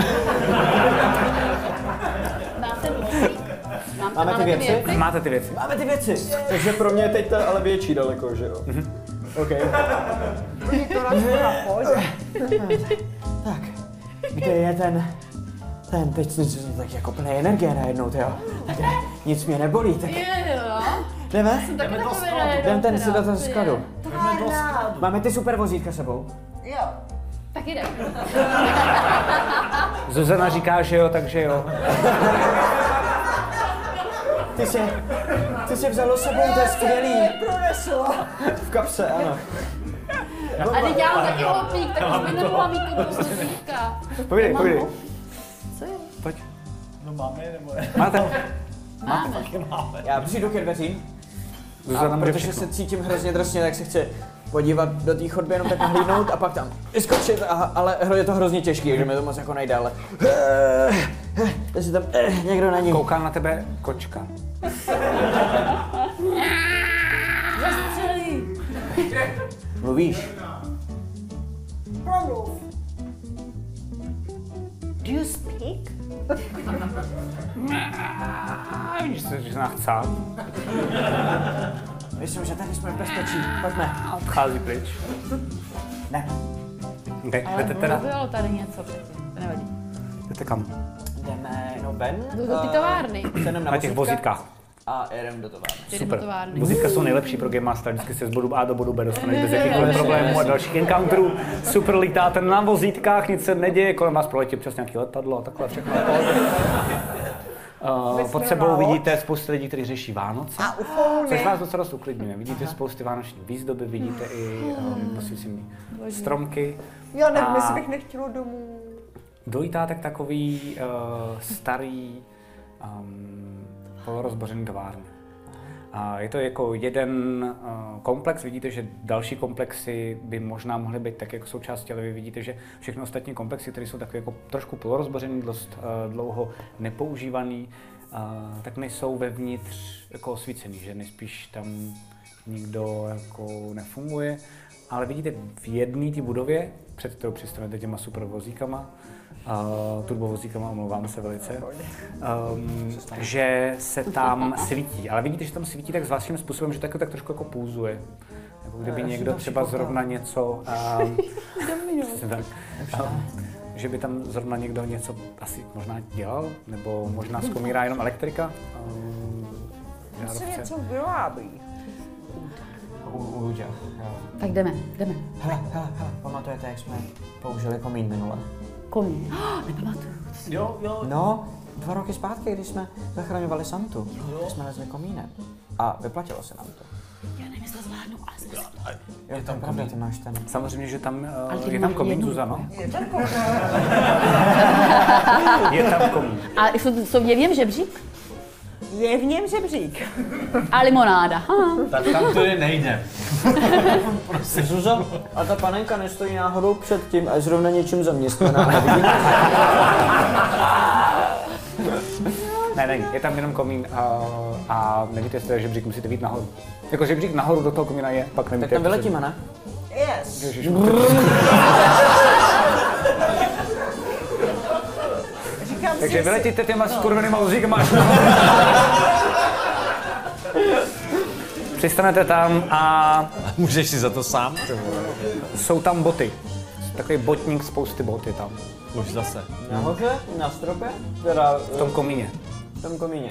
Mám ten hopík? Mám Máme ty ty věci? Máte ty věci. Máme ty věci. Takže pro mě je teď to ale větší daleko, že jo? Mm-hmm. OK. To nás na pohodě. Tak, kde je ten, ten, teď jsem tak jako plné energie najednou, jo. Tak nic mě nebolí, tak Je, jo. jdeme? Jsem taky Jdeme do takový skladu. najednou Jdem ten si teda, do toho ty. skladu. Jdeme do skladu. Máme ty super vozítka sebou. Jo. Tak jdem. Zuzana říká, že jo, takže jo. Ty jsi, ty jsi vzalo sebou, to je skvělý. Proneslo. V kapse, ano. A teď já mám taky hopík, tak už by nemohla mít to vozítka. Povídej, Mám povídej. ho? Co je? Pojď. No máme, nebo ne? Máte? Máme. Já přijdu ke dveřím, Zuzana a může protože všechno. se cítím hrozně drsně, tak se chci podívat do té chodby, jenom tak nahlídnout a pak tam vyskočit, a, ale je to hrozně těžký, takže mi to moc jako nejde, ale... Jestli tam eh, někdo na ní. Kouká na tebe kočka. Zastřelí. Mluvíš? Promluv. Do you speak? A vidíš, že se nachcát. Myslím, že tady jsme v bezpečí. Pojďme. A odchází pryč. Ne. Ok, Ale jdete teda? mluvilo tady něco předtím, to nevadí. Jdete kam? Jdeme, no ven. Jdu do ty továrny. Jenom na, Na těch vozítka. vozítkách. A jedeme do továrny. Super. Vozítka jsou nejlepší pro Game Master, vždycky se z bodu A do bodu B dostaneš bez jakýchkoliv problémů a dalších encounterů. Super lítáte na vozítkách, nic se neděje, kolem vás proletí přes nějaké letadlo a takhle všechno. Uh, pod sebou vidíte spoustu lidí, kteří řeší Vánoce, což vás docela dost uklidňuje. Vidíte spousty vánoční výzdoby, vidíte i um, posvícené stromky. Já nevím, jestli bych nechtěla domů. Dolítáte k takový uh, starý um, polorozbořený továrny. A je to jako jeden uh, komplex, vidíte, že další komplexy by možná mohly být tak jako součástí, ale vy vidíte, že všechny ostatní komplexy, které jsou takové jako trošku polorozbořený, dost uh, dlouho nepoužívaný, uh, tak nejsou vevnitř jako osvícený, že nejspíš tam nikdo jako nefunguje. Ale vidíte v jedné té budově, před kterou přistanete těma super vozíkama, Uh, turbovozíkama, omlouvám se velice, um, že se tam svítí, ale vidíte, že tam svítí tak zvláštním způsobem, že tak, tak trošku jako půzuje. Jako kdyby někdo třeba zrovna něco, um, tak, um, že by tam zrovna někdo něco asi možná dělal, nebo možná zkomírá jenom elektrika. Um, Asi něco vyrábí. Udělá. Tak jdeme, jdeme. Hele, hele, hele, pamatujete, jak jsme použili komín minule? Komín? Oh, nepamatuju. Jo, jo. No, dva roky zpátky, když jsme zachraňovali Santu, tak jsme lezli komínem. A vyplatilo se nám to. Já nevím, jestli to zvládnu, ale jsem si Jo, tam pravda, ty máš ten. Samozřejmě, že tam uh, je tam komín, Zuzano. Je tam komín. Je tam komín. A jsou, jsou je v něm žebřík? Je v něm žebřík. A limonáda. Ha. Tak tam to nejde. Zuzo, a ta panenka nestojí náhodou před tím a zrovna něčím zaměstnaná. Ne, ne, je tam jenom komín a, a nevíte, jestli žebřík musíte být nahoru. Jako žebřík nahoru do toho komína je, pak nevíte. Tak tam vyletíme, ne? Yes. Ježiš, Říkám takže si, vyletíte těma skurvenýma vozíkama až nahoru. Přistanete tam a Můžeš si za to sám? jsou tam boty. Takový botník, spousty boty tam. Už zase. Nahoře, na stropě, teda V tom komíně. v tom komíně.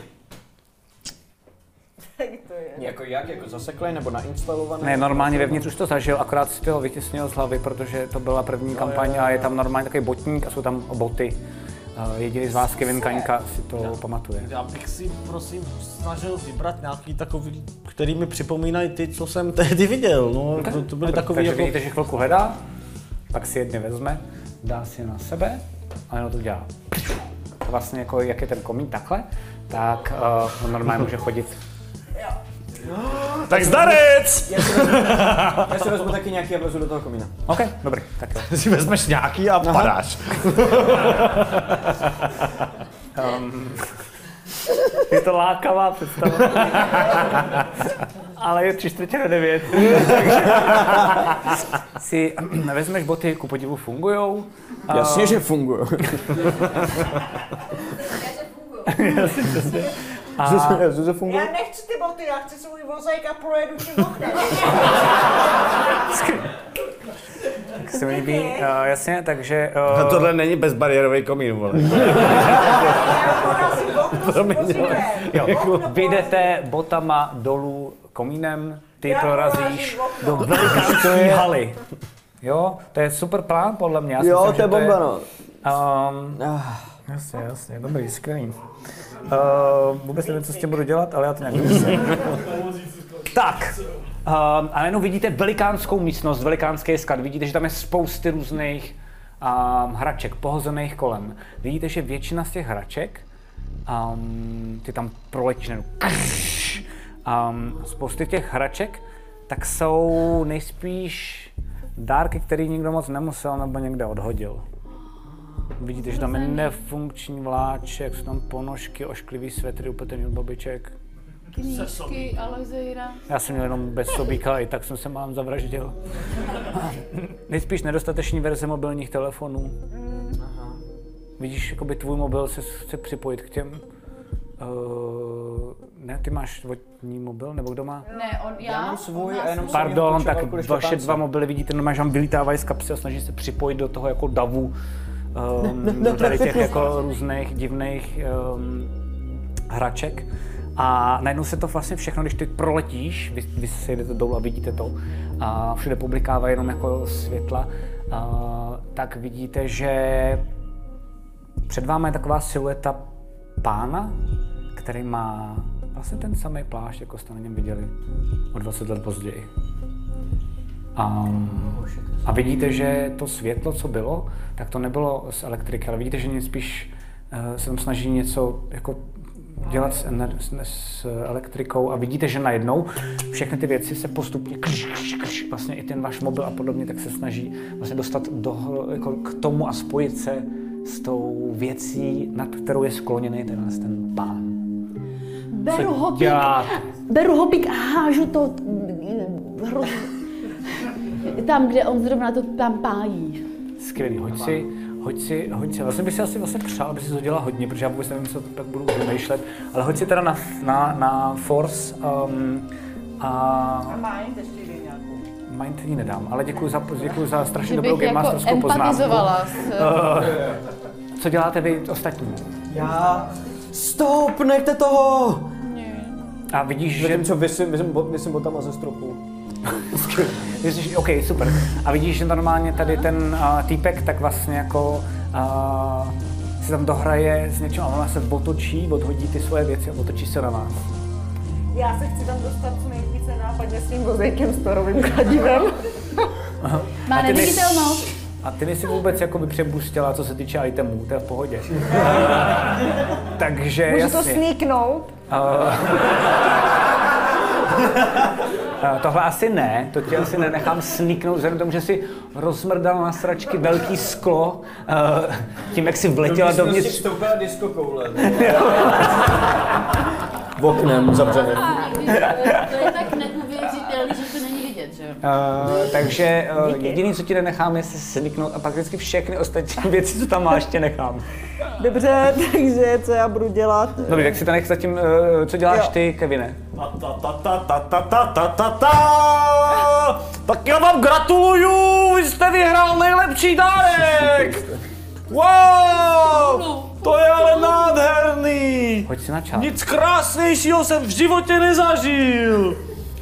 jak to je. Jako jak, jako zaseklej nebo nainstalovaný? Ne, normálně vevnitř už to zažil, akorát si to vytěsnil z hlavy, protože to byla první kampaň a je tam normálně takový botník a jsou tam boty. Uh, jediný z vás, Kevin Kaňka, si to pamatuje. Já bych si prosím snažil vybrat nějaký takový, který mi připomínají ty, co jsem tehdy viděl. No, to, to byly takový Takže jako... vidíte, že chvilku hledá, pak si jedny vezme, dá si je na sebe a jenom to dělá. Vlastně jako jak je ten komín takhle, tak uh, on normálně může chodit. Tak zdarec! Já si vezmu, já si vezmu taky nějaký a vlezu do toho komína. OK, dobrý, tak jo. Si vezmeš nějaký a padáš. Um, je to lákavá představa. Ale je tři čtvrtě na devět. Takže si vezmeš boty, ku podivu fungujou. Jasně, že fungují. Jasně, přesně. A Zuzo funguje? Já nechci ty boty, já chci svůj vozejk a projedu tím oknem. tak se mi líbí, uh, jasně, takže... Uh, A tohle není bezbariérový komín, vole. jo, vy jdete botama dolů komínem, ty prorazíš do velikánské haly. Jo, to je super plán podle mě. Já si Jo, myslím, to je že bomba, no. Um, jasně, jasně, dobrý, skvělý. Uh, vůbec nevím, co s tím budu dělat, ale já to nějak vymyslím. Tak, um, a jenom vidíte velikánskou místnost, velikánský sklad. Vidíte, že tam je spousty různých um, hraček pohozených kolem. Vidíte, že většina z těch hraček, um, ty tam proletíš najednou. Um, spousty těch hraček, tak jsou nejspíš dárky, který nikdo moc nemusel nebo někde odhodil. Vidíte, že tam je nefunkční vláček, jsou tam ponožky, ošklivý svetry, upetený od babiček. Knížky, Alojzejra. Já jsem měl jenom bez sobíka, i tak jsem se mám zavraždil. Nejspíš nedostateční verze mobilních telefonů. Vidíš, jakoby tvůj mobil se chce připojit k těm... Uh, ne, ty máš vodní mobil, nebo kdo má? Ne, on, já, Já mám svůj a jenom Pardon, tak vaše dva mobily vidíte, normálně, že vám vylítávají z kapsy a snaží se připojit do toho jako davu. Um, do tady těch jako různých divných um, hraček. A najednou se to vlastně všechno, když ty proletíš, vy, vy se jdete dolů a vidíte to, a všude publikává jenom jako světla, a, tak vidíte, že před vámi je taková silueta pána, který má vlastně ten samý plášť, jako jste na něm viděli o dvacet let později. A, a vidíte, že to světlo, co bylo, tak to nebylo z elektriky, ale vidíte, že spíš uh, se tam snaží něco jako dělat s, ener- s, s elektrikou a vidíte, že najednou všechny ty věci se postupně kř, kř, kř, vlastně i ten váš mobil a podobně, tak se snaží vlastně dostat do, jako k tomu a spojit se s tou věcí, nad kterou je skloněný tenhle ten pán. Beru hopík, beru hopík a hážu to hroz... tam, kde on zrovna to tam pájí. Skvělý, hoď si, hoď si, hoď si, vlastně bych si asi vlastně přál, aby si to dělala hodně, protože já vůbec nevím, co tak budu vymýšlet, ale hoď si teda na, na, na Force um, a... A Mind ještě jde nějakou. Mind ji nedám, ale děkuji za, děkuji za strašně Že dobrou bych Game jako Masterskou poznámku. empatizovala s... Uh, co děláte vy ostatní? Já... Stop, nechte toho! A vidíš, že... Vidím, co vysím, vysím, vysím botama ze stropu. Myslíš, OK, super. A vidíš, že normálně tady ten uh, týpek tak vlastně jako uh, si tam dohraje s něčím a ona se otočí, odhodí ty svoje věci a otočí se na vás. Já se chci tam dostat co nejvíce nápadně s tím vozejkem s torovým kladivem. Má neviditelnost. A ty nejsi vůbec jakoby přebustila, co se týče itemů, to je v pohodě. Takže Můžu jasně. to sníknout? Uh, uh, tohle asi ne, to ti asi nenechám sníknout, vzhledem k tomu, že si rozmrdal na sračky velký sklo, uh, tím, jak si vletěla dovnitř. Vstoupila disco koule. V oknem zavřeným. To je tak neuvěřitelný, že to není vidět, že jo? Uh, takže uh, jediný, co ti nenechám, je se sniknout a pak vždycky všechny ostatní věci, co tam máš, tě nechám. Dobře, takže co já budu dělat? Dobrý, tak si to nech zatím, uh, co děláš Jo. ty, Kevine? Ta, ta, ta, ta, ta, ta, ta, ta, ta. Tak já vám gratuluju, vy jste vyhrál nejlepší dárek! Wow! To je ale nádherný! Hoď si na čas. Nic krásnějšího jsem v životě nezažil!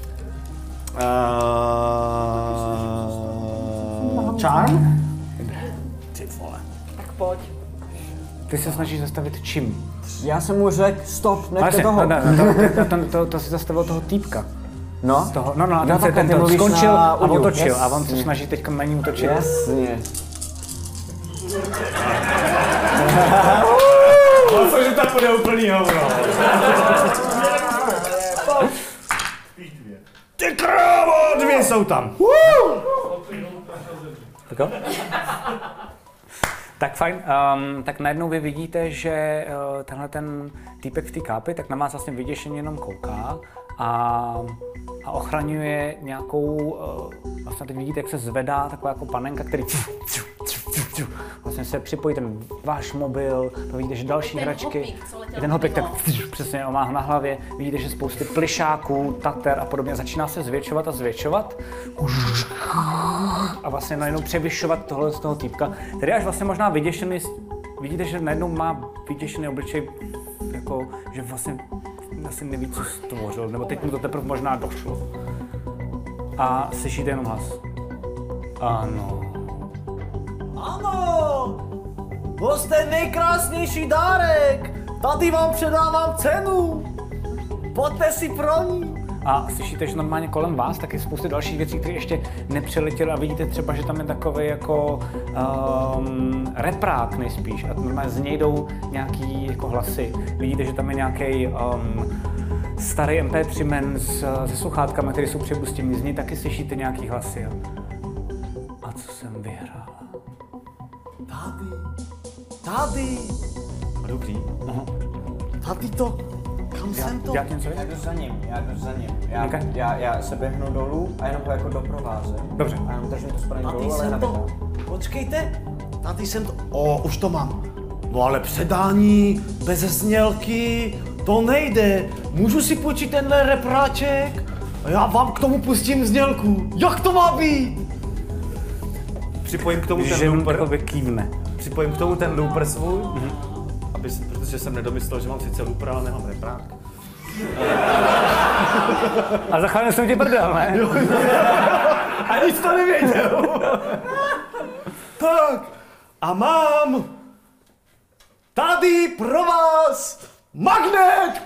Uh, charm? Ty vole. Tak pojď. Ty se snažíš zastavit čím? Já jsem mu řekl, stop, nechte Vlastně, toho. no, no, no, to, to, to, to, to si zastavil toho týpka. No? Toho, no, no, a Jo, ten, se, takhle, ten ty to mluvíš skončil na a Udiu, otočil a on se jasně. snaží teďka na ní útočit. Jasně. Doufám, že to bude úplný hovno. Ty krávo, dvě jsou tam. Tak jo? Tak fajn, um, tak najednou vy vidíte, že uh, tenhle ten týpek v té kápi, tak na vás vlastně vyděšeně jenom kouká a, a ochraňuje nějakou, uh, vlastně teď vidíte, jak se zvedá taková jako panenka, který vlastně se připojí ten váš mobil, vidíte, že další Ten hračky, hopík, co letěl ten hopík tak nahoru. přesně má na hlavě, vidíte, že spousty plišáků, tater a podobně začíná se zvětšovat a zvětšovat a vlastně najednou převyšovat tohle z toho týpka, který až vlastně možná vyděšený, vidíte, že najednou má vyděšený obličej, jako, že vlastně asi neví, co stvořil, nebo teď mu to teprve možná došlo. A slyšíte jenom hlas. Ano. Ano! To jste nejkrásnější dárek! Tady vám předávám cenu! Pojďte si pro ní! A slyšíte, že normálně kolem vás taky spousty dalších věcí, které ještě nepřeletěly a vidíte třeba, že tam je takový jako um, reprák nejspíš a normálně z něj jdou nějaký jako hlasy. Vidíte, že tam je nějaký um, starý em pé tři man s, se sluchátkami, které jsou přebustění, z něj taky slyšíte nějaký hlasy. A co jsem vyhrál? Tady, tady. Dobrý. Aha. Tady to, kam jsem to? Dělat něco? Já jdu za ním, já jdu za ním. Já, Okay. já, já se běhnu dolů a jenom ho jako doprovázím. Dobře. A jenom držím to spadem Tady dolů, ale jsem to, naběhám. počkejte, tady jsem to, o, už to mám. No ale předání, bez znělky, to nejde. Můžu si půjčit tenhle repráček a já vám k tomu pustím znělku. Jak to má být? Připojím k tomu Že ten jenom looper. takhle kývne. Připojím k tomu ten looper svůj, aby, protože jsem nedomyslel, že mám sice looper, ale nemám reprák. A zachránil jsem ti prdel, ne? A nic to nevěděl. Tak, a mám tady pro vás magnet!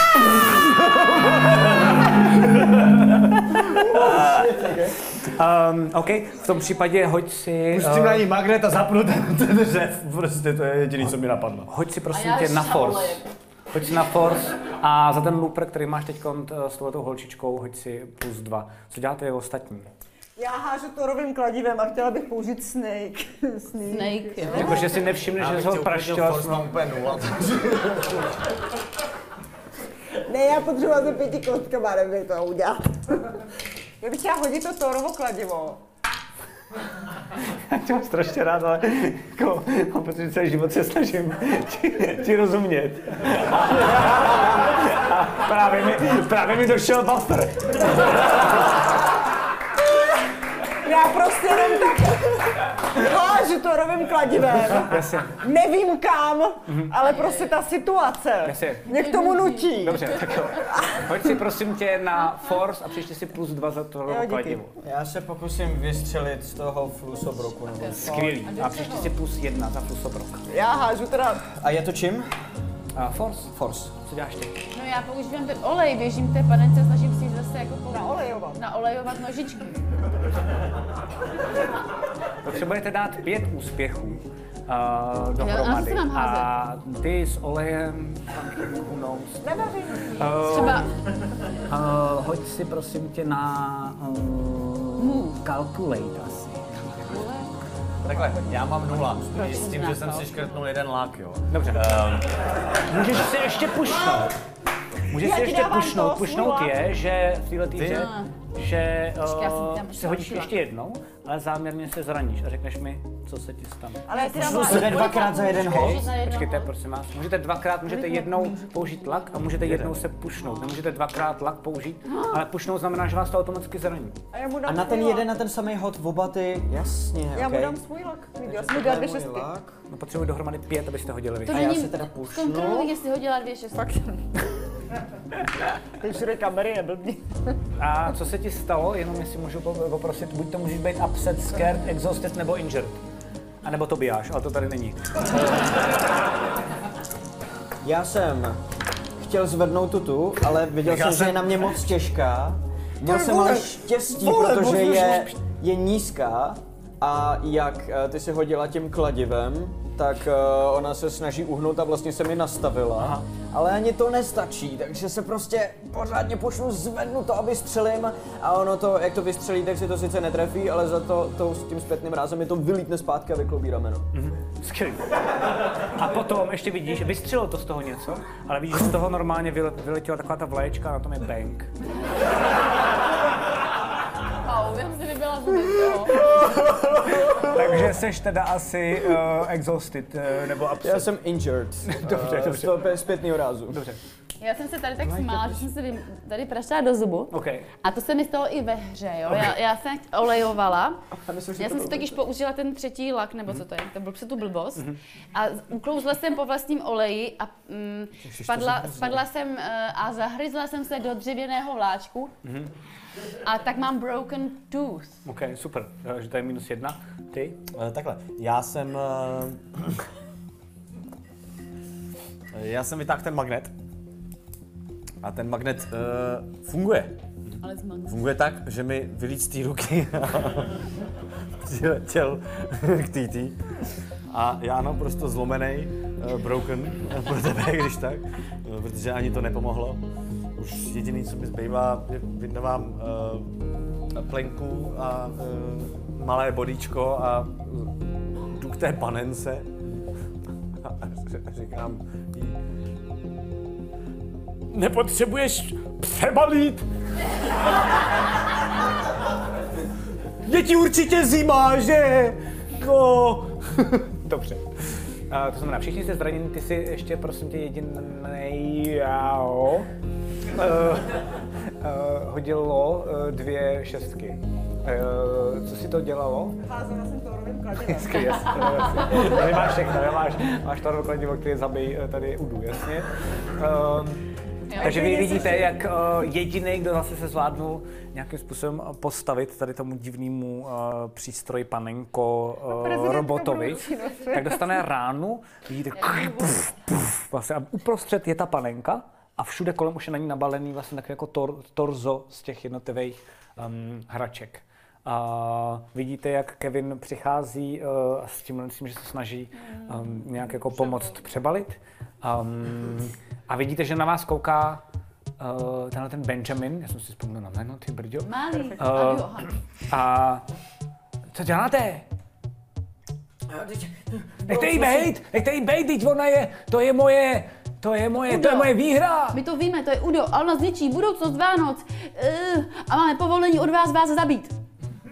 um, OK, v tom případě hoď si... Pustím na ní magnet a zapnu ten, ten dřev. Prostě to je jediný, co mi napadlo. Hoď si prosím tě na force. Hoď si na force a za ten looper, který máš teď s touhletou holčičkou, hoď si plus dva. Co děláte vy ostatní? Já hážu Thorovým kladivem a chtěla bych použít Snake. Snake, Snake jo. Jakože si nevšimneš, že ho praštila. Ne, já potřebuji to pěti kostkama, nevím to udělat. Já bych chtěla hodit to Thorovo kladivo. Já tě mám strašně rád, ale jako, protože celý život se snažím ti, ti rozumět. A právě mi, právě mi došel buffer. Já prostě jenom tak hážu Thorovým kladivem. Jasně. Nevím kam, mm-hmm. ale prostě ta situace Jasně. mě k tomu nutí. Dobře, tak jo. Hoď si prosím tě na force a přišli si plus dva za tohle kladivo. Já se pokusím vystřelit z toho flusobroku. Nebo... Skvělý. A přišli si plus jedna za flusobrok. Já hážu teda... A je to čím? A force. Force. Co děláš ty? No já používám ten olej, běžím v té panence, snažím si zase jako po... Naolejovat. naolejovat nožičky. Potřebujete dát pět úspěchů uh, dohromady. Já, a ty s olejem, who knows. Nevařím. Uh, Třeba... Uh, hoď si prosím tě na uh, calculate asi. Takhle, já mám nula, s tím, že jsem si škrtnul jeden lák, jo. Dobře. Um, můžeš si ještě pušnout. Můžeš Já si ti ještě dávám pušnout. to, Pušnout svůj je, že v této hře, že Počkej, já jsem uh, tam se hodíš pošla. ještě jednou, ale záměrně se zraníš a řekneš mi, co se ti stane. Ale já ti dám To jde dvakrát za jeden hod. Počkejte, prosím vás. Můžete dvakrát, můžete jednou použít lak a můžete jednou se pušnout. Nemůžete dvakrát lak použít, ale pušnout znamená, že vás to automaticky zraní. A, já mu dám A na ten svůj jeden, lak. na ten samý hod v oba ty, jasně, Já mu okej. dám svůj lak. Já jsem mu dala dvě Můj šestky. lak. No potřebuji dohromady pět, abyste hodili vy. To A já není se teda pušnu. kontroluji, jestli hodila dvě šestky. Ty všude kamery neblbni. A co se ti stalo? Jenom jestli můžu poprosit, buď to můžeš být upset, scared, exhausted nebo injured. A nebo to bijáš, ale to tady není. Já jsem chtěl zvednout tutu, ale viděl jsem, že je na mě moc těžká. Měl jsem ale štěstí, protože je, je nízká a jak eh, ty si hodila tím kladivem, tak uh, ona se snaží uhnout a vlastně se mi nastavila. Aha. Ale ani to nestačí, takže se prostě pořádně pošlu, zvednu to a vystřelím a ono to, jak to vystřelí, tak si to sice netrefí, ale za to, to s tím zpětným rázem mi to vylítne zpátky a vykloubí rameno. Mhm. Skvělý. A potom ještě vidíš, vystřelilo to z toho něco, ale vidíš, že z toho normálně vyletěla taková ta vlaječka a na tom je bang. Au, já si nebyla vůbec, jo. Takže seš teda asi uh, exhausted, uh, nebo upset. Já jsem injured. Dobře, uh, dobře. Z toho zpětného rázu. Dobře. Já jsem se tady tak smála, že jsem se vym- tady prašila do zubu. Okay. A to se mi stalo i ve hře, jo. Já, já jsem olejovala. Myslím, Já jsem si totiž použila ten třetí lak, nebo co to je, to byl tu blbost. Mm-hmm. A uklouzla jsem po vlastním oleji a mm, spadla, spadla jsem uh, a zahryzla jsem se do dřevěného vláčku. Mm-hmm. A tak mám broken tooth. OK, super. Takže to je minus jedna. Ty? Uh, takhle, já jsem... Uh, já jsem vytáhl ten magnet. A ten magnet uh, funguje. Ale z magnetu. Funguje tak, že mi vylít z té ruky a přiletěl k té tý. A já naprosto zlomený, uh, broken pro tebe, když tak, uh, protože ani to nepomohlo. Už jediný, co mi zbývá, je vyndávám uh, plenku a uh, malé bodíčko a jdu k té panence a říkám jí, nepotřebuješ přebalit. Je ti určitě zima, že? No. Dobře. Uh, to znamená, všichni jste zraněni, ty si ještě prosím tě jedinej jao, uh, uh, hodilo uh, dvě šestky. Uh, co si to dělalo? Házela jsem Thorovým kladivem. Hezky, jasně, jasně. Tady máš všechno, máš, máš to kladivo, který zabij tady Udu, jasně. Uh, Takže vy vidíte, jak uh, jediný, kdo zase se zvládnul nějakým způsobem postavit tady tomu divnému uh, přístroji panenko uh, robotovi, tak dostane ránu, vidíte, puf, puf, vlastně, a uprostřed je ta panenka a všude kolem už je na ní nabalený vlastně takový jako tor, torzo z těch jednotlivých um, hraček. A vidíte, jak Kevin přichází uh, s tím, myslím, že se snaží um, nějak jako pomoct přebalit. Um, a vidíte, že na vás kouká uh, tenhle ten Benjamin, já jsem si vzpomněl na jméno, ty brďo. Malý. Uh, a co děláte? Nechte jí bejt, nechte jí bejt, teď ona je, to je moje, to je moje, Udo. to je moje výhra. My to víme, to je Udo, a ona zničí budoucnost Vánoc. Uh, a máme povolení od vás vás zabít.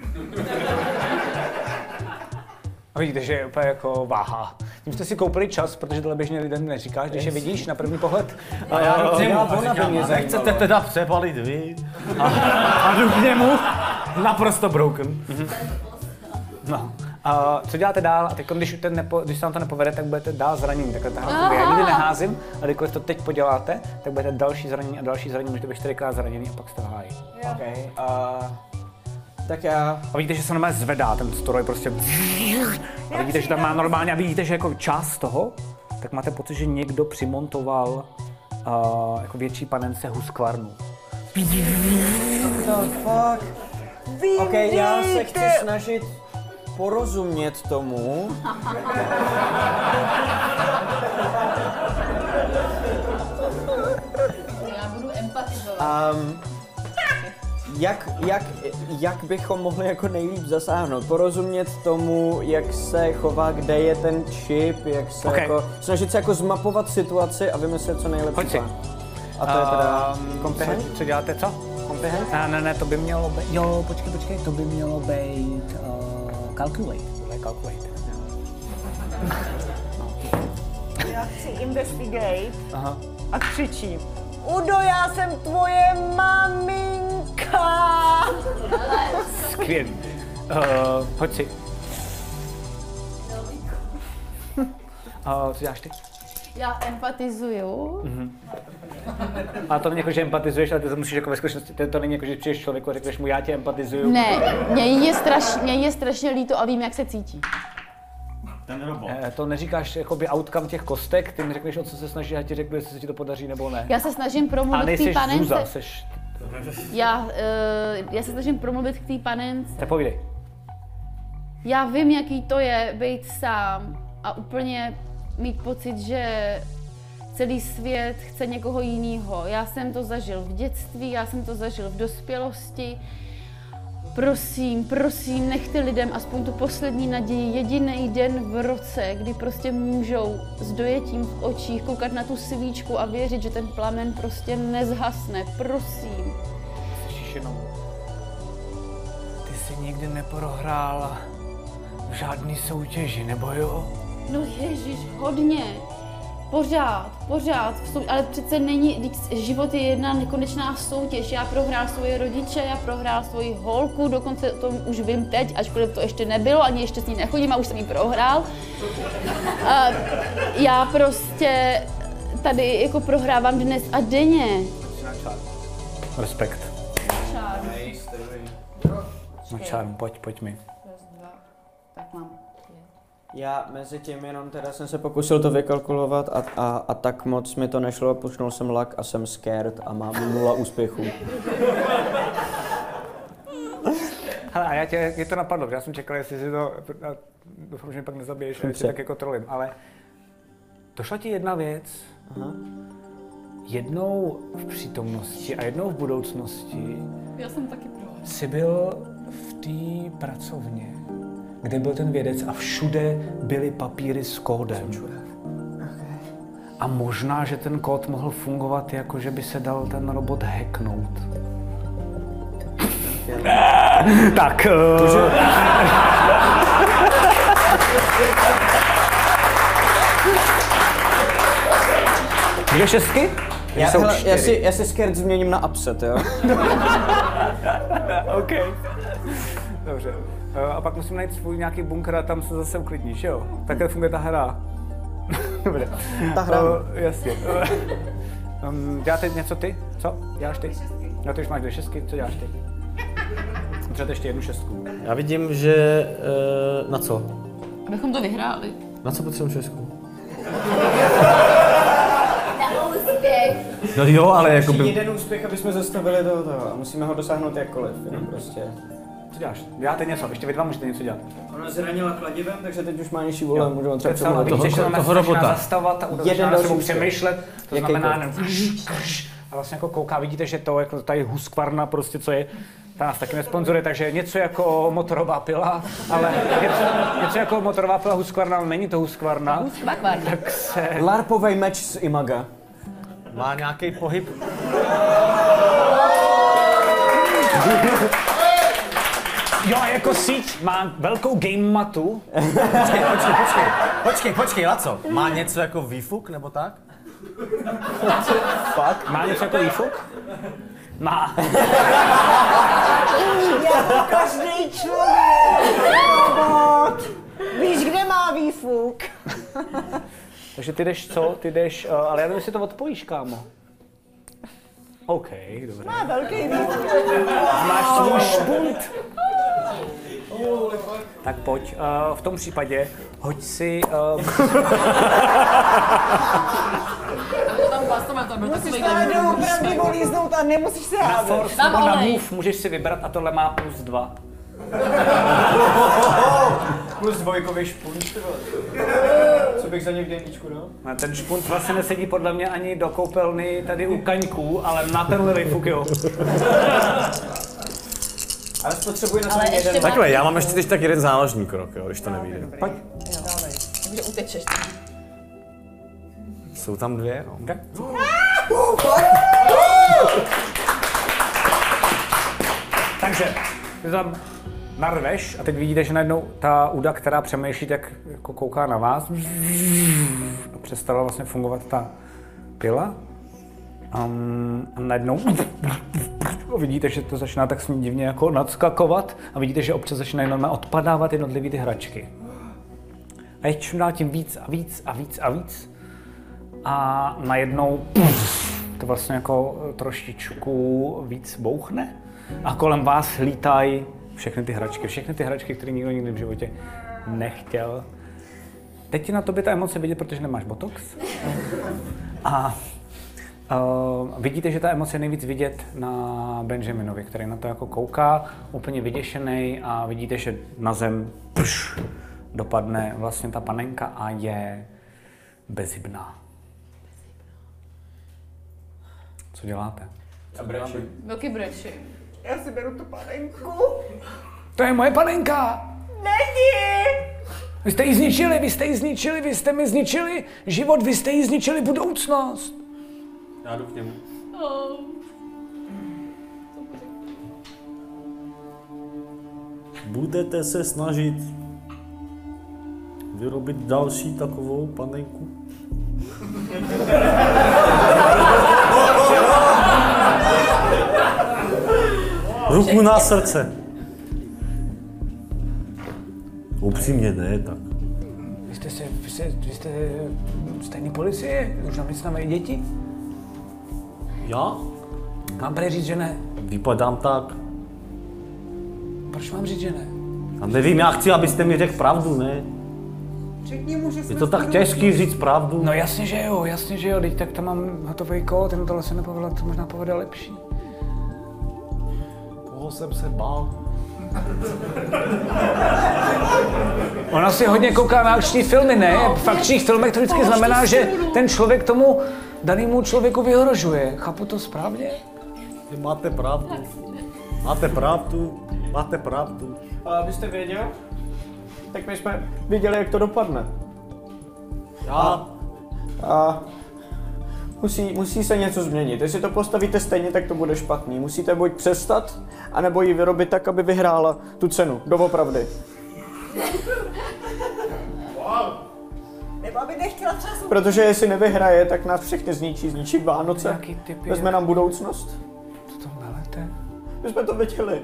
A vidíte, že je úplně jako váha. Tím jste si koupili čas, protože tohle běžně lidem neříkáš, když je vidíš na první pohled. A já jdu k němu a ona by mě říkám, nechcete teda přebalit vy? A, a jdu k němu, naprosto broken. No. A co děláte dál? A teď, když, ten nepo, když se vám to nepovede, tak budete dál zranění. Takhle ta hra. Já nikdy neházím, a když to teď poděláte, tak budete další zranění a další zranění, můžete být čtyřikrát zraněný a pak jste v háji. Okay, uh, tak já... A vidíte, že se normálně zvedá ten stroj prostě. A vidíte, že tam má normálně, a vidíte, že jako část toho, tak máte pocit, že někdo přimontoval uh, jako větší panence Husqvarnu. What the fuck? Ok, já se chci snažit porozumět tomu. Já budu empatizovat. Um, jak, jak, jak bychom mohli jako nejlíp zasáhnout? Porozumět tomu, jak se chová, kde je ten čip, jak se Okay. jako, snažit se jako zmapovat situaci a vymyslet co nejlepší. Pojď si. plán. A to je teda Um, comprehend? co, co děláte, co? Comprehend? Ne, ne, ne, to by mělo být, jo, počkej, počkej, to by mělo být uh, calculate. Tohle je calculate. Já chci investigate Aha. a křičím. Udo, já jsem tvoje maminka! Skvělý. Uh, pojď si. Uh, co děláš ty? Já empatizuju. A to není jako, že empatizuješ, ale ty to musíš jako ve skutečnosti, to, to není jako, že přijdeš člověku a řekneš mu, já tě empatizuju. Ne, mě je, straš, mě je strašně líto a vím, jak se cítí. Ten robot. Eh, to neříkáš jakoby outcome těch kostek, ty mi řekneš, o co se snažíš, a ti řeknu, jestli se ti to podaří nebo ne. Já se snažím A promluvit k té nejseš panence. Zuza, seš... Já, uh, já se snažím promluvit k té panence. Tak povídej. Já vím, jaký to je být sám a úplně mít pocit, že celý svět chce někoho jiného. Já jsem to zažil v dětství, já jsem to zažil v dospělosti. Prosím, prosím, nechte lidem aspoň tu poslední naději, jediný den v roce, kdy prostě můžou s dojetím v očích koukat na tu svíčku a věřit, že ten plamen prostě nezhasne. Prosím. Slyšíš jenom. Ty jsi nikdy neprohrál v žádný soutěži, nebo jo? No ježiš, hodně. Pořád, pořád, v sou... ale přece není, vždyť život je jedna nekonečná soutěž. Já prohrál svoje rodiče, já prohrál svoji holku, dokonce to už vím teď, ačkoliv to ještě nebylo, ani ještě s ní nechodím a už jsem ji prohrál. A já prostě tady jako prohrávám dnes a denně. Respekt. Čárnu. No čárnu, pojď, pojď mi. Tak mám. Já mezi tím jenom teda jsem se pokusil to vykalkulovat a, a, a tak moc mi to nešlo, pušnul jsem lak a jsem scared a mám nula úspěchů. Hele, a já tě, je to napadlo, já jsem čekal, jestli si to, a doufám, že mě pak nezabiješ, a tak jako trolím, ale došla ti jedna věc, Aha. jednou v přítomnosti a jednou v budoucnosti Já jsem taky prohrál. jsi byl v té pracovně, kde byl ten vědec a všude byly papíry s kódem. A možná, že ten kód mohl fungovat jako, že by se dal ten robot hacknout. Tak. Uh... Dvě šestky? Já, Jsou hele, já, čtyři. si, já si scared změním na upset, jo? OK. Dobře. Uh, a pak musím najít svůj nějaký bunkr a tam se zase uklidníš, jo? Takhle funguje ta hra. Dobře. Ta hra. Uh, jasně. Uh, Um, děláte něco ty? Co? Děláš ty? No ty už máš dvě šestky, co děláš ty? Potřebujete ještě jednu šestku. Já vidím, že... Uh, na co? Abychom to vyhráli. Na co potřebuji šestku? Na úspěch. No jo, ale jako by... jeden úspěch, aby jsme zastavili toho toho a musíme ho dosáhnout jakkoliv, jenom prostě. Co děláš? Děláte něco, ještě vy dva můžete něco dělat. Ona zranila kladivem, takže teď už má nižší vole, můžeme třeba Představ, abych toho, těšil toho robota. zastavovat a Jeden na sebou další přemýšlet, to Jaký znamená kod? jen a vlastně jako kouká, vidíte, že to jako tady Husqvarna prostě, co je, ta nás taky nesponzoruje, takže něco jako motorová pila, ale něco, něco jako motorová pila Husqvarna, ale není to Husqvarna, Husqvarna. tak se... Larpovej meč z Imaga. Má nějaký pohyb? Jo, a jako síť má velkou game matu. Počkej, počkej, počkej, počkej, počkej, Laco. Má něco jako výfuk, nebo tak? Fakt? Má něco jako výfuk? Má. Jako každý člověk, robot. Víš, kde má výfuk? Takže ty jdeš co? Ty jdeš, uh, ale já nevím, jestli to odpojíš, kámo. OK, dobré. Má velký výfuk. Máš svůj špunt. Tak pojď, uh, v tom případě hoď si... Uh... Musíš to najednou opravdu líznout a nemusíš se Na házet. force nebo na move můžeš si vybrat a tohle má plus dva. Plus dvojkový špunt, ty vole. Co bych za ně v deníčku dal? No, ten špunt vlastně nesedí podle mě ani do koupelny tady u kaňků, ale na tenhle výfuk jo. Ale spotřebuji na Ale tom ještě jeden. má- Takhle, já mám ještě teď tak jeden záložní krok, jo, když to nevíde. Pojď. Takže utečeš. Jsou tam dvě, no. Okay. Takže ty tam narveš a teď vidíte, že najednou ta úda, která přemýšlí, tak jako kouká na vás a přestala vlastně fungovat ta pila. Um, a najednou vidíte, že to začíná tak s ní divně jako nadskakovat a vidíte, že občas začínají normálně odpadávat jednotlivé ty hračky. A je čím dál tím víc a víc a víc a víc. A najednou to vlastně jako trošičku víc bouchne a kolem vás lítají všechny ty hračky, všechny ty hračky, které nikdo nikdy v životě nechtěl. Teď ti na tobě ta emoce vidět, protože nemáš botox. A uh, vidíte, že ta emoce je nejvíc vidět na Benjaminovi, který na to jako kouká, úplně vyděšený a vidíte, že na zem pš, dopadne vlastně ta panenka a je bezhybná. Co děláte? Velký breči. Já si beru tu panenku. To je moje panenka. Není! Vy jste ji zničili, vy jste ji zničili, vy jste mi zničili život, vy jste ji zničili budoucnost. Já jdu k němu. Budete se snažit vyrobit další takovou panenku? Ruku na srdce. Upřímně ne, tak. Vy jste se, vy jste, vy jste z tajné policie? Už nám nic nemají děti? Já? Mám prý říct, že ne. Vypadám tak. Proč mám říct, že ne? A nevím, já chci, abyste mi řekl pravdu, ne? Řekni mu, že jsme Je to tak těžký říct pravdu. No jasně, že jo, jasně, že jo, teď tak tam mám hotový kód, jenom tohle se nepovedlo, to možná povede lepší. Koho jsem se bál? Ona si hodně kouká na akční filmy, ne? V akčních filmech to vždycky znamená, že ten člověk tomu danému člověku vyhrožuje. Chápu to správně? Vy máte pravdu. Máte pravdu. Máte pravdu. A abyste věděl, tak my jsme viděli, jak to dopadne. Já? A musí, musí se něco změnit. Jestli to postavíte stejně, tak to bude špatný. Musíte buď přestat, anebo ji vyrobit tak, aby vyhrála tu cenu. Doopravdy. Nebo aby nechtěla třeba soutěž. Protože jestli nevyhraje, tak nás všechny zničí. Zničí Vánoce. Jaký typy? Vezme nám budoucnost. Co tam melete? My jsme to viděli.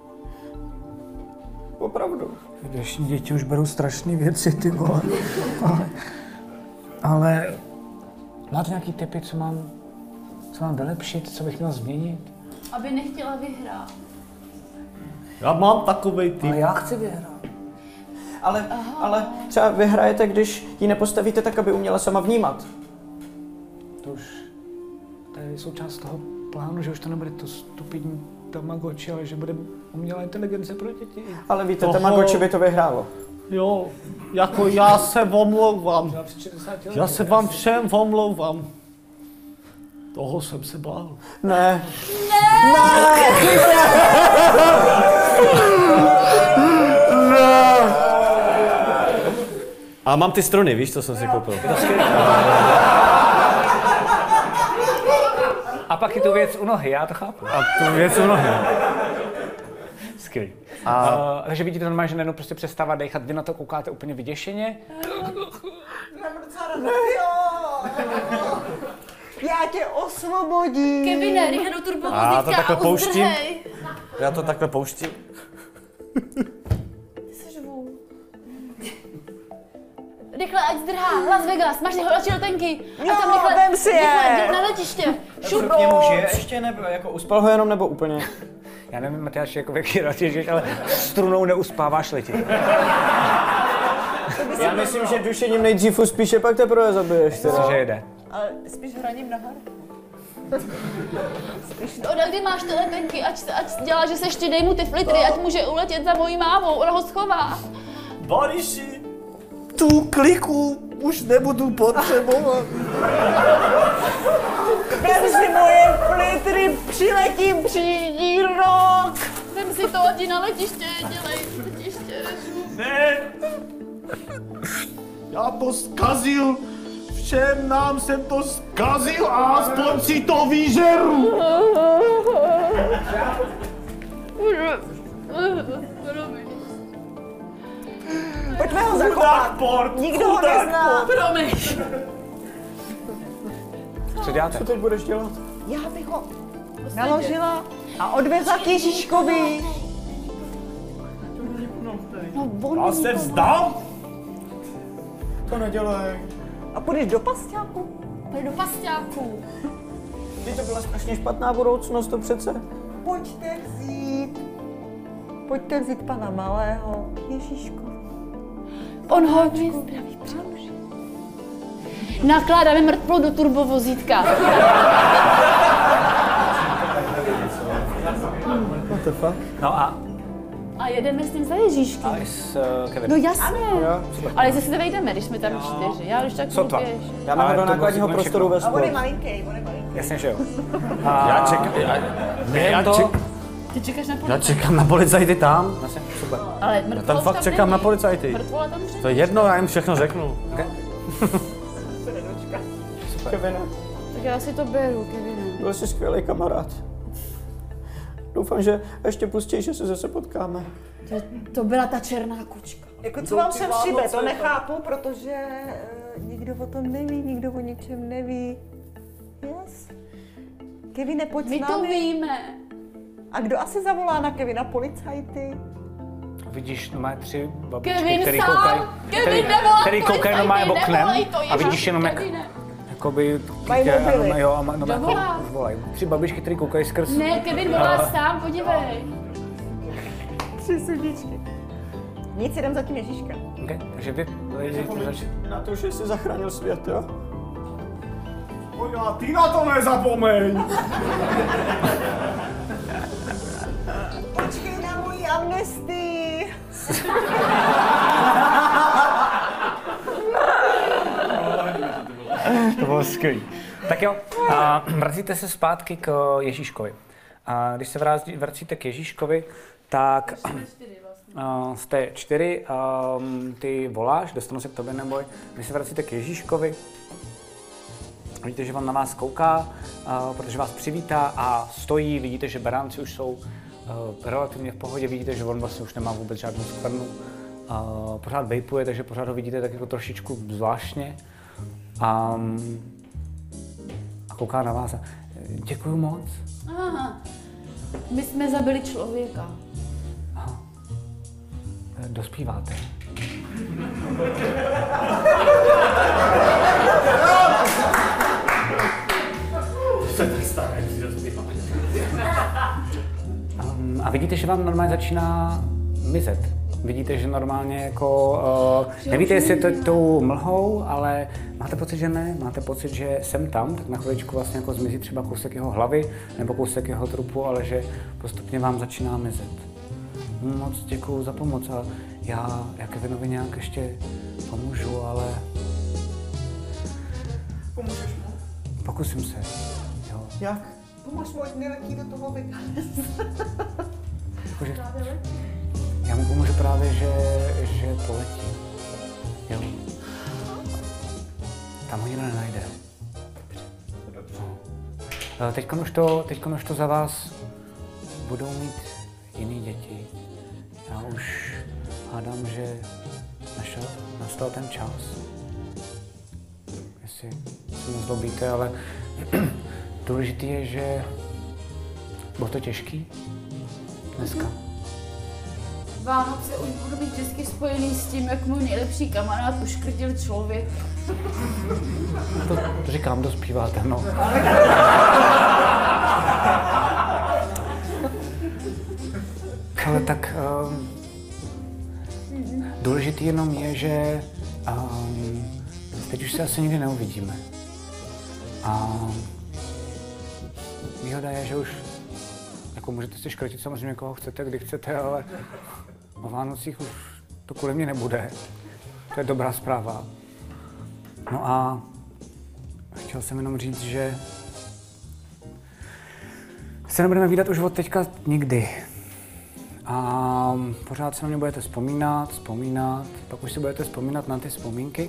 Opravdu. Dnešní děti už berou strašné věci, ty vole. Ale, ale máte nějaký tipy, co mám Co mám vylepšit, co bych měl změnit? Aby nechtěla vyhrát. Já mám takovej tým. Ale já chci vyhrát. Ale, ale třeba vyhrajete, když ji nepostavíte tak, aby uměla sama vnímat. To už to je součást toho plánu, že už to nebude to stupidní Tamagotchi, ale že bude umělá inteligence pro děti. Ale víte, Toho- Tamagotchi by to vyhrálo. Jo, jako já se omlouvám. Třeba před šedesáti lety. Já se vám všem omlouvám. Toho jsem se bál. Ne. A mám ty strony, víš, co jsem si koupil? A pak je tu věc u nohy, já to chápu. A tu věc u nohy. Skvělý. A... Uh, takže vidíte normálně, že najednou prostě přestává dechat, vy na to koukáte úplně vyděšeně. Já tě osvobodím. Kevine, rychle do A to turbovozítka takhle a pouštím. uzdrhej. Já to takhle pouštím. Ty se řvou. Rychle, ať zdrhá. Las Vegas, máš rychle další letenky. Jo, A tam rychle, vem si je. rychle, na letiště. Šup. K němu žije ještě nebo jako uspal ho jenom nebo úplně? Já nevím, Matyáš, jako v jaký rotě žiješ, ale strunou neuspáváš letět. Já myslím, že dušením nejdřív uspíše, pak teprve zabiješ. Teda. Že jede. Ale spíš hraním na har. Oda, kdy máš ty letenky, ať, ať dělá, že se ještě dej mu ty flitry, ať může uletět za mojí mámou, ona ho schová. Boriši, tu kliku už nebudu potřebovat. Vem si moje flitry, přiletím příští rok. Vem si to, ať ji na letiště, dělej letiště. Ne! Já to zkazil, všem nám jsem to zkazil a aspoň si to vyžeru. Pojďme ho zakopat. Port, Nikdo ho nezná. Promiň. Co děláte? Co teď budeš dělat? Já bych ho naložila a odvezla k Ježíškovi. No, on Já se vzdám. To nedělej. A půjdeš do pasťáku? Pojď do pasťáků. Vždyť to byla strašně špatná budoucnost, to přece. Pojďte vzít. Pojďte vzít pana malého k Ježíškovi. On ho vyzdraví, přeloží. Nakládáme mrtvou do turbovozítka. What the fuck? No a, A jedeme s ním za Ježíšky. a i s uh, Kevinem. No jasně. Ale jestli se vejdeme, když jsme tam čtyři. Já když tak budu Sotva. pěš. Já mám Ale do to nákladního musíme prostoru ve A on je spolu. malinký, on je malinký. Jasně, že jo. Já čekám, já, ne, já, to? ček, Ty čekáš na já policajty. čekám na policajty tam. Jasně, super. Ale Já mrtvola tam už fakt čekám není. na policajty. Mrtvola tam už To je jedno, já jim všechno řeknu. Okay. Kevine, Tak já si to beru, Kevine. byl jsi skvělý kamarád. Doufám, že ještě pustěji, že se zase potkáme. To, to byla ta černá kočka. Jako co vám sem šibe, to nechápu, protože uh, nikdo o tom neví, nikdo o ničem neví. Yes. Kevine, pojď My s to námi. víme. A kdo asi zavolá na Kevina policajty? Vidíš, no má tři babičky, Kevin který sám. koukají, Kevin, který, nevolá který koukají normálně policajty, oknem nevolej to, a vidíš jenom jak, Kevine. jakoby, Mají tě- mobily. no, jo, a má- no, Kdo jako, volá? volají. Tři babičky, které koukají skrz. Ne, Kevin volá sám, podívej. Tři sudičky. Nic, jdem za tím Ježíška. Okay. Takže vy Nezapomeň na to, že jsi zachránil svět, jo? A ty na to nezapomeň. Počkej na moji amnestii. to bylo skvělý. Tak jo, a vracíte se zpátky k Ježíškovi. A když se vrátí- vracíte k Ježíškovi, tak uh, jste čtyři, um, ty voláš, dostanu se k tobě, neboj. Když se vracíte k Ježíškovi, vidíte, že on na vás kouká, uh, protože vás přivítá a stojí, vidíte, že beránci už jsou uh, relativně v pohodě, vidíte, že on vlastně už nemá vůbec žádnou skvrnu. Uh, pořád vejpuje, takže pořád ho vidíte tak jako trošičku zvláštně. Um, a kouká na vás a děkuju moc. Aha. My jsme zabili člověka. Dospíváte. Co se tak stalo? a vidíte, že vám normálně začíná mizet. Vidíte, že normálně jako, uh, nevíte, jestli je to tou mlhou, ale máte pocit, že ne, máte pocit, že jsem tam, tak na chviličku vlastně jako zmizí třeba kousek jeho hlavy nebo kousek jeho trupu, ale že postupně vám začíná mizet. Moc děkuju za pomoc a já, já Kevinovi nějak ještě pomůžu, ale... Pomůžeš mu? Pokusím se, jo. Jak? Pomož mu, ať neletí do toho Vegas. Jakože... Já mu pomůžu právě, že, že poletí. Jo. Tam ho nikdo nenajde. No. Teďkon už to, teďkon už to za vás budou mít jiný děti. Já už hádám, že našel, nastal ten čas. Jestli se nezlobíte, ale důležité je, že bylo to těžký dneska. Vánoce už budu být vždycky spojený s tím, jak můj nejlepší kamarád uškrtil člověk. To, to říkám, dospíváte, no. Ale tak um, důležitý jenom je, že um, teď už se asi nikdy neuvidíme. A výhoda je, že už jako můžete si škrotit samozřejmě koho chcete, kdy chcete, ale o Vánocích už to kvůli mě nebude. To je dobrá zpráva. No a chtěl jsem jenom říct, že se nebudeme vídat už od teďka nikdy. A pořád se na mě budete vzpomínat, vzpomínat, pak už si budete vzpomínat na ty vzpomínky.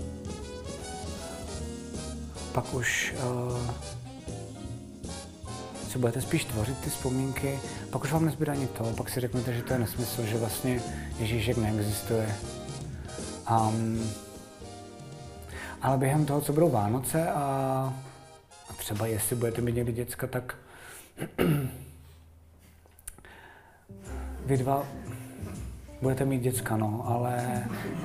Pak už uh, si budete spíš tvořit ty vzpomínky, pak už vám nezbyde ani to, pak si řeknete, že to je nesmysl, že vlastně Ježíšek neexistuje. Um, ale během toho, co budou Vánoce a, a třeba jestli budete mít někdy děcka, tak vy dva budete mít děcka, no, ale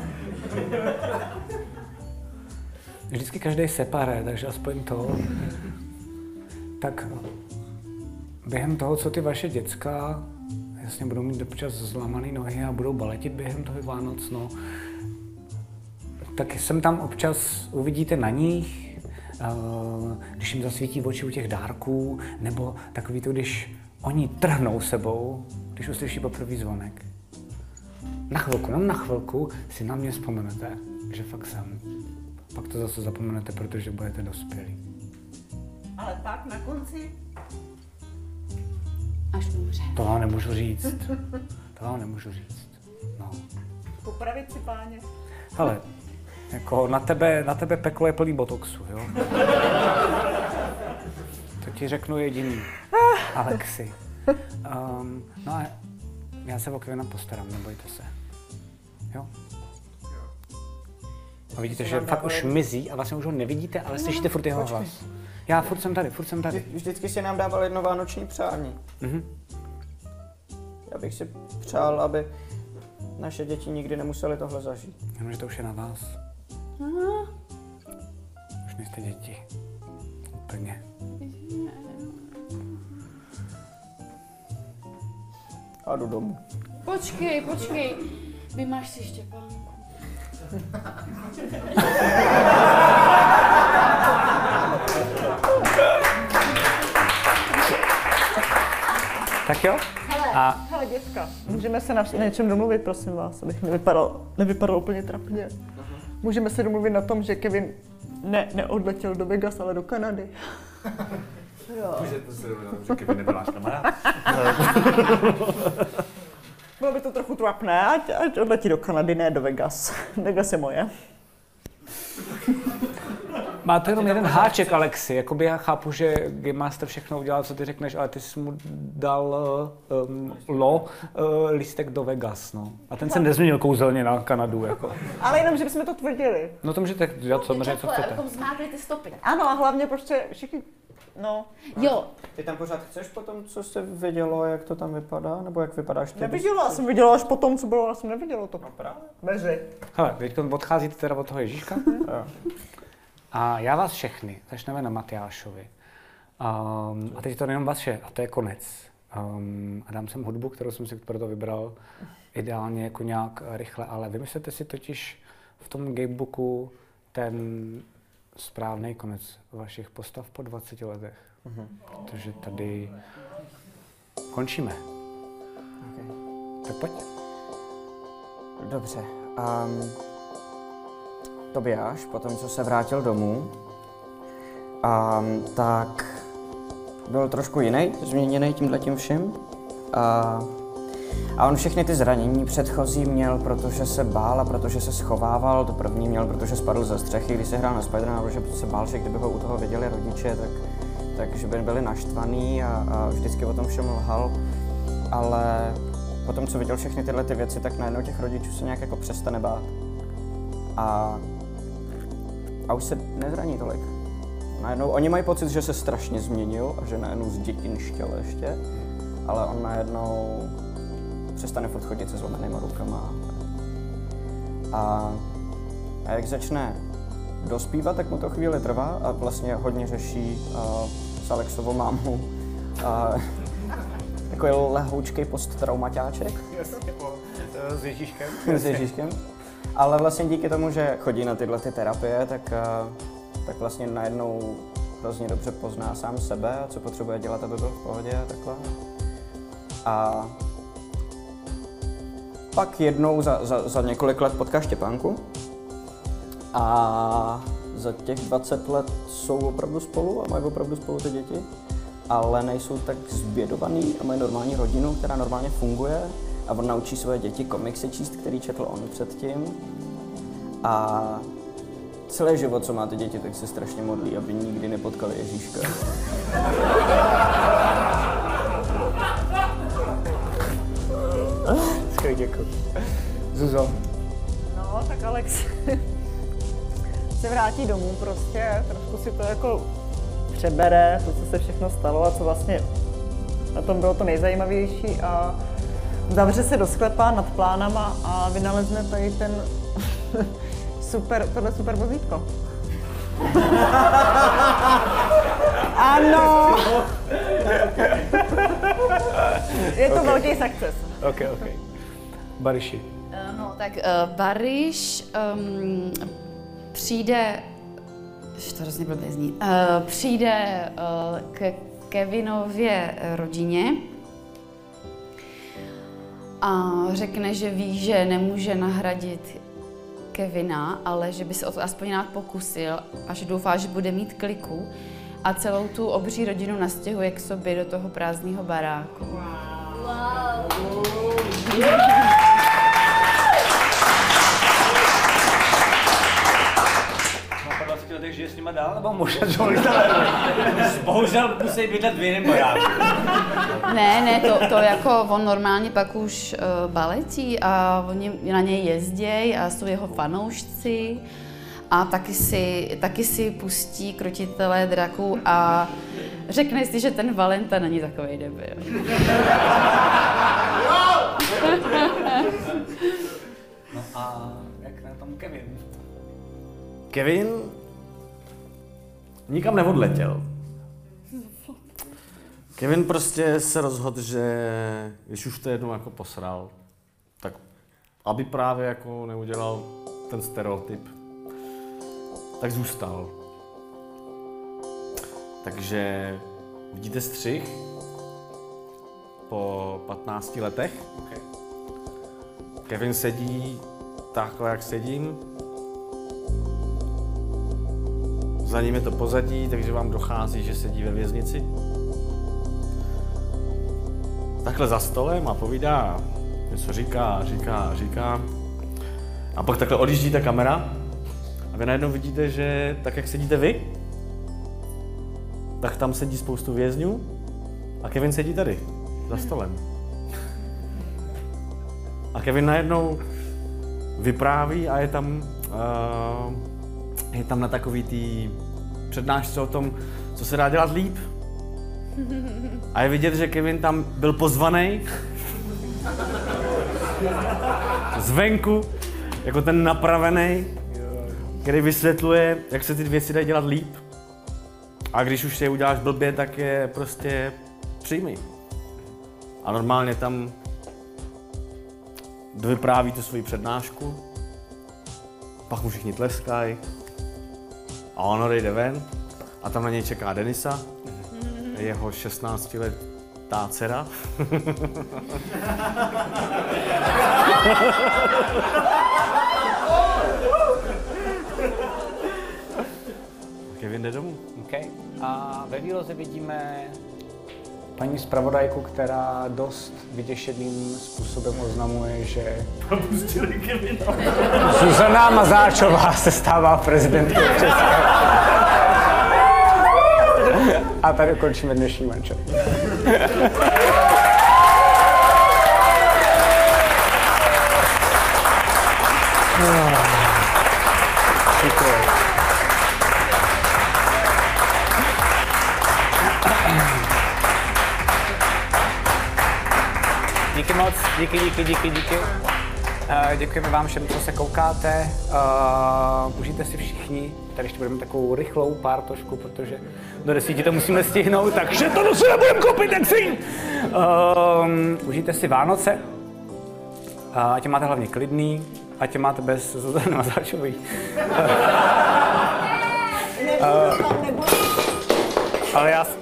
vždycky každý separé, takže aspoň to. Tak během toho, co ty vaše děcka jasně budou mít občas zlamaný nohy a budou baletit během toho Vánoc, no, tak sem tam občas uvidíte na nich, když jim zasvítí oči u těch dárků, nebo takový to, když oni trhnou sebou, když uslyší poprvý zvonek. Na chvilku, jenom na chvilku si na mě vzpomenete, že fakt jsem. Pak to zase zapomenete, protože budete dospělí. Ale pak na konci? Až umře. To vám nemůžu říct. To vám nemůžu říct. No. Popravit si páně. Hele, jako na tebe, na tebe peklo je plný botoxu, jo? To ti řeknu jediný. Alexi. Um, no a já se o Kevina postarám, nebojte se. Jo? A vidíte, že fakt už mizí a vlastně už ho nevidíte, ale slyšíte furt jeho hlas. Já furt jsem tady, furt jsem tady. Vždycky si nám dával jedno vánoční přání. Mhm. Já bych si přál, aby naše děti nikdy nemuseli tohle zažít. Jenomže to už je na vás. Už nejste děti. Úplně. A jdu domů. Počkej, počkej. Vymaž si Štěpánku. Tak jo? A... Hele, děcka, můžeme se na něčem domluvit, prosím vás, abych nevypadal, nevypadal úplně trapně. Můžeme se domluvit na tom, že Kevin ne, neodletěl do Vegas, ale do Kanady. Můžete se domluvit, že Kevin nebyl náš kamarád? Bylo by to trochu trapné, ať, ať odletí do Kanady, ne do Vegas. Vegas je moje. Máte jenom jeden háček, Alexi. Jakoby já chápu, že Game Master všechno udělal, co ty řekneš, ale ty jsi mu dal um, lo, uh, lístek do Vegas, no. A ten se nezměnil kouzelně na Kanadu, jako. Ale jenom, že bychom to tvrdili. No to můžete dělat samozřejmě, co chcete. Abychom zmátli ty stopy. Ano, a hlavně prostě všichni, no. Jo. Ty tam pořád chceš po tom, co jste vidělo, jak to tam vypadá? Nebo jak vypadáš ty? Neviděla, já jsem viděla až po tom, co bylo, já jsem neviděla to. No právě. Beři. Hele, teď odcházíte teda od toho Ježíška. A já vás všechny, začneme na Matyášovi. Um, a teď je to jenom vaše, a to je konec. Um, a dám sem hudbu, kterou jsem si pro to vybral ideálně jako nějak rychle, ale vymyslete si totiž v tom gamebooku ten správný konec vašich postav po dvaceti letech. Mm-hmm. Protože tady končíme. Okay. Tak pojď. Dobře. Um, Tobiáš, potom co se vrátil domů, um, tak byl trošku jiný, změněný tímhletím vším. A, a on všechny ty zranění předchozí měl, protože se bál a protože se schovával. To první měl, protože spadl ze střechy, když se hrál na Spidermana, protože se bál, že kdyby ho u toho viděli rodiče, tak, tak že by byli naštvaný a, a vždycky o tom všem lhal. Ale potom, co viděl všechny tyhle ty věci, tak najednou těch rodičů se nějak jako přestane bát. A, a už se nezraní tolik. Najednou oni mají pocit, že se strašně změnil a že najednou zdětinštěl ještě, ale on najednou přestane furt chodit se zlomenýma rukama. A, a jak začne dospívat, tak mu to chvíli trvá a vlastně hodně řeší uh, s Alexovou mámou uh, takový lehoučkej posttraumaťáček. S Ježíškem. S Ježíškem. Ale vlastně díky tomu, že chodí na tyhle ty terapie, tak, tak vlastně najednou hrozně dobře pozná sám sebe a co potřebuje dělat, aby byl v pohodě a takhle. A pak jednou za, za, za několik let potká Štěpánku a za těch dvacet let jsou opravdu spolu a mají opravdu spolu ty děti, ale nejsou tak zbědovaný a mají normální rodinu, která normálně funguje. A on naučí svoje děti komiksy číst, který četl on předtím. A celý život, co má ty děti, tak se strašně modlí, aby nikdy nepotkali Ježíška. Skvělý, děkuji. Zuzo. No, tak Alex se vrátí domů prostě, trošku si to jako přebere, to, co se všechno stalo a co vlastně na tom bylo to nejzajímavější a zavře se do sklepa nad plánama a vynalezne tady ten super, tohle super vozítko. Ano! Je to okay. Velký success. Ok, ok. Baryši. Uh, no, tak uh, Baryš um, přijde, už to hrozně blbě zní, uh, přijde uh, k Kevinově rodině a řekne, že ví, že nemůže nahradit Kevina, ale že by se o to aspoň nějak pokusil a že doufá, že bude mít kliku a celou tu obří rodinu nastěhuje k sobě do toho prázdného baráku. Wow. Po dvaceti letech žije s nima dál, nebo možná zvolit bohužel musí bydlet v jiném baráku. Ne, ne, to, to jako on normálně pak už uh, baletí a oni na něj jezdějí a jsou jeho fanoušci a taky si, taky si pustí Krotitele draků a řekne si, že ten Valenta není takovej debil. No a jak na tom Kevin? Kevin nikam neodletěl. Kevin prostě se rozhodl, že když už to jednou jako posral, tak aby právě jako neudělal ten stereotyp, tak zůstal. Takže vidíte střih po patnácti letech. Okay. Kevin sedí takhle, jak sedím. Za ním je to pozadí, takže vám dochází, že sedí ve věznici. Takhle za stolem a povídá, něco říká, říká, říká. A pak takhle odjíždí ta kamera a vy najednou vidíte, že tak, jak sedíte vy, tak tam sedí spoustu vězňů a Kevin sedí tady, za stolem. A Kevin najednou vypráví a je tam, uh, je tam na takový tý přednášce o tom, co se dá dělat líp. A je vidět, že Kevin tam byl pozvaný zvenku, jako ten napravený, který vysvětluje, jak se ty věci dají dělat líp. A když už je uděláš blbě, tak je prostě přijmi. a normálně tam dovypráví tu svoji přednášku, pak mu všichni tleskají a on odejde ven a tam na něj čeká Denisa, jeho šestnáctiletá dcera. Kevin jde domů. Okay. A ve výloze vidíme paní zpravodajku, která dost vyděšeným způsobem oznamuje, že Propustili Kevina. Zuzana Mazáčová se stává prezidentkou České. A tady ukončíme dnešní mančet. Děkuji. Díky moc, díky, díky, díky, díky. Uh, děkujeme vám všem, co se koukáte. Uh, užijte si všichni. Tady ještě budeme takovou rychlou pártošku, protože do desíti to musíme stihnout, takže to si nebudeme koupit, tak si. Um, užijte si Vánoce. Uh, ať je máte hlavně klidný, ať je máte bez Zuzany Mazáčový. Uh, uh, ale já...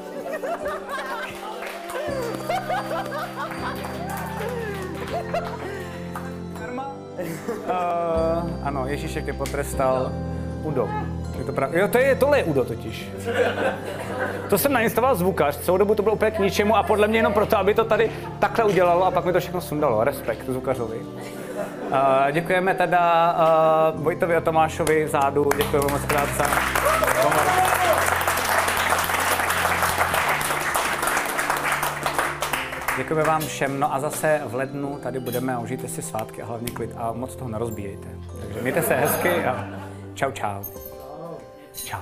Uh, ano, Ježíšek tě potrestal. Udo. Je to prav... Jo, to je, tohle je Udo totiž. To jsem nainstaloval zvukař, celou dobu to bylo úplně k ničemu a podle mě jenom proto, aby to tady takhle udělalo a pak mi to všechno sundalo. Respekt zvukařovi. Uh, děkujeme teda uh, Vojtovi a Tomášovi vzadu, děkujeme moc krát za pomoc. Děkujeme vám všem, no a zase v lednu tady budeme a užijte si svátky a hlavně klid a moc toho nerozbíjejte. Takže mějte se hezky a čau čau. Čau.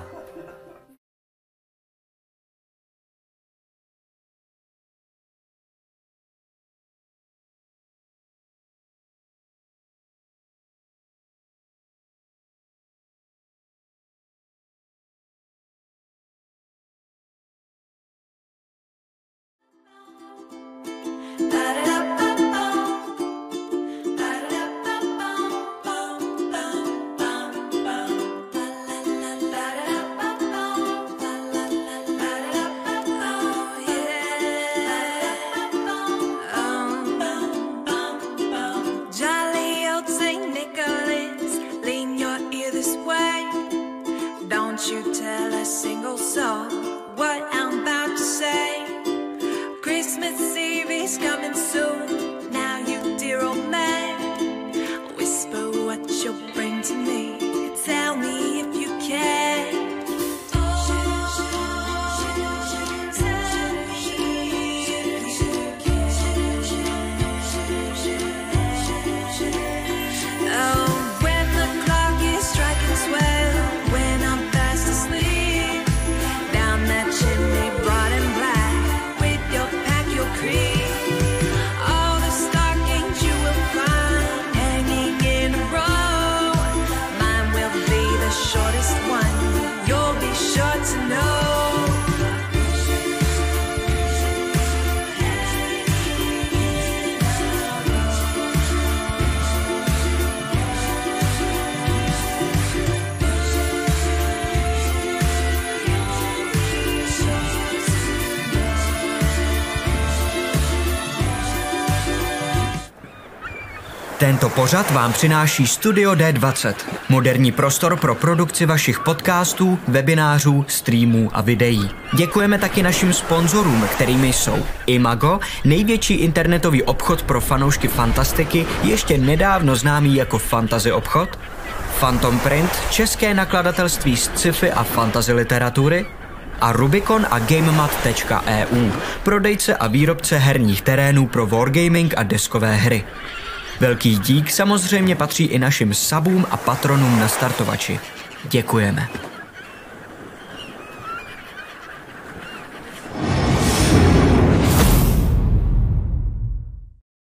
Tento pořad vám přináší Studio D dvacet. Moderní prostor pro produkci vašich podcastů, webinářů, streamů a videí. Děkujeme taky našim sponzorům, kterými jsou Imago, největší internetový obchod pro fanoušky fantastiky, ještě nedávno známý jako Fantasy obchod, Phantom Print, české nakladatelství z sci-fi a fantasy literatury, a Rubicon a GameMat tečka E U, prodejce a výrobce herních terénů pro wargaming a deskové hry. Velký dík samozřejmě patří i našim subům a patronům na startovači. Děkujeme.